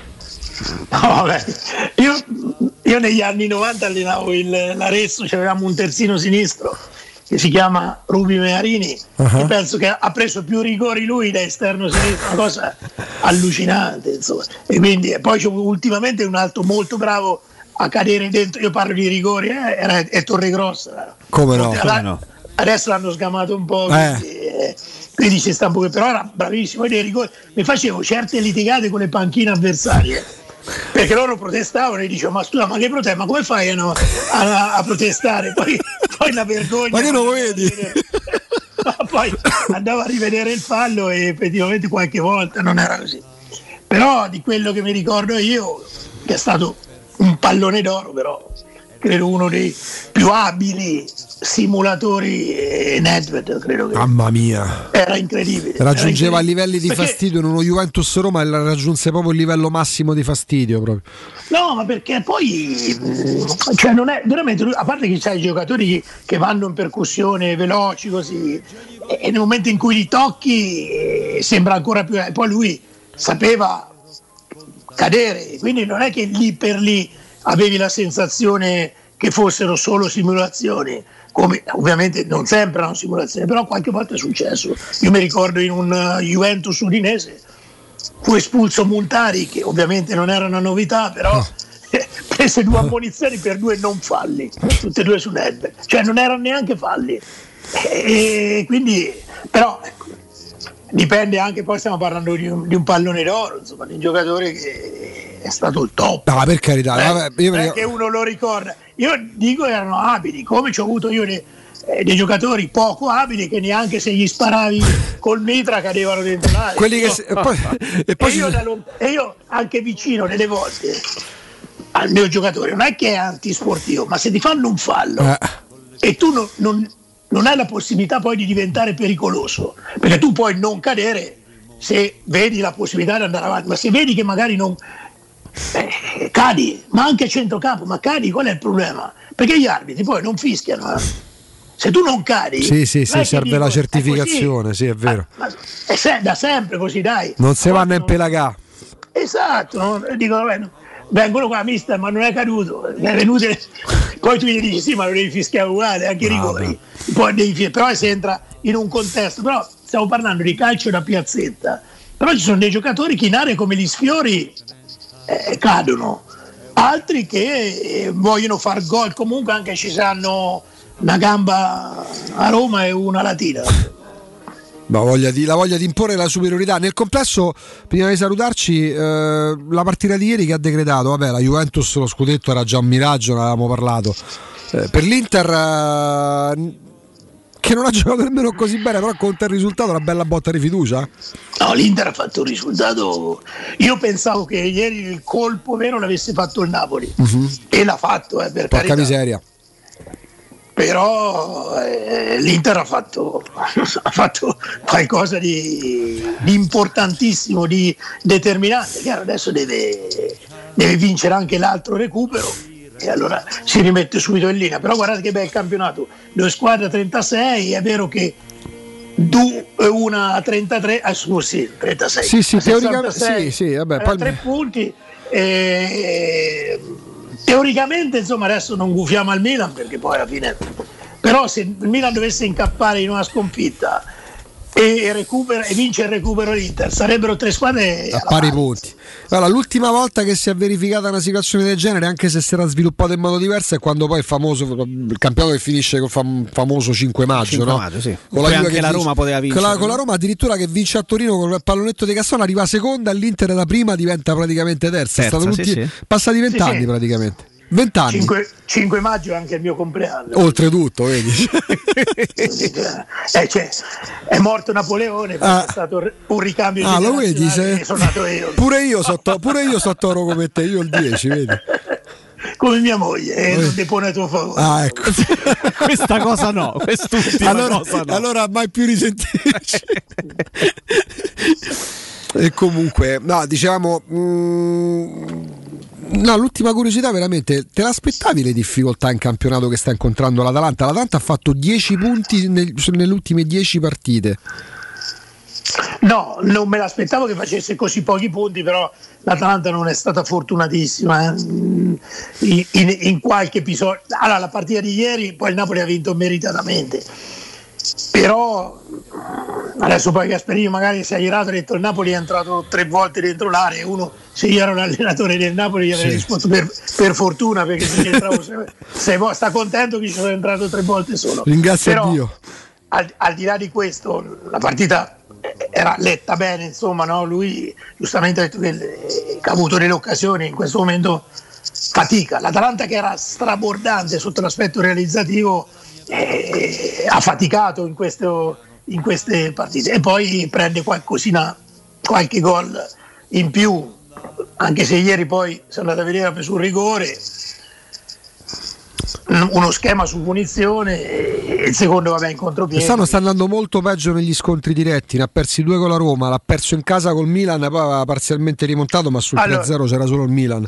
no, vabbè. Io, io negli anni novanta allenavo il, l'Arezzo, avevamo un terzino sinistro che si chiama Rubi Mearini, uh-huh. che penso che ha preso più rigori lui da esterno sinistro, una cosa allucinante, insomma. E quindi e poi c'è ultimamente un altro molto bravo a cadere dentro, io parlo di rigori, eh, era, è Torregrossa. Come no, la, come no. Adesso l'hanno sgamato un po', eh. quindi, eh, quindi ci sta un po', però era bravissimo, e dei rigori, mi facevo certe litigate con le panchine avversarie. Perché loro protestavano e dicevo ma scusa ma che protesta, ma come fai a, no, a, a protestare, poi, poi la vergogna, ma che non lo vedi? Ma poi andavo a rivedere il fallo e effettivamente qualche volta non era così, però di quello che mi ricordo io, che è stato un pallone d'oro, però credo uno dei più abili simulatori, eh, Nedved, credo che mamma mia era incredibile, raggiungeva era incredibile. Livelli di perché... fastidio in uno Juventus Roma e raggiunse proprio il livello massimo di fastidio proprio. No, ma perché poi cioè non è veramente, a parte che c'hai i giocatori che vanno in percussione veloci così e nel momento in cui li tocchi eh, sembra ancora più, e poi lui sapeva cadere, quindi non è che lì per lì avevi la sensazione che fossero solo simulazioni, come ovviamente non sempre erano simulazioni, però qualche volta è successo. Io mi ricordo in un uh, Juventus Udinese fu espulso Multari, che ovviamente non era una novità, però oh. prese due ammonizioni per due non falli, tutte e due su Nedved, cioè non erano neanche falli, e quindi però ecco, dipende anche, poi stiamo parlando di un, di un pallone d'oro, insomma, di un giocatore che è stato il top. No, per carità, eh, vabbè, io perché uno lo ricorda. Io dico che erano abili, come ci ho avuto io dei, eh, dei giocatori poco abili che neanche se gli sparavi col mitra cadevano dentro l'area. Quelli che si, e poi, e poi e, io da, e io anche vicino delle volte al mio giocatore, non è che è antisportivo, ma se ti fanno un fallo eh. e tu non, non, non hai la possibilità poi di diventare pericoloso, perché tu puoi non cadere se vedi la possibilità di andare avanti, ma se vedi che magari non eh, cadi, ma anche a centrocampo, ma cadi, qual è il problema? Perché gli arbitri poi non fischiano, eh? Se tu non cadi, sì, sì, sì, serve dico, la certificazione, è sì, è vero. Ma, ma è se, da sempre così, dai. Non si vanno in pelagà. Esatto, no? Dico, vabbè, no. Vengono qua, mister, ma non è caduto, è venuto. Poi tu gli dici sì, ma lo devi fischiare uguale, anche i rigori. Poi devi fischiare, però se entra in un contesto, però stiamo parlando di calcio da piazzetta, però ci sono dei giocatori che in area come gli sfiori eh, cadono, altri che eh, vogliono far gol comunque anche ci sanno una gamba a Roma e una latina. La voglia, di, la voglia di imporre la superiorità. Nel complesso, prima di salutarci, eh, la partita di ieri che ha decretato, vabbè, la Juventus lo scudetto era già un miraggio, ne avevamo parlato. Eh, per l'Inter eh, che non ha giocato nemmeno così bene, però conta il risultato, una bella botta di fiducia. No, l'Inter ha fatto un risultato. Io pensavo che ieri il colpo vero l'avesse fatto il Napoli, uh-huh. e l'ha fatto, eh, per porca carità. miseria. Però eh, l'Inter ha fatto, ha fatto qualcosa di, di importantissimo, di determinante. Chiaro, adesso deve, deve vincere anche l'altro recupero e allora si rimette subito in linea. Però guardate che bel campionato, due squadre a trentasei, è vero che due, una a trentatré, ah, sì, trentasei, sì, sì, teoricamente sì, sì, vabbè, poi... tre punti. E, teoricamente insomma adesso non gufiamo al Milan, perché poi alla fine, però se il Milan dovesse incappare in una sconfitta e recupera e vince il recupero l'Inter, sarebbero tre squadre a pari punti. Allora, l'ultima volta che si è verificata una situazione del genere, anche se si era sviluppata in modo diverso, è quando poi il famoso il campionato che finisce col fam- famoso cinque maggio, cinque no? maggio, sì. Con la, anche che la vince, Roma poteva vincere, con la, con la Roma addirittura che vince a Torino con il pallonetto di Cassano, arriva seconda, l'Inter da prima diventa praticamente terza, terza è stato sì, sì. passati vent'anni sì, sì. praticamente. vent'anni. cinque maggio è anche il mio compleanno. Oltretutto, vedi. eh, cioè, è morto Napoleone, ah. è stato un ricambio ah, lo vedi, se... sono nato io. Pure io sotto, pure io so toro come te, io il dieci, vedi. Come mia moglie, e eh, non depone a tuo favore. Ah, ecco. Questa cosa no, quest'ultima allora, cosa no. Allora mai più risentirci. E comunque, no, diciamo mh, no, l'ultima curiosità veramente, te l'aspettavi le difficoltà in campionato che sta incontrando l'Atalanta? L'Atalanta ha fatto dieci punti nel, nelle ultime dieci partite. No, non me l'aspettavo che facesse così pochi punti, però l'Atalanta non è stata fortunatissima eh. in, in, in qualche episodio. Allora, la partita di ieri poi il Napoli ha vinto meritatamente, però adesso poi Gasperini magari si è girato e ha detto il Napoli è entrato tre volte dentro l'area, uno se io ero l'allenatore del Napoli gli avrei sì. risposto per, per fortuna, perché se entravo sei, sei, sta contento che ci sono entrato tre volte solo. Ringrazio però, Dio. Al, al di là di questo, la partita era letta bene, insomma, no? Lui giustamente ha detto che, che ha avuto delle occasioni, in questo momento fatica. L'Atalanta, che era strabordante sotto l'aspetto realizzativo, eh, ha faticato in, questo, in queste partite, e poi prende qualcosina, qualche gol in più, anche se ieri poi si è andato a vedere sul rigore, uno schema su punizione e il secondo vabbè in contropiede. Quest'anno sta andando molto peggio negli scontri diretti, ne ha persi due con la Roma, l'ha perso in casa col Milan, poi aveva parzialmente rimontato, ma sul allora, tre a zero c'era solo il Milan.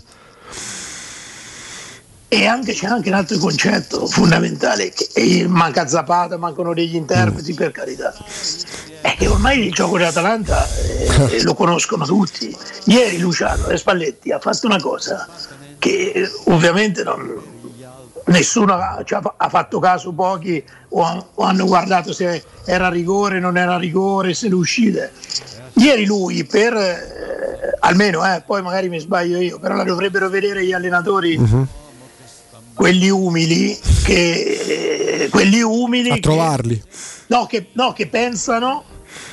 E anche c'è anche un altro concetto fondamentale, che manca Zapata, mancano degli interpreti, mm. per carità, è che ormai il gioco dell'Atalanta eh, lo conoscono tutti. Ieri Luciano e Spalletti ha fatto una cosa che ovviamente non nessuno ha, cioè, ha fatto caso, pochi o, o hanno guardato se era rigore, non era rigore, se le uscite. Ieri lui per eh, almeno eh, poi magari mi sbaglio io, però la dovrebbero vedere gli allenatori, uh-huh. quelli umili che eh, quelli umili a trovarli che, no, che, no, che pensano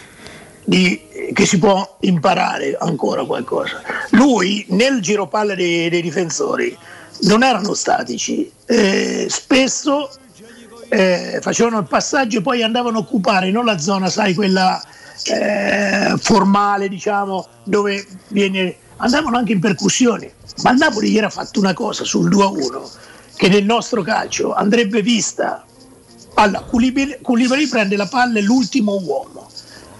di, che si può imparare ancora qualcosa. Lui nel giro palla dei, dei difensori non erano statici, eh, spesso eh, facevano il passaggio e poi andavano a occupare non la zona, sai, quella eh, formale, diciamo, dove viene, andavano anche in percussioni. Ma il Napoli ieri ha fatto una cosa sul due a uno che nel nostro calcio andrebbe vista. Allora, Koulibaly prende la palla e l'ultimo uomo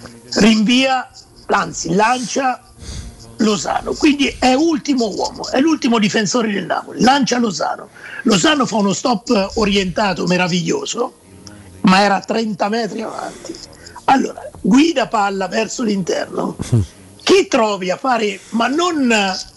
rinvia, anzi lancia Lozano, quindi è ultimo uomo, è l'ultimo difensore del Napoli, lancia Lozano. Lozano fa uno stop orientato meraviglioso, ma era a trenta metri avanti. Allora, guida palla verso l'interno, chi trovi a fare, ma non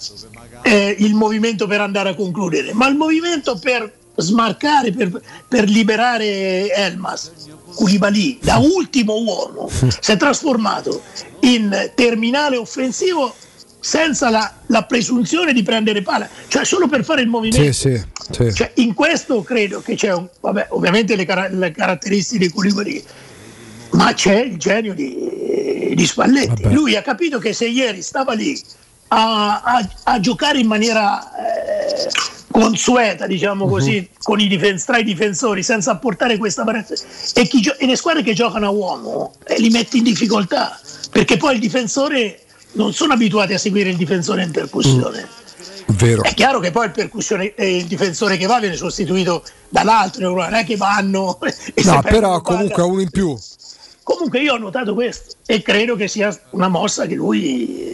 eh, il movimento per andare a concludere, ma il movimento per smarcare, per, per liberare Elmas, Koulibaly da ultimo uomo si è trasformato in terminale offensivo senza la, la presunzione di prendere palla, cioè solo per fare il movimento. Sì, sì, sì. Cioè, in questo credo che c'è un, vabbè, ovviamente le, car- le caratteristiche di Koulibaly, ma c'è il genio di, di Spalletti. Vabbè. Lui ha capito che se ieri stava lì a, a, a giocare in maniera eh, consueta, diciamo così, uh-huh. con i difens- tra i difensori, senza apportare questa variazione, e, chi gio- e le squadre che giocano a uomo eh, li metti in difficoltà, perché poi il difensore non sono abituati a seguire il difensore in percussione. Mm. Vero. È chiaro che poi il, percussione, eh, il difensore che va viene sostituito dall'altro, non è che vanno e no, però comunque ha uno in più. Comunque io ho notato questo e credo che sia una mossa che lui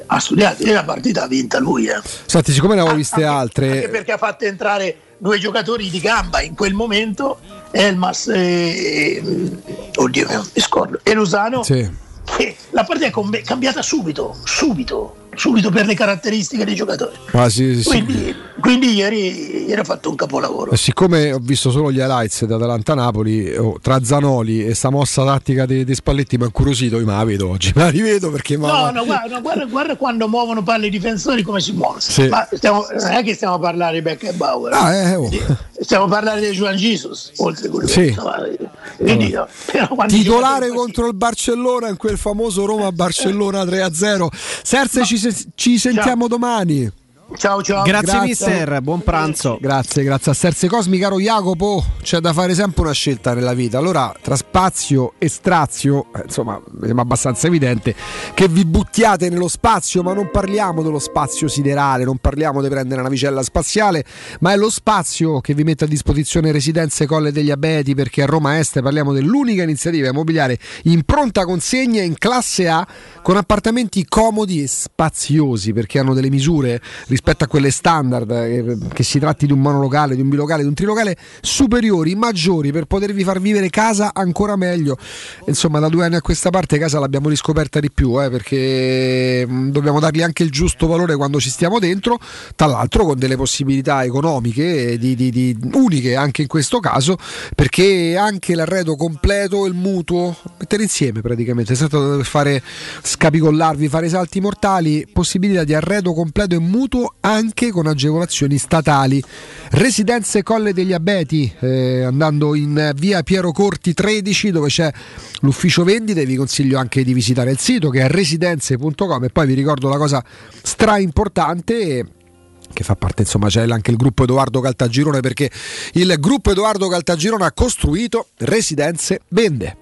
ha studiato e la partita ha vinta lui. Eh. Senti, siccome ne avevo viste anche, altre. Anche perché ha fatto entrare due giocatori di gamba in quel momento, Elmas e. Oddio mio, mi scordo. E Lozano. Sì. Che la partita è cambiata subito, subito. Subito per le caratteristiche dei giocatori. Ah, sì, sì, quindi, sì. quindi ieri, ieri ha fatto un capolavoro. E siccome ho visto solo gli highlights di Atalanta-Napoli, oh, tra Zanoli e sta mossa tattica di, di Spalletti mi ha incuriosito, io me la vedo oggi, me la rivedo perché no, ma... no, guarda, no, guarda, guarda quando muovono palle i difensori come si muovono. Sì. Ma stiamo, non è che stiamo a parlare di Beckenbauer, ah, eh, oh. stiamo a parlare di Juan Jesus, oltre a quello sì. che quindi, allora. Però titolare contro il Barcellona in quel famoso Roma-Barcellona tre a zero. Serse, no. ci, ci sentiamo ciao. domani. Ciao ciao. Grazie, grazie mister, buon pranzo. Grazie, grazie a Serse Cosmi, caro Jacopo. C'è da fare sempre una scelta nella vita. Allora, tra spazio e strazio, eh, insomma, mi sembra abbastanza evidente che vi buttiate nello spazio, ma non parliamo dello spazio siderale, non parliamo di prendere una navicella spaziale, ma è lo spazio che vi mette a disposizione Residenze Colle degli Abeti, perché a Roma Est parliamo dell'unica iniziativa immobiliare in pronta consegna in classe A, con appartamenti comodi e spaziosi, perché hanno delle misure rispetto a quelle standard, eh, che si tratti di un monolocale, di un bilocale, di un trilocale, superiori, maggiori, per potervi far vivere casa ancora meglio. Insomma, da due anni a questa parte casa l'abbiamo riscoperta di più, eh, perché mh, dobbiamo dargli anche il giusto valore quando ci stiamo dentro, tra l'altro con delle possibilità economiche di, di, di, uniche anche in questo caso, perché anche l'arredo completo e il mutuo, mettere insieme praticamente, senza dover fare scapicollarvi, fare salti mortali, possibilità di arredo completo e mutuo anche con agevolazioni statali. Residenze Colle degli Abeti, eh, andando in via Piero Corti tredici, dove c'è l'ufficio vendite. Vi consiglio anche di visitare il sito, che è residenze punto com, e poi vi ricordo la cosa stra importante, che fa parte, insomma, c'è anche il gruppo Edoardo Caltagirone, perché il gruppo Edoardo Caltagirone ha costruito, Residenze vende.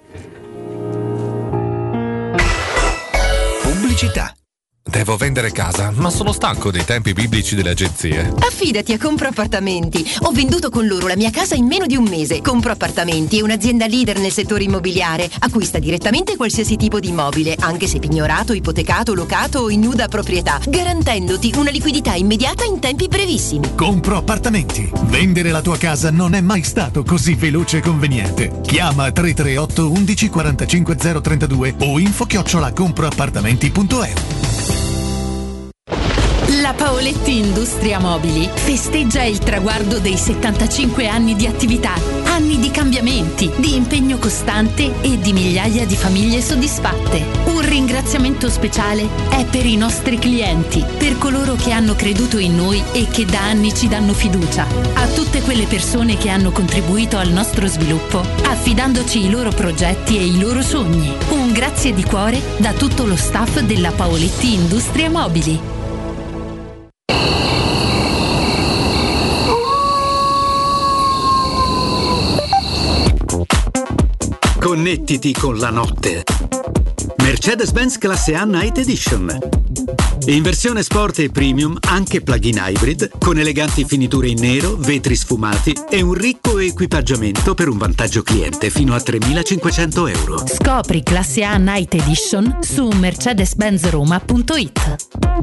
Pubblicità. Devo vendere casa, ma sono stanco dei tempi biblici delle agenzie. Affidati a Compro Appartamenti. Ho venduto con loro la mia casa in meno di un mese. Compro Appartamenti è un'azienda leader nel settore immobiliare. Acquista direttamente qualsiasi tipo di immobile, anche se pignorato, ipotecato, locato o in nuda proprietà, garantendoti una liquidità immediata in tempi brevissimi. Compro Appartamenti. Vendere la tua casa non è mai stato così veloce e conveniente. Chiama tre tre otto undici quarantacinque zero trentadue o info chiocciola comproappartamenti punto e u. La Paoletti Industria Mobili festeggia il traguardo dei settantacinque anni di attività, anni di cambiamenti, di impegno costante e di migliaia di famiglie soddisfatte. Un ringraziamento speciale è per i nostri clienti, per coloro che hanno creduto in noi e che da anni ci danno fiducia, a tutte quelle persone che hanno contribuito al nostro sviluppo, affidandoci i loro progetti e i loro sogni. Un grazie di cuore da tutto lo staff della Paoletti Industria Mobili. Connettiti con la notte. Mercedes-Benz classe A Night Edition. In versione sport e premium, anche plug-in hybrid, con eleganti finiture in nero, vetri sfumati e un ricco equipaggiamento per un vantaggio cliente fino a tremilacinquecento euro. Scopri classe A Night Edition su mercedes benz roma punto it.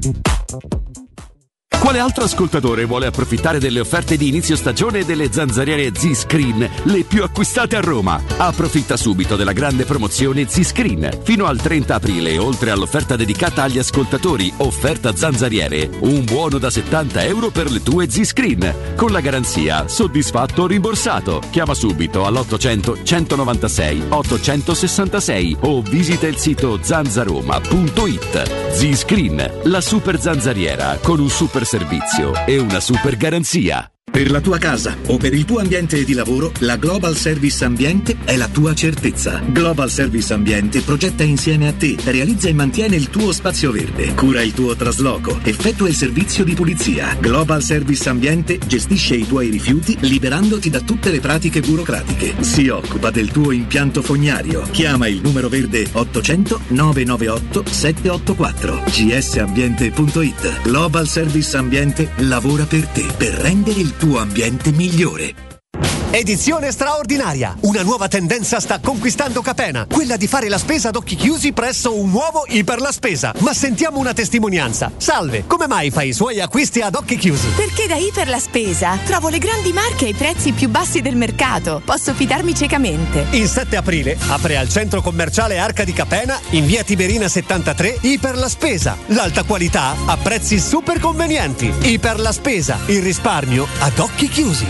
Quale altro ascoltatore vuole approfittare delle offerte di inizio stagione delle zanzariere Z-Screen, le più acquistate a Roma? Approfitta subito della grande promozione Z-Screen. Fino al trenta aprile, oltre all'offerta dedicata agli ascoltatori, offerta zanzariere, un buono da settanta euro per le tue Z-Screen, con la garanzia soddisfatto o rimborsato. Chiama subito all'ottocento centonovantasei ottocentosessantasei o visita il sito zanzaroma punto it. Z-Screen, la super zanzariera con un super servizio e una super garanzia. Per la tua casa o per il tuo ambiente di lavoro, la Global Service Ambiente è la tua certezza. Global Service Ambiente progetta insieme a te, realizza e mantiene il tuo spazio verde, cura il tuo trasloco, effettua il servizio di pulizia. Global Service Ambiente gestisce i tuoi rifiuti liberandoti da tutte le pratiche burocratiche. Si occupa del tuo impianto fognario. Chiama il numero verde ottocento nove nove otto sette otto quattro g s ambiente punto it. Global Service Ambiente lavora per te per rendere il tuo ambiente migliore. Edizione straordinaria. Una nuova tendenza sta conquistando Capena, quella di fare la spesa ad occhi chiusi presso un nuovo Iper la Spesa. Ma sentiamo una testimonianza. Salve, come mai fai i suoi acquisti ad occhi chiusi? Perché da Iper la Spesa trovo le grandi marche ai prezzi più bassi del mercato. Posso fidarmi ciecamente. Il sette aprile apre al centro commerciale Arca di Capena, in via Tiberina settantatré, Iper la Spesa. L'alta qualità a prezzi super convenienti. Iper la Spesa, il risparmio ad occhi chiusi.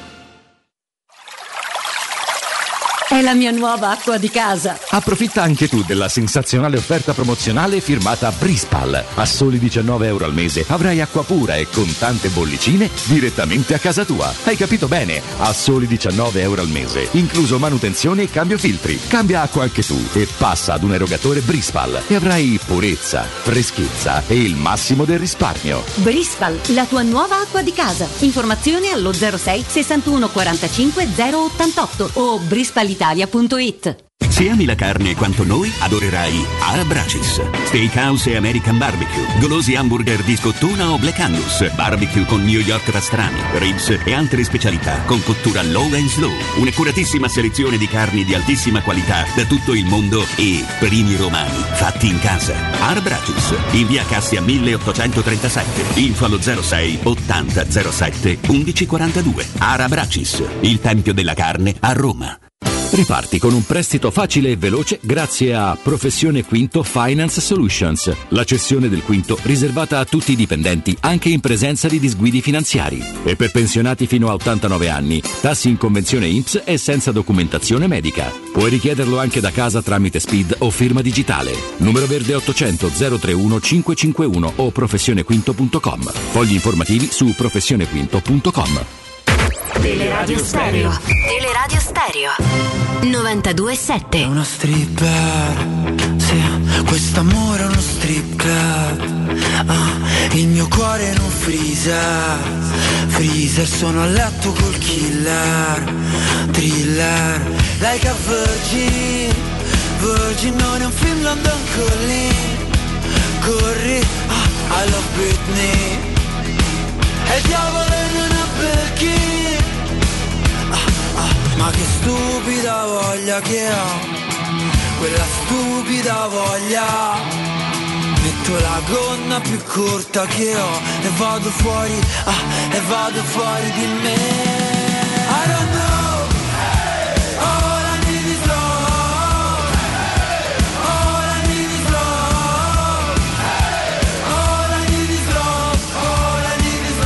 È la mia nuova acqua di casa. Approfitta anche tu della sensazionale offerta promozionale firmata Brispal. A soli diciannove euro al mese avrai acqua pura e con tante bollicine direttamente a casa tua. Hai capito bene? A soli diciannove euro al mese, incluso manutenzione e cambio filtri. Cambia acqua anche tu e passa ad un erogatore Brispal e avrai purezza, freschezza e il massimo del risparmio. Brispal, la tua nuova acqua di casa. Informazioni allo zero sei sessantuno quarantacinque zero ottantotto o brispal italia punto it. Se ami la carne quanto noi, adorerai Arabracis. Steakhouse e American Barbecue, golosi hamburger di scottuna o Black Angus, barbecue con New York pastrami, ribs e altre specialità con cottura low and slow. Un'accuratissima selezione di carni di altissima qualità da tutto il mondo e primi romani fatti in casa. Arabracis, in via Cassia milleottocentotrentasette, info allo zero sei ottanta zero sette undici quarantadue. Arabracis, il tempio della carne a Roma. Riparti con un prestito facile e veloce grazie a Professione Quinto Finance Solutions, la cessione del quinto riservata a tutti i dipendenti anche in presenza di disguidi finanziari. E per pensionati fino a ottantanove anni, tassi in convenzione I N P S e senza documentazione medica. Puoi richiederlo anche da casa tramite S P I D o firma digitale. Numero verde ottocento zero trentuno cinquecentocinquantuno o professionequinto punto com. Fogli informativi su professionequinto punto com. Teleradio Stereo. Teleradio Stereo novantadue sette. È uno stripper, sì, quest'amore è uno strip club. Ah, il mio cuore è in un freezer, freezer, sono a letto col killer, thriller, like a virgin, virgin, non è un film London Calling, corri, ah, I love Britney, e il diavolo non ha perché. Ma che stupida voglia che ho, quella stupida voglia. Metto la gonna più corta che ho e vado fuori, ah, e vado fuori di me. I don't know, all I need is love, all I need is love, all I need is love, all I need is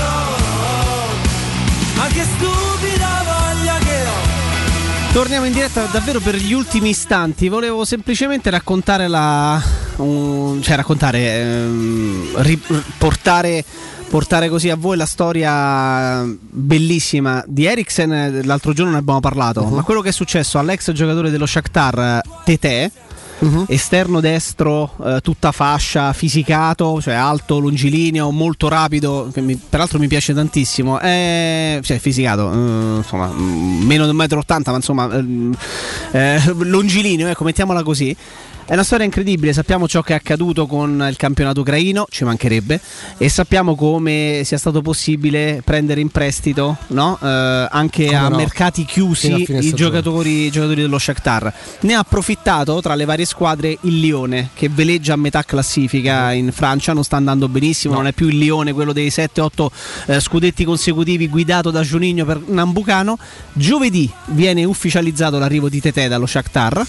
love. Ma che stupida voglia che ho. Torniamo in diretta davvero per gli ultimi istanti. Volevo semplicemente raccontare la um, cioè raccontare ehm, riportare portare così a voi la storia bellissima di Eriksen. L'altro giorno ne abbiamo parlato, uh-huh. ma quello che è successo all'ex giocatore dello Shakhtar Tete, uh-huh. esterno destro, eh, tutta fascia, fisicato, cioè alto, longilineo, molto rapido, che mi, peraltro mi piace tantissimo, eh, cioè fisicato, eh, insomma, meno di un metro ottanta, ma insomma, eh, longilineo, ecco, mettiamola così. È una storia incredibile, sappiamo ciò che è accaduto con il campionato ucraino, ci mancherebbe, e sappiamo come sia stato possibile prendere in prestito, no? eh, anche come a no. mercati chiusi i giocatori, i giocatori dello Shakhtar. Ne ha approfittato tra le varie squadre il Lione, che veleggia a metà classifica in Francia, non sta andando benissimo, no. non è più il Lione quello dei sette otto eh, scudetti consecutivi guidato da Juninho per Nambucano. Giovedì viene ufficializzato l'arrivo di Tete dallo Shakhtar.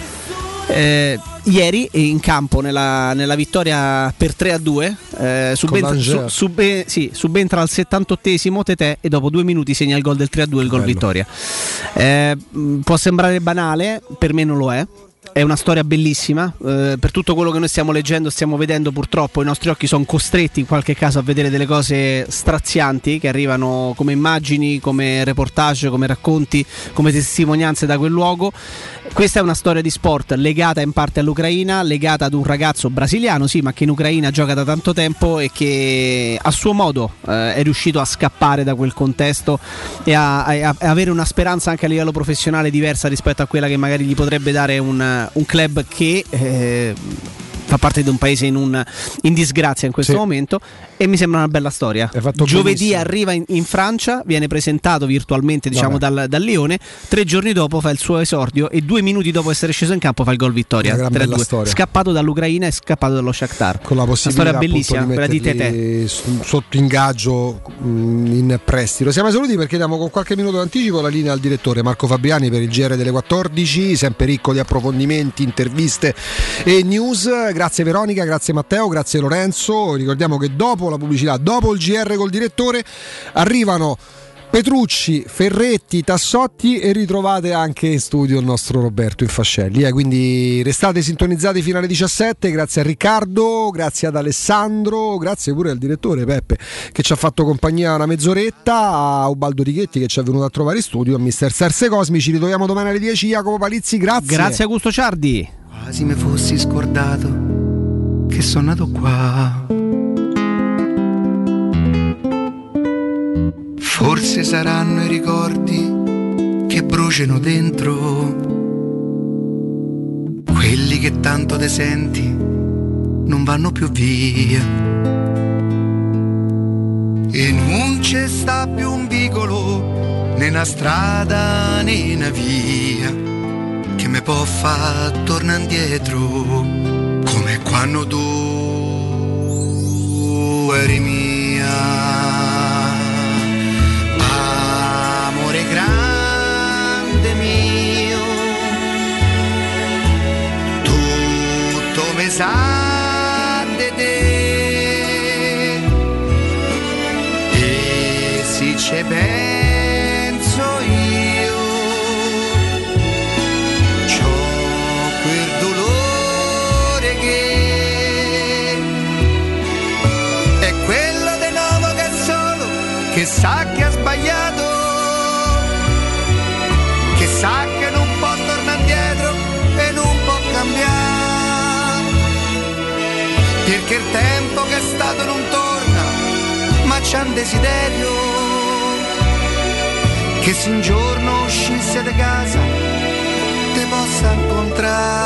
Eh, ieri in campo nella, nella vittoria per tre a due eh, subentra, su, sub, sì, subentra al settantottesimo Tete e dopo due minuti segna il gol del tre a due, il gol Bello. vittoria. Eh, può sembrare banale, per me non lo è. È una storia bellissima, eh, per tutto quello che noi stiamo leggendo, stiamo vedendo, purtroppo i nostri occhi sono costretti in qualche caso a vedere delle cose strazianti che arrivano come immagini, come reportage, come racconti, come testimonianze da quel luogo. Questa è una storia di sport legata in parte all'Ucraina, legata ad un ragazzo brasiliano, sì, ma che in Ucraina gioca da tanto tempo e che a suo modo eh, è riuscito a scappare da quel contesto e a, a, a avere una speranza anche a livello professionale diversa rispetto a quella che magari gli potrebbe dare un un club che eh, fa parte di un paese in, un, in disgrazia in questo sì. momento, e mi sembra una bella storia. Giovedì benissimo. Arriva in, in Francia, viene presentato virtualmente diciamo dal, dal Lione, tre giorni dopo fa il suo esordio e due minuti dopo essere sceso in campo fa il gol vittoria, tre a due, scappato dall'Ucraina e scappato dallo Shakhtar, con la possibilità una storia bellissima, di quella di Tete sotto ingaggio mh, in prestito. Siamo esauriti perché diamo con qualche minuto d'anticipo la linea al direttore Marco Fabriani per il G R delle quattordici, sempre ricco di approfondimenti, interviste e news. Grazie Veronica, grazie Matteo, grazie Lorenzo. Ricordiamo che dopo la pubblicità, dopo il G R col direttore, arrivano Petrucci, Ferretti, Tassotti e ritrovate anche in studio il nostro Roberto Infascelli, eh, quindi restate sintonizzati fino alle diciassette. Grazie a Riccardo, grazie ad Alessandro, grazie pure al direttore Peppe che ci ha fatto compagnia una mezz'oretta, a Ubaldo Righetti che ci è venuto a trovare in studio, a mister Serse Cosmi. Ci ritroviamo domani alle dieci. Jacopo Palizzi, grazie. Grazie a Augusto Ciardi. Quasi mi fossi scordato che sono nato qua. Forse saranno i ricordi che bruciano dentro, quelli che tanto te senti non vanno più via. E non c'è sta più un vicolo, né una strada né una via che mi può far tornare indietro, come quando tu eri mia. Grande mio, tutto mi sa di te, e se ci penso io, c'ho quel dolore che è quello di nuovo che solo, che sa che ha sbagliato, sa che non può tornare indietro e non può cambiare, perché il tempo che è stato non torna, ma c'è un desiderio che se un giorno uscisse da casa te possa incontrare.